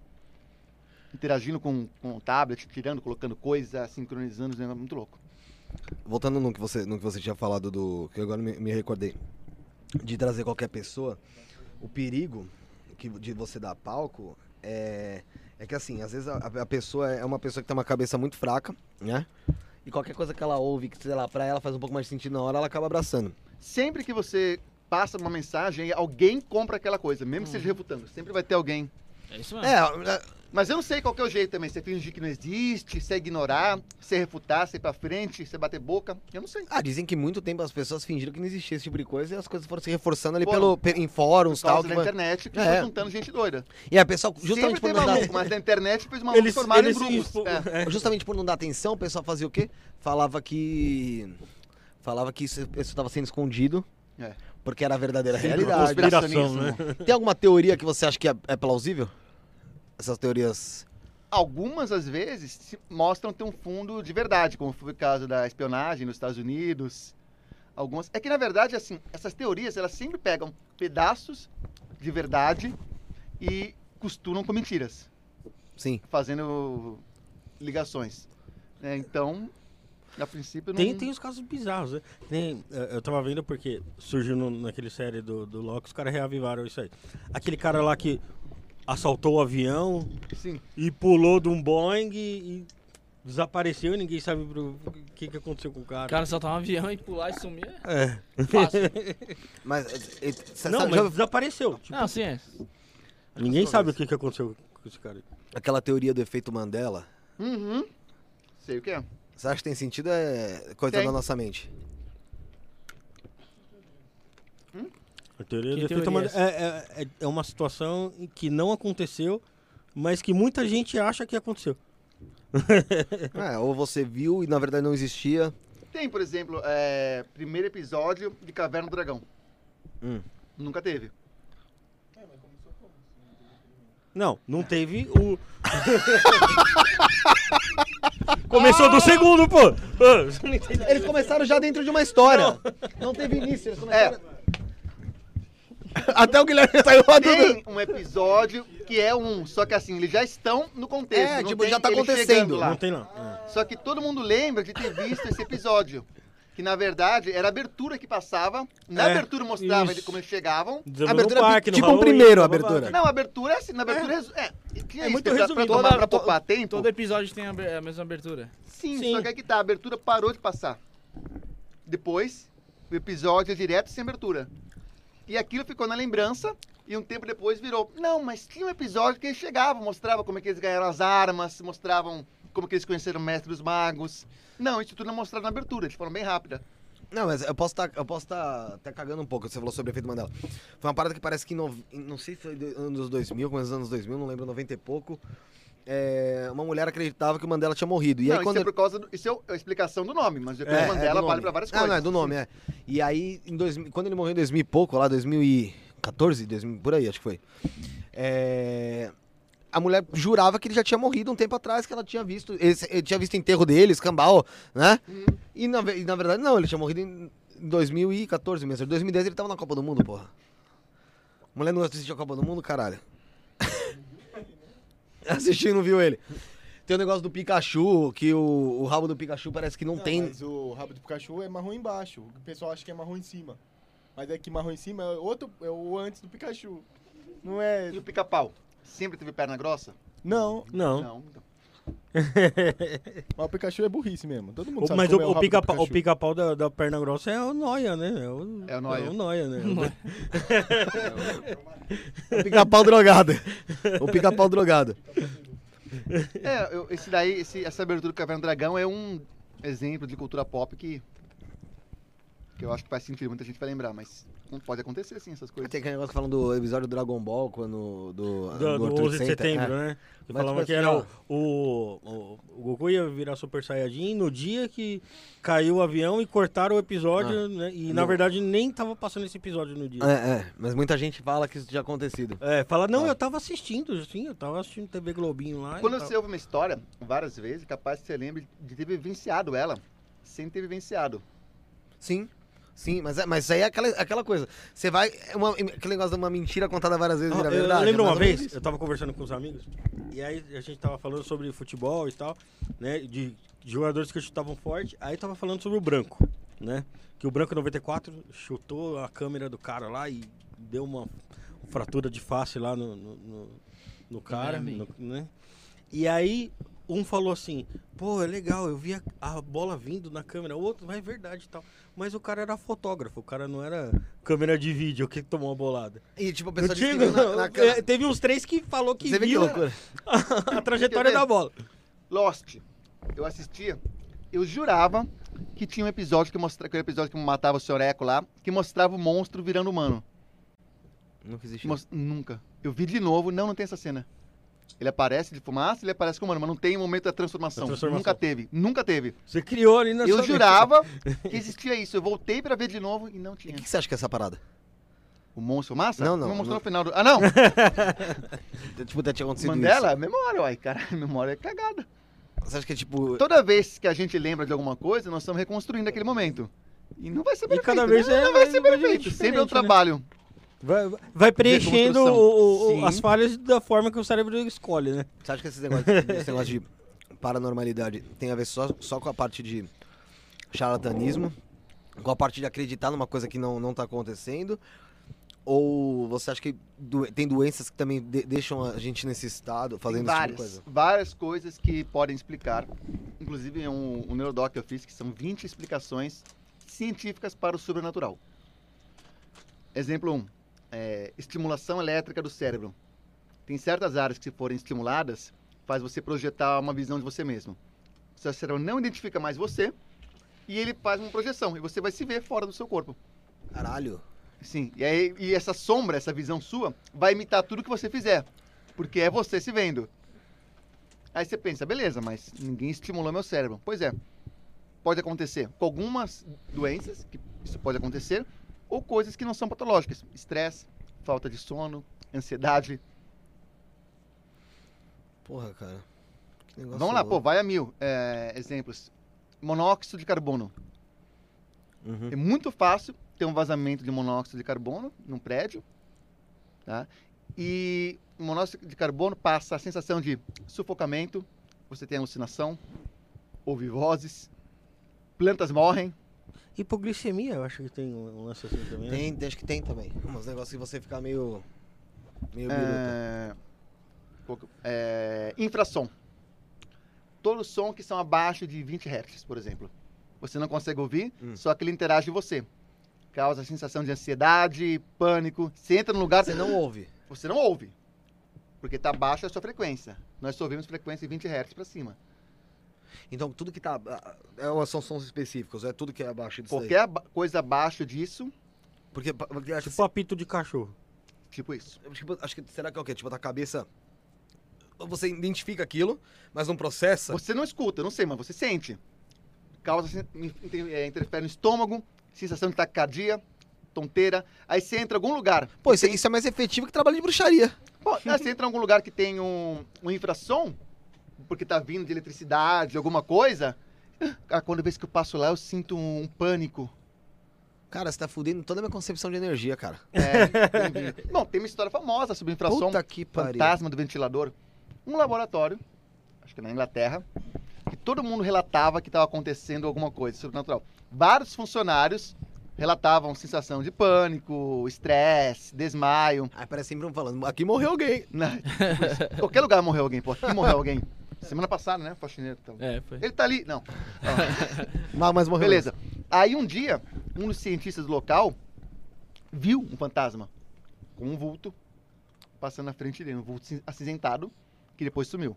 interagindo com o tablet, tirando, colocando coisa, sincronizando, é muito louco. Voltando no que você tinha falado que eu agora me recordei, de trazer qualquer pessoa, o perigo de você dar palco é que assim, às vezes a pessoa é uma pessoa que tem uma cabeça muito fraca, né? E qualquer coisa que ela ouve, que sei lá, pra ela faz um pouco mais de sentido na hora, ela acaba abraçando. Sempre que você passa uma mensagem, alguém compra aquela coisa, mesmo que seja refutando. Sempre vai ter alguém. É isso mesmo. Mas eu não sei qual que é o jeito também. Você fingir que não existe, você ignorar, você refutar, você ir pra frente, você bater boca. Eu não sei. Dizem que muito tempo as pessoas fingiram que não existia esse tipo de coisa e as coisas foram se reforçando ali em fóruns e tal. Por causa da internet, que foi juntando gente doida. E a pessoa, justamente por não dar... mas na internet fez uma formaram em grupos. Justamente por não dar atenção, o pessoal fazia o quê? Falava que isso estava sendo escondido. Porque era a verdadeira realidade. Conspiração, né? Tem alguma teoria que você acha que é plausível? Essas teorias... Algumas, às vezes, mostram ter um fundo de verdade, como foi o caso da espionagem nos Estados Unidos. Algumas... É que, na verdade, assim, essas teorias, elas sempre pegam pedaços de verdade e costuram com mentiras. Sim. Fazendo ligações. Então... A princípio não... Tem os casos bizarros, né? Eu tava vendo porque surgiu naquele série do Loki, os caras reavivaram isso aí. Aquele cara lá que assaltou o avião e pulou de um Boeing e desapareceu e ninguém sabe o que aconteceu com o cara. O cara assaltar um avião e pular e sumir fácil. Mas desapareceu. Tipo, não, sim é. Ninguém sabe o que aconteceu com esse cara. Aquela teoria do efeito Mandela. Sei o que é. Você acha que tem sentido? É coisa da nossa mente. A teoria do efeito Mandela é uma situação que não aconteceu, mas que muita gente acha que aconteceu. Ou você viu e na verdade não existia. Tem, por exemplo, primeiro episódio de Caverna do Dragão. Nunca teve. Não teve o... Começou do segundo, pô! Eles começaram já dentro de uma história. Não teve início, eles começaram... Até o Guilherme saiu lá. Tem um episódio que é só que assim, eles já estão no contexto. Já tá acontecendo. Lá. Não tem não. Só que todo mundo lembra de ter visto esse episódio. Que na verdade era a abertura que passava. Na abertura mostrava como eles chegavam. No abertura parque, no tipo Halloween, primeiro a blá, blá, blá. abertura. Não, a abertura é assim. Na abertura tinha isso, muito pra resumido. pra poupar tempo. Todo episódio tem a mesma abertura. Sim, Sim. só que aí que tá, a abertura parou de passar. Depois, o episódio é direto sem abertura. E aquilo ficou na lembrança, e um tempo depois virou. Não, mas tinha um episódio que eles chegavam, mostrava como é que eles ganharam as armas, mostravam como que eles conheceram o Mestre dos Magos. Não, isso tudo não mostrado na abertura, de forma bem rápida. Não, mas eu posso estar até cagando um pouco, você falou sobre o efeito Mandela. Foi uma parada que parece que, não sei se foi anos 2000, começo dos anos 2000, não lembro, 90 e pouco. Uma mulher acreditava que o Mandela tinha morrido. E Não, aí, quando isso é por causa isso é a explicação do nome, mas o efeito Mandela do vale nome. pra várias coisas. Não, é do nome, é. E aí, quando ele morreu em 2000 e pouco, lá 2014, 2000, por aí, acho que foi. A mulher jurava que ele já tinha morrido um tempo atrás, que ela tinha visto. Ele tinha visto o enterro dele, escambau, né? E na verdade, não, ele tinha morrido em 2014 mesmo. Em 2010 ele tava na Copa do Mundo, porra. A mulher não assistiu a Copa do Mundo, caralho. Assistiu e não viu ele. Tem o negócio do Pikachu, que o rabo do Pikachu parece que não tem. Mas o rabo do Pikachu é marrom embaixo. O pessoal acha que é marrom em cima. Mas é que marrom em cima é o antes do Pikachu. Não é. E o pica-pau? Sempre teve perna grossa? Não. Não. Então. Mas o Pikachu é burrice mesmo. Todo mundo sabe Mas como é o rabo do Pikachu. pica-pau da perna grossa é o Noia, né? É o Noia. É o Noia, né? O pica-pau drogado. O pica-pau drogado. Essa abertura do Caverna do Dragão é um exemplo de cultura pop que eu acho que faz sentido, muita gente vai lembrar, mas não pode acontecer assim essas coisas. Tem aquele negócio falando do episódio do Dragon Ball, quando do World Trade 11 de Center, setembro, né? Que Mas, falava tipo que assim, era o Goku ia virar Super Saiyajin no dia que caiu o avião e cortaram o episódio, né? E na verdade nem tava passando esse episódio no dia. Mas muita gente fala que isso tinha acontecido. Fala, não, eu tava assistindo, assim, eu tava assistindo TV Globinho lá. Quando você ouve uma história várias vezes, é capaz que você lembre de ter vivenciado ela sem ter vivenciado. Sim, mas isso aí é aquela coisa. Você vai. Aquele negócio de uma mentira contada várias vezes vira verdade. Eu lembro é uma mais ou menos vez, isso. eu tava conversando com os amigos, e aí a gente tava falando sobre futebol e tal, né? De jogadores que chutavam forte, aí tava falando sobre o Branco, né? Que o Branco 94 chutou a câmera do cara lá e deu uma fratura de face lá no cara, né? E aí um falou assim, pô, é legal, eu vi a bola vindo na câmera, o outro, é verdade e tal. Mas o cara era fotógrafo, o cara não era câmera de vídeo que tomou a bolada. E tipo, a pessoa Eu disse que digo, viu na teve uns 3 que falou que Você vê que viu loucura. a trajetória da bola. Lost, eu assistia, eu jurava que tinha um episódio aquele episódio que matava o Sr. Echo lá, que mostrava o monstro virando humano. Nunca existiu. Nunca. Eu vi de novo, não tem essa cena. Ele aparece de fumaça, ele aparece como humano, mas não tem o momento da transformação. Nunca teve. Você criou ali na Eu sua jurava que existia isso. Eu voltei pra ver de novo e não E tinha. o que você acha que é essa parada? O monstro fumaça? Não. Não mostrou no final do... Ah, não! Tipo, tinha acontecido Mandela? Memória, uai. Cara, memória é cagada. isso. Você acha que é tipo. Toda vez que a gente lembra de alguma coisa, nós estamos reconstruindo aquele momento. E não vai ser perfeito. cada vez não vai ser perfeito. Sempre é um diferente, né? trabalho. Vai preenchendo Reconstrução. as falhas da forma que o cérebro escolhe, né? Você acha que esse negócio de paranormalidade tem a ver só com a parte de charlatanismo? Com a parte de acreditar numa coisa que não tá acontecendo? Ou você acha que tem doenças que também deixam a gente nesse estado, fazendo esse tipo de coisa? Várias coisas que podem explicar. Inclusive, um neurodoc que eu fiz, que são 20 explicações científicas para o sobrenatural. Exemplo 1. Estimulação elétrica do cérebro. Tem certas áreas que, se forem estimuladas, faz você projetar uma visão de você mesmo. O seu cérebro não identifica mais você e ele faz uma projeção. E você vai se ver fora do seu corpo. Caralho. Sim. E essa sombra, essa visão sua, vai imitar tudo que você fizer. Porque é você se vendo. Aí você pensa, beleza, mas ninguém estimulou meu cérebro. Pois é. Pode acontecer com algumas doenças, que isso pode acontecer, ou coisas que não são patológicas. Estresse, falta de sono, ansiedade. Porra, cara. Que negócio Vamos lá, louco. vai a 1000. Exemplos. Monóxido de carbono. Uhum. É muito fácil ter um vazamento de monóxido de carbono num prédio. Tá? E o monóxido de carbono passa a sensação de sufocamento, você tem alucinação, ouve vozes, plantas morrem. Hipoglicemia, eu acho que tem um lance assim também. Né? Tem, acho que tem também. Uns negócios que você fica meio biruta. Infrassom. Todo som que são abaixo de 20 Hz, por exemplo. Você não consegue ouvir, só que ele interage com você. Causa sensação de ansiedade, pânico. Você entra num lugar... Você não ouve. Você não ouve. Porque tá baixa a sua frequência. Nós só ouvimos frequência de 20 Hz pra cima. Então tudo que tá... são sons específicos, é tudo que é abaixo disso aí. Qualquer coisa abaixo disso, Porque acho Tipo apito de cachorro. tipo isso. acho que será que é o quê? Tipo, da cabeça... Você identifica aquilo, mas não processa. Você não escuta, eu não sei, mas você sente. Causa, interfere no estômago, sensação de taquicardia, tonteira. Aí você entra em algum lugar. Pô, isso é mais efetivo que trabalho de bruxaria. Pô, aí você entra em algum lugar que tem um infrassom, porque tá vindo de eletricidade, alguma coisa. Cara, quando vez que eu passo lá, eu sinto um pânico. Cara, você tá fudendo toda a minha concepção de energia, cara. Bom, tem uma história famosa sobre infrassom. Puta que pariu. Fantasma do ventilador. Um laboratório, acho que na Inglaterra, que todo mundo relatava que estava acontecendo alguma coisa sobrenatural. Vários funcionários relatavam sensação de pânico, estresse, desmaio. Aí parece sempre um falando, aqui morreu alguém. Qualquer lugar morreu alguém, pô. Aqui morreu alguém. Semana passada, né? Faxineiro. Então. Foi. Ele tá ali. Não. Mas morreu. Beleza. Aí um dia, um dos cientistas do local viu um fantasma com um vulto passando na frente dele, um vulto acinzentado, que depois sumiu.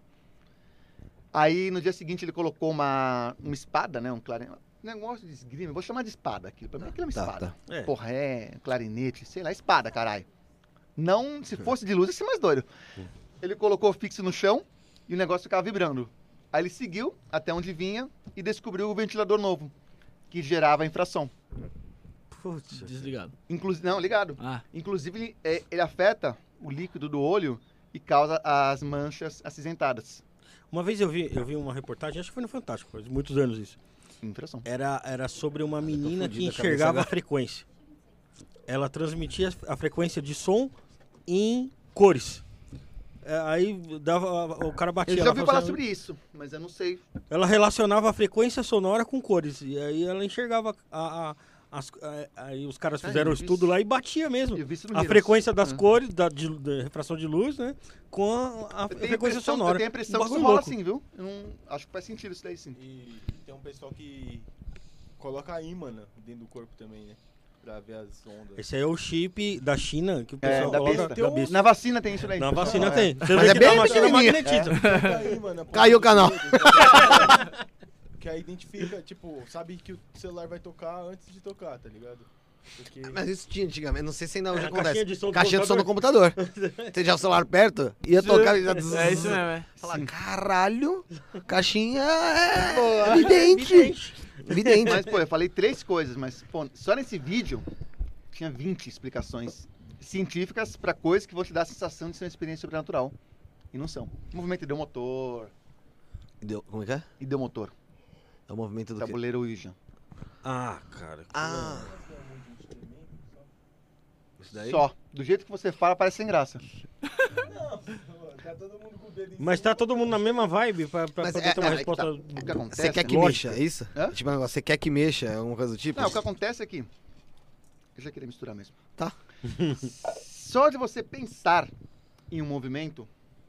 Aí no dia seguinte ele colocou uma espada, né? Um negócio de esgrima, vou chamar de espada aquilo. Pra mim aquilo é uma espada. É. Porra, clarinete, sei lá, espada, caralho. Não, se fosse de luz, ia ser mais doido. Ele colocou fixo no chão e o negócio ficava vibrando. Aí ele seguiu até onde vinha e descobriu o ventilador novo, que gerava infração. Putz. Desligado. Não, ligado. Inclusive, ele afeta o líquido do olho e causa as manchas acinzentadas. Uma vez eu vi uma reportagem, acho que foi no Fantástico, faz muitos anos isso. Infração. Era sobre uma menina que fudido a cabeça enxergava a agora. frequência. Ela transmitia a frequência de som em cores. Aí o cara batia. Eu já ela ouvi falava falar assim, sobre isso, mas eu não sei. Ela relacionava a frequência sonora com cores. E aí ela enxergava aí os caras fizeram o estudo lá e batia mesmo. Eu vi isso no A Heroes. frequência das cores, da refração de luz, né? Com a Eu tenho frequência impressão- sonora. Eu tenho a impressão Um que isso bagulho rola louco. assim, viu? Eu não, acho que faz sentido isso daí sim. E tem um pessoal que coloca ímã dentro do corpo também, né? Pra ver as ondas. Esse aí é o chip da China que o pessoal da coloca besta. da besta. Na vacina tem isso daí. Na vacina tem. Você Mas vê é que bem na vacina pequenininho. magnetiza. Coloca ímã na ponta Caiu o do canal. dedo, que aí identifica, tipo, sabe que o celular vai tocar antes de tocar, tá ligado? Porque... Mas isso tinha antigamente, não sei se ainda hoje acontece. caixinha de som do Caixinha de som no computador. Você deixar o celular perto, ia tocar e já... É isso mesmo, é. Falar, caralho, caixinha é evidente. Evidente. Mas, pô, eu falei 3 coisas, mas, pô, só nesse vídeo tinha 20 explicações científicas pra coisas que vão te dar a sensação de ser uma experiência sobrenatural. E não são. Movimento ideomotor. Como é que é? Ideomotor. É o movimento do quê? Tabuleiro Ouija. Ah, cara. Ah. Isso daí? Só. Do jeito que você fala, parece sem graça. Tá todo mundo com o dedo em Mas tá todo mundo na mesma vibe pra Mas poder ter uma aí que resposta. tá. O que acontece... Você quer que Lógica. mexa, é isso? Hã? Tipo, um negócio, você quer que mexa, alguma coisa do tipo? Não, o que acontece é que... Eu já queria misturar mesmo. Tá. Só de você pensar em um movimento,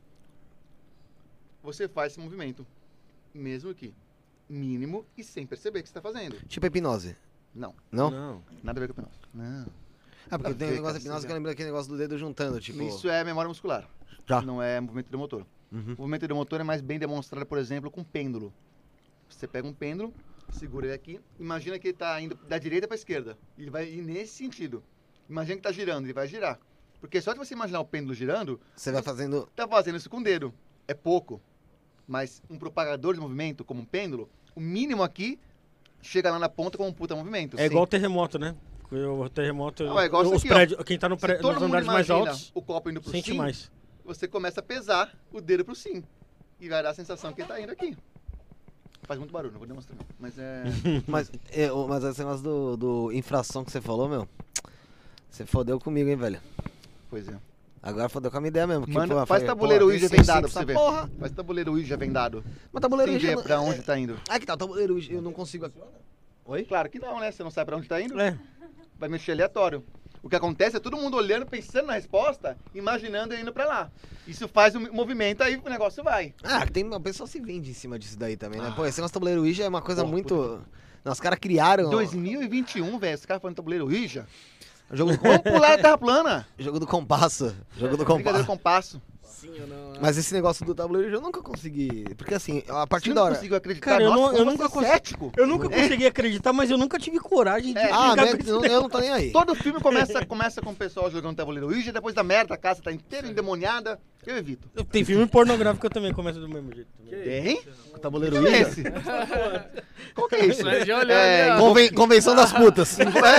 você faz esse movimento. Mesmo que mínimo e sem perceber que você está fazendo. Tipo hipnose. Não, Não? Não. nada a ver com hipnose. Não. Ah, porque tem um Ok, negócio de cara, hipnose que eu lembro daquele negócio do dedo juntando, tipo... Isso é memória muscular. Tá. Não é movimento ideomotor. Uhum. O movimento ideomotor é mais bem demonstrado, por exemplo, com pêndulo. Você pega um pêndulo, segura ele aqui, imagina que ele está indo da direita para a esquerda. Ele vai ir nesse sentido. Imagina que está girando, ele vai girar. Porque só de você imaginar o pêndulo girando, Você vai fazendo... tá fazendo isso com o dedo. É pouco. Mas um propagador de movimento, como um pêndulo, o mínimo aqui chega lá na ponta como um puta movimento. É igual o terremoto, né? O terremoto. Não, é igual isso os aqui, ó. prédios, quem tá no Se prédio, todo nos mundo andares mais imagina altos, o copo indo pro sente sim, mais. você começa a pesar o dedo pro sim. E vai dar a sensação que ele tá indo aqui. Faz muito barulho, não vou demonstrar não. Mas é... Mas esse negócio do infração que você falou, meu... Você fodeu comigo, hein, velho? Pois é. Agora fodeu com a minha ideia mesmo. Porque, Mano, pô, eu faz falei, tabuleiro pô, Ouija tem vendado pra essa você ver. Porra. Faz tabuleiro Ouija vendado. Mas tabuleiro Sem Ouija... ver pra onde tá indo. Ah, que tá, tabuleiro Ouija, eu não consigo... Oi? Claro que não, né? Você não sabe pra onde tá indo. É. Vai mexer aleatório. O que acontece é todo mundo olhando, pensando na resposta, imaginando indo pra lá. Isso faz um movimento, aí o negócio vai. Ah, tem uma pessoa se vende em cima disso daí também, né? Pô, esse negócio do tabuleiro Ouija é uma coisa Pô, muito... Não, os caras criaram... 2021, velho, esse cara falando tabuleiro Ouija. Jogo do, Vamos pular a terra plana. jogo do compasso. Jogo do Brincadeira compasso. com passo. Sim ou não? Mas esse negócio do tabuleiro eu nunca consegui. Porque assim, a partir Você da não hora. conseguiu acreditar? Cara, eu Nossa, não- como eu você nunca é consegui- cético. Eu nunca consegui acreditar, mas eu nunca tive coragem de Ah, explicar né? pra Eu não tô nem aí. Todo filme começa com o pessoal jogando tabuleiro Ouija, depois da merda, a casa tá inteira endemoniada. Eu evito. Tem filme pornográfico que eu também começo do mesmo jeito. Também. Tem? Tabuleiro Que é Ouija. esse? Qual que é isso? Já olhou É, ali, ó. Convenção das putas.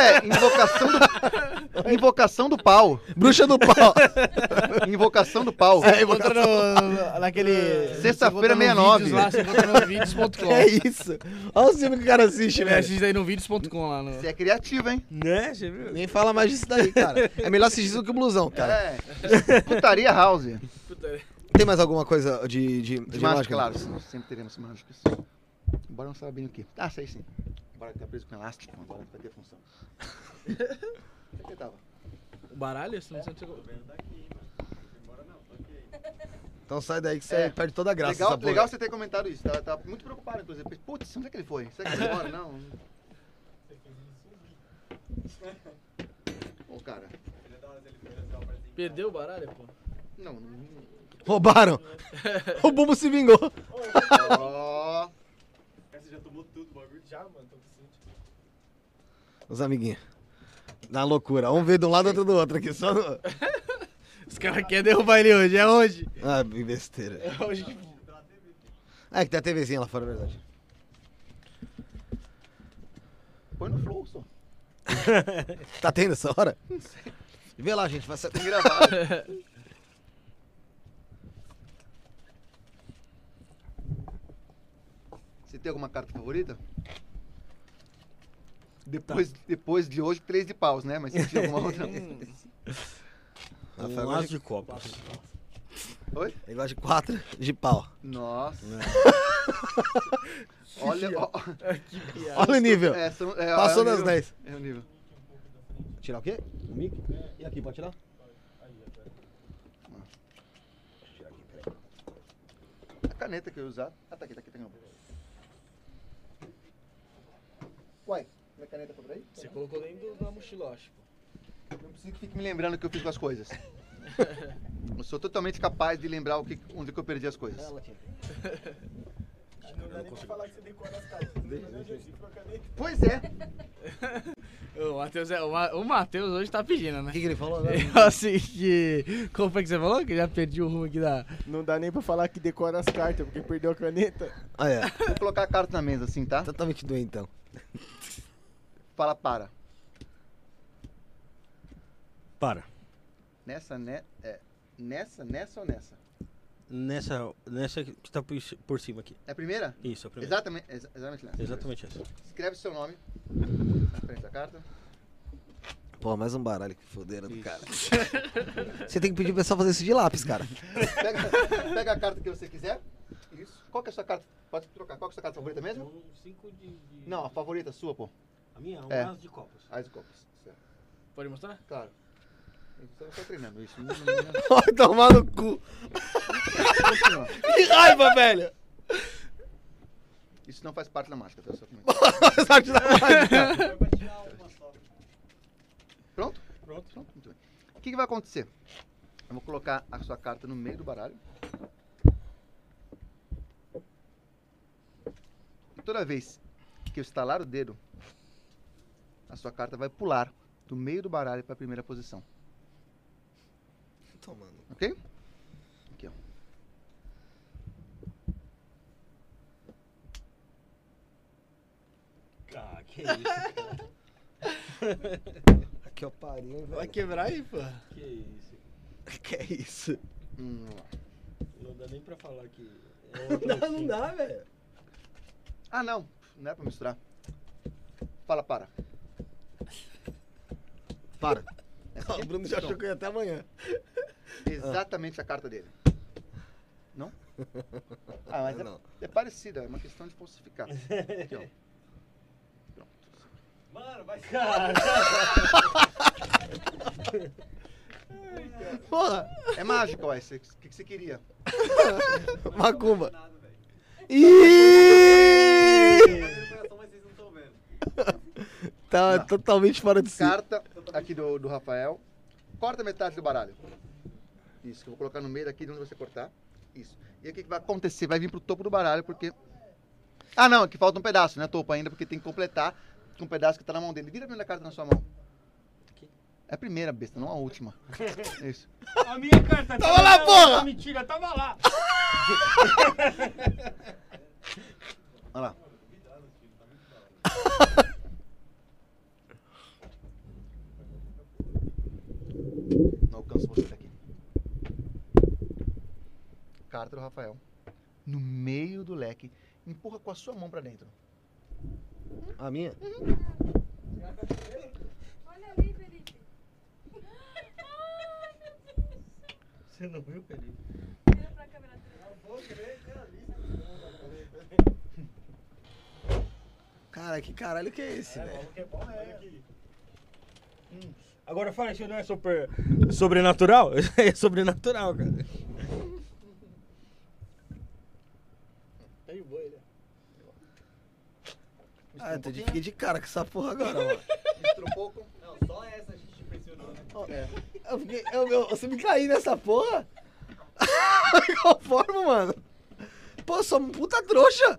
Invocação do pau. Bruxa do pau. Invocação do pau. Você encontra naquele... Sexta-feira, você encontra no 69. vídeos lá, você encontra no vídeos.com. É isso. Olha o filme que o cara assiste, Ele velho. assiste aí no vídeos.com lá. No... Você é criativo, hein? Né? Você viu? Nem fala mais disso daí, cara. É melhor assistir isso do que o blusão, cara. É. Putaria house. Tem mais alguma coisa de mágica, claro. Sempre teremos mágicas. Embora não saiba bem o quê. Ah, sei sim. Agora que tá preso com elástico, agora vai ter função. Onde que tava? O baralho? Você não sabe se... Então sai daí que você perde toda a graça. Legal, essa porra. legal você ter comentado isso. Tá muito preocupado, inclusive. Putz, onde é que ele foi? Será que ele foi embora? Não. Ô, cara. Perdeu o baralho, pô? Não. Roubaram. O Bumbo se vingou. Ó. Os amiguinhos. Na loucura. Um veio de um lado, outro do outro aqui. Só no... Os caras querem derrubar ele hoje, é hoje. Ah, besteira. É hoje que... É que tem a TVzinha lá fora, é verdade. Põe no flow, só. Tá tendo essa hora? Vê lá, gente. Vai ser... Tem gravado. Você tem alguma carta favorita? Depois de hoje, 3 de paus, né? Mas se tinha alguma outra. Rafael Um gosta as de copas. Oi? Ele gosta de 4 de pau. Nossa. Olha, ó. Olha o nível. Passou das 10. É o nível. Tirar o quê? O mic? E aqui, pode tirar? A caneta que eu ia usar. Ah, tá aqui. Uai, minha caneta foi por aí? Você colocou dentro da mochila, acho. Não preciso que fique me lembrando o que eu fiz com as coisas. Eu sou totalmente capaz de lembrar onde que eu perdi as coisas. Não dá nem pra falar que você decora as cartas. Pois é. O Matheus hoje tá pedindo, né? O que ele falou agora? Eu assim que... Como foi que você falou? Que já perdi o rumo aqui da... Não dá nem pra falar que decora as cartas, porque perdeu a caneta. Ah, é. Vou colocar a carta na mesa assim, tá? Totalmente doentão. Fala para. Para. Nessa ou nessa? Nessa que tá por cima aqui. É a primeira? Isso, a primeira. Exatamente nessa. Exatamente essa. Escreve seu nome na frente da carta. Pô, mais um baralho que foderam do cara. Você tem que pedir pro pessoal fazer isso de lápis, cara. Pega a carta que você quiser. Isso. Qual que é a sua carta? Pode trocar. Qual que é a sua carta favorita mesmo? 5 de... Não, a favorita sua, pô. A minha é um É. as de copas. As copas. Certo. Pode mostrar? Claro. Você não tá treinando isso. Vai tomar no cu. Que raiva, velho. Isso não faz parte da mágica, tá? Só que- Sorte da mágica. Pronto? Pronto. Muito bem. O que vai acontecer? Eu vou colocar a sua carta no meio do baralho. E toda vez que eu estalar o dedo, a sua carta vai pular do meio do baralho para a primeira posição. Tomando. Ok? Aqui, ó. Ah, que isso, cara. Aqui, ó, pariu, Vai velho. quebrar aí, pô. Que isso. Que é isso? Não dá nem pra falar que... É outra Não assim. dá, velho. Ah, não. Não é pra misturar. Fala, para. Para. Essa aqui? O Bruno já achou que eu ia até amanhã. Exatamente a carta dele. Não? Ah, mas Não. é parecida, é uma questão de falsificar. Aqui, ó. Pronto. Mano, vai ser. Porra, É mágica, ué. O que você queria? macumba. Nada, velho. Ih! Mas vocês não estão vendo. Tá totalmente fora de si. Carta aqui do Rafael. Corta metade do baralho. Isso, que eu vou colocar no meio daqui de onde você cortar. Isso. E aí o que vai acontecer? Vai vir pro topo do baralho, porque... Ah, não, aqui falta um pedaço, né? Topo ainda, porque tem que completar com um pedaço que tá na mão dele. Vira a primeira carta na sua mão. É a primeira, besta, não a última. Isso. A minha carta Tava lá, porra! Mentira, tava lá. Olha lá. Não alcanço você daqui. Carta do Rafael. No meio do leque. Empurra com a sua mão pra dentro. A minha? Olha ali, Felipe. Você não viu, Felipe? Vira pra câmera dele. Cara, que caralho que é esse, velho? Agora fala, isso não é sobrenatural? É sobrenatural, cara. Ah, eu fiquei de cara com essa porra agora, mano. Mistura um pouco. Não, só essa a gente te impressionou, né? Você me caí nessa porra? Qual forma, mano? Pô, eu sou um puta trouxa.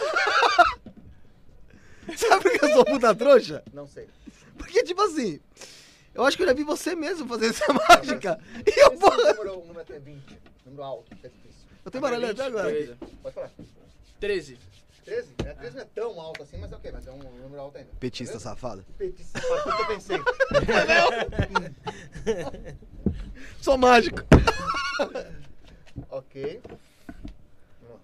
Sabe por que eu sou puta trouxa? Não sei. Porque, tipo assim, eu acho que eu já vi você mesmo fazer essa mágica. E eu, porra... O número é 20. Número alto, é difícil. Eu tenho baralho até agora. Beleza. Pode falar. 13. 13? 13 não é tão alto assim, mas é ok, mas é um número alto ainda. Petista safado. Petista, foi o que eu pensei. Sou mágico. Ok. Vamos lá.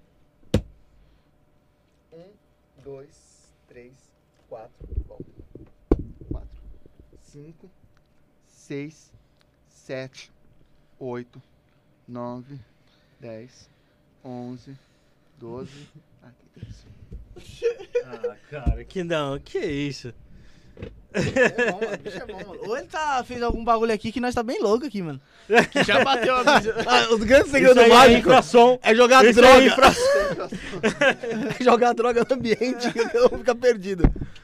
1, 2, 3, 4. Volta. 4, 5, 6, 7, 8, 9, 10, 11, 12. Aqui, 13. Ah, cara, que não, que isso? É bom, mano. Bicho é bom, mano. Ou ele fez algum bagulho aqui que nós tá bem louco aqui, mano. Que já bateu a coisa. Ah, os grandes segredos Isso aí do é mágico infração. é jogar Isso droga. aí é infração. Jogar droga no ambiente que eu vou ficar perdido.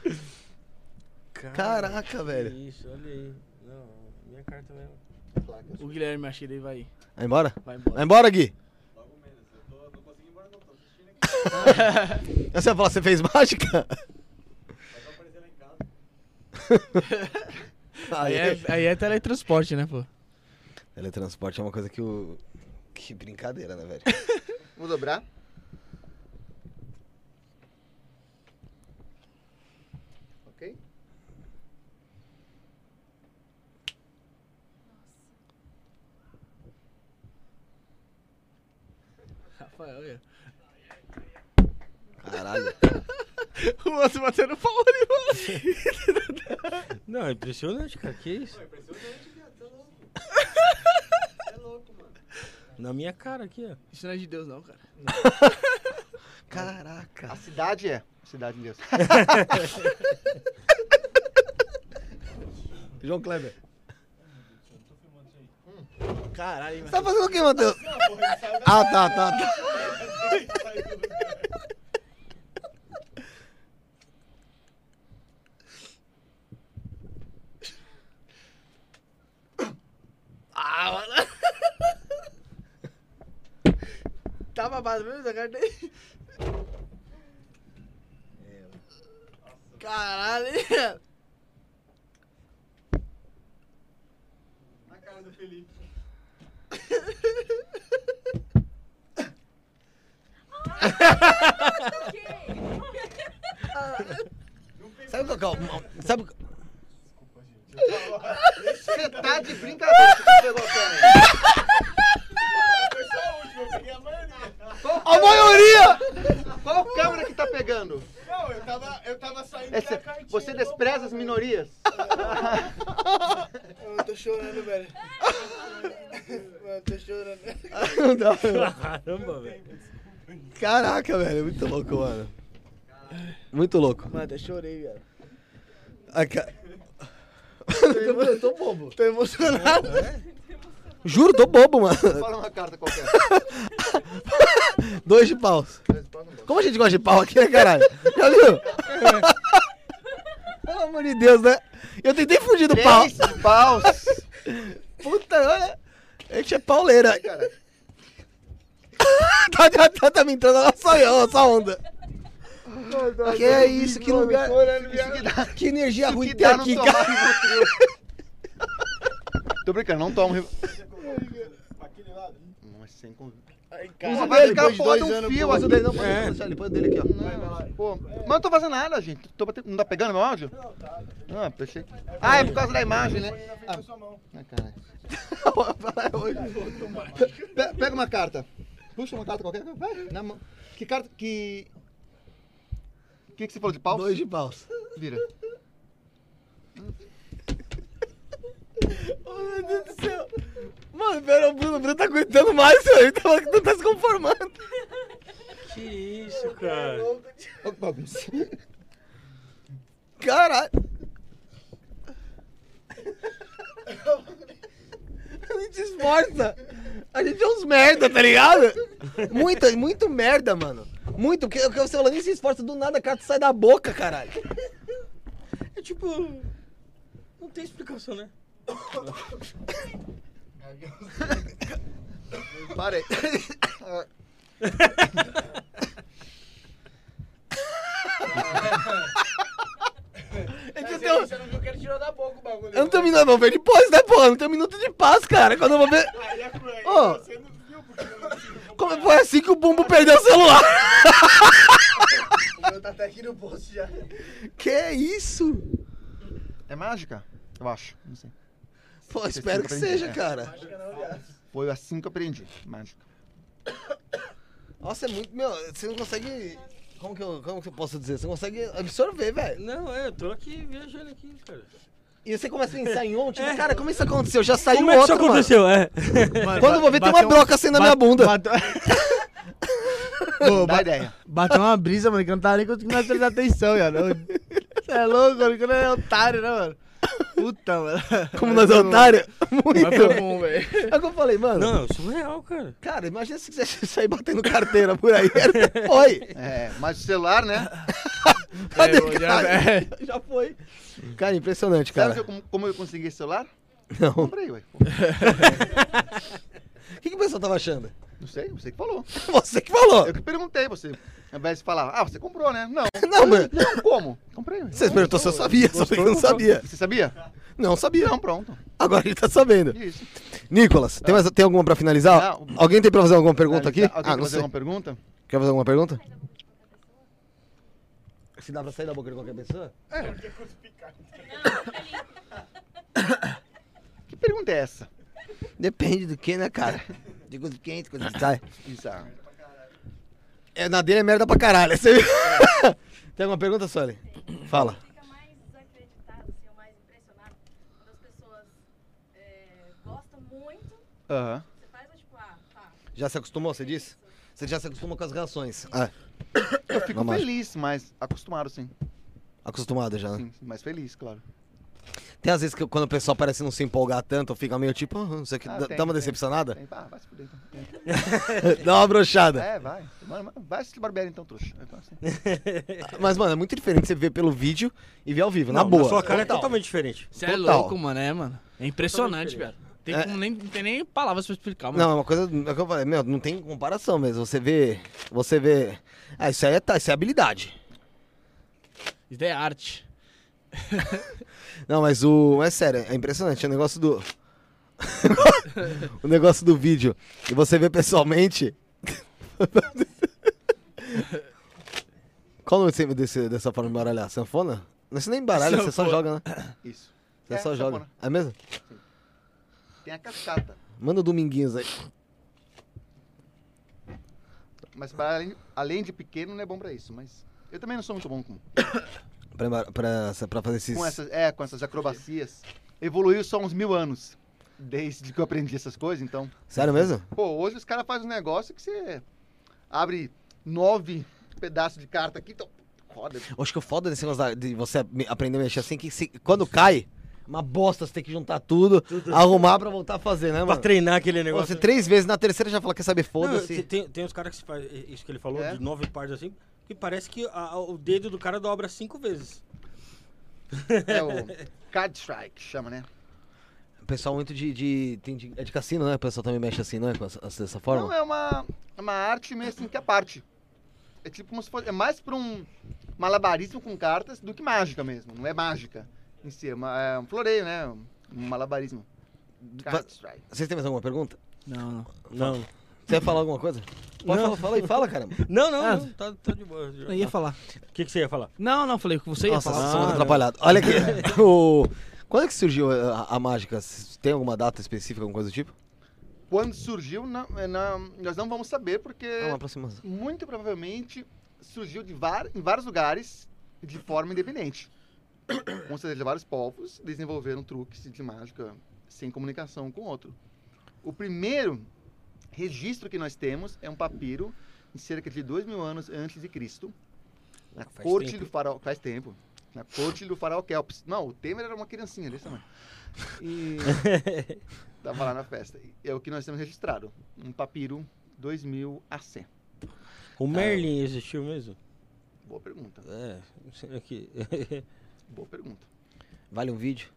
Caraca, velho. Que isso, olha aí. Não, minha carta mesmo. O Guilherme, acho que ele vai ir. Vai embora? Vai embora. Vai embora, Gui. Logo menos. Eu não consegui ir embora, não. Tô assistindo aqui. Você vai falar, você fez mágica? Vai só aparecer lá em casa. Aí é teletransporte, né, pô? Teletransporte é uma coisa que o... Que brincadeira, né, velho? Vou dobrar. Ok? Rafael, olha. Caralho. O outro batendo pau ali, mano. Não, é impressionante, cara, que isso? Pô, impressionante, viado. Tá louco. É louco, mano. Na minha cara aqui, ó. Isso não é de Deus, não, cara. Caraca. A cidade é. Cidade de Deus. João Kleber. Caralho, Você mano. tá fazendo o quê, Matheus? Ah, tá. Ah, mano. Tá babado mesmo essa carta aí? Caralho. Na cara do Felipe. Sabe qual que é o... Sabe... Você tá de brincadeira que você pegou a câmera. Foi só a última, eu peguei a maioria. A maioria! Qual câmera que tá pegando? Não, eu tava saindo Esse- da cartinha. você despreza as minorias? Eu tô chorando, velho. Mano, tô chorando. Não. Caramba, velho. Caraca, velho. Muito louco, mano. Muito louco. Mano, até chorei, velho. Eu tô bobo. Tô emocionado. Juro, tô bobo, mano. Fala uma carta qualquer. 2 de paus. Como a gente gosta de pau aqui, né, caralho? Já viu? Pelo amor de Deus, né? Eu tentei fugir do pau. 3 de paus. Puta, olha. A gente é pauleira. Cara, Tá me entrando na nossa onda. Que é isso? Que lugar. Que energia ruim que tem dá não aqui, tomar cara. Rivotril. Tô brincando, não tomo Aquele lado. Mas sem Usa vai dele, ficar depois de foda 2 um anos, fio. usa dele, não. É. Depois dele aqui, ó. Pô, mas não tô fazendo nada, gente. Não tá pegando meu áudio? Ah, pensei. Ah, é por causa da imagem, né? Ah, cara. Pega uma carta. Puxa uma carta qualquer. Vai, na mão. Que carta que... O que você falou de paus? 2 de paus. Vira. Oh, meu Deus do céu. Mano, pera, o Bruno tá aguentando mais, senhor. Ele não tá se conformando. Que isso, cara? Olha que bagunça. Caralho. A gente esforça. A gente é uns merda, tá ligado? Muito merda, mano. Muito, porque você falando isso, se esforça do nada, a carta sai da boca, caralho. É tipo... Não tem explicação, né? Para aí. Você não viu que ele tirou da boca o bagulho. Eu não tenho minuto, vou ver depois, né, porra? Não tenho minuto de paz, cara. Quando eu vou ver. Ô, Você não viu porque eu não consigo. como foi assim que o Bumbo perdeu o celular? O meu tá até aqui no posto já. Que isso? É mágica? Eu acho. Não sei. Pô, espero que seja, cara. Foi assim que eu aprendi. Mágica. Nossa, é muito. Meu, você não consegue. Como que eu posso dizer? Você não consegue absorver, velho. Não, eu tô aqui viajando aqui, cara. E você começa a pensar em um, tipo, cara, como isso aconteceu? Já saiu Como é que isso outro, mano. aconteceu? É. Quando eu vou ver, tem uma broca saindo na minha bunda. Dá ideia. Bateu uma brisa, mano, que eu não tava nem conseguindo mais prestar atenção, mano. Você é louco, mano, que eu não é otário, né, mano? Puta, mano. Como nós é otário? Muito. Mas foi bom, velho. É o que eu falei, mano. Não, eu sou real, cara. Cara, imagina se você sair batendo carteira por aí. Foi. É, mas o celular, né? Cadê, É, cara? é. Já foi. Cara, impressionante, Sabe cara. como eu consegui esse celular? Não. Comprei, ué. O que o pessoal tava achando? Não sei, você que falou. Você que falou. Eu que perguntei você. Ao invés de falar, ah, você comprou, né? Não. Não, mano. Não, como? Comprei, ué. Você perguntou se eu sabia, só porque eu não sabia. Você sabia? Não sabia. Não, pronto. Agora ele tá sabendo. Isso. Nicolas, tem alguma pra finalizar? Não. Alguém tem pra fazer alguma pergunta aqui? Alguém quer Não fazer sei. alguma pergunta? Quer fazer alguma pergunta? Se dá pra sair da boca de qualquer pessoa? Que pergunta é essa? Depende do que, né, cara? De coisa quente, coisa que sai. Isso. É, na dele é merda pra caralho. Você viu? Tem alguma pergunta, Sueli? Fala. Fica mais desacreditado, assim, ou mais impressionado quando as pessoas gostam muito, Aham. você faz tipo, tá. Já se acostumou, você disse? Você já se acostumou com as reações? Ah, Eu fico Vamos lá. feliz, mas acostumado, sim. acostumada já, né? Sim, mais feliz, claro. Tem às vezes que quando o pessoal parece não se empolgar tanto, fica meio tipo, isso aqui Ah, dá tem, uma tem. decepcionada? Tem. Ah, vai se fuder então. Dá uma brochada. É, vai. Vai se barbear então, trouxa. Então, assim. Mas, mano, é muito diferente você ver pelo vídeo e ver ao vivo, na Não, boa. A sua cara Total. é totalmente diferente. Você é Total. louco, mano, mano. É impressionante, velho. Não tem nem palavras pra explicar, mano. Não, é uma coisa, é o que eu falei, meu, não tem comparação mesmo. Você vê. Ah, isso aí isso é habilidade. Isso é arte. Não, mas é sério, é impressionante. O negócio do. o negócio do vídeo. E você vê pessoalmente. Qual o nome dessa forma de baralhar? Sanfona? Não, você nem baralha, você só Sanfona. joga, né? Isso. Você só joga. sanfona. É mesmo? Tem a cascata. Manda o Dominguinhos aí. Mas além de pequeno, não é bom pra isso. Mas eu também não sou muito bom com Pra fazer esses. com essas acrobacias. Evoluiu só uns 1000 anos. Desde que eu aprendi essas coisas, então. Sério mesmo? Pô, hoje os caras fazem um negócio que você abre 9 pedaços de carta aqui, então Foda. Acho que o foda desse negócio de você aprender a mexer assim, que quando cai, uma bosta, você tem que juntar tudo, arrumar pra voltar a fazer, né, Pra mano? treinar aquele negócio. Você 3 vezes, na terceira já fala, quer saber, Não, foda-se. tem uns caras que fazem isso que ele falou, É? de 9 partes assim, que parece que o dedo do cara dobra 5 vezes. É o card strike, chama, né? O pessoal muito é de cassino, né? O pessoal também mexe assim, não é? Dessa forma? Não, é uma arte meio assim que é parte. É tipo como se fosse. É mais pra um malabarismo com cartas do que mágica mesmo. Não é mágica em si. É um floreio, né? Um malabarismo. Card strike. Vocês têm mais alguma pergunta? Não. Não. Você vai falar alguma coisa? Pode Não. falar aí, fala, caramba. Não, Ah. tá de boa. Eu ia falar. O que você ia falar? Não, falei o que você ia Nossa, falar. vocês são muito não. atrapalhados. Olha aqui, quando é que surgiu a mágica? Tem alguma data específica, alguma coisa do tipo? Quando surgiu, nós não vamos saber, porque É uma aproximação. muito provavelmente surgiu em vários lugares de forma independente. Com certeza, vários povos desenvolveram truques de mágica sem comunicação com o outro. O primeiro registro que nós temos é um papiro em cerca de 2000 anos antes de Cristo, na Faz corte tempo. do faraó, faz tempo, na corte do faraó Kelps. Não, o Temer era uma criancinha desse tamanho. E tava lá na festa. É o que nós temos registrado, um papiro 2000 AC. O Merlin existiu mesmo? Boa pergunta. É, aqui. Boa pergunta. Vale um vídeo?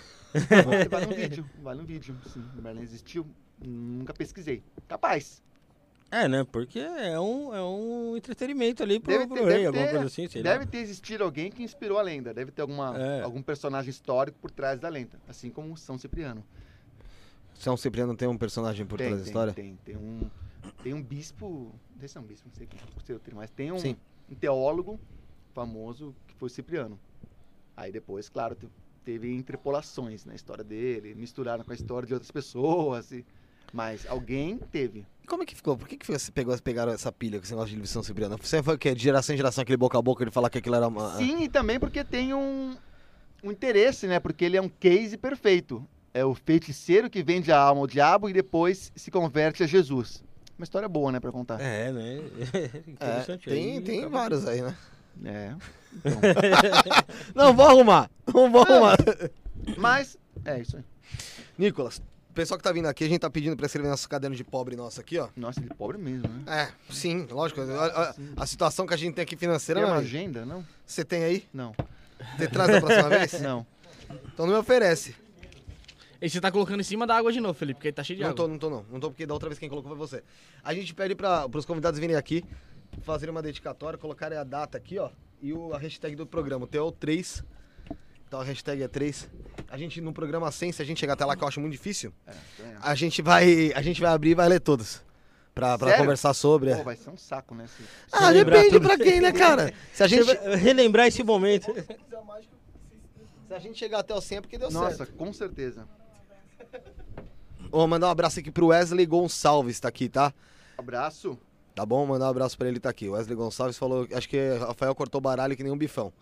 Vale um vídeo, sim. O Merlin existiu, nunca pesquisei. Capaz. É, né? Porque é um entretenimento ali pro, Deve pro ter, rei, deve alguma ter, coisa assim, sei deve lá. ter existido alguém que inspirou a lenda. Deve ter algum personagem histórico por trás da lenda. Assim como São Cipriano. São Cipriano tem um personagem por trás da história? Tem um bispo, não sei se é um bispo, não sei o seu termo, mas tem Sim. um teólogo famoso que foi Cipriano. Aí depois, claro, teve interpolações na história dele, misturaram com a história de outras pessoas, mas alguém teve. E como é que ficou? Por que pegaram essa pilha com esse negócio de livro de São Cipriano? Você foi o quê? De geração em geração, aquele boca a boca, ele falar que aquilo era uma... Sim, e também porque tem um interesse, né? Porque ele é um case perfeito. É o feiticeiro que vende a alma ao diabo e depois se converte a Jesus. Uma história boa, né, pra contar. É, né? Interessante. tem aí, tem acaba- vários aí, né? É. Não, vou arrumar. Não vou arrumar. Mas, é isso aí. Nicolas, o pessoal que tá vindo aqui, a gente tá pedindo pra escrever nosso caderno de pobre nosso aqui, ó. Nossa, ele é pobre mesmo, né? É, sim, lógico. A situação que a gente tem aqui financeira, Tem uma né? agenda, não? Você tem aí? Não. Você traz da próxima vez? Não. Então não me oferece. E você tá colocando em cima da água de novo, Felipe, porque ele tá cheio de água. Não tô, porque da outra vez quem colocou foi você. A gente pede pros convidados virem aqui, fazerem uma dedicatória, colocarem a data aqui, ó, e a hashtag do programa. O teu é o 3. Então a hashtag é 3. A gente, no programa 100, se a gente chegar até lá, que eu acho muito difícil, a gente vai abrir e vai ler todos. Pra Sério? conversar sobre. Pô, vai ser um saco, né? Ah, lembrar depende tudo. pra quem, né, cara? Se a gente, Você vai relembrar esse momento. se a gente chegar até o 100 é porque deu Nossa, certo. com certeza. Vou mandar um abraço aqui pro Wesley Gonçalves, tá aqui, tá? Abraço. Tá bom? Mandar um abraço pra ele, tá aqui. O Wesley Gonçalves falou, acho que Rafael cortou baralho que nem um bifão.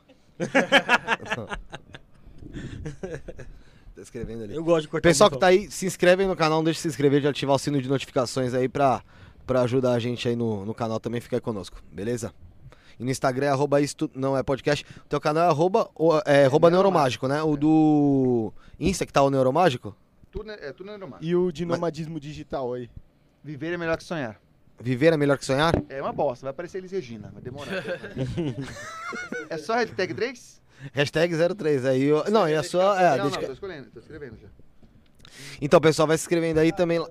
Tá escrevendo ali. Eu gosto de cortar Pessoal o que tá aí, se inscreve aí no canal, não deixe de se inscrever, de ativar o sino de notificações aí pra ajudar a gente aí no canal também, fica aí conosco, beleza? E no Instagram é arroba isto não é podcast. O teu canal é arroba neuromágico, né? O do Insta que tá o neuromágico? Tudo é normal. E o de nomadismo digital aí? Viver é melhor que sonhar. Viver é melhor que sonhar? É uma bosta, vai aparecer Elis Regina, vai demorar. É só hashtag 3? Hashtag 03 aí. Não, e a sua... Não, dedica- tô escolhendo, tô escrevendo já. Então, pessoal, vai se inscrevendo aí também.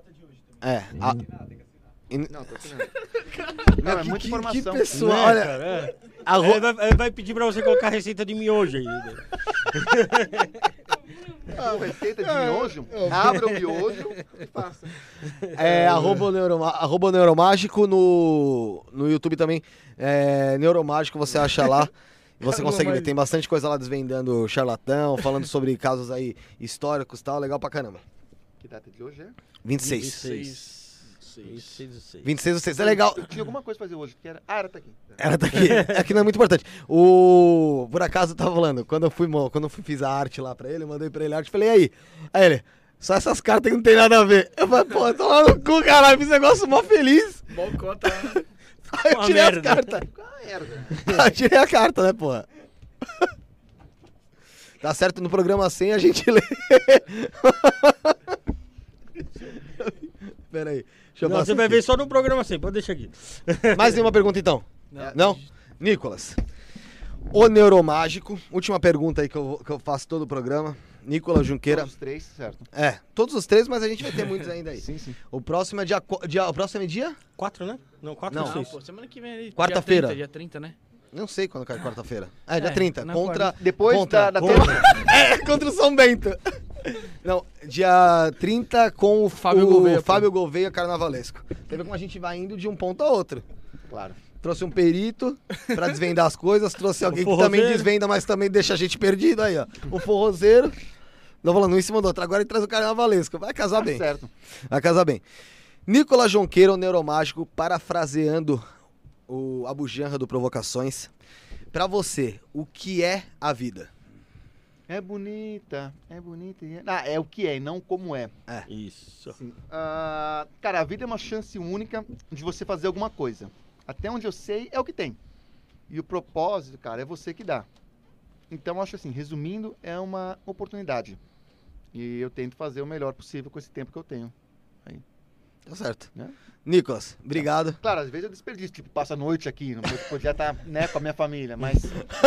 Não, tô escolhendo. Não, é muita informação. Que pessoa, Né, olha... cara? É. arro- Ele vai pedir pra você colocar a receita de miojo aí. né? Pô, receita de miojo, abra o miojo e faça. arroba o neuromágico no YouTube também. Neuromágico, você acha lá. E você consegue ver, tem bastante coisa lá desvendando charlatão, falando sobre casos aí históricos e tal, legal pra caramba. Que data de hoje é? 26. 26. 26 do 6, é legal. Eu tinha alguma coisa pra fazer hoje, que era... Ah, era tá aqui. Ela tá aqui. Aqui não é muito importante. Por acaso eu tava falando, quando eu fiz a arte lá pra ele, eu mandei pra ele a arte, falei, e aí? Aí ele, só essas cartas que não tem nada a ver. Eu falei, pô, tô lá no cu, caralho, fiz negócio mó feliz. Bom conta. Aí eu Uma tirei as merda. cartas. Eu tirei a carta, né, porra? Tá certo, no programa 100 a gente lê. Pera aí. Deixa eu Não, passar você vai aqui. ver só no programa assim, pode deixar aqui. Mais nenhuma pergunta, então? Não? Nicolas. O Neuromágico. Última pergunta aí que eu faço todo o programa. Nicolas Junqueira. Todos os 3, certo. Todos os 3, mas a gente vai ter muitos ainda aí. Sim, sim. O próximo é o próximo é dia? 4, né? Não, 4 Não. ou Não, 6. pô, semana que vem ali. Quarta-feira. Dia 30, né? Não sei quando cai quarta-feira. Dia 30. na Contra. Depois contra, da contra o São Bento. Não, dia 30 com o Fábio Gouveia, pô. Fábio Gouveia Carnavalesco. Você vê como a gente vai indo de um ponto a outro. Claro. Trouxe um perito pra desvendar as coisas, trouxe alguém que forrozeiro. também desvenda, mas também deixa a gente perdido aí, ó. O forrozeiro. Não falando um em cima do outro. Agora ele traz o carnavalesco. Vai casar bem. Certo. Vai casar bem. Nicolas Jonqueira, o Neuromágico, parafraseando o Abu Janra do Provocações. Pra você, o que é a vida? É bonita. É o que é e não como é. Isso. Cara, a vida é uma chance única de você fazer alguma coisa. Até onde eu sei, é o que tem. E o propósito, cara, é você que dá. Então, eu acho assim, resumindo, é uma oportunidade. E eu tento fazer o melhor possível com esse tempo que eu tenho. Tá certo. Né? Nicolas, obrigado. Claro, às vezes eu desperdiço, tipo, passo a noite aqui, não podia estar, né, com a minha família, mas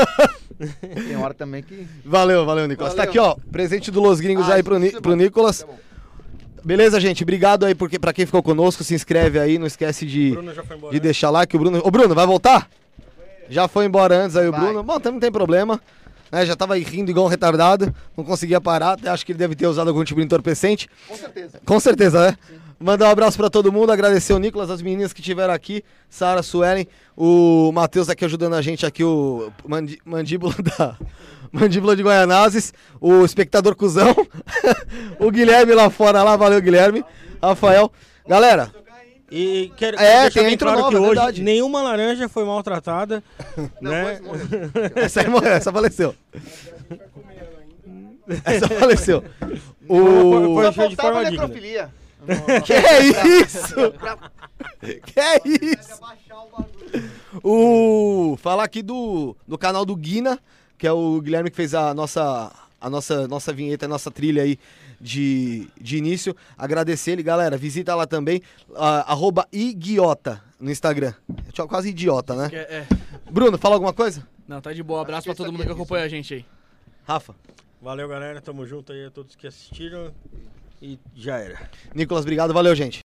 tem hora também que... Valeu, Nicolas. Tá Valeu. aqui, ó, presente do Los Gringos aí pro, isso é pro bom. Nicolas. Tá bom. Beleza, gente? Obrigado aí pra quem ficou conosco. Se inscreve aí, não esquece de Bruno já foi embora. de deixar lá que o Bruno... Ô, Bruno, vai voltar? Já foi embora antes aí o Vai. Bruno. Bom, não tem problema. Né, já tava aí rindo igual um retardado. Não conseguia parar. Até acho que ele deve ter usado algum tipo de entorpecente. Com certeza. Com certeza, né? Mandar um abraço pra todo mundo, agradecer o Nicolas, as meninas que estiveram aqui, Sara, Suelen, o Matheus aqui ajudando a gente aqui, o Mandíbula de Guaianazes, o espectador cuzão, o Guilherme lá fora, lá, valeu Guilherme, Rafael. Galera, E quero É, deixar tem a bem intro claro nova, que é hoje verdade. nenhuma laranja foi maltratada, Não, né? essa aí morreu, essa faleceu. Essa faleceu. Foi Só show de faltava forma digna. necrofilia. Que é isso? Que é isso? Falar aqui do canal do Guina, que é o Guilherme que fez a nossa vinheta, a nossa trilha aí de início. Agradecer ele, galera. Visita lá também, @iguiota no Instagram. Quase idiota, né? Bruno, fala alguma coisa? Não, tá de boa. Abraço pra todo mundo que acompanha a gente aí. Rafa. Valeu, galera. Tamo junto aí a todos que assistiram. E já era. Nicolas, obrigado. Valeu, gente.